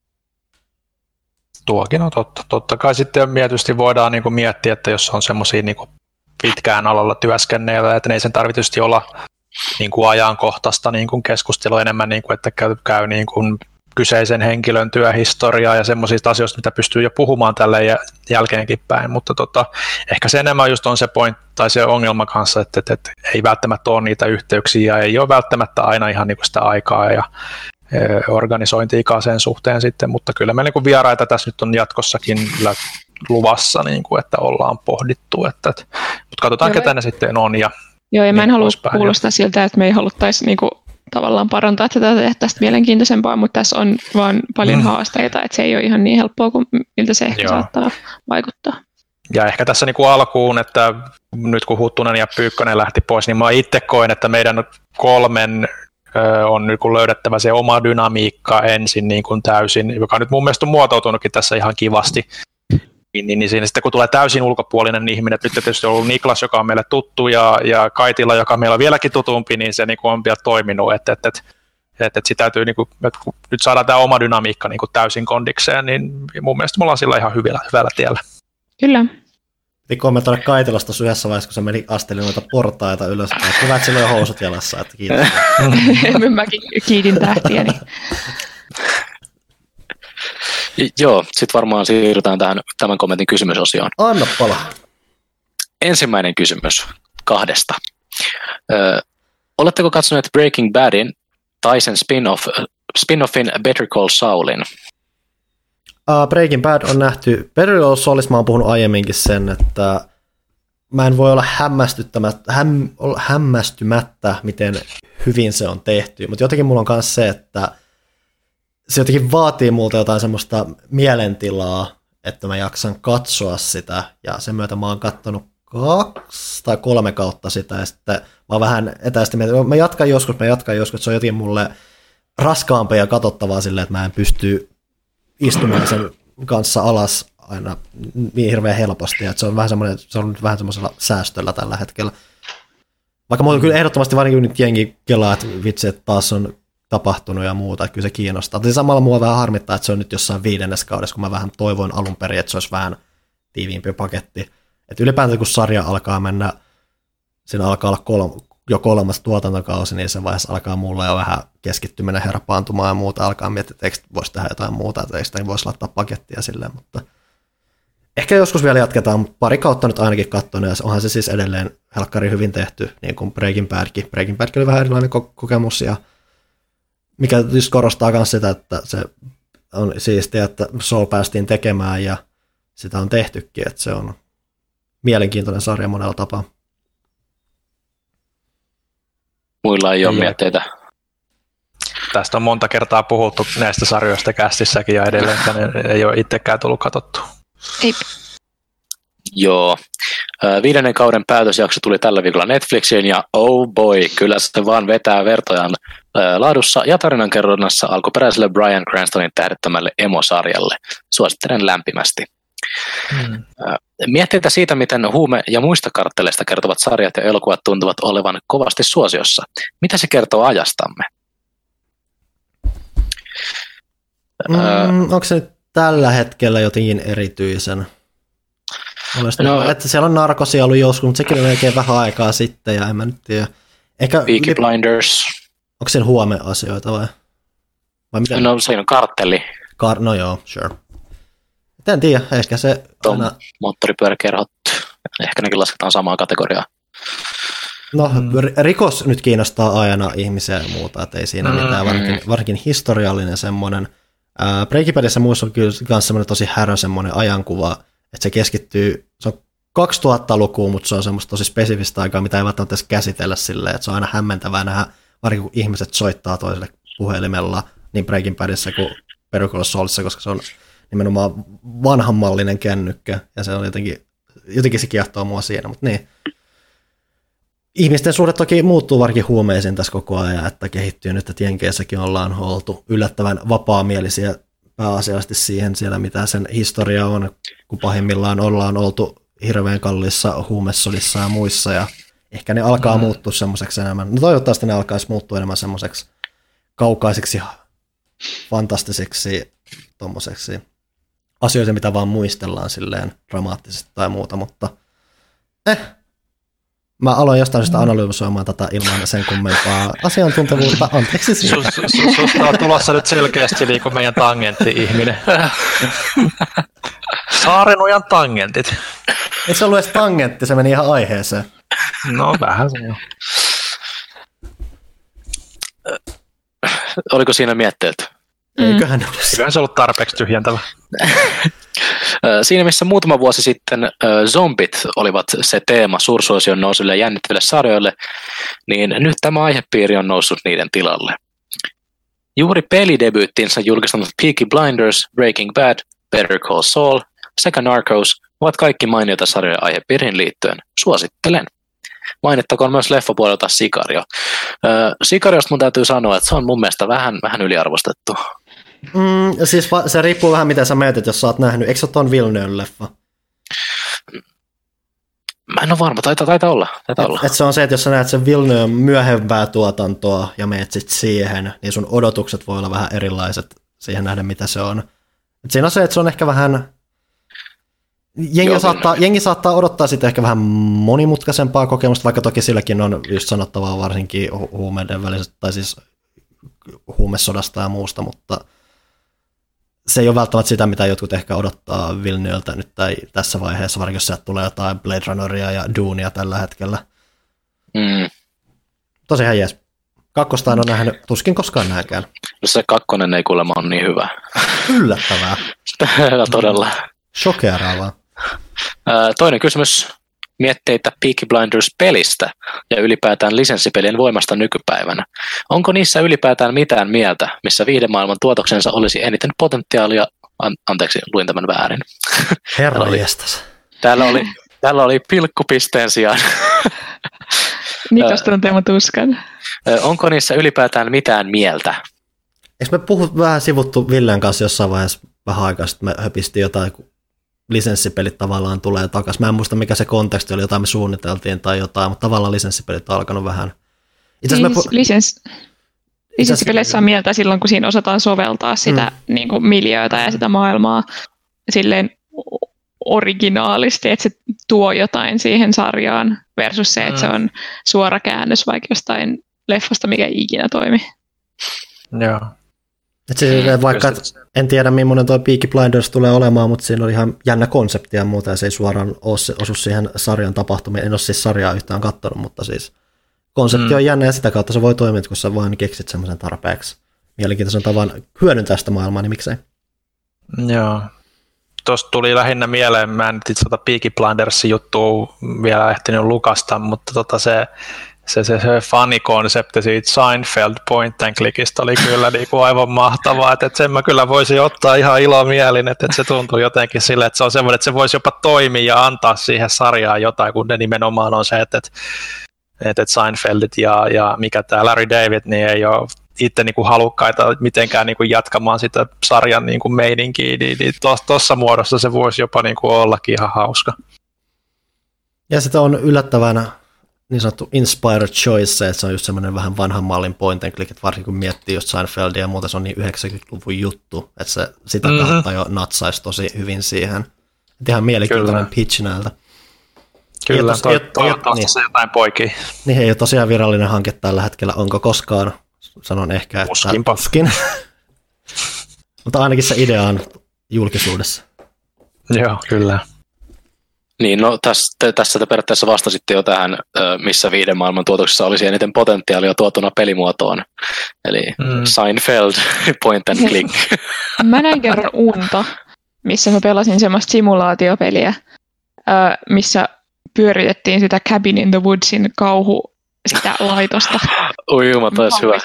Tuokin on totta. Totta kai sitten tietysti voidaan niin kuin miettiä, että jos on semmoisia niin kuin pitkään alalla työskennellä, että ne ei sen tarvitse olla niin kuin ajankohtaista niin kuin keskustelua enemmän, niin kuin, että käy niin kuin kyseisen henkilön työhistoriaa ja semmoisista asioista, mitä pystyy jo puhumaan tälle jälkeenkin päin, mutta ehkä se enemmän just on se point tai se ongelma kanssa, että ei välttämättä ole niitä yhteyksiä ja ei ole välttämättä aina ihan niin kuin sitä aikaa ja organisointiikaa sen suhteen sitten, mutta kyllä meillä niin vieraita tässä nyt on jatkossakin luvassa, niin kuin, että ollaan pohdittu, mutta katsotaan ketä ne sitten on. Ja mä en halua kuulostaa siltä, että me ei haluttaisi niin kuin tavallaan parantaa tätä tästä mielenkiintoisempaa, mutta tässä on vaan paljon haasteita, että se ei ole ihan niin helppoa kuin miltä se ehkä saattaa vaikuttaa. Ja ehkä tässä niin kuin alkuun, että nyt kun Huttunen ja Pyykkönen lähti pois, niin mä itse koen, että meidän kolmen on nyt kun löydettävä se oma dynamiikka ensin niin kuin täysin, joka nyt mun mielestä on muotoutunutkin tässä ihan kivasti. Niin siinä sitten kun tulee täysin ulkopuolinen ihminen, että nyt tietysti on ollut Niklas, joka on meille tuttu, ja Kaitila, joka meillä on vieläkin tutumpi, niin se niin kuin on vielä toiminut, että sitä täytyy, niin kuin, että kun nyt saadaan tämä oma dynamiikka niin kuin täysin kondikseen, niin mun mielestä me ollaan sillä ihan hyvällä tiellä. Kyllä. Piti kommentoida Kaitilasta tuossa yhdessä vaiheessa, kun se meni asteli noita portaita ylös. Hyvä, että sillä on housut jalassa, että kiitos. Mäkin kiitin tähtiäni. Joo, sitten varmaan siirrytään tämän kommentin kysymysosioon. Anna palaa. Ensimmäinen kysymys 2. Oletteko katsoneet Breaking Badin tai sen spin-offin Better Call Saulin? Breaking Bad on nähty. Better Call Saulissa mä oon puhunut aiemminkin sen, että mä en voi olla hämmästymättä, miten hyvin se on tehty, mutta jotenkin mulla on myös se, että se jotenkin vaatii multa jotain semmoista mielentilaa, että mä jaksan katsoa sitä, ja sen myötä mä oon katsonut 2 tai 3 kautta sitä, ja sitten mä oon vähän etäisesti mietin, mä jatkan joskus, se on jotenkin mulle raskaampaa ja katsottavaa silleen, että mä en pysty istumaan sen kanssa alas aina niin hirveän helposti, että se on vähän semmoisella säästöllä tällä hetkellä. Vaikka mulla kyllä ehdottomasti varsinkin nyt jengi kelaa, että vitsi, että taas on tapahtunut ja muuta, että kyllä se kiinnostaa. Mutta samalla mua vähän harmittaa, että se on nyt jossain 5. kaudessa, kun mä vähän toivoin alun perin, että se olisi vähän tiiviimpi paketti. Että ylipäätään kun sarja alkaa mennä, siinä alkaa olla jo 3. tuotantokausi, niin se vaiheessa alkaa mulla jo vähän keskittyminen herpaantumaan ja muuta, alkaa miettiä, että eikö voisi tehdä jotain muuta, että eikö sitä voisi laittaa pakettia silleen, mutta ehkä joskus vielä jatketaan, mutta 2 kautta nyt ainakin katsonut, ja onhan se siis edelleen helkkari hyvin tehty, niin kuin Breaking Badkin. Breaking Badkin oli vähän erilainen kokemus, ja mikä just korostaa myös sitä, että se on siistiä, että Saul päästiin tekemään, ja sitä on tehtykin, että se on mielenkiintoinen sarja monella tapaa. Muilla ei ole mietteitä. Tästä on monta kertaa puhuttu näistä sarjoista kästissäkin, ja edelleenkään ei ole itsekään tullut katsottua. Ei. Joo. 5. kauden päätösjakso tuli tällä viikolla Netflixiin, ja oh boy, kyllä se vaan vetää vertojaan laadussa ja tarinankerronnassa alkuperäiselle Bryan Cranstonin tähdettämälle emosarjalle. Suosittelen lämpimästi. Mietteitä siitä, miten huume- ja muista kartteleista kertovat sarjat ja elokuvat tuntuvat olevan kovasti suosiossa. Mitä se kertoo ajastamme? Onko se nyt tällä hetkellä jotenkin erityisen? Että siellä on narkosia ollut joskus, mutta sekin on melkein vähän aikaa sitten, ja en mä nyt tiedä. Peaky Blinders. Onko siinä huomeasioita vai mitä? No siinä on kartelli. No joo, sure. En tiedä, ehkä se aina... Moottoripyöräkerhot, ehkä nekin lasketaan samaan kategoriaan. No, rikos nyt kiinnostaa aina ihmisiä ja muuta, että ei siinä mitään, varsinkin historiallinen semmoinen. Breaking Badissa muussa on kyllä myös semmoinen tosi härö semmoinen ajankuva, että se keskittyy, se on 2000-lukua, mutta se on semmoista tosi spesifistä aikaa, mitä ei välttämättä edes käsitellä silleen, että se on aina hämmentävää nähdä, varsinkin kun ihmiset soittaa toiselle puhelimella, niin Breaking Badissa kuin Better Call Saulissa, koska se on nimenomaan vanhanmallinen kännykkä, ja se on jotenkin se kiehtoo mua siinä, mutta niin. Ihmisten suhde toki muuttuu varsinkin huumeisiin tässä koko ajan, että kehittyy nyt, että Jenkeissäkin ollaan oltu yllättävän vapaamielisiä pääasiallisesti siihen siellä, mitä sen historia on, kun pahimmillaan ollaan oltu hirveän kalliissa huumesodissa ja muissa, ja ehkä ne alkaa muuttua semmoiseksi enemmän. No toivottavasti ne alkaisi muuttua enemmän semmoiseksi kaukaiseksi, fantastiseksi, tommoseksi asioita, mitä vaan muistellaan silleen dramaattisesti tai muuta, mutta mä aloin jostain syystä analysoimaan tätä ilman sen kummempaa asiantuntevuutta. Anteeksi siitä. Susta on tulossa nyt selkeästi niin kuin meidän tangentti-ihminen. Saarenojan tangentit. Ei se ollut edes tangentti, se meni ihan aiheeseen. No vähän se jo. Oliko siinä mietteelty? Eiköhän se ollut tarpeeksi tyhjentävä. Siinä missä muutama vuosi sitten zombit olivat se teema suursuosion nousulle ja jännittäville sarjoille, niin nyt tämä aihepiiri on noussut niiden tilalle. Juuri pelidebyyttinsä julkistanut Peaky Blinders, Breaking Bad, Better Call Saul sekä Narcos ovat kaikki mainioita sarjojen aihepiiriin liittyen. Suosittelen. Mainittakoon myös leffapuolelta Sicario. Sicariosta mun täytyy sanoa, että se on mun mielestä vähän yliarvostettu. Siis se riippuu vähän miten sä mietit, jos sä oot nähnyt. Eikö se ole ton Villeneuven leffa? Mä en ole varma, taitaa olla. Et se on se, että jos sä näet sen Villeneuven myöhempää tuotantoa ja meet sit siihen, niin sun odotukset voi olla vähän erilaiset siihen nähdä, mitä se on. Et siinä on se, että se on ehkä vähän... Jengi saattaa odottaa sitten ehkä vähän monimutkaisempaa kokemusta, vaikka toki silläkin on just sanottavaa varsinkin huumeiden välisestä, tai siis huumesodasta ja muusta, mutta se ei ole välttämättä sitä, mitä jotkut ehkä odottaa Villeneuveltä nyt tai tässä vaiheessa, varsinkin jos sieltä tulee jotain Blade Runneria ja Dunea tällä hetkellä. Tosiaan jees. Kakkosta en ole nähnyt, tuskin koskaan nähkään. No se kakkonen ei kuulemma ole niin hyvä. Yllättävää. Todella. Shokeeraavaa. Toinen kysymys. Mietteitä Peaky Blinders-pelistä ja ylipäätään lisenssipelien voimasta nykypäivänä. Onko niissä ylipäätään mitään mieltä, missä viihdemaailman tuotoksensa olisi eniten potentiaalia? Anteeksi, luin tämän väärin. Herra jestas. Täällä oli pilkkupisteen sijaan. Nikasta on Teemu tuskan. Onko niissä ylipäätään mitään mieltä? Eikö me vähän sivuttu Villen kanssa jossain vaiheessa vähän aikaa sitten, me höpistiin jotain, kun lisenssipelit tavallaan tulee takaisin. Mä en muista, mikä se konteksti oli, jotain me suunniteltiin tai jotain, mutta tavallaan lisenssipelit on alkanut vähän. Lisenssipeleissä on mieltä silloin, kun siinä osataan soveltaa sitä niin kuin miljöötä ja sitä maailmaa silleen originaalisti, että se tuo jotain siihen sarjaan versus se, että se on suora käännös vaikka jostain leffasta, mikä ei ikinä toimi. Joo. Vaikka en tiedä, millainen tuo Peaky Blinders tulee olemaan, mutta siinä oli ihan jännä konsepti ja muuta, ja se ei suoraan osu siihen sarjan tapahtumiin. En ole siis sarjaa yhtään katsonut, mutta siis konsepti on jännä, ja sitä kautta se voi toimia, kun sä vain keksit semmoisen tarpeeksi mielenkiintoisen tavan hyödyntää sitä maailmaa, niin miksei? Joo. Tuosta tuli lähinnä mieleen, mä en itse Peaky Blindersin juttua vielä ehtinyt lukasta, mutta se funny-konsepti siitä Seinfeld point and clickista oli kyllä niinku aivan mahtavaa, että sen mä kyllä voisin ottaa ihan ilomielin, että se tuntuu jotenkin sille, että se on semmoinen, että se voisi jopa toimia ja antaa siihen sarjaan jotain, kun ne nimenomaan on se, että Seinfeldit ja mikä tämä Larry David, niin ei ole itse niinku halukkaita mitenkään niinku jatkamaan sitä sarjan niinku meininkiä, niin tuossa muodossa se voisi jopa niinku ollakin ihan hauska. Ja sitä on yllättävänä niin sanottu inspired choice, että se on just semmoinen vähän vanhan mallin point and click, että varsinkin kun miettii just Seinfeldia ja muuta, se on niin 90-luvun juttu, että se sitä kautta jo natsaisi tosi hyvin siihen. Että ihan mielenkiintoinen pitch näiltä. Kyllä, toivottavasti niin. se jotain poikii. Niin ei ole tosiaan virallinen hanke tällä hetkellä, onko koskaan? Sanon ehkä, että tuskin. Mutta ainakin se idea on julkisuudessa. Joo, kyllä. Niin, no tässä te periaatteessa vastasitte jo tähän, missä viihdemaailman tuotoksessa olisi eniten potentiaalia tuotuna pelimuotoon. Eli Seinfeld, point and click. Mä näin kerran unta, missä mä pelasin semmoista simulaatiopeliä, missä pyöritettiin sitä Cabin in the Woodsin sitä laitosta. Ui jumala, olisi hyvä.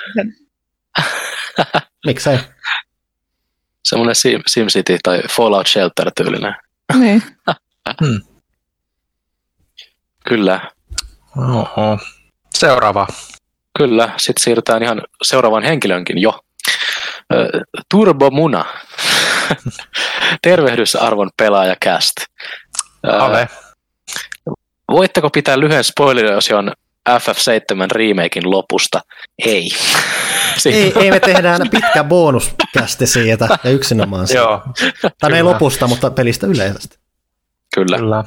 Miksei? Semmoinen SimCity tai Fallout Shelter-tyylinen. Niin. Kyllä. Oho. Seuraava. Kyllä, sitten siirrytään ihan seuraavaan henkilönkin jo. Turbo Muna. Tervehdys arvon pelaajakäst. Voitteko pitää lyhyen spoileriosion FF7 remakein lopusta? Ei. Ei me tehdään pitkä bonuskästi siitä ja yksinomaan siitä. Joo. Tai ei lopusta, mutta pelistä yleisesti. Kyllä.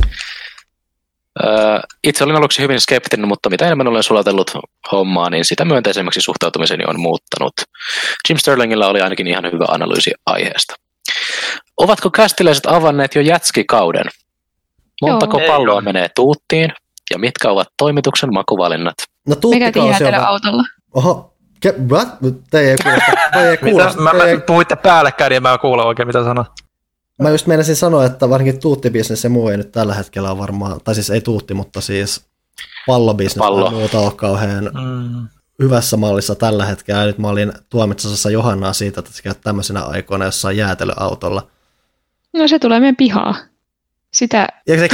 Itse olin aluksi hyvin skeptinen, mutta mitä enemmän olen sulatellut hommaa, niin sitä myönteisemmäksi suhtautumiseni on muuttanut. Jim Sterlingillä oli ainakin ihan hyvä analyysi aiheesta. Ovatko kästiläiset avanneet jo jätskikauden? Montako palloa menee tuuttiin ja mitkä ovat toimituksen makuvalinnat? No tuuttikausi on... autolla. Oho, what? Te ei kuulosta. Puhuitte päällekkäin, niin mä en kuule oikein mitä sanoa. Mä just meinasin sanoa, että varsinkin tuuttibisnes ja muu ei nyt tällä hetkellä ole varmaan, tai siis ei tuutti, mutta siis pallobisnes tai muuta ole kauhean hyvässä mallissa tällä hetkellä. Ja nyt mä olin tuomitsasessa Johannaa siitä, että se käy tämmöisenä aikoina jossain jäätelöautolla. No se tulee meidän pihaa. Sitä...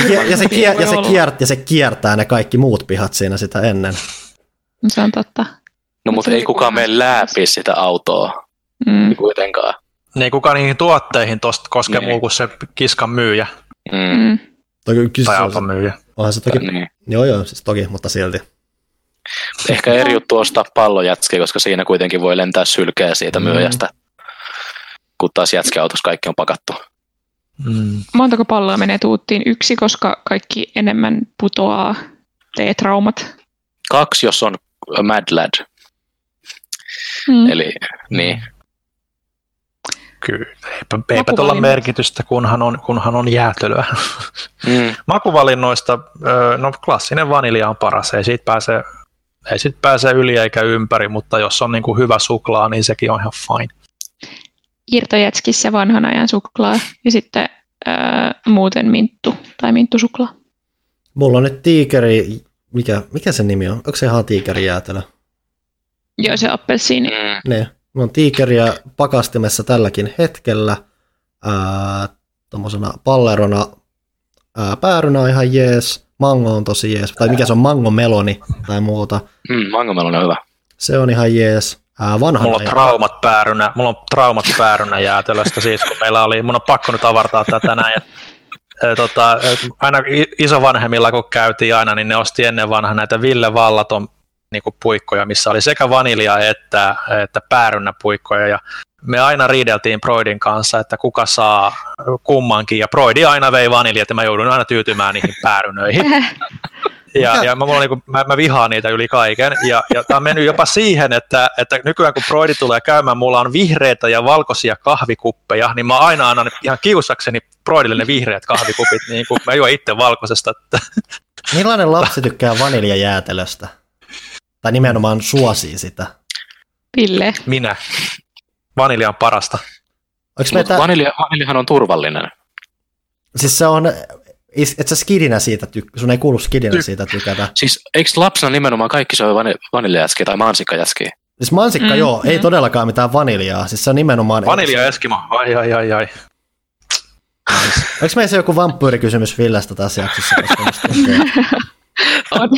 Se kiertää ne kaikki muut pihat siinä sitä ennen. Se on totta. No mutta ei kukaan mene läpi sitä autoa kuitenkaan. Ei kukaan niihin tuotteihin tosta koske muu kuin se kiskan myyjä. Tai auton myyjä. Onhan se toki, joo, siis toki, mutta silti. Ehkä eri juttu ostaa pallojätski, koska siinä kuitenkin voi lentää sylkeä siitä myyjästä, kun taas jätskiautossa kaikki on pakattu. Montako palloa menee tuuttiin? 1, koska kaikki enemmän putoaa T-traumat. 2, jos on Mad Lad. Eli niin. Kyllä, eipä tuolla merkitystä, kunhan on jäätelöä. Makuvalinnoista, no klassinen vanilja on paras, ei siitä pääse yli eikä ympäri, mutta jos on niinku hyvä suklaa, niin sekin on ihan fine. Irtojätskissä vanhan ajan suklaa ja sitten muuten minttu tai minttusuklaa. Mulla on nyt tiikeri, mikä sen nimi on? Onko se ihan tiikerijäätelö? Joo, se appelsiini. Ne. Mulla on tiikeriä pakastimessa tälläkin hetkellä. Tuommoisena pallerona päärynä on ihan jees. Mango on tosi jees. Tai mikä se on, mangomeloni tai muuta. Mangomeloni on hyvä. Se on ihan jees. Mulla on traumat päärynä jäätelöstä siis, kun mun on pakko nyt avartaa tätä näin. Aina isovanhemmilla kun käytiin aina, niin ne osti ennen vanha näitä Ville Vallaton niinku puikkoja, missä oli sekä vanilja että päärynäpuikkoja, ja me aina riideltiin Broidin kanssa, että kuka saa kummankin, ja Broidi aina vei vaniljat, ja mä joudun aina tyytymään niihin päärynöihin. Ja mä vihaan niitä yli kaiken, ja tämä on mennyt jopa siihen, että nykyään kun Broidi tulee käymään, mulla on vihreitä ja valkoisia kahvikuppeja, niin mä aina annan ihan kiusakseni Broidille ne vihreät kahvikupit, niin kuin mä juon itse valkoisesta. Millainen lapsi tykkää vaniljajäätelöstä? Tai nimenomaan suosii sitä? Ville. Minä. Vanilja on parasta. Vaniljahan on turvallinen. Siis se on, et sä skidinä siitä sun ei kuulu skidinä siitä tykätä. Siis eikö lapsena nimenomaan kaikki se on vaniljajätskiä tai mansikkajätskiä? Siis mansikka joo, ei todellakaan mitään vaniljaa. Siis se on nimenomaan... Vanilja Eskimo, ai. Oliko meissä joku vampyyrikysymys Villestä tässä jaksossa? On.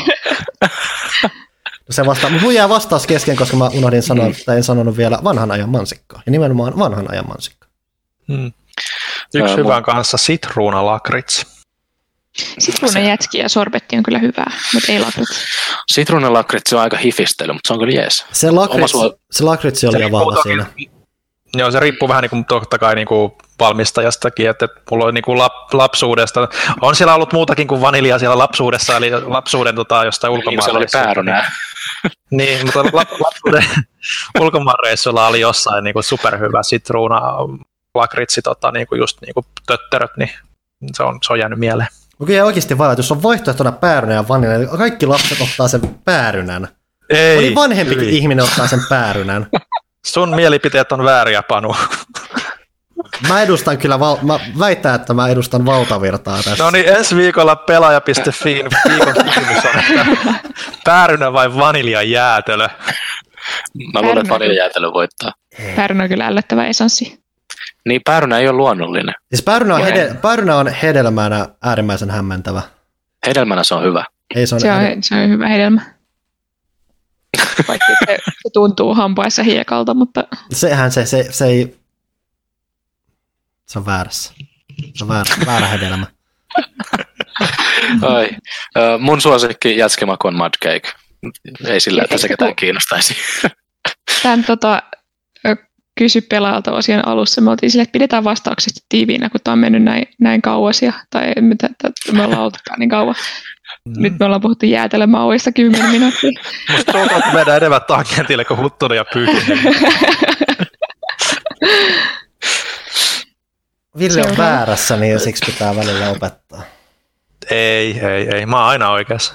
Se mun jää vastaus kesken, koska mä unohdin sanoa, tai en sanonut vielä vanhan ajan mansikkaa. Ja nimenomaan vanhan ajan mansikka. Yksi hyvän kanssa sitruunalakritsi. Sitruunajätski ja sorbetti on kyllä hyvää, mutta ei lakritsi. Sitruunalakritsi on aika hifistely, mutta se on kyllä jees. Se lakritsi oli jo vahva siinä. Joo, se riippuu vähän niin kuin, totta kai niin kuin valmistajastakin, että mulla on niin kuin lapsuudesta, on siellä ollut muutakin kuin vaniljaa siellä lapsuudessa, eli lapsuuden jostain ulkomaanreissulla. Niin, siellä oli päärynää. Niin, mutta lapsuuden ulkomaanreissulla oli jossain niin kuin superhyvä sitruuna, lakritsi, niin kuin just niin kuin töttöröt, niin se on jäänyt mieleen. Okei, oikeasti vaan, että jos on vaihtoehtona päärynä ja vanilja, niin kaikki lapset ottaa sen päärynän. Oli vanhempikin ihminen ottaa sen päärynän. Sun mielipiteet on vääriä, Panu. Mä edustan kyllä, mä väitän, että mä edustan valtavirtaa tässä. No niin, ensi viikolla pelaaja.fiin viikon kysymys on, että päärynä vai vaniljajäätelö? Mä luulen, että vaniljajäätelö voittaa. Päärynä on kyllä ällöttävä esanssi. Niin, päärynä ei ole luonnollinen. Siis päärynä on hedelmänä äärimmäisen hämmentävä. Hedelmänä se on hyvä. Ei, se on hyvä hedelmä. Vaikka se tuntuu hampaissa hiekalta, mutta... Sehän se ei... Se on väärässä. Se on väärä hedelmä. Ai. Mun suosikki jätskimaku on mud cake. Ei sillä, että se ketään kiinnostaisi. Tämän kysy pelaajalta osion alussa. Me oltiin sille, että pidetään vastaukset tiiviinä, kun tämä on mennyt näin kauas. Tai me ollaan oltukaan niin kauan. Nyt me ollaan puhuttu jäätelömauista 10 minuuttia. Musta tuntuu, että meidän enemmän tangentille kuin Huttunen ja Pyyhinen. Ville on väärässä, niin siksi pitää välillä opettaa. Ei. Mä oon aina oikeassa.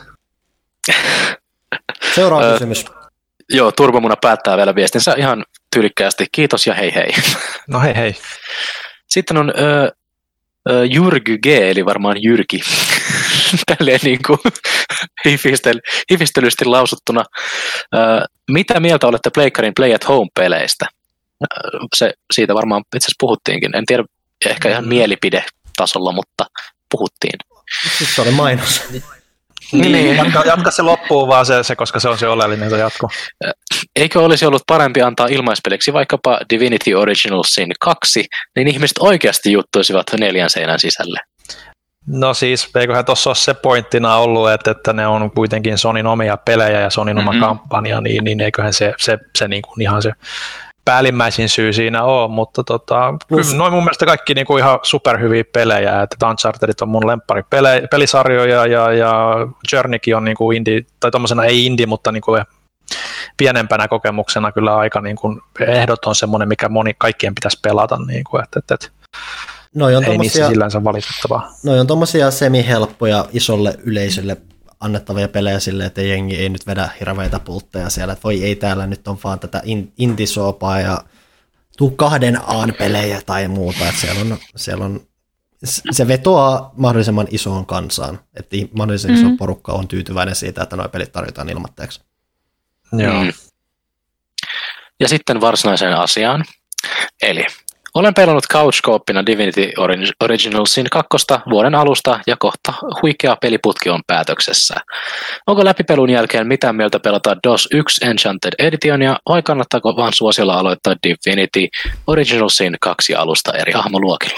Seuraava kysymys. Joo, Turbomuna päättää vielä viestinsä ihan tyylikkäästi. Kiitos ja hei hei. No hei. Sitten on Jyrky G, eli varmaan Jyrki. Tälleen niin kuin hifistelysti lausuttuna. Mitä mieltä olette Pleikkarin Play at Home-peleistä? Siitä varmaan itse asiassa puhuttiinkin. En tiedä, ehkä ihan mielipidetasolla, mutta puhuttiin. Siis se oli mainos. Niin. Jatka se loppuun vaan se, koska se on se oleellinen se jatko. Eikö olisi ollut parempi antaa ilmaispeliksi vaikkapa Divinity Original Sin 2, niin ihmiset oikeasti juttuisivat 4 seinän sisälle? No siis, eiköhän tuossa ole se pointtina ollut, että ne on kuitenkin Sonyn omia pelejä ja Sonyn oma kampanja, niin eiköhän se niin kuin ihan se päällimmäisin syy siinä ole, mutta noin mun mielestä kaikki niin kuin ihan superhyviä pelejä, että Unchartedit on mun lemppari pelisarjoja ja Journeykin on niin kuin indie, tai tommosena ei indie, mutta niin kuin pienempänä kokemuksena kyllä aika niin kuin ehdoton semmoinen, mikä kaikkien pitäisi pelata, niin kuin, että ei niissä sillänsä valitettavaa. Noi on tommosia semi-helppoja isolle yleisölle annettavia pelejä silleen, että jengi ei nyt vedä hirveitä pultteja siellä, että voi ei täällä nyt on vaan tätä intisoopaa ja tuu 2 A-pelejä tai muuta, että siellä on se vetoaa mahdollisimman isoon kansaan, että mahdollisimman iso porukka on tyytyväinen siitä, että nuo pelit tarjotaan ilmatteeksi. Joo. Ja sitten varsinaiseen asiaan, eli olen pelannut couch-kooppina Divinity Original Sin 2 vuoden alusta ja kohta huikea peliputki on päätöksessä. Onko läpipelun jälkeen mitään mieltä pelata DOS 1 Enchanted Editionia vai kannattaako vaan suosiolla aloittaa Divinity Original Sin 2 alusta eri hahmoluokilla?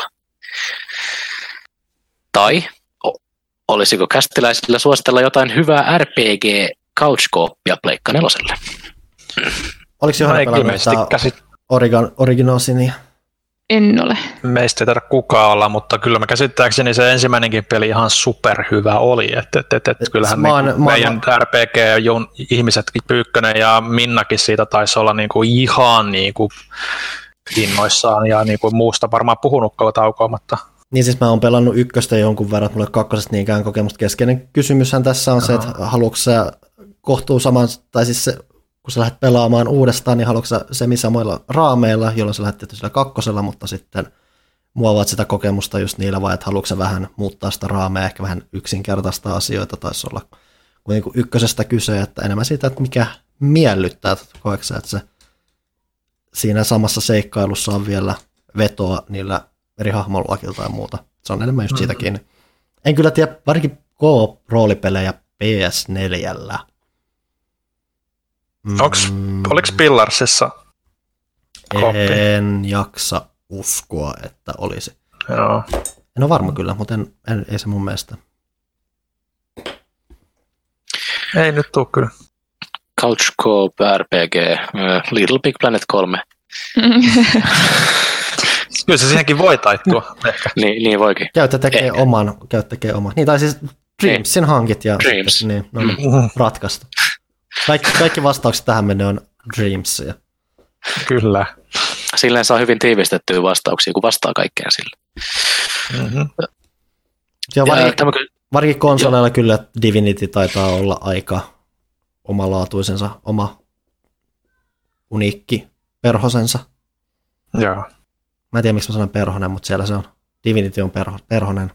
Tai olisiko kästiläisillä suositella jotain hyvää RPG couch-kooppia Pleikka 4:lle? Oliko Johanna pelannut Original Sinia? En ole. Meistä ei taida kukaan olla, mutta kyllä mä käsittääkseni se ensimmäinenkin peli ihan superhyvä oli. Kyllähän meidän RPG-ihmiset, Pyykkönen ja Minnakin siitä taisi olla niinku ihan niinku innoissaan ja niinku muusta varmaan puhunutkaan taukoamatta. Niin siis mä oon pelannut 1 jonkun verran, mulle 2 niinkään kokemusta. Keskeinen kysymyshän tässä on se, että haluatko sä kohtuu saman, tai siis se, kun sä lähdet pelaamaan uudestaan, niin haluatko sä semisamoilla raameilla, jolloin sä lähdet tietysti sillä 2, mutta sitten muovaat sitä kokemusta just niillä, vai että haluatko sä vähän muuttaa sitä raamea, ehkä vähän yksinkertaista asioita, taisi olla kuitenkin 1 kyse, että enemmän siitä, että mikä miellyttää, koetko että se siinä samassa seikkailussa on vielä vetoa niillä eri hahmoluokilta ja muuta. Se on enemmän just siitäkin. En kyllä tiedä, varsinkin roolipelejä PS4:llä. Oliko Pillarsissa kooppi? En jaksa uskoa, että olisi. Joo. En ole varma kyllä, mutta ei se mun mielestä. Ei nyt tule kyllä. Couch Co-op RPG, Little Big Planet 3. Kyllä se siihenkin voi taittua ehkä. Niin voikin. Käyttö tekee oman. Niin, tai siis Dreamsin hankit ja Dreams. Niin, no, ratkaistu. Kaikki vastaukset tähän menneen on Dreamsia. Kyllä. Silleen saa hyvin tiivistettyä vastauksia, kun vastaa kaikkeen sille. Mm-hmm. Ja varsinkin konsoleilla kyllä Divinity taitaa olla aika omalaatuisensa, oma uniikki perhosensa. Joo. Mä en tiedä, miksi mä sanon perhonen, mutta siellä se on. Divinity on perhonen.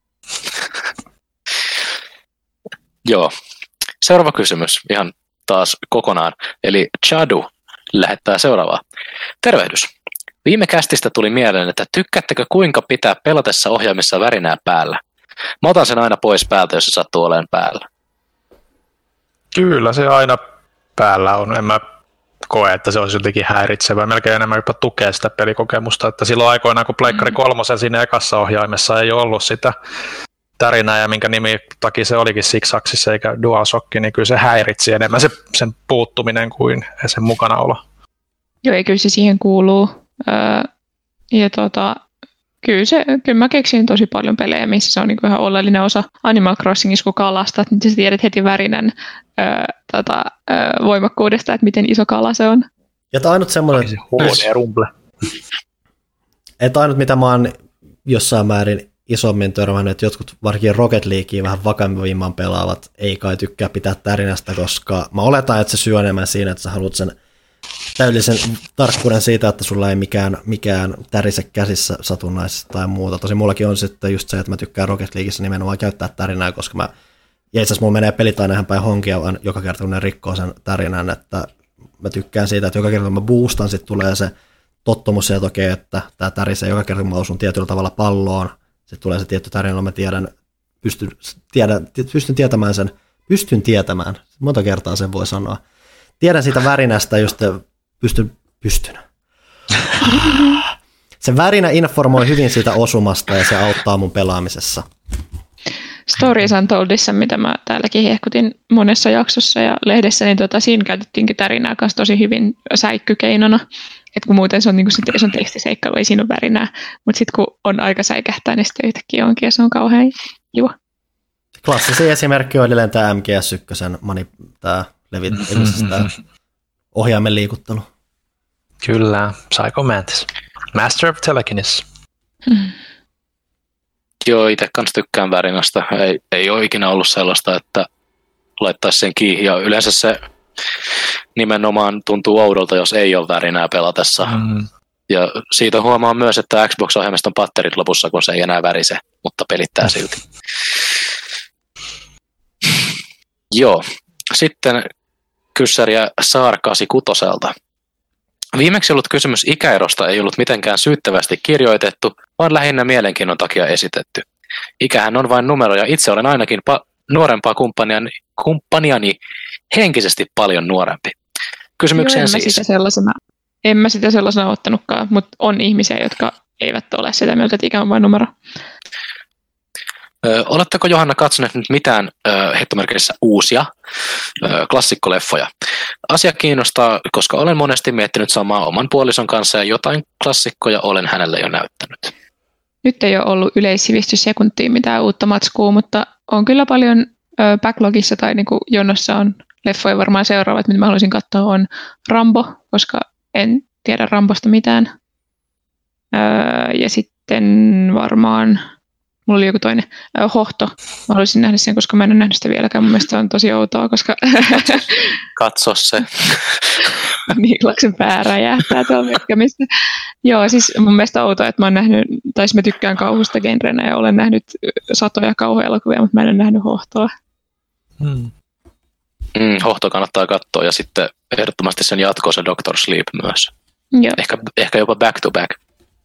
Joo. Seuraava kysymys, ihan taas kokonaan. Eli Chadu lähettää seuraavaa. Tervehdys. Viime kästistä tuli mieleen, että tykkäättekö kuinka pitää pelatessa ohjaimissa värinää päällä? Mä otan sen aina pois päältä, jos se sattuu olemaan päällä. Kyllä se aina päällä on. En mä koe, että se olisi jotenkin häiritsevää. Melkein enemmän jopa tukee sitä pelikokemusta. Että silloin aikoinaan, kun Pleikkari 3 siinä ekassa ohjaimessa ei ollut sitä tärinää, ja minkä nimi takia se olikin Six-Axis eikä DualShock, niin kyllä se häiritsi enemmän sen puuttuminen kuin sen mukanaolo. Joo, ja kyllä se siihen kuuluu. Ja kyllä mä keksin tosi paljon pelejä, missä se on niin kuin ihan oleellinen osa Animal Crossingissa, kun kalastat, niin sä tiedät heti värinän voimakkuudesta, että miten iso kala se on. Ja tämä ainut semmoinen, että ainut mitä mä oon jossain määrin isommin törmännyt, että jotkut varsinkin Rocket Leaguea vähän vakavimman pelaavat ei kai tykkää pitää tärinästä, koska mä oletan, että se syy enemmän siinä, että sä haluat sen täydellisen tarkkuuden siitä, että sulla ei mikään tärise käsissä satunnaisesti tai muuta. Tosi mullakin on sitten just se, että mä tykkään Rocket Leagueissa nimenomaan käyttää tärinää, koska ja itse asiassa mulla menee pelit aina ihan päin honkia joka kerta, kun ne rikkoo sen tärinän, että mä tykkään siitä, että joka kerta kun mä boostan, sitten tulee se tottumus sieltä, okei, että tää tärisee joka kerta, kun mä osun tietyllä tavalla palloon, sitten tulee se tietty tärinä, mä pystyn tietämään, monta kertaa sen voi sanoa. Tiedän siitä värinästä, just pystyn. Se värinä informoi hyvin siitä osumasta ja se auttaa mun pelaamisessa. Stories Untoldissa, mitä mä täälläkin hehkutin monessa jaksossa ja lehdessä, niin siinä käytettiinkin tärinää kanssa tosi hyvin säikkykeinona. Että kun muuten se on, niin se on tekstiseikkailu, ei siinä ole värinää. Mutta sitten kun on aika säikähtää, niin sitten yhtäkkiä onkin ja se on kauhean kiva. Klassisin esimerkki on edelleen tämä MGS1, tämä ohjaimen liikuttelu. Kyllä, Psycho Mantis. Master of Telekinesis. Joo, itse kanssa tykkään värinästä. Ei ole ikinä ollut sellaista, että laittaisi sen kiinni. Ja yleensä se nimenomaan tuntuu oudolta, jos ei ole värinää pelatessa. Ja siitä huomaa myös, että Xbox-ohjelmista on patterit lopussa, kun se ei enää värise, mutta pelittää silti. Joo, sitten kyssäriä Saar 86. Viimeksi ollut kysymys ikäerosta ei ollut mitenkään syyttävästi kirjoitettu, vaan lähinnä mielenkiinnon takia esitetty. Ikähän on vain numero ja itse olen ainakin nuorempaa kumppaniani henkisesti paljon nuorempi. Kysymykseen Joo, siis. En mä sitä sellaisena ottanutkaan, mutta on ihmisiä, jotka eivät ole sitä mieltä, että ikä on vain numero. Oletteko Johanna katsoneet nyt mitään heittomerkeissä uusia klassikkoleffoja? Asia kiinnostaa, koska olen monesti miettinyt samaa oman puolison kanssa ja jotain klassikkoja olen hänelle jo näyttänyt. Nyt ei ole ollut yleissivistyssekuntiin mitään uutta matskua, mutta on kyllä paljon backlogissa tai niin kuin jonossa on leffoja varmaan seuraavat, mitä mä haluaisin katsoa, on Rambo, koska en tiedä Rambosta mitään. Ja sitten varmaan mulla oli joku toinen Hohto. Mä haluaisin nähdä sen, koska mä en ole nähnyt sitä vieläkään. Mun mielestä se on tosi outoa, koska Katso se. Niklaksen pää räjähtää tuolla virkkämistä. Joo, siis mun mielestä outoa, että mä oon nähnyt, tai mä tykkään kauhusta genrenä ja olen nähnyt satoja kauhuelokuvia, mutta mä en ole nähnyt Hohtoa. Hohto kannattaa katsoa ja sitten ehdottomasti sen jatko se Dr. Sleep myös. Joo. Ehkä jopa back to back.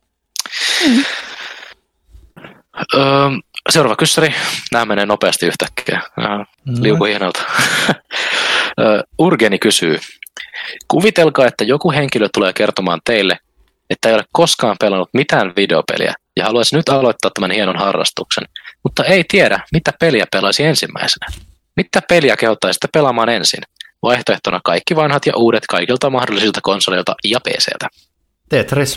Seuraava kyssäri. Nämä menee nopeasti yhtäkkiä. Liukuhihnalta. Urgeni kysyy. Kuvitelkaa, että joku henkilö tulee kertomaan teille, että ei ole koskaan pelannut mitään videopeliä ja haluaisi nyt aloittaa tämän hienon harrastuksen, mutta ei tiedä, mitä peliä pelaisi ensimmäisenä. Mitä peliä kehottaisitte pelaamaan ensin? Vaihtoehtona kaikki vanhat ja uudet kaikilta mahdollisilta konsoleilta ja PCltä. Tetris.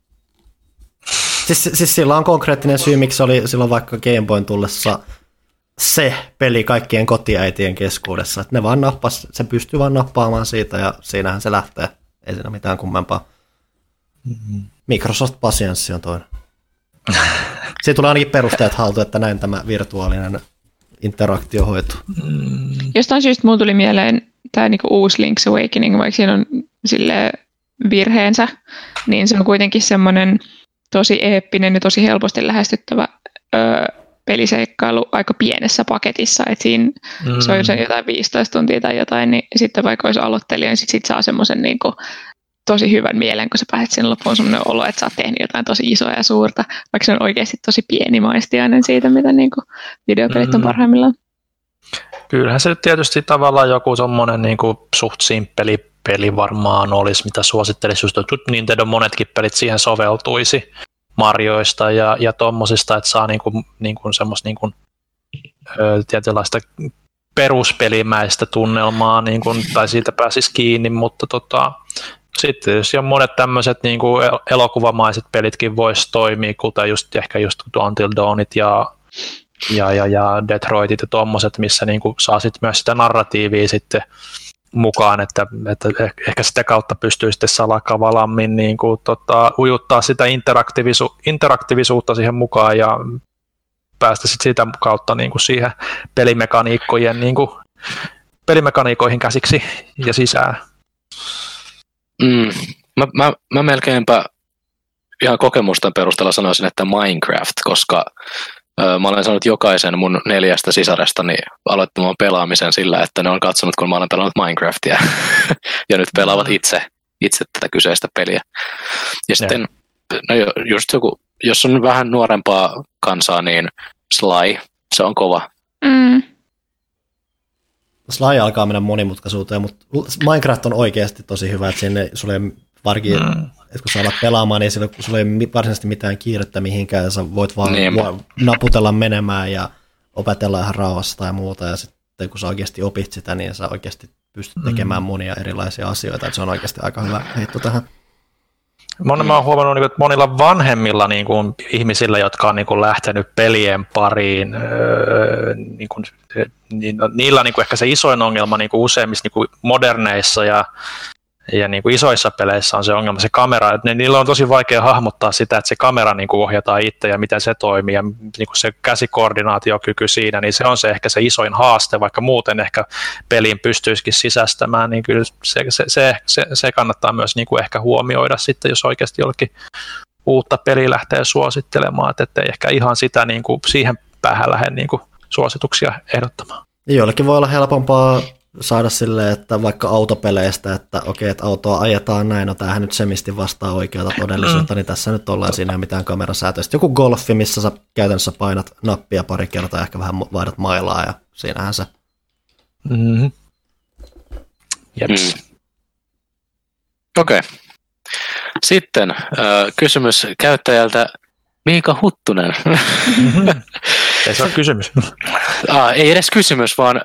Siis sillä on konkreettinen syy, miksi oli silloin vaikka Game Boyn tullessa se peli kaikkien kotiäitien keskuudessa. Että ne vaan se pystyy vaan nappaamaan siitä ja siinähän se lähtee. Ei siinä mitään kummempaa. Microsoft Patience on toinen. Siitä tulee ainakin perusteet haltuun, että näin tämä virtuaalinen interaktio hoituu. Jostain syystä mulla tuli mieleen tämä niinku uusi Link's Awakening, vaikka siinä on sille virheensä, niin se on kuitenkin semmoinen tosi eeppinen ja tosi helposti lähestyttävä peliseikkailu aika pienessä paketissa, että siinä se on jotain 15 tuntia tai jotain, niin sitten vaikka olisi aloittelija, niin sit saa semmoisen niinku tosi hyvän mielen, kun sä pääset sen loppuun semmoinen olo, että sä oot tehnyt jotain tosi isoa ja suurta, vaikka se on oikeasti tosi pienimaistiainen siitä, mitä niinku videopelit on parhaimmillaan. Kyllähän se tietysti tavallaan joku semmoinen niinku suht simppeli peli varmaan olisi, mitä suosittelisi, just Nintendo monetkin pelit siihen soveltuisi Marioista ja tommosista, että saa niinku semmoista niinku, tietynlaista peruspelimäistä tunnelmaa, niinku, tai siitä pääsisi kiinni, mutta sitten jos on monet tämmöiset niinku elokuvamaiset pelitkin voisi toimia, kuten ehkä just Until Dawnit ja Detroitit ja tommoset, missä niinku saa sit myös sitä narratiivia sitten mukaan, että ehkä sitä kautta pystyy sitten salakavalammin niinku ujuttaa sitä interaktiivisuutta siihen mukaan ja päästä sitten sitä kautta niinku siihen pelimekaniikoihin käsiksi ja sisään. Mä melkeinpä ihan kokemusten perusteella sanoisin, että Minecraft, koska mä olen saanut jokaisen mun 4 sisarestani aloittamaan pelaamisen sillä, että ne on katsonut, kun mä olen pelannut Minecraftia ja nyt pelaavat itse tätä kyseistä peliä. Ja sitten, no just joku, jos on vähän nuorempaa kansaa, niin Sly, se on kova. Sly alkaa mennä monimutkaisuuteen, mutta Minecraft on oikeasti tosi hyvä, että sinne sulle ei varsinkin, että kun sä alat pelaamaan, niin sulla ei varsinaisesti mitään kiirettä mihinkään, ja sä voit vaan naputella menemään ja opetella ihan rauhassa tai muuta, ja sitten kun sä oikeasti opit sitä, niin sä oikeasti pystyt tekemään monia erilaisia asioita, että se on oikeasti aika hyvä heitto tähän. Mä oon huomannut, että monilla vanhemmilla niin kuin ihmisillä, jotka on niin kuin lähtenyt pelien pariin, niin kuin, niillä niin kuin ehkä se isoin ongelma niin kuin useimmissa niin kuin moderneissa ja niin kuin isoissa peleissä on se ongelma, se kamera. Että niillä on tosi vaikea hahmottaa sitä, että se kamera niin kuin ohjataan itse ja miten se toimii ja niin kuin se käsikoordinaatiokyky siinä, niin se on se ehkä se isoin haaste, vaikka muuten ehkä peliin pystyisikin sisäistämään, niin kyllä se kannattaa myös niin kuin ehkä huomioida sitten, jos oikeasti jollekin uutta peliä lähtee suosittelemaan, että ei ehkä ihan sitä niin kuin siihen päähän lähde niin kuin suosituksia ehdottamaan. Joillekin voi olla helpompaa saada silleen, että vaikka autopeleistä, että okei, että autoa ajetaan näin, no tämähän nyt semisti vastaa oikeata todellisuutta, niin tässä nyt ollaan siinä mitään kamerasäätöistä. Joku golfi, missä sä käytännössä painat nappia pari kertaa, ehkä vähän vaihdat mailaa ja siinähän se. Jeps. Okei. Sitten kysymys käyttäjältä Miika Huttunen. Ei se ole kysymys. Ei edes kysymys, vaan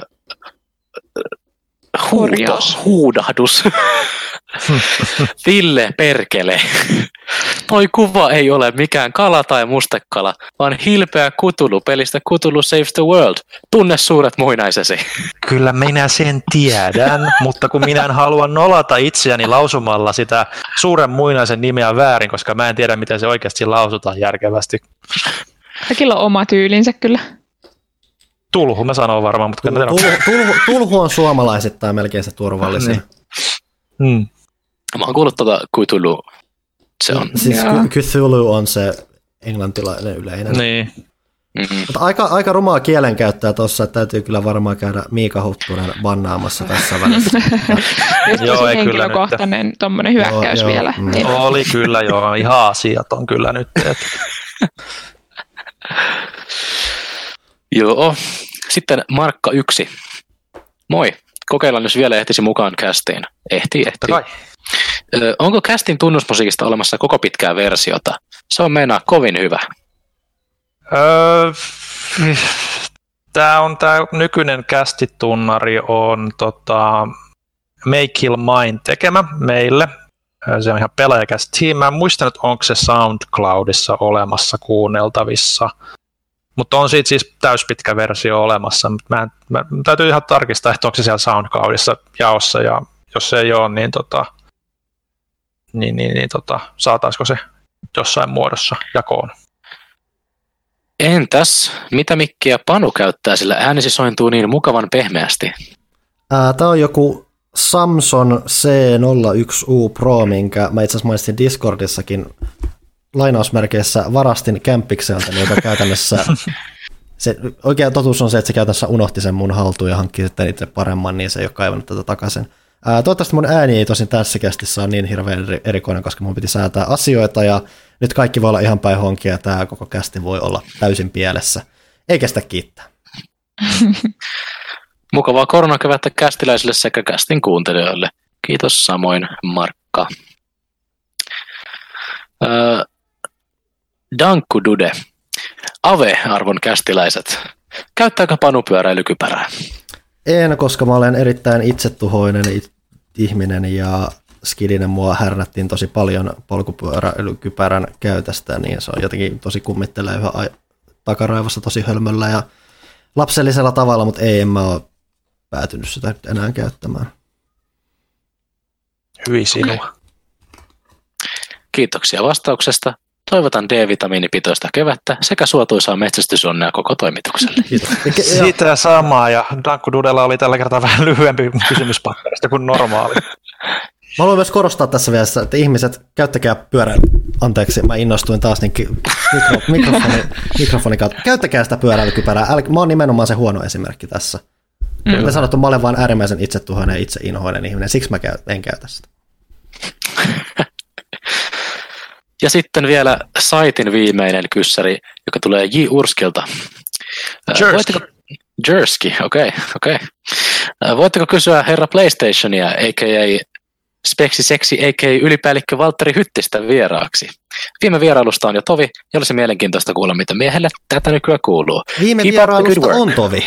huudahdus. Ville perkele. Toi kuva ei ole mikään kala tai mustekala, vaan hilpeä Cthulhu pelistä Cthulhu Saves the World. Tunne suuret muinaisesi. Kyllä minä sen tiedän, mutta kun minä en halua nolata itseäni lausumalla sitä suuren muinaisen nimeä väärin, koska mä en tiedä, miten se oikeasti lausutaan järkevästi. Kaikilla on oma tyylinsä kyllä. Tulhu mä sanon varmaan, mutta Tulhu on suomalaisittain melkein se turvallisin. Mä oon kuullut Cthulhu. Se on. Siis Cthulhu on se englantilainen yleinen. Niin. Mutta aika rumaa kielenkäyttöä tuossa, että täytyy kyllä varmaan käydä Miika Huttunen bannaamassa tässä välissä. Joo, ei henkilökohtainen tommonen hyökkäys vielä. Oli kyllä joo, ihan asiaton kyllä nyt. Joo, sitten Markka 1. Moi, kokeillaan jos vielä ehtisi mukaan castiin. Ehtii. Onko castin tunnusmusiikista olemassa koko pitkää versiota? Se on meinaa kovin hyvä. Tämä nykyinen castitunnari on Make Kill Mine tekemä meille. Se on ihan pelaajakästi. Mä en muistanut, onko se SoundCloudissa olemassa kuunneltavissa, mutta on siitä siis täyspitkä versio olemassa. Mä täytyy ihan tarkistaa, että onko se siellä SoundCloudissa jaossa, ja jos se ei ole, niin saataisiko se jossain muodossa jakoon. Entäs, mitä mikkiä Panu käyttää, sillä äänesi sointuu niin mukavan pehmeästi? Tämä on joku Samson C01U Pro, minkä mä itse asiassa mainitsin Discordissakin lainausmerkeissä varastin kämppikseltä, joka käytännössä, oikea totuus on se, että se käytännössä unohti sen mun haltuun ja hankki sitten itse paremman, niin se ei ole kaivannut tätä takaisin. Toivottavasti mun ääni ei tosin tässä kästissä ole niin hirveän erikoinen, koska mun piti säätää asioita ja nyt kaikki voi olla ihan päin honkia ja tämä koko kästi voi olla täysin pielessä. Ei kestä kiittää. Mukavaa koronakevättä kästiläisille sekä kästin kuuntelijoille. Kiitos samoin, Markka. Dankku Dude. Ave, arvon kästiläiset. Käyttääkö Panu pyöräilykypärää? En, koska mä olen erittäin itsetuhoinen ihminen ja skidinen mua härnättiin tosi paljon polkupyöräilykypärän käytöstä, niin se on jotenkin tosi kummittelee yhä takaraivossa tosi hölmöllä ja lapsellisella tavalla, mutta en mä ole päätynyt sitä enää käyttämään. Hyvin sinua. Kiitoksia vastauksesta. Toivotan D-vitamiinipitoista kevättä sekä suotuisaa metsästysonnea koko toimitukselle. Kiitos. Siitä samaa, ja Dankku Dudella oli tällä kertaa vähän lyhyempi kysymyspatterista kuin normaali. Mä haluan myös korostaa tässä vielä, että ihmiset, käyttäkää anteeksi, mä innostuin taas niin mikrofonin kautta. Käyttäkää sitä pyöräilykypärää. Mä oon nimenomaan se huono esimerkki tässä. Kuten sanottu, mä olen vaan äärimmäisen itsetuhoinen ja itseinhoinen ihminen, siksi mä en käytä sitä. Ja sitten vielä saitin viimeinen kyssäri, joka tulee J. Urskilta. Jerski, okei. Voitteko kysyä herra PlayStationia, a.k.a. Speksi Seksi, a.k.a. ylipäällikkö Valtteri Hyttistä vieraaksi? Viime vierailusta on jo tovi, ja olisi mielenkiintoista kuulla, mitä miehelle tätä nykyään kuuluu. Viime vierailusta on tovi.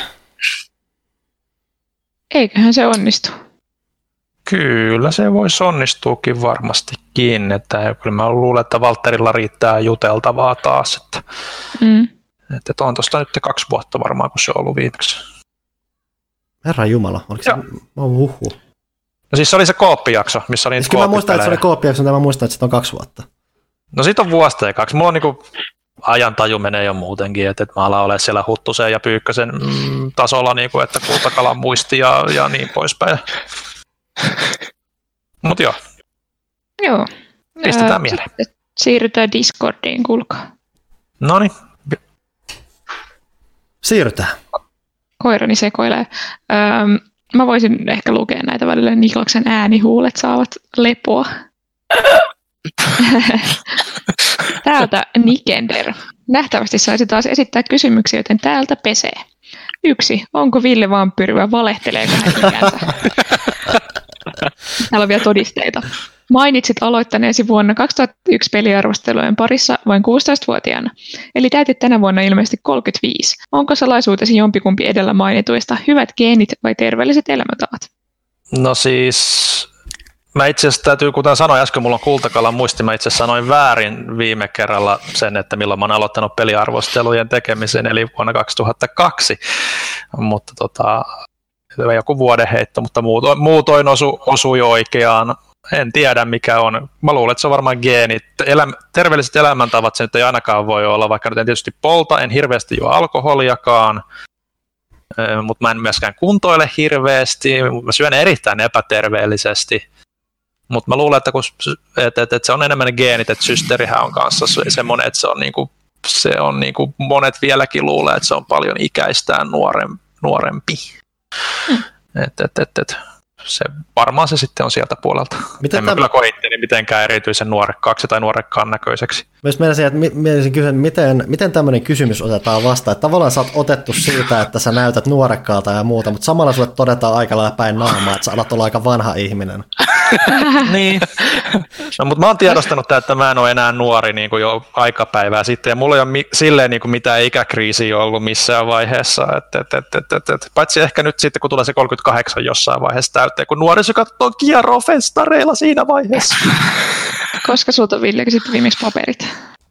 Eiköhän se onnistu. Kyllä se voisi onnistuukin varmastikin, että kyllä mä luulen, että Valtterilla riittää juteltavaa taas, että on tuosta nyt 2 vuotta varmaan, kun se on ollut viimeksi. Herran Jumala, oliko se huhhuh? No siis se oli se kooppijakso, missä oli niitä mä muistan, että se oli kooppijakso, mutta mä muistan, että se on 2 vuotta. No siitä on vuosi tai 2. Mulla on niinku ajantaju menee jo muutenkin, että mä alan olemaan siellä Huttusen ja Pyykkösen tasolla, niinku, että kultakalan muisti ja niin poispäin. Mut joo. Pistetään mieleen. Siirrytään Discordiin, kuulkaa. Noniin. Siirrytään. Koirani sekoilee. Mä voisin ehkä lukea näitä välillä. Niklaksen äänihuulet saavat lepoa. Täältä Nikender. Nähtävästi saisi taas esittää kysymyksiä, joten täältä pesee. 1. Onko Ville Vampyyri vai valehteleeko hän ikänsä? Täällä on vielä todisteita. Mainitsit aloittaneesi vuonna 2001 peliarvostelujen parissa vain 16-vuotiaana, eli täytit tänä vuonna ilmeisesti 35. Onko salaisuutesi jompikumpi edellä mainituista hyvät geenit vai terveelliset elämäntavat? No siis, mä itse asiassa täytyy, kuten sanoin äsken, mulla on kultakalan muisti, mä itse asiassa sanoin väärin viime kerralla sen, että milloin mä oon aloittanut peliarvostelujen tekemisen, eli vuonna 2002, mutta joku vuodenheitto, mutta muutoin osui oikeaan. En tiedä mikä on. Mä luulen, että se on varmaan geenit. Terveelliset elämäntavat se nyt ei ainakaan voi olla, vaikka nyt en tietysti polta, en hirveästi juo alkoholiakaan, mutta mä en myöskään kuntoile hirveästi. Mä syön erittäin epäterveellisesti, mutta mä luulen, että se on enemmän geenit, että systerihän on kanssa semmoinen, että se on niinku monet vieläkin luulee, että se on paljon ikäistään nuorempi. Se, varmaan se sitten on sieltä puolelta. En mä kyllä koitteli mitenkään erityisen nuorekkaaksi tai nuorekkaan näköiseksi. Mielestäni kysyä, miten tämmöinen kysymys otetaan vastaan. Että tavallaan sä oot otettu siitä, että sä näytät nuorekkaalta ja muuta, mutta samalla sulle todetaan aika lailla päin naamaa, että sä alat olla aika vanha ihminen. Niin. No, mutta mä oon tiedostanut, että mä en ole enää nuori niin kuin jo aikapäivää sitten, ja mulla ei ole silleen niin kuin mitään ikäkriisiä ollut missään vaiheessa, paitsi ehkä nyt sitten, kun tulee se 38 jossain vaiheessa täyteen, kun nuoriso katsoo kierroa festareilla siinä vaiheessa. Koska sulta, Ville, sitten viimeksi paperit?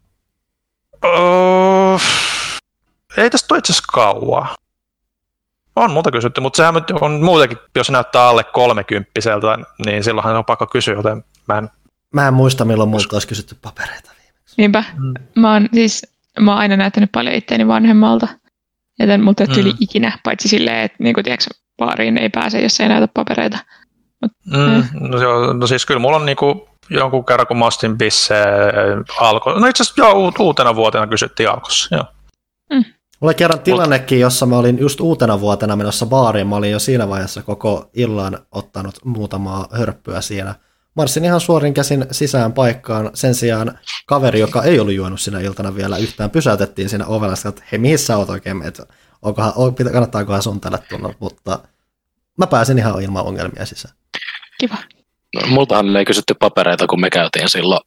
Ei tästä ole itse asiassa kauaa. On multa kysytty, mutta sehän on muutenkin, jos näyttää alle 30-seltä, niin silloinhan on pakko kysyä, joten mä en muista, milloin multa olisi kysytty papereita viimeksi. Niinpä. Mä oon aina näyttänyt paljon itseäni vanhemmalta, joten multa ei tyyli ikinä, paitsi silleen, että niin tiedätkö, baariin ei pääse, jos ei näytä papereita. No siis kyllä mulla on niinku jonkun kerran, kun mä ostin bisseen alko. No itse asiassa uutena vuotena kysyttiin alkossa, joo. Mulla oli kerran tilannekin, jossa mä olin just uutena vuotena menossa baariin. Mä olin jo siinä vaiheessa koko illan ottanut muutamaa hörppyä siinä. Marssin ihan suorin käsin sisään paikkaan. Sen sijaan kaveri, joka ei ollut juonut sinä iltana vielä yhtään, pysäytettiin siinä ovella. Että hei, mihin sä oot oikein? Kannattaakohan sun tälle tulla? Mutta mä pääsin ihan ilman ongelmia sisään. Kiva. No, multahan ei kysytty papereita, kun me käytiin silloin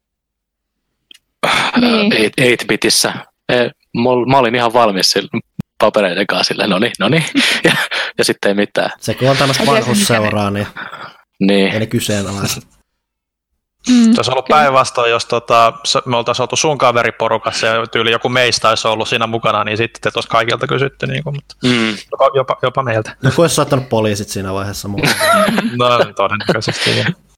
8-bitissä. Mä olin ihan valmis papereiden kanssa silleen, no niin, ja sitten ei mitään. Se kun on tämmöistä vanhusseuraa, niin ei ne kyseenalaista. Se olisi ollut päinvastoin, jos me oltaisiin oltu sun kaveriporukassa ja tyyli joku meistä olisi ollut siinä mukana, niin sitten te olisi kaikilta kysytty, niin kuin, mutta jopa meiltä. No kun olisi soittanut poliisit siinä vaiheessa mukaan. No todennäköisesti.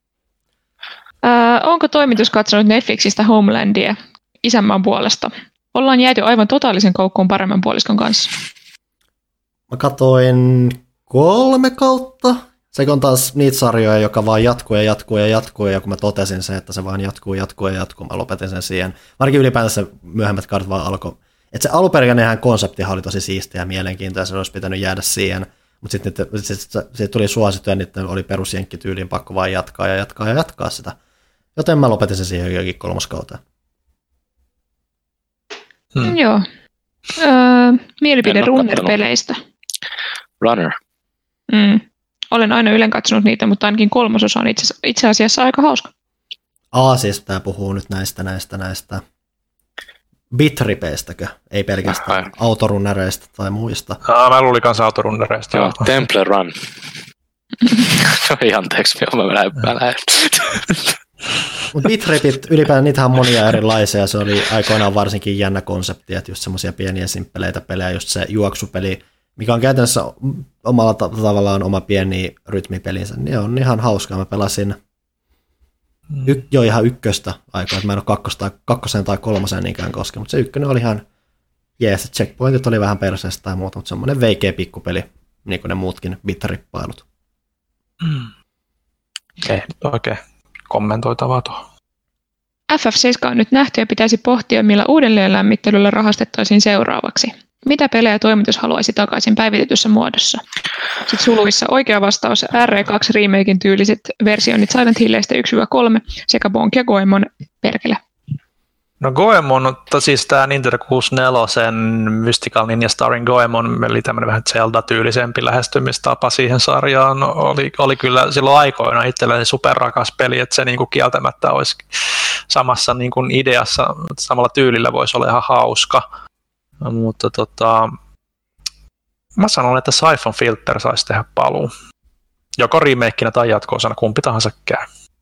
Onko toimitus katsonut Netflixistä Homelandia isänmaan puolesta? Ollaan jääty aivan totaalisen koukkuun paremman puoliskon kanssa. Mä katoin 3 kautta. Se on taas niitä sarjoja, joka vaan jatkuu, ja kun mä totesin sen, että se vaan jatkuu, mä lopetin sen siihen. Varsinkin ylipäätään se myöhemmät kaudet vaan alkoi. Että se alunperäinenhän konseptihan oli tosi siistiä ja mielenkiintoista, se olisi pitänyt jäädä siihen. Mutta sitten siitä tuli suosittu ja niiden oli perusjenkkityyliin pakko vaan jatkaa sitä. Joten mä lopetin sen siihen jokin 3. kauteen. Joo. Mielipide Runner-peleistä. Runner. Olen aina ylen katsonut niitä, mutta ainakin 3. osa on itse asiassa aika hauska. Siis tää puhuu nyt näistä bitripeistäkö? Ei pelkästään autorunnereista tai muista. Mä luulin kanssa autorunnereista. Joo, Temple Run. Anteeksi, mä lähden. Mutta bitripit, ylipäätään niitähän on monia erilaisia, se oli aikoinaan varsinkin jännä konsepti, että just semmoisia pieniä simppeleitä pelejä, just se juoksupeli, mikä on käytännössä omalla tavallaan oma pieni rytmipelinsä, niin on ihan hauskaa. Mä pelasin jo ihan ykköstä aikaa, että mä en ole kakkosen tai 3 niinkään koske, mutta se ykkönen oli ihan jees, checkpointit oli vähän perseestä tai muuta, mutta semmoinen veikeä pikkupeli, niin kuin ne muutkin bitrippailut. Ei oikein kommentoitavaa tuohon. FF7 on nyt nähty ja pitäisi pohtia, millä uudelleenlämmittelyllä rahastettaisiin seuraavaksi. Mitä pelejä toimitus haluaisi takaisin päivitetyssä muodossa? Sitten suluissa oikea vastaus RE2 remaken tyyliset versioinnit Silent Hilleistä 1-3 sekä Bonk ja Goemon perkele. No Goemon, siis tämä Nintendo 64 Mystical Ninja Starring Goemon, eli tämmöinen vähän Zelda-tyylisempi lähestymistapa siihen sarjaan, oli kyllä silloin aikoina itselleni superrakas peli, että se niinku kieltämättä olisi samassa niinku ideassa, samalla tyylillä voisi olla ihan hauska. Mutta mä sanon, että Siphon Filter saisi tehdä paluu. Joko remakenä tai jatko-osana, kumpi tahansa käy.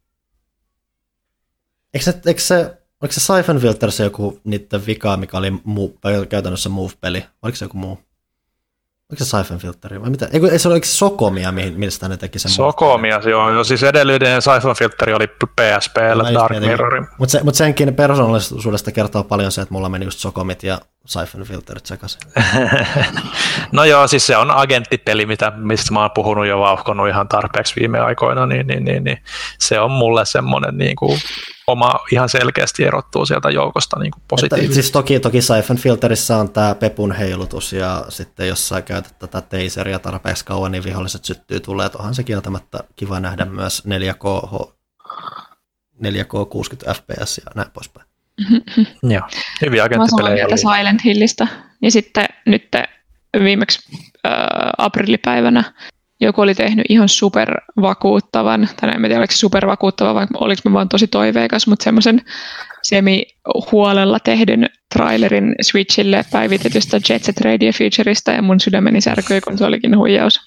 Oliko se Siphon Filter se joku niiden vika, mikä oli käytännössä Move-peli? Oliko se joku muu? Oliko se Siphon Filteri vai mitä? Oliko se Sokomia, mistä ne teki sen? Sokomia, joo. No, siis edellinen Siphon Filteri oli PSP:llä Dark Mirrorin. Mutta senkin persoonallisuudesta kertoo paljon se, että mulla meni just Sokomit ja Siphon Filterit sekaisin. No joo, siis se on agenttipeli, mistä mä oon puhunut ja vauhkonut ihan tarpeeksi viime aikoina, niin se on mulle semmoinen niinku oma ihan selkeästi erottuu sieltä joukosta niin positiivisesti. Siis toki Siphon Filterissä on tämä pepun heilutus ja sitten jos sä käytät tätä taseria tarpeeksi kauan, niin viholliset syttyy tulee. Onhan se kieltämättä kiva nähdä myös 4K 60 fps ja näin poispäin. Joo, hyviä agenttipelejä. Mä sanon Silent Hillistä ja sitten nyt viimeksi aprillipäivänä joku oli tehnyt ihan supervakuuttavan, tai en tiedä oliko se supervakuuttava vai oliko mä vaan tosi toiveikas, mutta semmoisen semi-huolella tehdyn trailerin Switchille päivitetystä Jet Set Radio Featureista, ja mun sydämeni särkyi, kun se olikin huijaus.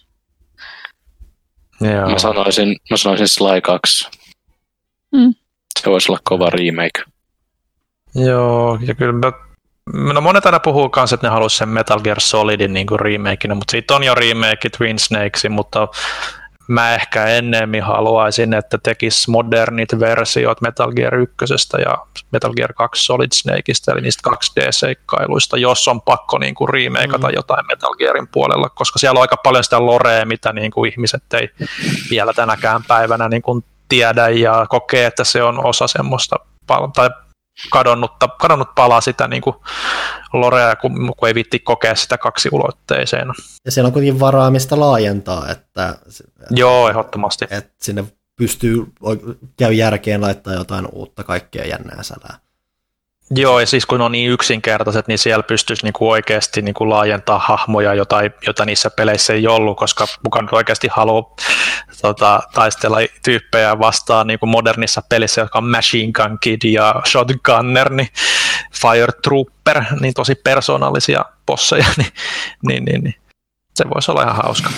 Joo. Mä sanoisin Sly 2. Se voisi olla kova remake. Joo, ja kyllä no monet aina puhuu kanssa, että ne haluaisi sen Metal Gear Solidin niin kuin remakeina, mutta siitä on jo remake Twin Snakesin, mutta mä ehkä ennemmin haluaisin, että tekisi modernit versiot Metal Gear 1 ja Metal Gear 2 Solid Snakeista, eli niistä 2D-seikkailuista, jos on pakko niin kuin remakeata jotain Metal Gearin puolella, koska siellä on aika paljon sitä lorea, mitä niin kuin ihmiset ei vielä tänäkään päivänä niin kuin tiedä ja kokee, että se on osa semmoista tai kadonnut palaa sitä niin kuin lorea, kun ei viitti kokea sitä kaksiulotteisena. Ja siellä on kuitenkin varaa, mistä laajentaa, että joo, ehdottomasti. Että sinne käy järkeen laittaa jotain uutta kaikkea jännää sälää. Joo, ja siis kun on niin yksinkertaiset, niin siellä pystyisi niinku oikeasti niinku laajentaa hahmoja, jota niissä peleissä ei ollut, koska kukaan oikeasti haluaa taistella tyyppejä vastaan niinku modernissa pelissä, jotka on Machine Gun Kid ja Shotgunner, niin Fire Trooper, niin tosi persoonallisia bosseja, niin se voisi olla ihan hauska.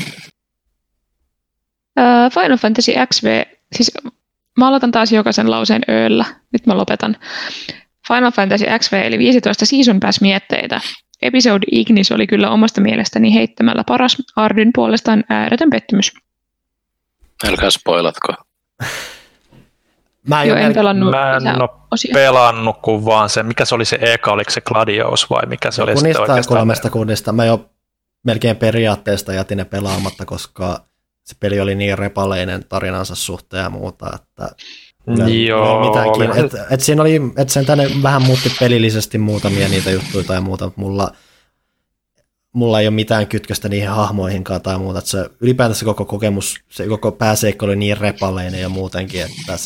Final Fantasy XV, siis mä aloitan taas jokaisen lauseen ööllä, nyt mä lopetan. Final Fantasy XV eli 15 Season Pass-mietteitä. Episode Ignis oli kyllä omasta mielestäni heittämällä paras, Ardyn puolestaan ääretön pettymys. Älkää spoilatko. Mä en ole pelannut kuin vaan se, mikä se oli se eka, oliko se Gladios vai mikä se oli sitten oikeastaan? Kunnista 3 kunnista. Mä jo melkein periaatteesta jätin ne pelaamatta, koska se peli oli niin repaleinen tarinansa suhteen ja muuta, että joo, että siinä oli, että sen tänne vähän muutti pelillisesti muutamia niitä juttuja tai muuta, mutta mulla ei ole mitään kytköstä niihin hahmoihinkaan tai muuta, että se ylipäätänsä koko kokemus, se koko pääseikko oli niin repaleinen ja muutenkin, että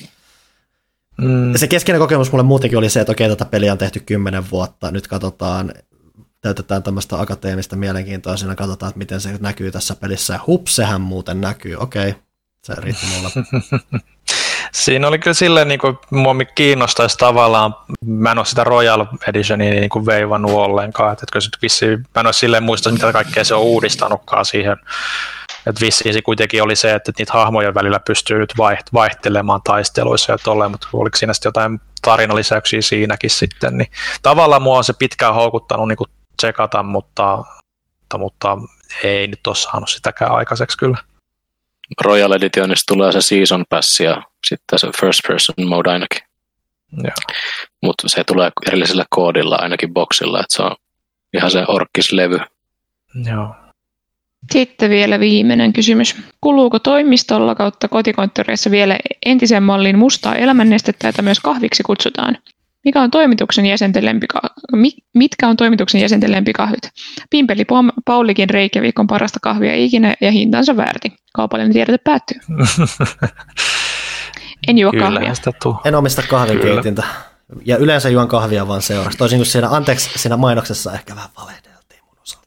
se keskeinen kokemus mulle muutenkin oli se, että okei, tätä peliä on tehty 10 vuotta, nyt täytetään tämmöistä akateemista mielenkiintoa, siinä katsotaan, että miten se näkyy tässä pelissä, ja hups, sehän muuten näkyy, okei, se riitti mulle. Siinä oli kyllä silleen, niin kuin mua kiinnostaisi tavallaan, mä en ole sitä Royal Editionia niin kuin veivannut ollenkaan, että kyllä vissiin, mä en ole silleen muista, mitä kaikkea se on uudistanutkaan siihen, että vissiin se kuitenkin oli se, että niitä hahmojen välillä pystyy nyt vaihtelemaan taisteluissa ja tolleen, mutta oliko siinä sitten jotain tarinalisäyksiä siinäkin sitten, niin tavallaan mua on se pitkään houkuttanut niin kuin tsekata, mutta ei nyt ole saanut sitäkään aikaiseksi kyllä. Royal Editionista tulee se Season Pass ja sitten se First Person Mode ainakin. Mutta se tulee erillisellä koodilla ainakin boxilla, että se on ihan se orkkislevy. Joo. Sitten vielä viimeinen kysymys. Kuluuko toimistolla kautta kotikonttoreissa vielä entisen mallin mustaa elämännestettä, jota myös kahviksi kutsutaan? Mitkä on toimituksen jäsenten lempikahvit? Pimpeli Paulikin Reykjavik on parasta kahvia ikinä ja hintansa väärti. Kaupallinen tiedote päättyy. En juo kahvia. En omista kahvinkeitintä. Ja yleensä juon kahvia vaan seuraksi. Toisin kuin siinä mainoksessa ehkä vähän valehdeltiin mun osalta.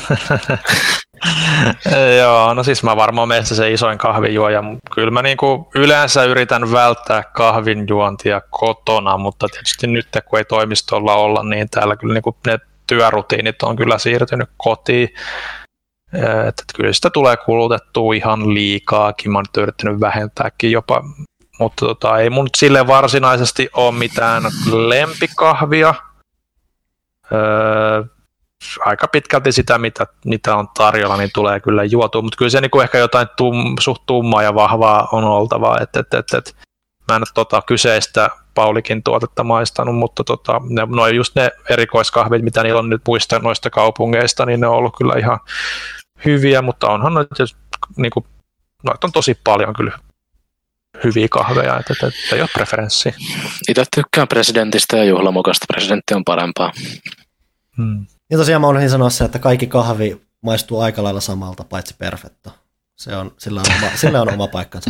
Joo, no siis mä varmaan meistä se isoin kahvinjuoja. Kyllä mä niinku yleensä yritän välttää kahvinjuontia kotona, mutta tietysti nyt kun ei toimistolla olla, niin täällä kyllä niinku ne työrutiinit on kyllä siirtynyt kotiin. Että kyllä sitä tulee kulutettua ihan liikaakin, mä oon nyt yrittänyt vähentääkin jopa, mutta ei mun silleen varsinaisesti ole mitään lempikahvia. Aika pitkälti sitä, mitä on tarjolla, niin tulee kyllä juotua, mutta kyllä se niin kuin ehkä jotain suht tummaa ja vahvaa on oltava, että mä en ole kyseistä Paulikin tuotetta maistanut, mutta just ne erikoiskahvit, mitä niillä on nyt muista noista kaupungeista, niin ne on ollut kyllä ihan hyviä, mutta onhan noita, niin kuin, noita on tosi paljon kyllä hyviä kahveja, että ei ole preferenssiä. Itse tykkään presidentistä ja juhlamokasta, presidentti on parempaa. Ja tosiaan mä unohdin sanoa se, että kaikki kahvi maistuu aika lailla samalta, paitsi Perfetto. Sillä on oma paikkansa.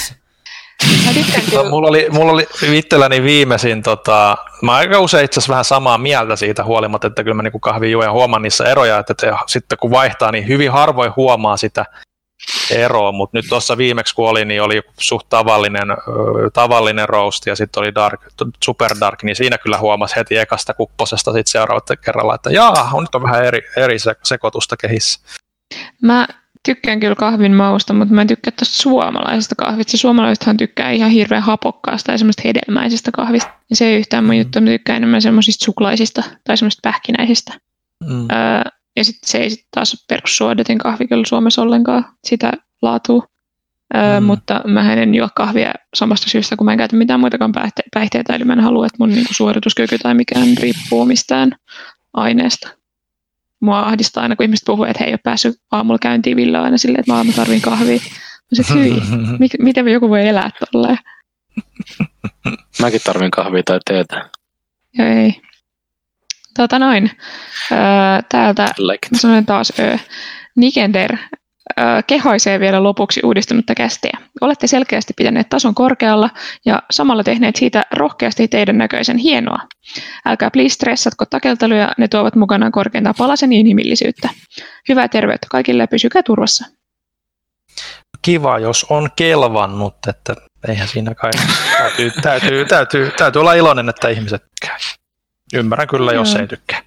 Mulla oli itselläni viimeisin, mä aika usein itse asiassa vähän samaa mieltä siitä huolimatta, että kyllä mä niin kahvin juon ja huomaan niissä eroja, että sitten kun vaihtaa, niin hyvin harvoin huomaa sitä ero, mutta nyt tuossa viimeksi kun oli, niin oli suht tavallinen roast ja sitten oli super dark, niin siinä kyllä huomasi heti ekasta kupposesta sitten seuraavalla kerralla, että nyt on vähän eri sekoitusta kehissä. Mä tykkään kyllä kahvin mausta, mutta mä en tykkää tuosta suomalaisesta kahvista. Suomalaisethan tykkää ihan hirveän hapokkaasta ja semmoista hedelmäisestä kahvista. Ja se ei yhtään mun juttu, mä tykkään enemmän semmoisista suklaisista tai semmoista pähkinäisistä. Ja sitten se ei sit taas perussuodatin kahvi kyllä Suomessa ollenkaan sitä laatua. Mutta mä en juo kahvia samasta syystä, kun mä en käytä mitään muitakaan päihteitä. Eli mä en halua, että mun niinku suorituskyky tai mikään riippuu mistään aineesta. Mua ahdistaa aina, kun ihmiset puhuu, että he ei ole päässyt aamulla käyntiin Ville aina silleen, että mä tarvin kahvia. Mä sanoin, että hyi, miten joku voi elää tolleen? Mäkin tarvin kahvia tai teetä. Joo, ei. Täältä, mä sanon taas Nikender kehoisee vielä lopuksi uudistunutta kästiä. Olette selkeästi pitäneet tason korkealla ja samalla tehneet siitä rohkeasti teidän näköisen hienoa. Älkää please stressatko takelteluja, ne tuovat mukanaan korkeintaan palasen inhimillisyyttä. Hyvää terveyttä kaikille ja pysykää turvassa. Kiva, jos on kelvannut, että eihän siinä kai täytyy olla iloinen, että ihmiset tykkää. Ymmärrän kyllä, jos ei tykkää.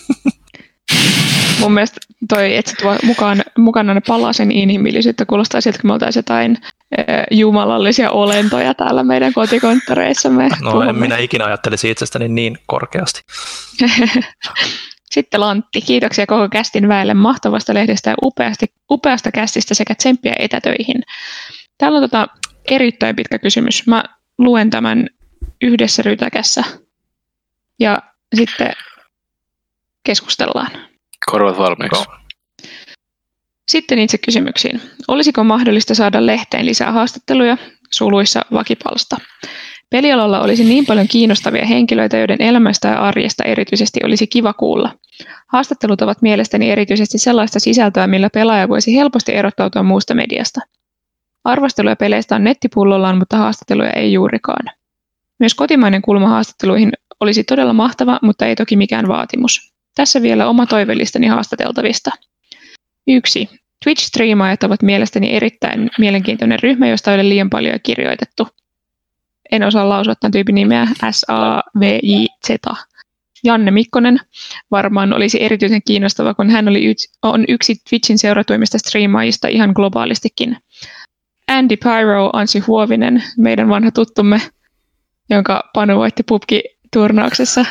Mun mielestä toi etsit mukana palasen inhimillisyyttä kuulostaa siltä, kun me oltaisiin jotain jumalallisia olentoja täällä meidän kotikonttoreissamme. No en minä ikinä ajattelisi itsestäni niin korkeasti. Sitten Lantti, kiitoksia koko kästin väelle mahtavasta lehdestä ja upeasta kästistä sekä tsemppiä etätöihin. Täällä on erittäin pitkä kysymys. Mä luen tämän yhdessä rytäkässä ja sitten keskustellaan. Korvat valmiiksi. Sitten itse kysymyksiin. Olisiko mahdollista saada lehteen lisää haastatteluja, suluissa vakipalsta? Pelialalla olisi niin paljon kiinnostavia henkilöitä, joiden elämästä ja arjesta erityisesti olisi kiva kuulla. Haastattelut ovat mielestäni erityisesti sellaista sisältöä, millä pelaaja voisi helposti erottautua muusta mediasta. Arvosteluja peleistä on nettipullollaan, mutta haastatteluja ei juurikaan. Myös kotimainen kulma haastatteluihin olisi todella mahtava, mutta ei toki mikään vaatimus. Tässä vielä oma toivellistani haastateltavista. 1. Twitch-striimaajat ovat mielestäni erittäin mielenkiintoinen ryhmä, josta ei ole liian paljon kirjoitettu. En osaa lausua tämän tyypin nimeä. S-A-V-I-Z. Janne Mikkonen varmaan olisi erityisen kiinnostava, kun hän on yksi Twitchin seuratuimmista striimaajista ihan globaalistikin. Andy Pyro, Anssi Huovinen, meidän vanha tuttumme, jonka Panu voitti PUBG-turnauksessa.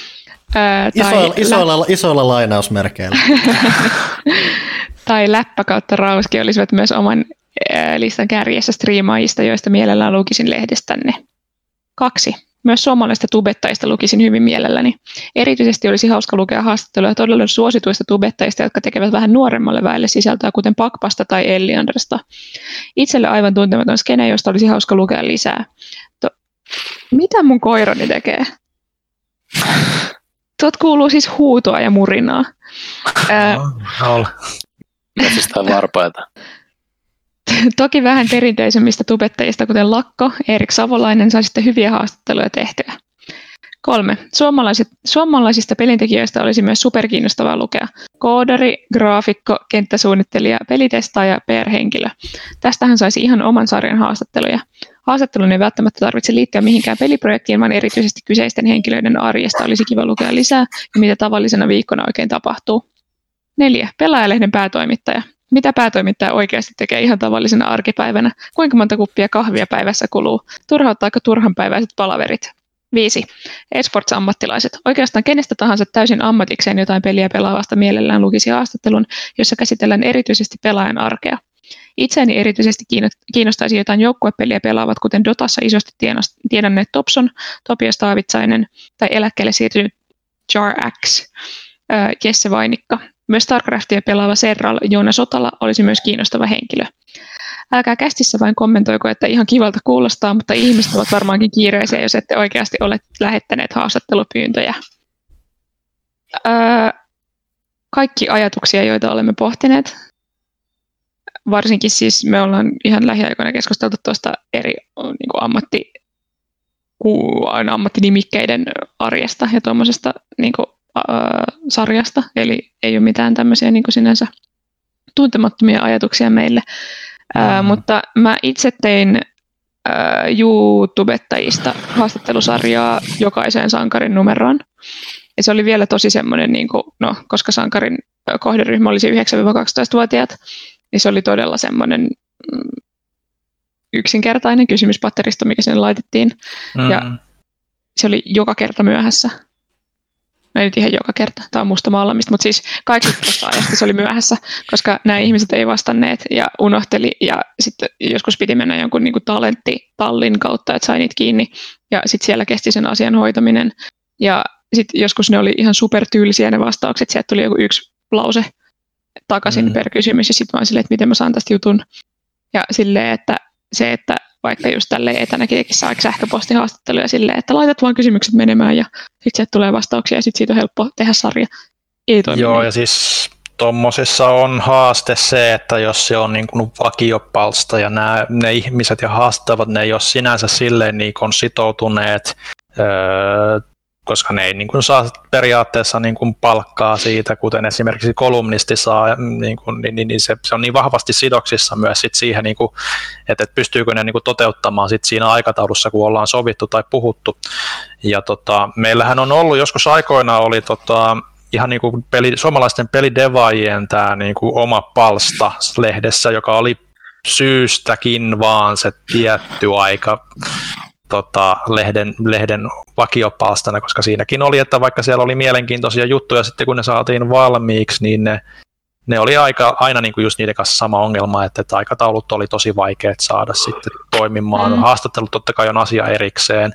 Isoilla lainausmerkeillä. Tai Läppä kautta Rauski olisivat myös oman listan kärjessä striimaajista, joista mielellään lukisin lehdestänne. 2. Myös suomalaisista tubettajista lukisin hyvin mielelläni. Erityisesti olisi hauska lukea haastatteluja todella suosituista tubettajista, jotka tekevät vähän nuoremmalle väelle sisältöä, kuten Pakpasta tai Elliandrasta. Itselle aivan tuntematon skene, josta olisi hauska lukea lisää. Mitä mun koirani tekee? Tuot kuuluu siis huutoa ja murinaa. Metsistään varpaita. Toki vähän perinteisemmistä tubettajista, kuten Lakko, Erik Savolainen, sai sitten hyviä haastatteluja tehtyä. 3. Suomalaisista pelintekijöistä olisi myös superkiinnostavaa lukea. Koodari, graafikko, kenttäsuunnittelija, pelitestaaja, PR-henkilö. Tästähän saisi ihan oman sarjan haastatteluja. Haastattelun ei välttämättä tarvitse liittyä mihinkään peliprojektiin, vaan erityisesti kyseisten henkilöiden arjesta olisi kiva lukea lisää ja mitä tavallisena viikkona oikein tapahtuu. 4. Pelaajalehden päätoimittaja. Mitä päätoimittaja oikeasti tekee ihan tavallisena arkipäivänä? Kuinka monta kuppia kahvia päivässä kuluu? Turhauttaako turhanpäiväiset palaverit? 5. Esports-ammattilaiset. Oikeastaan kenestä tahansa täysin ammatikseen jotain peliä pelaavasta mielellään lukisi haastattelun, jossa käsitellään erityisesti pelaajan arkea. Itseäni erityisesti kiinnostaisi jotain joukkuepeliä pelaavat, kuten Dotassa isosti tiedänneet Topson, Topias Taavitsainen tai eläkkeelle siirtynyt Jar X, Jesse Vainikka. Myös StarCraftia pelaava Serral Joona Sotala olisi myös kiinnostava henkilö. Älkää kästissä vain kommentoiko, että ihan kivalta kuulostaa, mutta ihmiset ovat varmaankin kiireisiä, jos ette oikeasti ole lähettäneet haastattelupyyntöjä. Kaikki ajatuksia, joita olemme pohtineet. Varsinkin siis me ollaan ihan lähiaikoina keskusteltu tuosta eri ammattinimikkeiden arjesta ja tuommoisesta sarjasta, eli ei ole mitään tämmöisiä sinänsä tuntemattomia ajatuksia meille. Mutta mä itse tein YouTubettajista haastattelusarjaa jokaiseen sankarin numeroon. Ja se oli vielä tosi semmoinen, niin kuin, koska sankarin kohderyhmä olisi 9-12-vuotiaat, niin se oli todella semmoinen yksinkertainen kysymyspatteristo, mikä sinne laitettiin. Ja se oli joka kerta myöhässä. No ei nyt ihan joka kerta, tämä on musta maalamista, mutta siis 80% ajasta se oli myöhässä, koska nämä ihmiset ei vastanneet ja unohteli ja sitten joskus piti mennä jonkun niin kuin talenttitallin kautta, että sai niitä kiinni ja sitten siellä kesti sen asian hoitaminen ja sitten joskus ne oli ihan supertyylisiä ne vastaukset, sieltä tuli joku yksi lause takaisin per kysymys ja sitten mä olin silleen, että miten mä saan tästä jutun ja silleen, että se, että vaikka just tälleen etänäkin saa sähköpostihaastatteluja silleen, että laitat vaan kysymykset menemään ja sitten sieltä tulee vastauksia ja sitten siitä on helppo tehdä sarja. Ei toimi. Joo, ja siis tuommoisessa on haaste se, että jos se on niin kuin vakiopalsta ja ne ihmiset ja haastavat, ne ei ole sinänsä silleen niin kuin sitoutuneet, koska ne ei niin kuin saa periaatteessa niin kuin palkkaa siitä, kuten esimerkiksi kolumnisti saa, niin se on niin vahvasti sidoksissa myös sit siihen, niin kuin, että pystyykö ne niin kuin toteuttamaan sit siinä aikataulussa, kun ollaan sovittu tai puhuttu. Ja meillähän on ollut joskus aikoina oli ihan niin kuin suomalaisten pelidevaajien tämä niin kuin oma palsta lehdessä, joka oli syystäkin vaan se tietty aika lehden vakiopalstana, koska siinäkin oli, että vaikka siellä oli mielenkiintoisia juttuja, sitten kun ne saatiin valmiiksi, niin ne oli aina niin kuin just niiden kanssa sama ongelma, että aikataulut oli tosi vaikeat saada sitten toimimaan. Haastattelut totta kai on asia erikseen.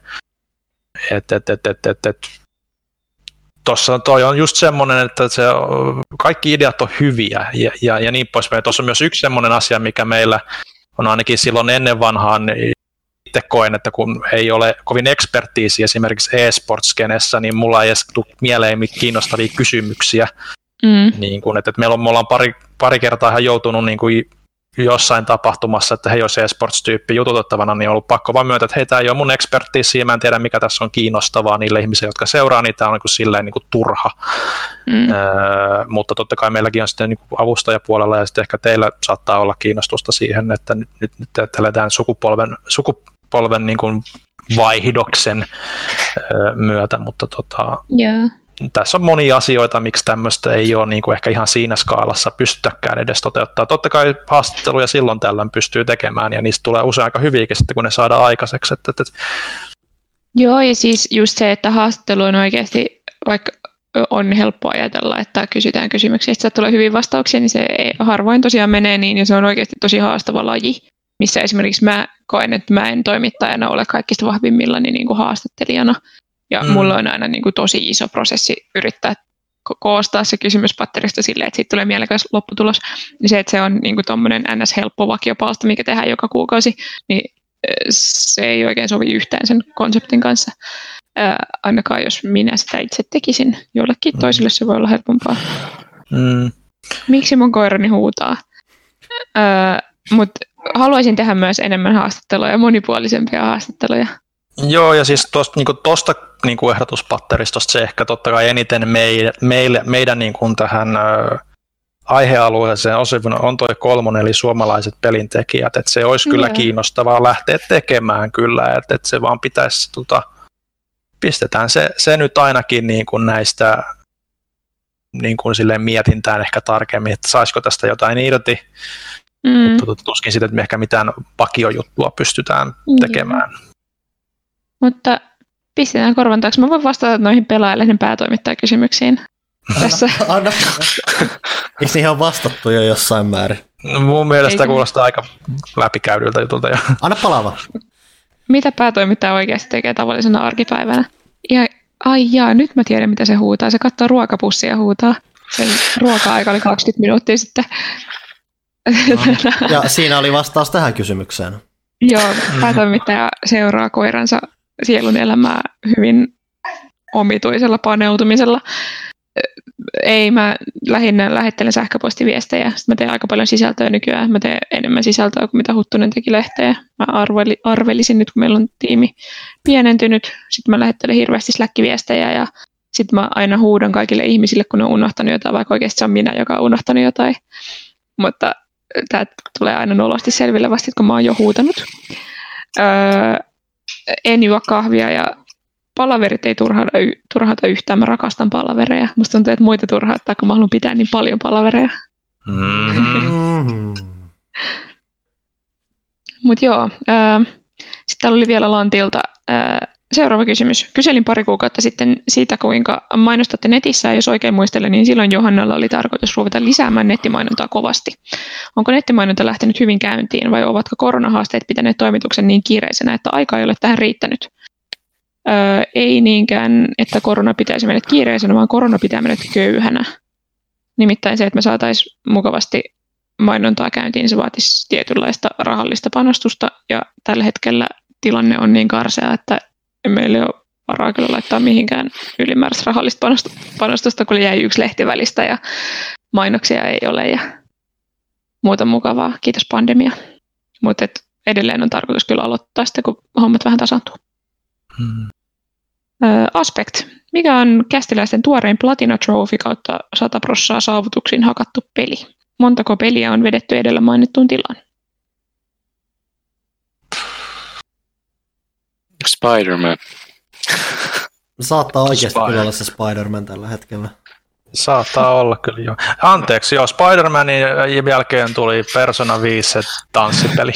Tuossa toi on just semmoinen, että kaikki ideat on hyviä ja niin poispäin. Tuossa on myös yksi semmoinen asia, mikä meillä on ainakin silloin ennen vanhaan, itse koen, että kun ei ole kovin ekspertiisiä esimerkiksi e-sports-skenessä, niin mulla ei edes tule mieleen kiinnostavia kysymyksiä. Niin kun, että me ollaan pari kertaa ihan joutunut niin kuin jossain tapahtumassa, että hei, jos e-sports-tyyppi jututettavana, niin on ollut pakko vaan myöntää, että hei, tämä ei ole mun ekspertiisiä, mä en tiedä, mikä tässä on kiinnostavaa niille ihmisille, jotka seuraa niitä, on niin kuin silleen niin kuin turha. Mutta totta kai meilläkin on sitten niin kuin avustajapuolella, ja sitten ehkä teillä saattaa olla kiinnostusta siihen, että nyt eletään sukupolven niin kuin vaihdoksen myötä, mutta tässä on monia asioita, miksi tämmöistä ei ole niin kuin ehkä ihan siinä skaalassa pystytäkään edes toteuttaa. Totta kai haastatteluja silloin tällöin pystyy tekemään, ja niistä tulee usein aika hyviäkin sitten, kun ne saadaan aikaiseksi. Joo, ja siis just se, että haastattelu on oikeasti, vaikka on helppo ajatella, että kysytään kysymyksiä, että tulee hyviä vastauksia, niin se harvoin tosiaan menee niin, ja se on oikeasti tosi haastava laji, missä esimerkiksi mä koen, että mä en toimittajana ole kaikista vahvimmillani niin kuin haastattelijana. Ja mulla on aina niin kuin tosi iso prosessi yrittää koostaa se kysymyspatterista silleen, että siitä tulee mielekäs lopputulos. Niin se, että se on niin kuin tommoinen ns-helppo vakiopalsta, mikä tehdään joka kuukausi, niin se ei oikein sovi yhteen sen konseptin kanssa. Ainakaan jos minä sitä itse tekisin. Jollekin toisille se voi olla helpompaa. Miksi mun koirani huutaa? Mutta haluaisin tehdä myös enemmän haastatteluja ja monipuolisempia haastatteluja. Joo, ja siis tuosta niin ehdotuspatteristosta se ehkä totta kai eniten meidän niin kuin tähän aihealueeseen on toi 3, eli suomalaiset pelintekijät, että se olisi kyllä kiinnostavaa lähteä tekemään kyllä, että se vaan pitäisi, pistetään se nyt ainakin niin kuin näistä niin kuin silleen mietintään ehkä tarkemmin, että saisiko tästä jotain irti, mutta tuskin sitten, että ehkä mitään vakiojuttua pystytään tekemään. Mutta pistetään korvan taakse. Mä voin vastata noihin Pelaajalehden päätoimittajakysymyksiin tässä. Anna. Eikö niihin ole vastattu jo jossain määrin? No, mun mielestä kuulostaa aika läpikäydyltä jutulta. Anna palava. Mitä päätoimittaja oikeasti tekee tavallisena arkipäivänä? Nyt mä tiedän, mitä se huutaa. Se katsoo ruokapussia ja huutaa. Sen ruoka-aika oli 20 minuuttia sitten. Ja siinä oli vastaus tähän kysymykseen. Joo, päätoimittaja seuraa koiransa sielun elämää hyvin omituisella paneutumisella. Mä lähinnä lähettelen sähköpostiviestejä. Sitten mä teen aika paljon sisältöä nykyään. Mä teen enemmän sisältöä kuin mitä Huttunen teki lehteä. Mä arvelisin nyt, kun meillä on tiimi pienentynyt. Sitten mä lähettelen hirveästi Slack-viestejä ja sitten mä aina huudan kaikille ihmisille, kun ne on unohtanut jotain, vaikka oikeasti se on minä, joka on unohtanut jotain. mutta tämä tulee aina nolosti selville vasta, kun mä oon jo huutanut. En juo kahvia ja palaverit ei turhauta yhtään. Mä rakastan palavereja. Musta tuntuu, että muita turhauttaa, kun mä haluan pitää niin paljon palavereja. Mutta joo, sitten täällä oli vielä Lantilta seuraava kysymys. Kyselin pari kuukautta sitten siitä, kuinka mainostatte netissä, ja jos oikein muistelen, niin silloin Johannalla oli tarkoitus ruveta lisäämään nettimainontaa kovasti. Onko nettimainonta lähtenyt hyvin käyntiin, vai ovatko koronahaasteet pitäneet toimituksen niin kiireisenä, että aika ei ole tähän riittänyt? Ei niinkään, että korona pitäisi meidät kiireisenä, vaan korona pitää meidät köyhänä. Nimittäin se, että me saataisiin mukavasti mainontaa käyntiin, se vaatisi tietynlaista rahallista panostusta, ja tällä hetkellä tilanne on niin karsea, että meillä ei ole varaa kyllä laittaa mihinkään ylimääräistä rahallista panostusta, kun jäi yksi lehti välistä ja mainoksia ei ole ja muuta mukavaa. Kiitos pandemia. Mutta edelleen on tarkoitus kyllä aloittaa sitten, kun hommat vähän tasaantuu. Aspect. Mikä on kästiläisten tuorein Platina Trophy kautta 100% saavutuksiin hakattu peli? Montako peliä on vedetty edellä mainittuun tilaan? Spider-Man. Saattaa oikeasti kyllä olla se Spider-Man tällä hetkellä. Saattaa olla kyllä joo. Anteeksi, joo, Spider-Manin jälkeen tuli Persona 5 se tanssipeli.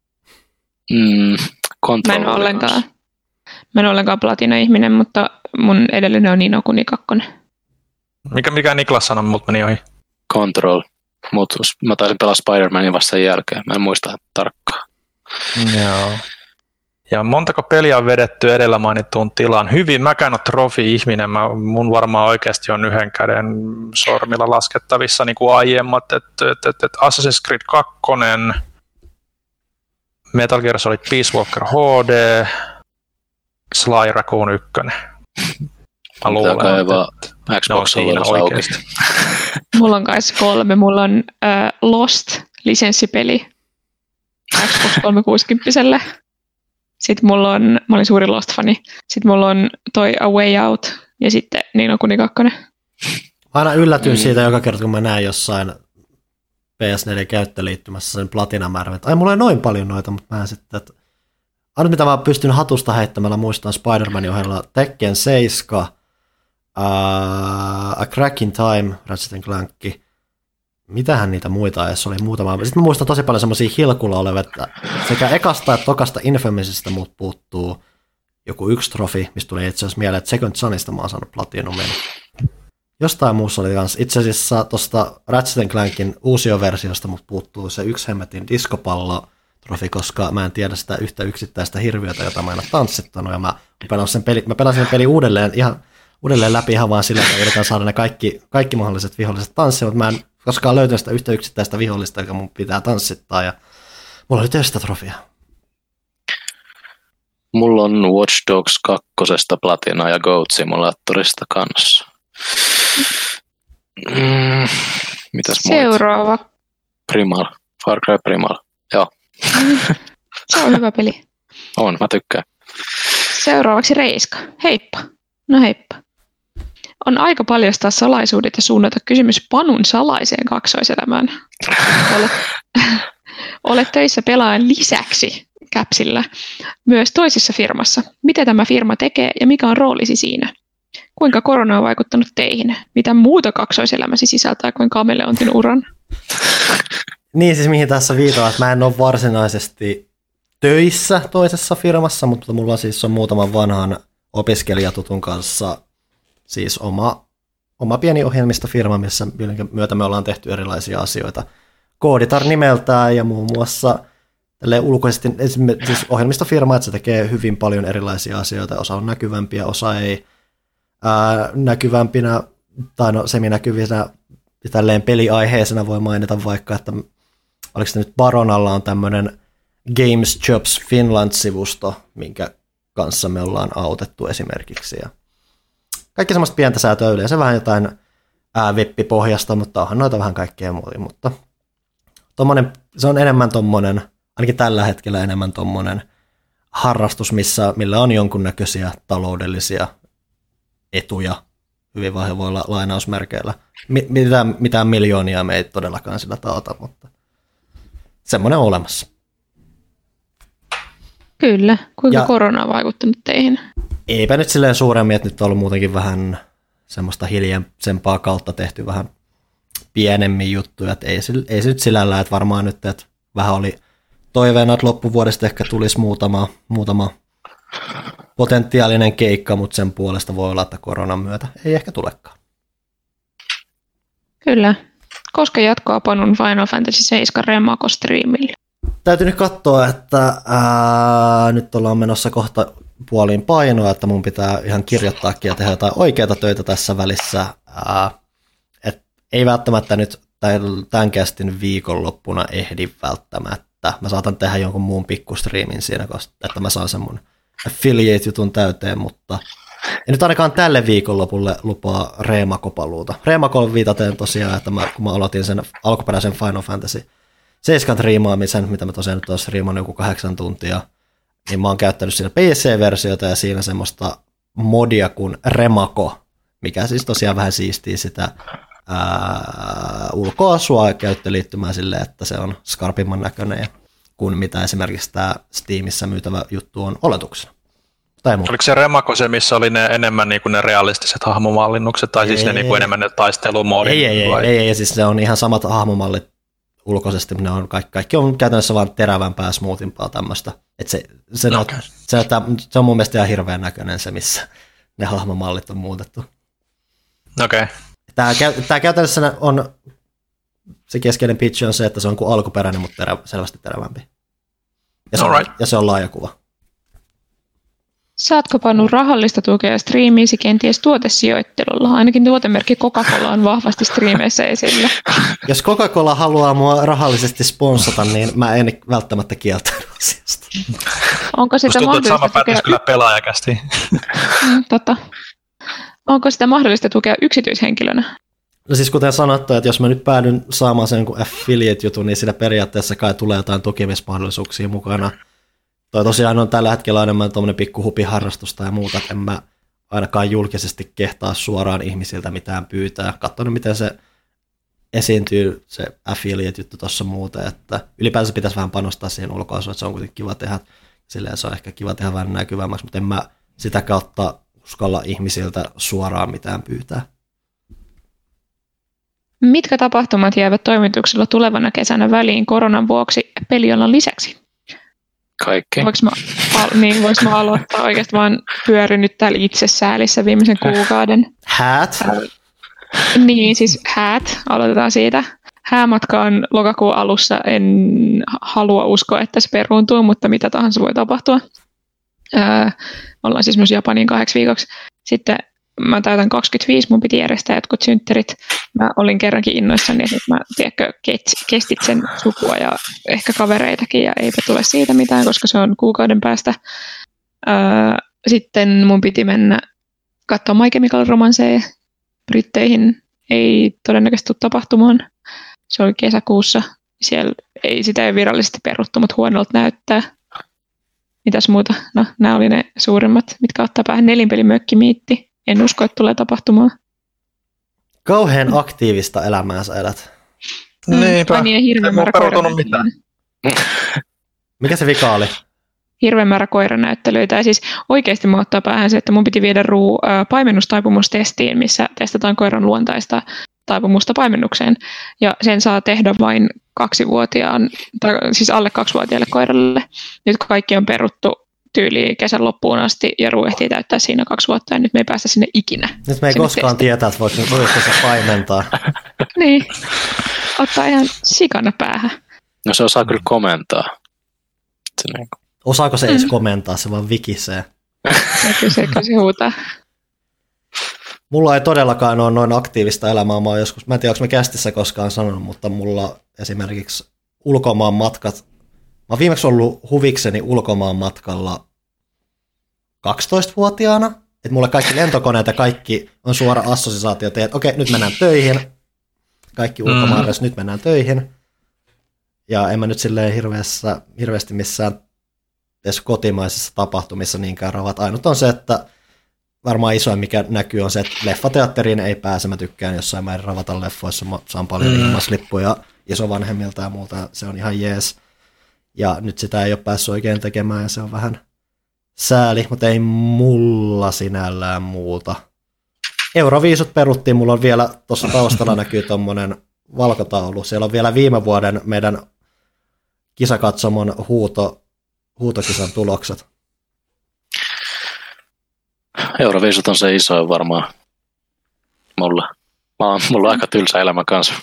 Mä en ole ollenkaan Platina-ihminen, mutta mun edellinen on Nino Kuni 2. Mikä Niklas sanoi, mut meni ohi? Control. Mutta mä taisin pelaa Spider-Manin vasta sen jälkeen. Mä en muista tarkkaan. Joo. Ja montako peliä on vedetty edellä mainittuun tilaan? Hyvin, mäkään ole trofi-ihminen. Mun varmaan oikeasti on yhden käden sormilla laskettavissa niin kuin aiemmat. Assassin's Creed 2, Metal Gear Solid Peace Walker HD, Sly Raccoon 1. Mä luulen, että Xbox on oikeasti. Mulla on kai 3. Mulla on Lost-lisenssipeli Xbox 360. Sitten mä olin suuri Lost-fani. Sitten mulla on toi A Way Out ja sitten Nino Kuni 2. Aina yllätyin siitä joka kerta, kun mä näen jossain PS4-käyttöliittymässä sen Platina-määrän. Ai, mulla ei noin paljon noita, mutta mä sitten, että aina mitä mä pystyn hatusta heittämällä, muistan Spider-Manin ohella Tekken 7, A Crack in Time, Ratchet & Clank. Mitähän niitä muita edes oli muutama. Sitten mä muistan tosi paljon semmosia hilkulla olevia, sekä ekasta että tokasta Infamousista mut puuttuu joku yksi trofi, mistä tuli itse asiassa mieleen, että Second Sonista mä oon saanut Platinumin. Jostain muussa oli kans. Itse asiassa tosta Ratchet & Clankin uusioversiosta mut puuttuu se yksi hemmetin diskopallo-trofi, koska mä en tiedä sitä yhtä yksittäistä hirviötä, jota mä en ole tanssittanut, ja mä pelasin sen peli uudelleen läpi ihan vaan sillä, että yritän saada ne kaikki mahdolliset viholliset tanssimaan, mutta mä en koskaan löytänyt sitä yhtä yksittäistä vihollista, joka mun pitää tanssittaa, ja mulla oli töistä trofia. Mulla on Watch Dogs 2 Platina ja Goat Simulatorista kanssa. Mitäs seuraava? Primal. Far Cry Primal. Joo. Se on hyvä peli. On, mä tykkään. Seuraavaksi Reiska. Heippa. No heippa. On aika paljastaa salaisuudet ja suunnata kysymys Panun salaiseen kaksoiselämään. Olet töissä pelaajan lisäksi Käpsillä myös toisessa firmassa. Mitä tämä firma tekee ja mikä on roolisi siinä? Kuinka korona on vaikuttanut teihin? Mitä muuta kaksoiselämäsi sisältää kuin kameleontin uran? Niin siis mihin tässä viitaa, että mä en ole varsinaisesti töissä toisessa firmassa, mutta mulla siis on muutaman vanhan opiskelijatutun kanssa siis oma pieni ohjelmistofirma, missä myötä me ollaan tehty erilaisia asioita. Kooditar nimeltään ja muun muassa ulkoisesti siis ohjelmistofirma, että se tekee hyvin paljon erilaisia asioita. Osa on näkyvämpiä, osa ei näkyvämpinä tai no seminäkyvinä. Tälleen peliaiheisena voi mainita vaikka, että oliko se nyt Baronalla on tämmöinen Games Jobs Finland-sivusto, minkä kanssa me ollaan autettu esimerkiksi. Ja kaikki semmoista pientä säätöä yleensä, vähän jotain web-pohjasta, mutta onhan noita vähän kaikkea muuta. Mutta se on enemmän tommonen, ainakin tällä hetkellä enemmän tommonen harrastus, millä on jonkunnäköisiä taloudellisia etuja hyvin vahvoilla lainausmerkeillä. Mitään miljoonia me ei todellakaan sillä taota, mutta semmoinen on olemassa. Kyllä. Kuinka korona on vaikuttanut teihin? Eipä nyt silleen suuremmin, että nyt on ollut muutenkin vähän semmoista hiljaisempaa kautta tehty vähän pienemmin juttuja, että ei se nyt sillä lailla, että varmaan nyt, että vähän oli toiveena, että loppuvuodesta ehkä tulisi muutama potentiaalinen keikka, mutta sen puolesta voi olla, että koronan myötä ei ehkä tulekaan. Kyllä. Koska jatkoa Panun Final Fantasy 7 Remako-striimille? Täytyy nyt katsoa, että nyt ollaan menossa kohta puoliin painoa, että mun pitää ihan kirjoittaakin ja tehdä jotain oikeita töitä tässä välissä. Ei välttämättä nyt tämän kästin viikonloppuna ehdi välttämättä. Mä saatan tehdä jonkun muun pikkustriimin siinä, että mä saan sen mun affiliate-jutun täyteen, mutta en nyt ainakaan tälle viikonlopulle lupaa Remako-paluuta. Remakoon viitaten tosiaan, että kun mä aloitin sen alkuperäisen Final Fantasy 7 riimaamisen, mitä mä tosiaan nyt olisi riimannut joku 8 tuntia, niin mä oon käyttänyt siinä PC-versiota ja siinä semmoista modia kuin Remako, mikä siis tosiaan vähän siistii sitä ulkoasua ja käyttöliittymää silleen, että se on skarpimman näköinen kuin mitä esimerkiksi tämä Steamissa myytävä juttu on oletuksena. Oliko se Remako se, missä oli ne enemmän niin kuin ne realistiset hahmomallinnukset, tai siis ne niin kuin enemmän ne taistelumoodit? Ei, siis se on ihan samat hahmomallit ulkoisesti, ne on kaikki on käytännössä vaan terävämpää ja smoothimpaa tämmöistä. Se on mun mielestä ihan hirveän näköinen se, missä ne hahmomallit on muutettu. Okei. Tämä käytännössä on, se keskeinen pitch on se, että se on kuin alkuperäinen, mutta selvästi terävämpi. Ja se on laaja kuva. Saatko Panu rahallista tukea striimiisi kenties tuotesijoittelulla? Ainakin tuotemerkki Coca-Cola on vahvasti striimeissä esillä. Jos Coca-Cola haluaa mua rahallisesti sponsata, niin mä en välttämättä kieltänyt asiasta. Onko sitä tuntuu, mahdollista sama pätisi kyllä pelaajakästi. Totta. Onko sitä mahdollista tukea yksityishenkilönä? No siis kuten sanottu, että jos mä nyt päädyn saamaan sen affiliate-jutun, niin siinä periaatteessa kai tulee jotain tukemismahdollisuuksia mukana. Toi tosiaan on tällä hetkellä enemmän tuommoinen pikku hupiharrastusta ja muuta, että en mä ainakaan julkisesti kehtaa suoraan ihmisiltä mitään pyytää. Katson, miten se esiintyy, se affiliate-juttu tuossa muuten, että ylipäänsä pitäisi vähän panostaa siihen ulkoasuun, että se on kuitenkin kiva tehdä. Silleen se on ehkä kiva tehdä vähän näkyvämmäksi, mutta en mä sitä kautta uskalla ihmisiltä suoraan mitään pyytää. Mitkä tapahtumat jäävät toimituksella tulevana kesänä väliin koronan vuoksi pelialan lisäksi? Kaikki. Voinko mä aloittaa oikeasti vaan pyörinyt täällä itsesäälissä viimeisen kuukauden? Häät? Niin, siis häät. Aloitetaan siitä. Häämatka on lokakuun alussa. En halua uskoa, että se peruuntuu, mutta mitä tahansa voi tapahtua. Ollaan siis myös Japaniin 8 viikoksi. Sitten mä täytän 25, mun piti järjestää jotkut synttärit. Mä olin kerrankin innoissani, että mä kestit sen sukua ja ehkä kavereitakin ja eipä tule siitä mitään, koska se on kuukauden päästä. Sitten mun piti mennä katsoa My Chemical Romancea Britteihin. Ei todennäköisesti tule tapahtumaan. Se oli kesäkuussa. Siellä sitä ei virallisesti peruttu, mutta huonolta näyttää. Mitäs muuta? No, nämä oli ne suurimmat, mitkä ottaa päähän. Nelinpelimökkimiitti. En usko, että tulee tapahtumaan. Kauhean aktiivista elämää sä elät. Niinpä. Niin, hirveän määrä koiranäyttelyitä. Mikä se vika oli? Hirveän määrä koiranäyttelyitä. Ja siis oikeasti mä ottaa päähän se, että mun piti viedä paimennustaipumustestiin, missä testataan koiran luontaista taipumusta paimennukseen. Ja sen saa tehdä vain 2-vuotiaan, tai siis alle 2-vuotiaille koiralle. Nyt kaikki on peruttu tyyliin kesän loppuun asti ja Ruu ehtii täyttää siinä 2 vuotta ja nyt me ei päästä sinne ikinä. Nyt me ei koskaan tietää, että voiko se paimentaa. Niin, ottaa ihan sikana päähän. No se osaa kyllä komentaa. Osaako se edes komentaa, se vaan vikisee. Kyllä se huutaa. Mulla ei todellakaan ole noin aktiivista elämää. Mä en tiedä, onko mä kästissä koskaan sanonut, mutta mulla esimerkiksi ulkomaan matkat. Mä oon viimeksi ollut huvikseni ulkomaan matkalla 12-vuotiaana. Että mulle kaikki lentokoneet ja kaikki on suora assosiaatio, että okei, nyt mennään töihin. Kaikki ulkomaanreissa, nyt mennään töihin. Ja en mä nyt silleen hirveästi missään edes kotimaisissa tapahtumissa niinkään ravat. Ainut on se, että varmaan isoin, mikä näkyy, on se, että leffateatteriin ei pääse. Mä tykkään jossain määrin ravata leffoissa, mä saan paljon ilmaislippuja isovanhemmilta ja muuta, se on ihan jees. Ja nyt sitä ei ole päässyt oikein tekemään ja se on vähän sääli, mutta ei mulla sinällään muuta. Euroviisut peruttiin, mulla on vielä, tuossa taustalla näkyy tommonen valkotaulu, siellä on vielä viime vuoden meidän kisakatsomon huutokisan tulokset. Euroviisut on se isoin varmaan mulla. Mulla on aika tylsä elämä kanssa.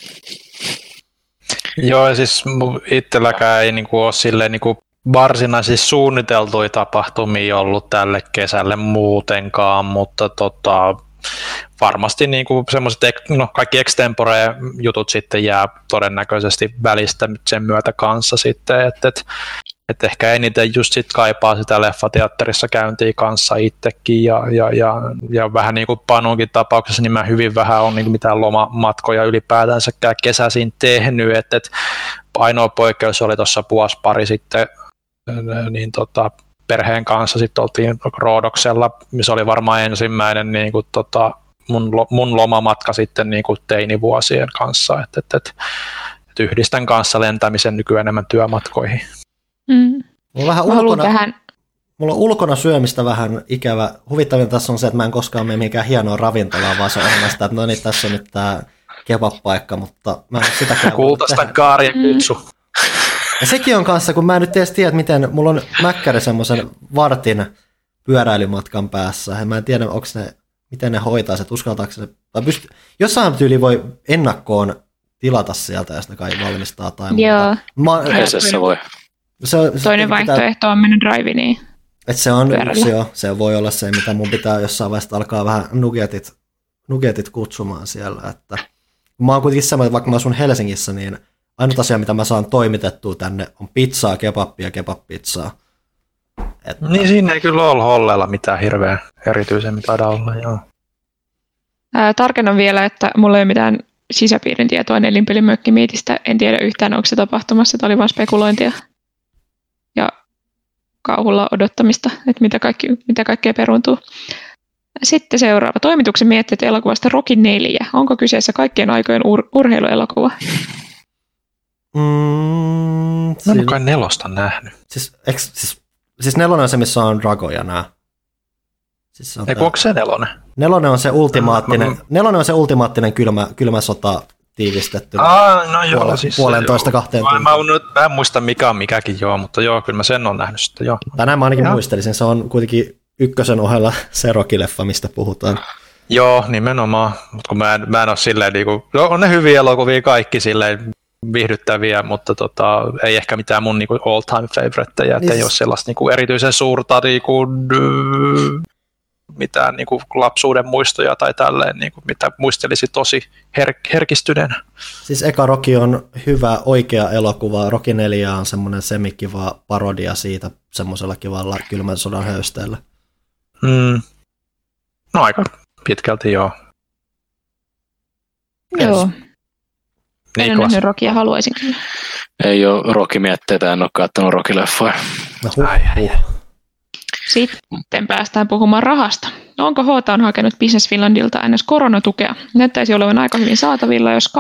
Joo, ja siis itselläkään ei niinku ole silleen niinku varsinaisesti suunniteltuja tapahtumia ollut tälle kesälle muutenkaan, mutta varmasti niinku semmoiset kaikki extempore jutut sitten jää todennäköisesti välistä sen myötä kanssa sitten, että ehkä eniten just sit kaipaa sitä leffateatterissa käyntiä kanssa itsekin ja vähän niin kuin Panunkin tapauksessa, niin mä hyvin vähän on niin mitään lomamatkoja ylipäätänsäkään kesäisin tehnyt, että ainoa poikkeus oli tuossa vuosi pari sitten, niin perheen kanssa sitten oltiin Roodoksella, missä oli varmaan ensimmäinen niin kuin mun lomamatka sitten niin kuin teinivuosien kanssa, että yhdistän kanssa lentämisen nykyään enemmän työmatkoihin. Mulla on ulkona syömistä vähän ikävä. Huvittavin tässä on se, että mä en koskaan mene mihinkään hienoa ravintolaan, vaan se on enemmän sitä, että no niin, tässä on nyt tää kebab-paikka, mutta mä en ole sitäkään. Kultaista kaarien kutsu. Ja sekin on kanssa, kun mä en nyt edes tiedä, miten, mulla on mäkkäri semmoisen vartin pyöräilymatkan päässä, ja mä en tiedä, miten ne hoitaa se, uskaltaako se, jossain tyyli voi ennakkoon tilata sieltä, jos ne kai valmistaa tai muuta. Se voi. Toinen vaihtoehto on mennä drive-iniin. Se voi olla se, mitä mun pitää jossain vaiheessa alkaa vähän nugetit kutsumaan siellä. Että, mä oon kuitenkin semmoinen, vaikka mä asun Helsingissä, niin ainut asia, mitä mä saan toimitettua tänne, on pizzaa, kebabia ja kebab-pizzaa. Niin siinä ei kyllä ole Hollella mitään hirveän erityisemmin taida olla, joo. Tarkennan vielä, että mulla ei ole mitään sisäpiirin tietoa Nelinpelimökkimiitistä. En tiedä yhtään, onko se tapahtumassa. Tämä oli vain spekulointia ja kauhulla odottamista, että mitä kaikkea peruuntuu. Sitten seuraava. Toimituksen mietteet elokuvasta Rocky 4. Onko kyseessä kaikkien aikojen urheiluelokuva? Mä en kai 4 nähnyt. Siis 4 on se, missä on dragoja nää. Siis onko se 4? 4 on se ultimaattinen kylmä sota tiivistetty. No joo, siis puolentoista 2 tuntia. Mä en muista mikä on mikäkin, joo, mutta joo, kyllä mä sen on nähnyt sitten, joo. Tänään mä ainakin muistelisin, se on kuitenkin ykkösen ohella se Rocky-leffa, mistä puhutaan. Joo, nimenomaan, mutta kun mä en ole silleen, on ne hyviä elokuvia kaikki silleen viihdyttäviä, mutta ei ehkä mitään mun all time favoriteja, niin ei ole sellaista erityisen suurta mitään lapsuuden muistoja tai tälleen, mitä muistelisi tosi herkistyneenä. Siis eka Rocky on hyvä oikea elokuva. Rocky 4 on semmoinen semikiva parodia siitä semmoisella kivalla kylmän sodan höysteellä. No aika pitkälti joo. Joo. En ole nähnyt Rockia, haluaisin kyllä. Ei ole Rocky-mietteitä, en ole katsonut Rocky-leffoja. Sitten päästään puhumaan rahasta. Onko HT on hakenut Business Finlandilta ns. Koronatukea? Näyttäisi olevan aika hyvin saatavilla, jos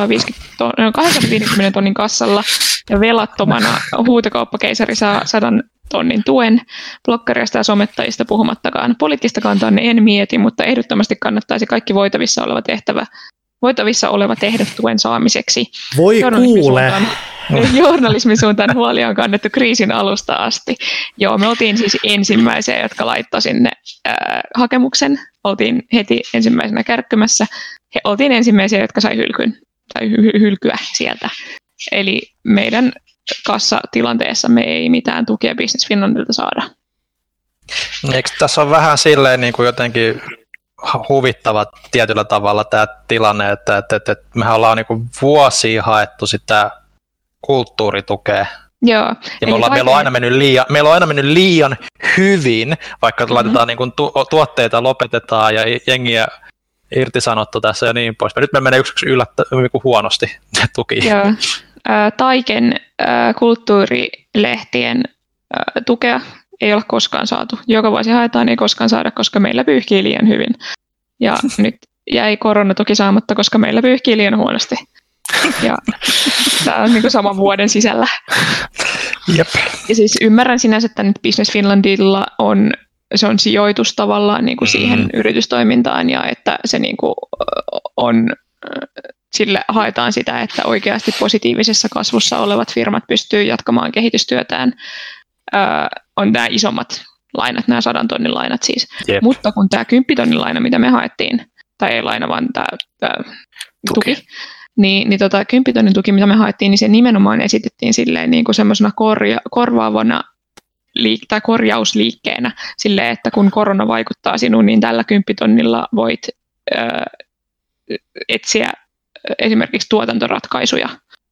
250 tonnin kassalla ja velattomana huutokauppakeisari saa 100 tonnin tuen. Blokkareista ja somettajista puhumattakaan. Poliittista kantaanne en mieti, mutta ehdottomasti kannattaisi kaikki voitavissa oleva tehdä tuen saamiseksi. Voi kuule! Journalismin suuntaan huolia on kannettu kriisin alusta asti. Joo, me oltiin siis ensimmäisiä, jotka laittoi sinne hakemuksen. Oltiin heti ensimmäisenä kärkkymässä. Oltiin ensimmäisiä, jotka sai hylkyä sieltä. Eli meidän kassatilanteessa me ei mitään tukea Business Finlandilta saada. Eikö tässä ole vähän silleen niin kuin jotenkin huvittava tietyllä tavalla tämä tilanne, että mehän ollaan niin kuin vuosia haettu sitä kulttuuritukea. Joo. Ja meillä on aina mennyt liian hyvin, vaikka laitetaan niin kuin tuotteita lopetetaan ja jengiä irtisanottu tässä ja niin pois. Nyt me menee yksi yllättävän huonosti tuki. Joo. Taiken kulttuurilehtien tukea ei ole koskaan saatu. Joka vuosi haetaan, ei koskaan saada, koska meillä pyyhkii liian hyvin. Ja nyt jäi koronatuki saamatta, koska meillä pyyhkii liian huonosti. Ja tämä on niin saman vuoden sisällä. Jep. Ja siis ymmärrän sinänsä, että nyt Business Finlandilla se on sijoitus tavallaan niin kuin siihen yritystoimintaan ja että se niin kuin on, sille haetaan sitä, että oikeasti positiivisessa kasvussa olevat firmat pystyy jatkamaan kehitystyötään. On nämä isommat lainat, nämä 100 tonnin lainat siis. Jep. Mutta kun tämä 10 tonnin laina, mitä me haettiin, tai ei laina, vaan tämä tuki. Niin 10 tonnin tuki, mitä me haettiin, niin se nimenomaan esitettiin silleen niin kuin semmoisena korvaavana tai korjausliikkeenä silleen, että kun korona vaikuttaa sinuun, niin tällä 10 tonnilla voit etsiä esimerkiksi tuotantoratkaisuja,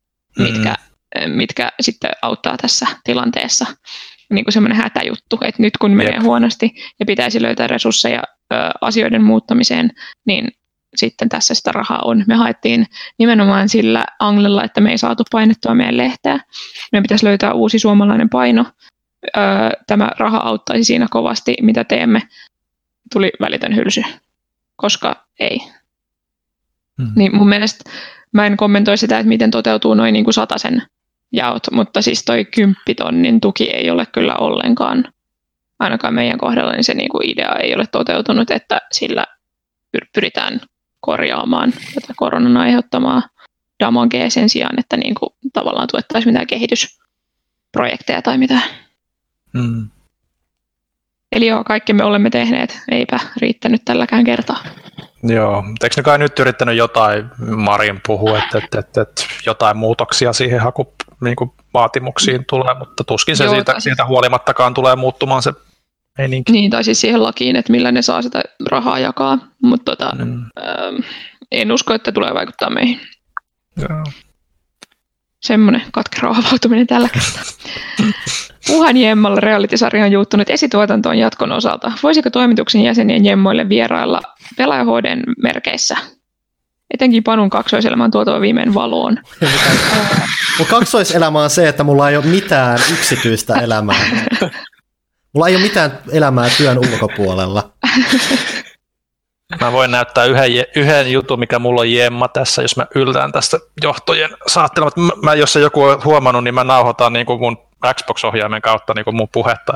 mitkä sitten auttaa tässä tilanteessa. Niin kuin semmoinen hätäjuttu, että nyt kun menee huonosti ja pitäisi löytää resursseja asioiden muuttamiseen, niin sitten tässä sitä rahaa on. Me haettiin nimenomaan sillä anglella, että me ei saatu painettua meidän lehteä. Meidän pitäisi löytää uusi suomalainen paino. Tämä raha auttaisi siinä kovasti, mitä teemme. Tuli välitön hylsy, koska ei. Niin mun mielestä mä en kommentoi sitä, että miten toteutuu noin niin kuin 100 jaot, mutta siis toi 10 tonnin tuki ei ole kyllä ollenkaan, ainakaan meidän kohdalla, niin se niin kuin idea ei ole toteutunut, että sillä pyritään korjaamaan tätä koronan aiheuttamaa damagea sen sijaan, että niin kuin tavallaan tuettaisiin mitään kehitysprojekteja tai mitään. Eli joo, kaikki me olemme tehneet, eipä riittänyt tälläkään kertaa. Joo, mutta eikö ne kai nyt yrittänyt jotain, Marin puhua, että jotain muutoksia siihen vaatimuksiin tulee, mutta tuskin se siitä huolimattakaan tulee muuttumaan se meininki. Niin, tai siis siihen lakiin, että millä ne saa sitä rahaa jakaa, mutta en usko, että tulee vaikuttaa meihin. Joo. Semmoinen katkera avautuminen tällä kertaa. Uhan Jemmalle reality-sarja on juuttunut esituotantoon jatkon osalta. Voisiko toimituksen jäsenien Jemmoille vierailla Pelaaja HD:n merkeissä? Etenkin Panun kaksoiselämä on tuotava viimein valoon. Mun kaksoiselämä on se, että mulla ei ole mitään yksityistä elämää. Mulla ei ole mitään elämää työn ulkopuolella. Mä voin näyttää yhden jutun, mikä mulla on Jemma tässä, jos mä yltään tästä johtojen saattelematta. Jos se joku on huomannut, niin mä nauhoitan niin kuin mun Xbox-ohjaimen kautta niin kuin mun puhetta.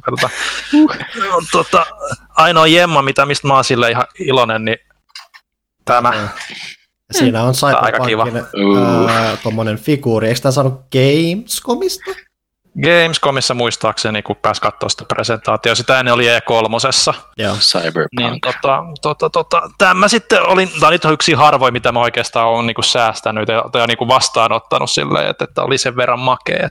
Ainoa Jemma, mistä mä oon sille ihan iloinen, niin tämä. Siinä on Cyberpunkin tommonen figuuri. Eikö tämä saanut Gamescomista? Gamescomissa muistaakseni, kun pääsi katsoa sitä presentaatioa. Sitä ennen oli E3. Joo. Cyberpunk. Niin, tämä sitten oli, tämä on yksi harvoin, mitä mä oikeastaan olen niin säästänyt ja niin vastaanottanut silleen, että oli sen verran makea,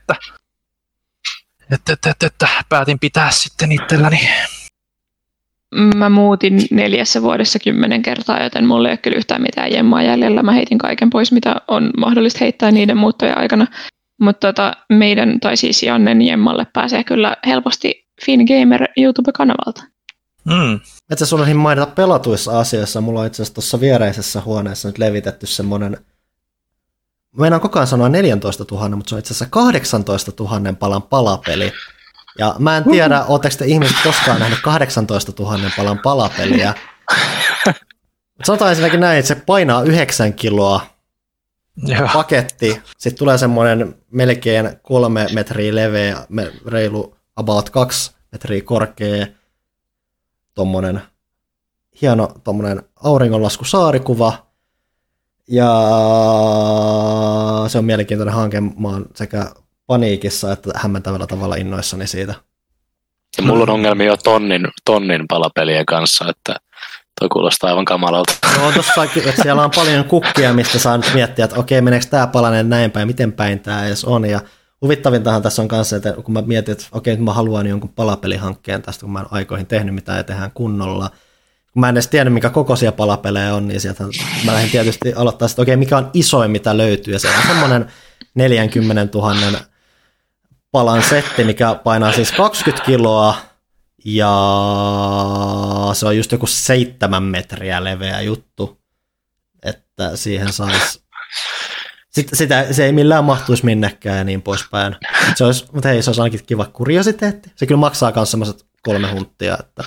että päätin pitää sitten itselläni. Mä muutin 4 vuodessa 10 kertaa, joten mulla ei ole kyllä yhtään mitään Jemmaa jäljellä. Mä heitin kaiken pois, mitä on mahdollista heittää niiden muuttojen aikana. Mutta meidän, tai siis Jannen Jemmalle pääsee kyllä helposti FinGamer YouTube-kanavalta. Että sun on mainita pelatuissa asioissa. Mulla on itse asiassa tuossa viereisessä huoneessa nyt levitetty semmoinen, meinaan koko ajan sanoa 14 000, mutta se on itse asiassa 18 000 palan palapeli. Ja mä en tiedä, ootteko te ihmiset koskaan nähnyt 18 000 palan palapeliä. Sanotaan ensinnäkin näin, että se painaa 9 kiloa. Paketti. Sitten tulee semmoinen melkein 3 metriä leveä, reilu about 2 metriä korkea, tommonen hieno tommonen auringonlaskusaarikuva. Ja se on mielenkiintoinen hanke. Mä oon sekä paniikissa että hämmentävällä tavalla innoissani siitä. Ja mulla on ongelmia jo tonnin palapelien kanssa, että toi kuulostaa aivan kamalalta. No tossa, että siellä on paljon kukkia, mistä saa nyt miettiä, että okei, meneekö tämä palanen näin päin, miten päin tämä edes on. Ja huvittavintahan tässä on kanssa, että kun mä mietin, että okei, mä haluan jonkun palapelihankkeen tästä, kun mä en aikoihin tehnyt mitään ja tehdään kunnolla. Kun mä en edes tiedä, mikä kokoisia palapelejä on, niin sieltä mä lähdin tietysti aloittaa, että okei, mikä on isoin, mitä löytyy. Ja se on semmoinen 40 000 palan setti, mikä painaa siis 20 kiloa. Ja se on just joku 7 metriä leveä juttu, että siihen Se ei millään mahtuisi minnekään ja niin poispäin. Mutta hei, se olisi ainakin kiva kuriositeetti. Se kyllä maksaa myös sellaiset 3 hunttia, että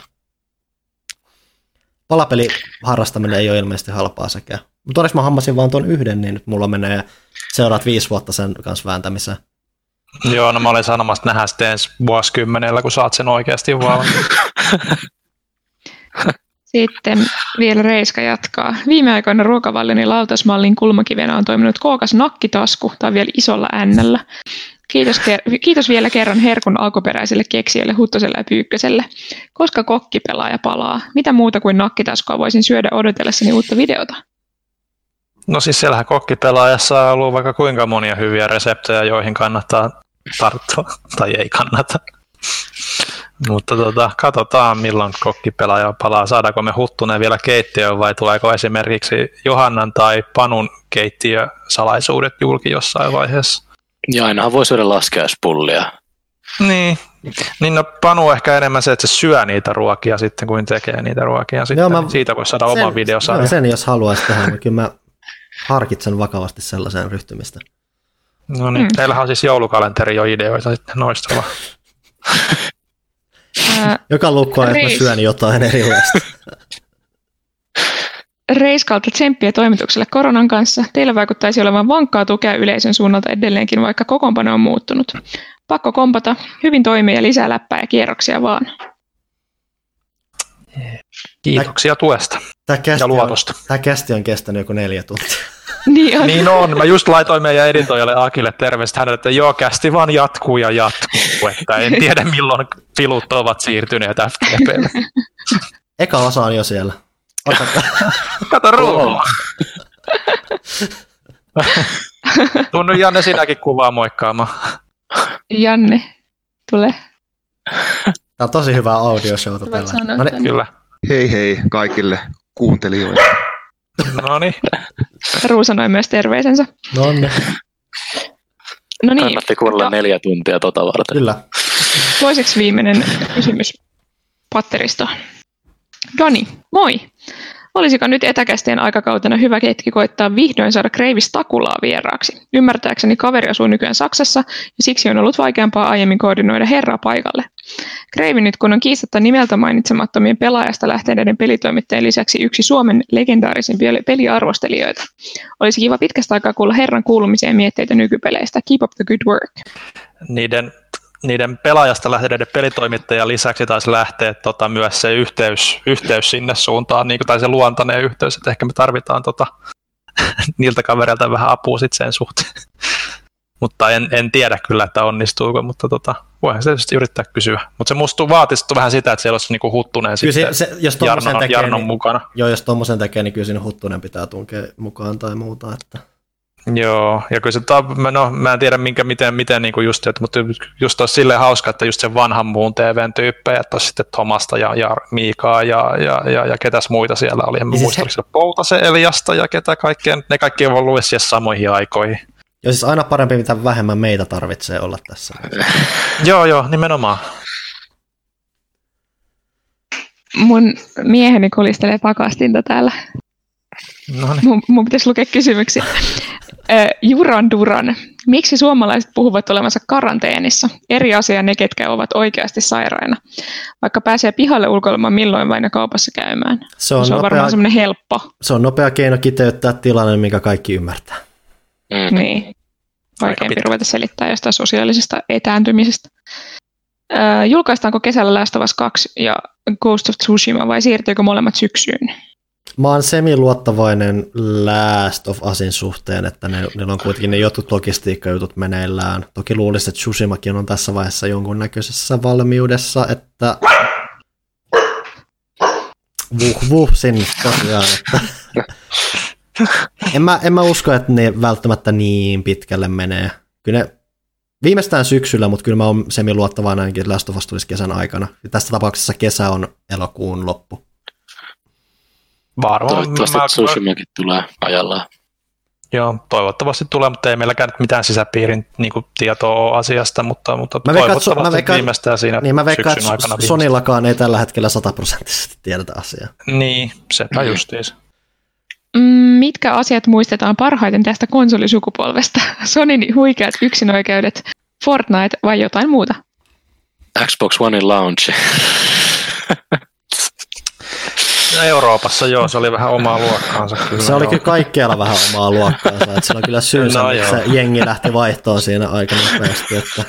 palapeli harrastaminen ei ole ilmeisesti halpaa sekään. Mutta onneksi mä hammasin vaan tuon yhden, niin nyt mulla menee seuraat 5 vuotta sen kanssa vääntämiseen. Joo, no mä olin sanomassa, että nähdään sitten ensi vuosikymmenellä, kun saat sen oikeasti valmiin. Sitten vielä Reiska jatkaa. Viime aikoina ruokavalioni lautasmallin kulmakivenä on toiminut kookas nakkitasku, tai vielä isolla ännällä. Kiitos vielä kerran herkun alkuperäiselle keksijöille Huttoselle ja Pyykköselle. Koska kokkipelaaja palaa? Mitä muuta kuin nakkitaskua voisin syödä odotellessani uutta videota? No siis siellähän kokkipelaajassa on ollut vaikka kuinka monia hyviä reseptejä, joihin kannattaa tarttua, tai ei kannata. Mutta katsotaan, milloin kokkipelaaja palaa. Saadaanko me Huttunen vielä keittiöön vai tuleeko esimerkiksi Johannan tai Panun keittiösalaisuudet julki jossain vaiheessa? Ja ainahan voi syödä laskeuspullia. Niin no Panu ehkä enemmän se, että se syö niitä ruokia sitten, kuin tekee niitä ruokia. Sitten, joo, siitä voisi saada oman videosarjan. Sen jos haluaisi tehdä, niin kyllä mä harkitsen vakavasti sellaiseen ryhtymistä. No niin, teillähän on siis joulukalenteri jo ideoita sitten noista vaan. Joka lukko on, että mä syön jotain erilaista. Reiskalta tsemppiä toimitukselle koronan kanssa. Teillä vaikuttaisi olevan vankkaa tukea yleisön suunnalta edelleenkin, vaikka kokoonpano on muuttunut. Pakko kompata, hyvin toimii ja lisää läppää ja kierroksia vaan. Kiitoksia tuesta ja luotosta. Tämä kästi on kestänyt joku 4 tuntia. Niin on. Mä just laitoin meidän editoijalle Akille terveistä hänelle, että joo, kästi vaan jatkuu ja jatkuu. Että en tiedä milloin filut ovat siirtyneet FTP:lle. Eka osa on jo siellä. Kato ruuhua. Tunnu Janne sinäkin kuvaa moikkaamaan. Janne, tule. Tämä on tosi hyvää audioshowta tällä. No niin, kyllä. Hei kaikille kuuntelijoille. Noniin. Ruu sanoi myös terveisensä. No niin. Kannatti kuunnella 4 tuntia varten. Kyllä. Toiseksi viimeinen kysymys patteristoon. Doni, moi! Olisiko nyt etäkästeen aikakautena hyvä hetki koittaa vihdoin saada Kreivis Takulaa vieraaksi? Ymmärtääkseni kaveri asuu nykyään Saksassa ja siksi on ollut vaikeampaa aiemmin koordinoida herraa paikalle. Kreivi nyt kun on kiistatta nimeltä mainitsemattomien pelaajasta lähteneiden pelitoimittajien lisäksi yksi Suomen legendaarisimpia peliarvostelijoita. Olisi kiva pitkästä aikaa kuulla herran kuulumisia ja mietteitä nykypeleistä. Keep up the good work. Niiden pelaajasta lähteneiden pelitoimittajien lisäksi taisi lähteä myös se yhteys sinne suuntaan, niin kuin, tai se luontainen yhteys, että ehkä me tarvitaan niiltä kavereilta vähän apua sitten sen suhteen. Mutta en tiedä kyllä, että onnistuuko, mutta voihan se tietysti yrittää kysyä. Mutta se vaatisi vähän sitä, että siellä olisi niinku Huttunen sitten jos Jarnon mukana. Joo, jos tuommoisen tekee, niin kyllä siinä Huttunen pitää tunkea mukaan tai muuta, että... Joo, ja kyllä se, mä en tiedä miten niin kuin just, mutta just olisi silleen hauska, että just sen vanhan muun TVn tyyppejä, että olisi sitten Tomasta ja Miikaa ja ketäs muita siellä oli. En muista, oliko siellä Poutasen Eliasta ja ketä kaikkea, ne kaikki on ollut siihen samoihin aikoihin. Ja siis aina parempi, mitä vähemmän meitä tarvitsee olla tässä. Joo, nimenomaan. Mun mieheni kolistelee pakastinta täällä. Mun pitäisi lukea kysymyksiä. Juran Duran. Miksi suomalaiset puhuvat olevansa karanteenissa? Eri asia ne, ketkä ovat oikeasti sairaina. Vaikka pääsee pihalle ulkoilemaan milloin vain ja kaupassa käymään. Se on varmaan semmoinen helppo. Se on nopea keino kiteyttää tilanne, minkä kaikki ymmärtää. Niin. Vaikeampi ruveta selittää jostain sosiaalisesta etääntymisestä. Julkaistaanko kesällä Last of Us 2 ja Ghost of Tsushima vai siirtyykö molemmat syksyyn? Mä oon semiluottavainen Last of Usin suhteen, että niillä on kuitenkin ne jotkut logistiikkajutut meneillään. Toki luulisin, että Tsushimakin on tässä vaiheessa jonkunnäköisessä valmiudessa, että sinne tosiaan. Että en mä usko, että ne välttämättä niin pitkälle menee. Kyllä ne viimeistään syksyllä, mutta kyllä mä oon semiluottavainen ainakin, että Last of Us tulisi kesän aikana. Ja tässä tapauksessa kesä on elokuun loppu. Toivottavasti Tsushimakin tulee ajallaan. Joo, toivottavasti tulee, mutta ei meilläkään mitään sisäpiirin tietoa ole asiasta, mutta toivottavasti viimeistään siinä syksyn aikana. Sonillakaan ei tällä hetkellä 100% tiedetä asiaa. Niin, sepä justiinsa. Mitkä asiat muistetaan parhaiten tästä konsolisukupolvesta? Sonyn huikeat yksinoikeudet, Fortnite vai jotain muuta? Xbox Onein launch. Euroopassa joo, se oli vähän omaa luokkaansa. Kyllä, se oli kyllä kaikkialla vähän omaa luokkaansa, että se on kyllä syysä, no, että se jengi lähti vaihtoon siinä aika nopeasti. Että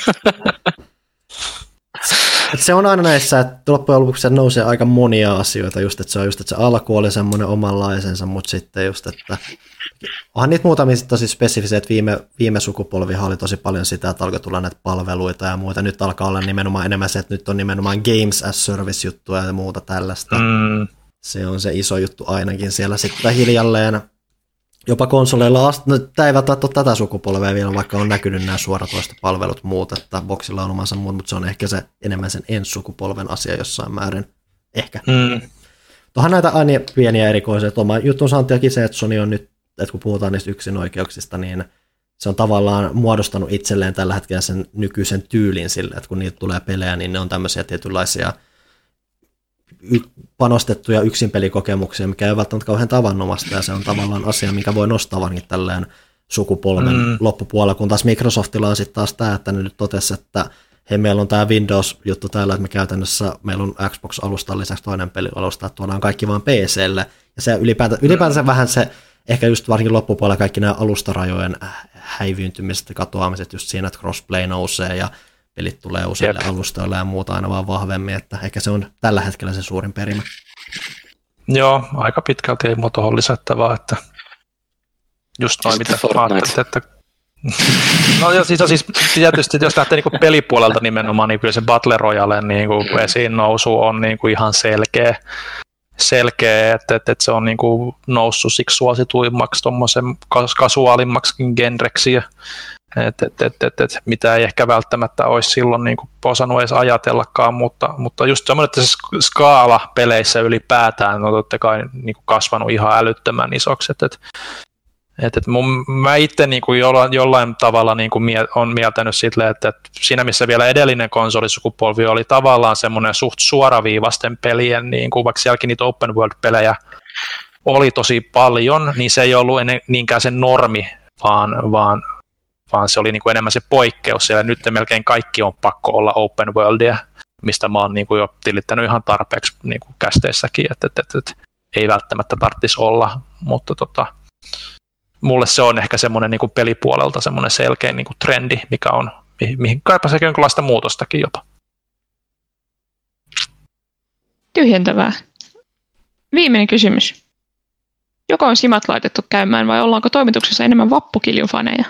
se on aina näissä, että loppujen lopuksi se nousee aika monia asioita, just, että se on just, että se alku oli semmoinen omanlaisensa, mutta sitten just, että onhan niitä muutamia tosi spesifisiä, että viime sukupolvihan oli tosi paljon sitä, että alkoi tulla näitä palveluita ja muuta. Nyt alkaa olla nimenomaan enemmän se, että nyt on nimenomaan Games as Service-juttuja ja muuta tällaista. Se on se iso juttu ainakin siellä sitten hiljalleen. Jopa konsoleilla tämä ei välttämättä ole tätä sukupolvea vielä, vaikka on näkynyt nämä suoratoistopalvelut muut, että boxilla on omansa muut, mutta se on ehkä se enemmän sen ensi sukupolven asia jossain määrin. Ehkä. Tuohan näitä aina pieniä erikoisia. Oma jutun saantiakin se, että Sony on nyt, että kun puhutaan niistä yksinoikeuksista, niin se on tavallaan muodostanut itselleen tällä hetkellä sen nykyisen tyylin sille, että kun niitä tulee pelejä, niin ne on tämmöisiä tietynlaisia panostettuja yksinpelikokemuksia, mikä ei ole välttämättä kauhean tavannomasta, ja se on tavallaan asia, mikä voi nostaa varsinkin tälleen sukupolven loppupuolella, kun taas Microsoftilla on sitten taas tämä, että ne nyt totesi, että hei, meillä on tämä Windows-juttu täällä, että me käytännössä, meillä on Xbox-alustan lisäksi toinen pelialusta, että tuodaan kaikki vaan PC:lle, ja se ylipäätänsä vähän se, ehkä just varsinkin loppupuolella kaikki nämä alustarajojen häivyytymiset ja katoamiset just siinä, että crossplay nousee, ja pelit tulee useille alustoille ja muuta aina vaan vahvemmin, että ehkä se on tällä hetkellä se suurin perimä. Joo, aika pitkälti ei mua tuohon lisättävää, että just noin mitä ajattelit, että no ja siis tietysti jos lähtee niinku pelipuolelta nimenomaan, niin kyllä se Battle Royale niinku esiin nousu on niinku ihan selkeä, että se on niinku noussut siksi suosituimmaksi tuommoisen kasuaalimmaksikin genreksi, mitä ei ehkä välttämättä olisi silloin niin kuin osannut edes ajatellakaan, mutta just semmoinen, että se skaala peleissä ylipäätään on totta kai niin kuin kasvanut ihan älyttömän isoksi. Mä itse niin kuin jollain tavalla niin kuin on mieltänyt silleen, että siinä missä vielä edellinen konsolisukupolvi oli tavallaan semmoinen suht suoraviivasten pelien, niin kuin vaikka sielläkin niitä open world-pelejä oli tosi paljon, niin se ei ollut niinkään se normi, vaan se oli niin kuin enemmän se poikkeus siellä. Nyt melkein kaikki on pakko olla open worldia, mistä mä oon niin kuin jo tilittänyt ihan tarpeeksi niin kuin kästeissäkin, että ei välttämättä tarvitsisi olla, mutta mulle se on ehkä semmoinen niin kuin pelipuolelta semmoinen selkeä niin kuin trendi, mikä on, mihin kaipaa sekin jonkinlaista muutostakin jopa. Tyhjentävää. Viimeinen kysymys. Joko on simat laitettu käymään vai ollaanko toimituksessa enemmän vappukiljufaneja?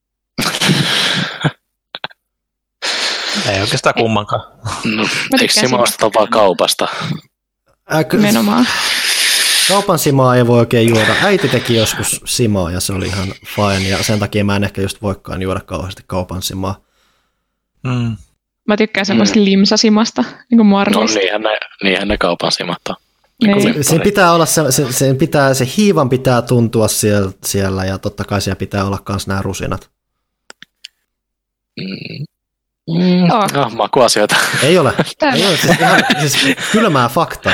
Ei oikeastaan kummankaan. No, eikö sima osteta vaan kaupasta? Nimenomaan. Kaupan simaa ei voi oikein juoda. Äiti teki joskus simaa ja se oli ihan fine ja sen takia mä en ehkä just voikaan juoda kauheasti kaupan simaa. Mä tykkään semmoista limsasimasta, niin kuin Marlista. No niinhän ne kaupan simat on. Sen pitää olla se hiivan pitää tuntua siellä ja totta kai siellä pitää olla myös nämä rusinat. Makuasioita. Ei ole siis kylmää faktaa.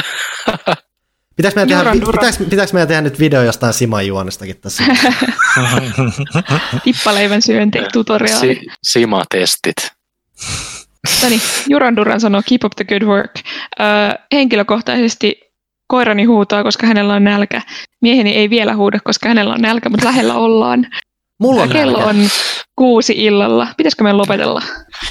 Pitääkö meidän tehdä nyt video jostain simajuonistakin tässä? Tippaleivän syönti-tutoriaali. Simatestit. Noniin, Juran Duran sanoo keep up the good work. Henkilökohtaisesti koirani huutaa, koska hänellä on nälkä. Mieheni ei vielä huuda, koska hänellä on nälkä, mutta lähellä ollaan. Mulla on kello nälkä. On 6 illalla. Pitäisikö meidän lopetella?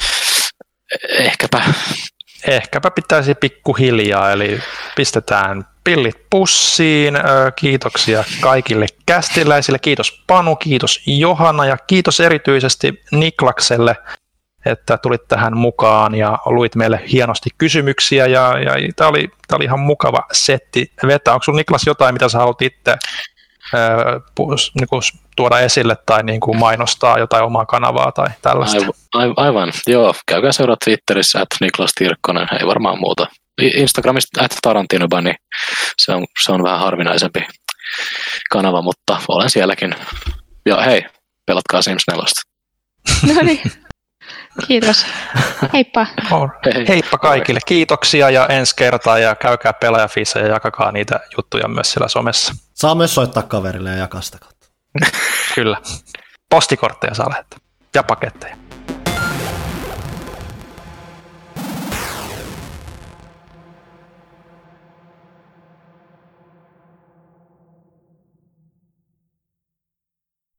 Ehkäpä pitäisi pikkuhiljaa, eli pistetään pillit pussiin. Kiitoksia kaikille kästiläisille. Kiitos Panu, kiitos Johanna ja kiitos erityisesti Niklakselle, että tulit tähän mukaan ja luit meille hienosti kysymyksiä. Ja tämä oli ihan mukava setti vetää. Onko sinulla Niklas jotain, mitä sä haluat itse tuoda esille tai niin kuin mainostaa jotain omaa kanavaa tai tällaista? Aivan, joo. Käykää seuraa Twitterissä, että Niklas Tirkkonen, ei varmaan muuta. Instagramista @Tarantinoba, niin se on vähän harvinaisempi kanava, mutta olen sielläkin. Ja hei, pelatkaa Sims 4. No niin. Kiitos. Heippa. Heippa kaikille. Kiitoksia ja ensi kertaa ja käykää Pelaajafiissa ja jakakaa niitä juttuja myös siellä somessa. Saa myös soittaa kaverille ja jakaa sitä kautta. Kyllä. Postikortteja saa lähettää. Ja paketteja.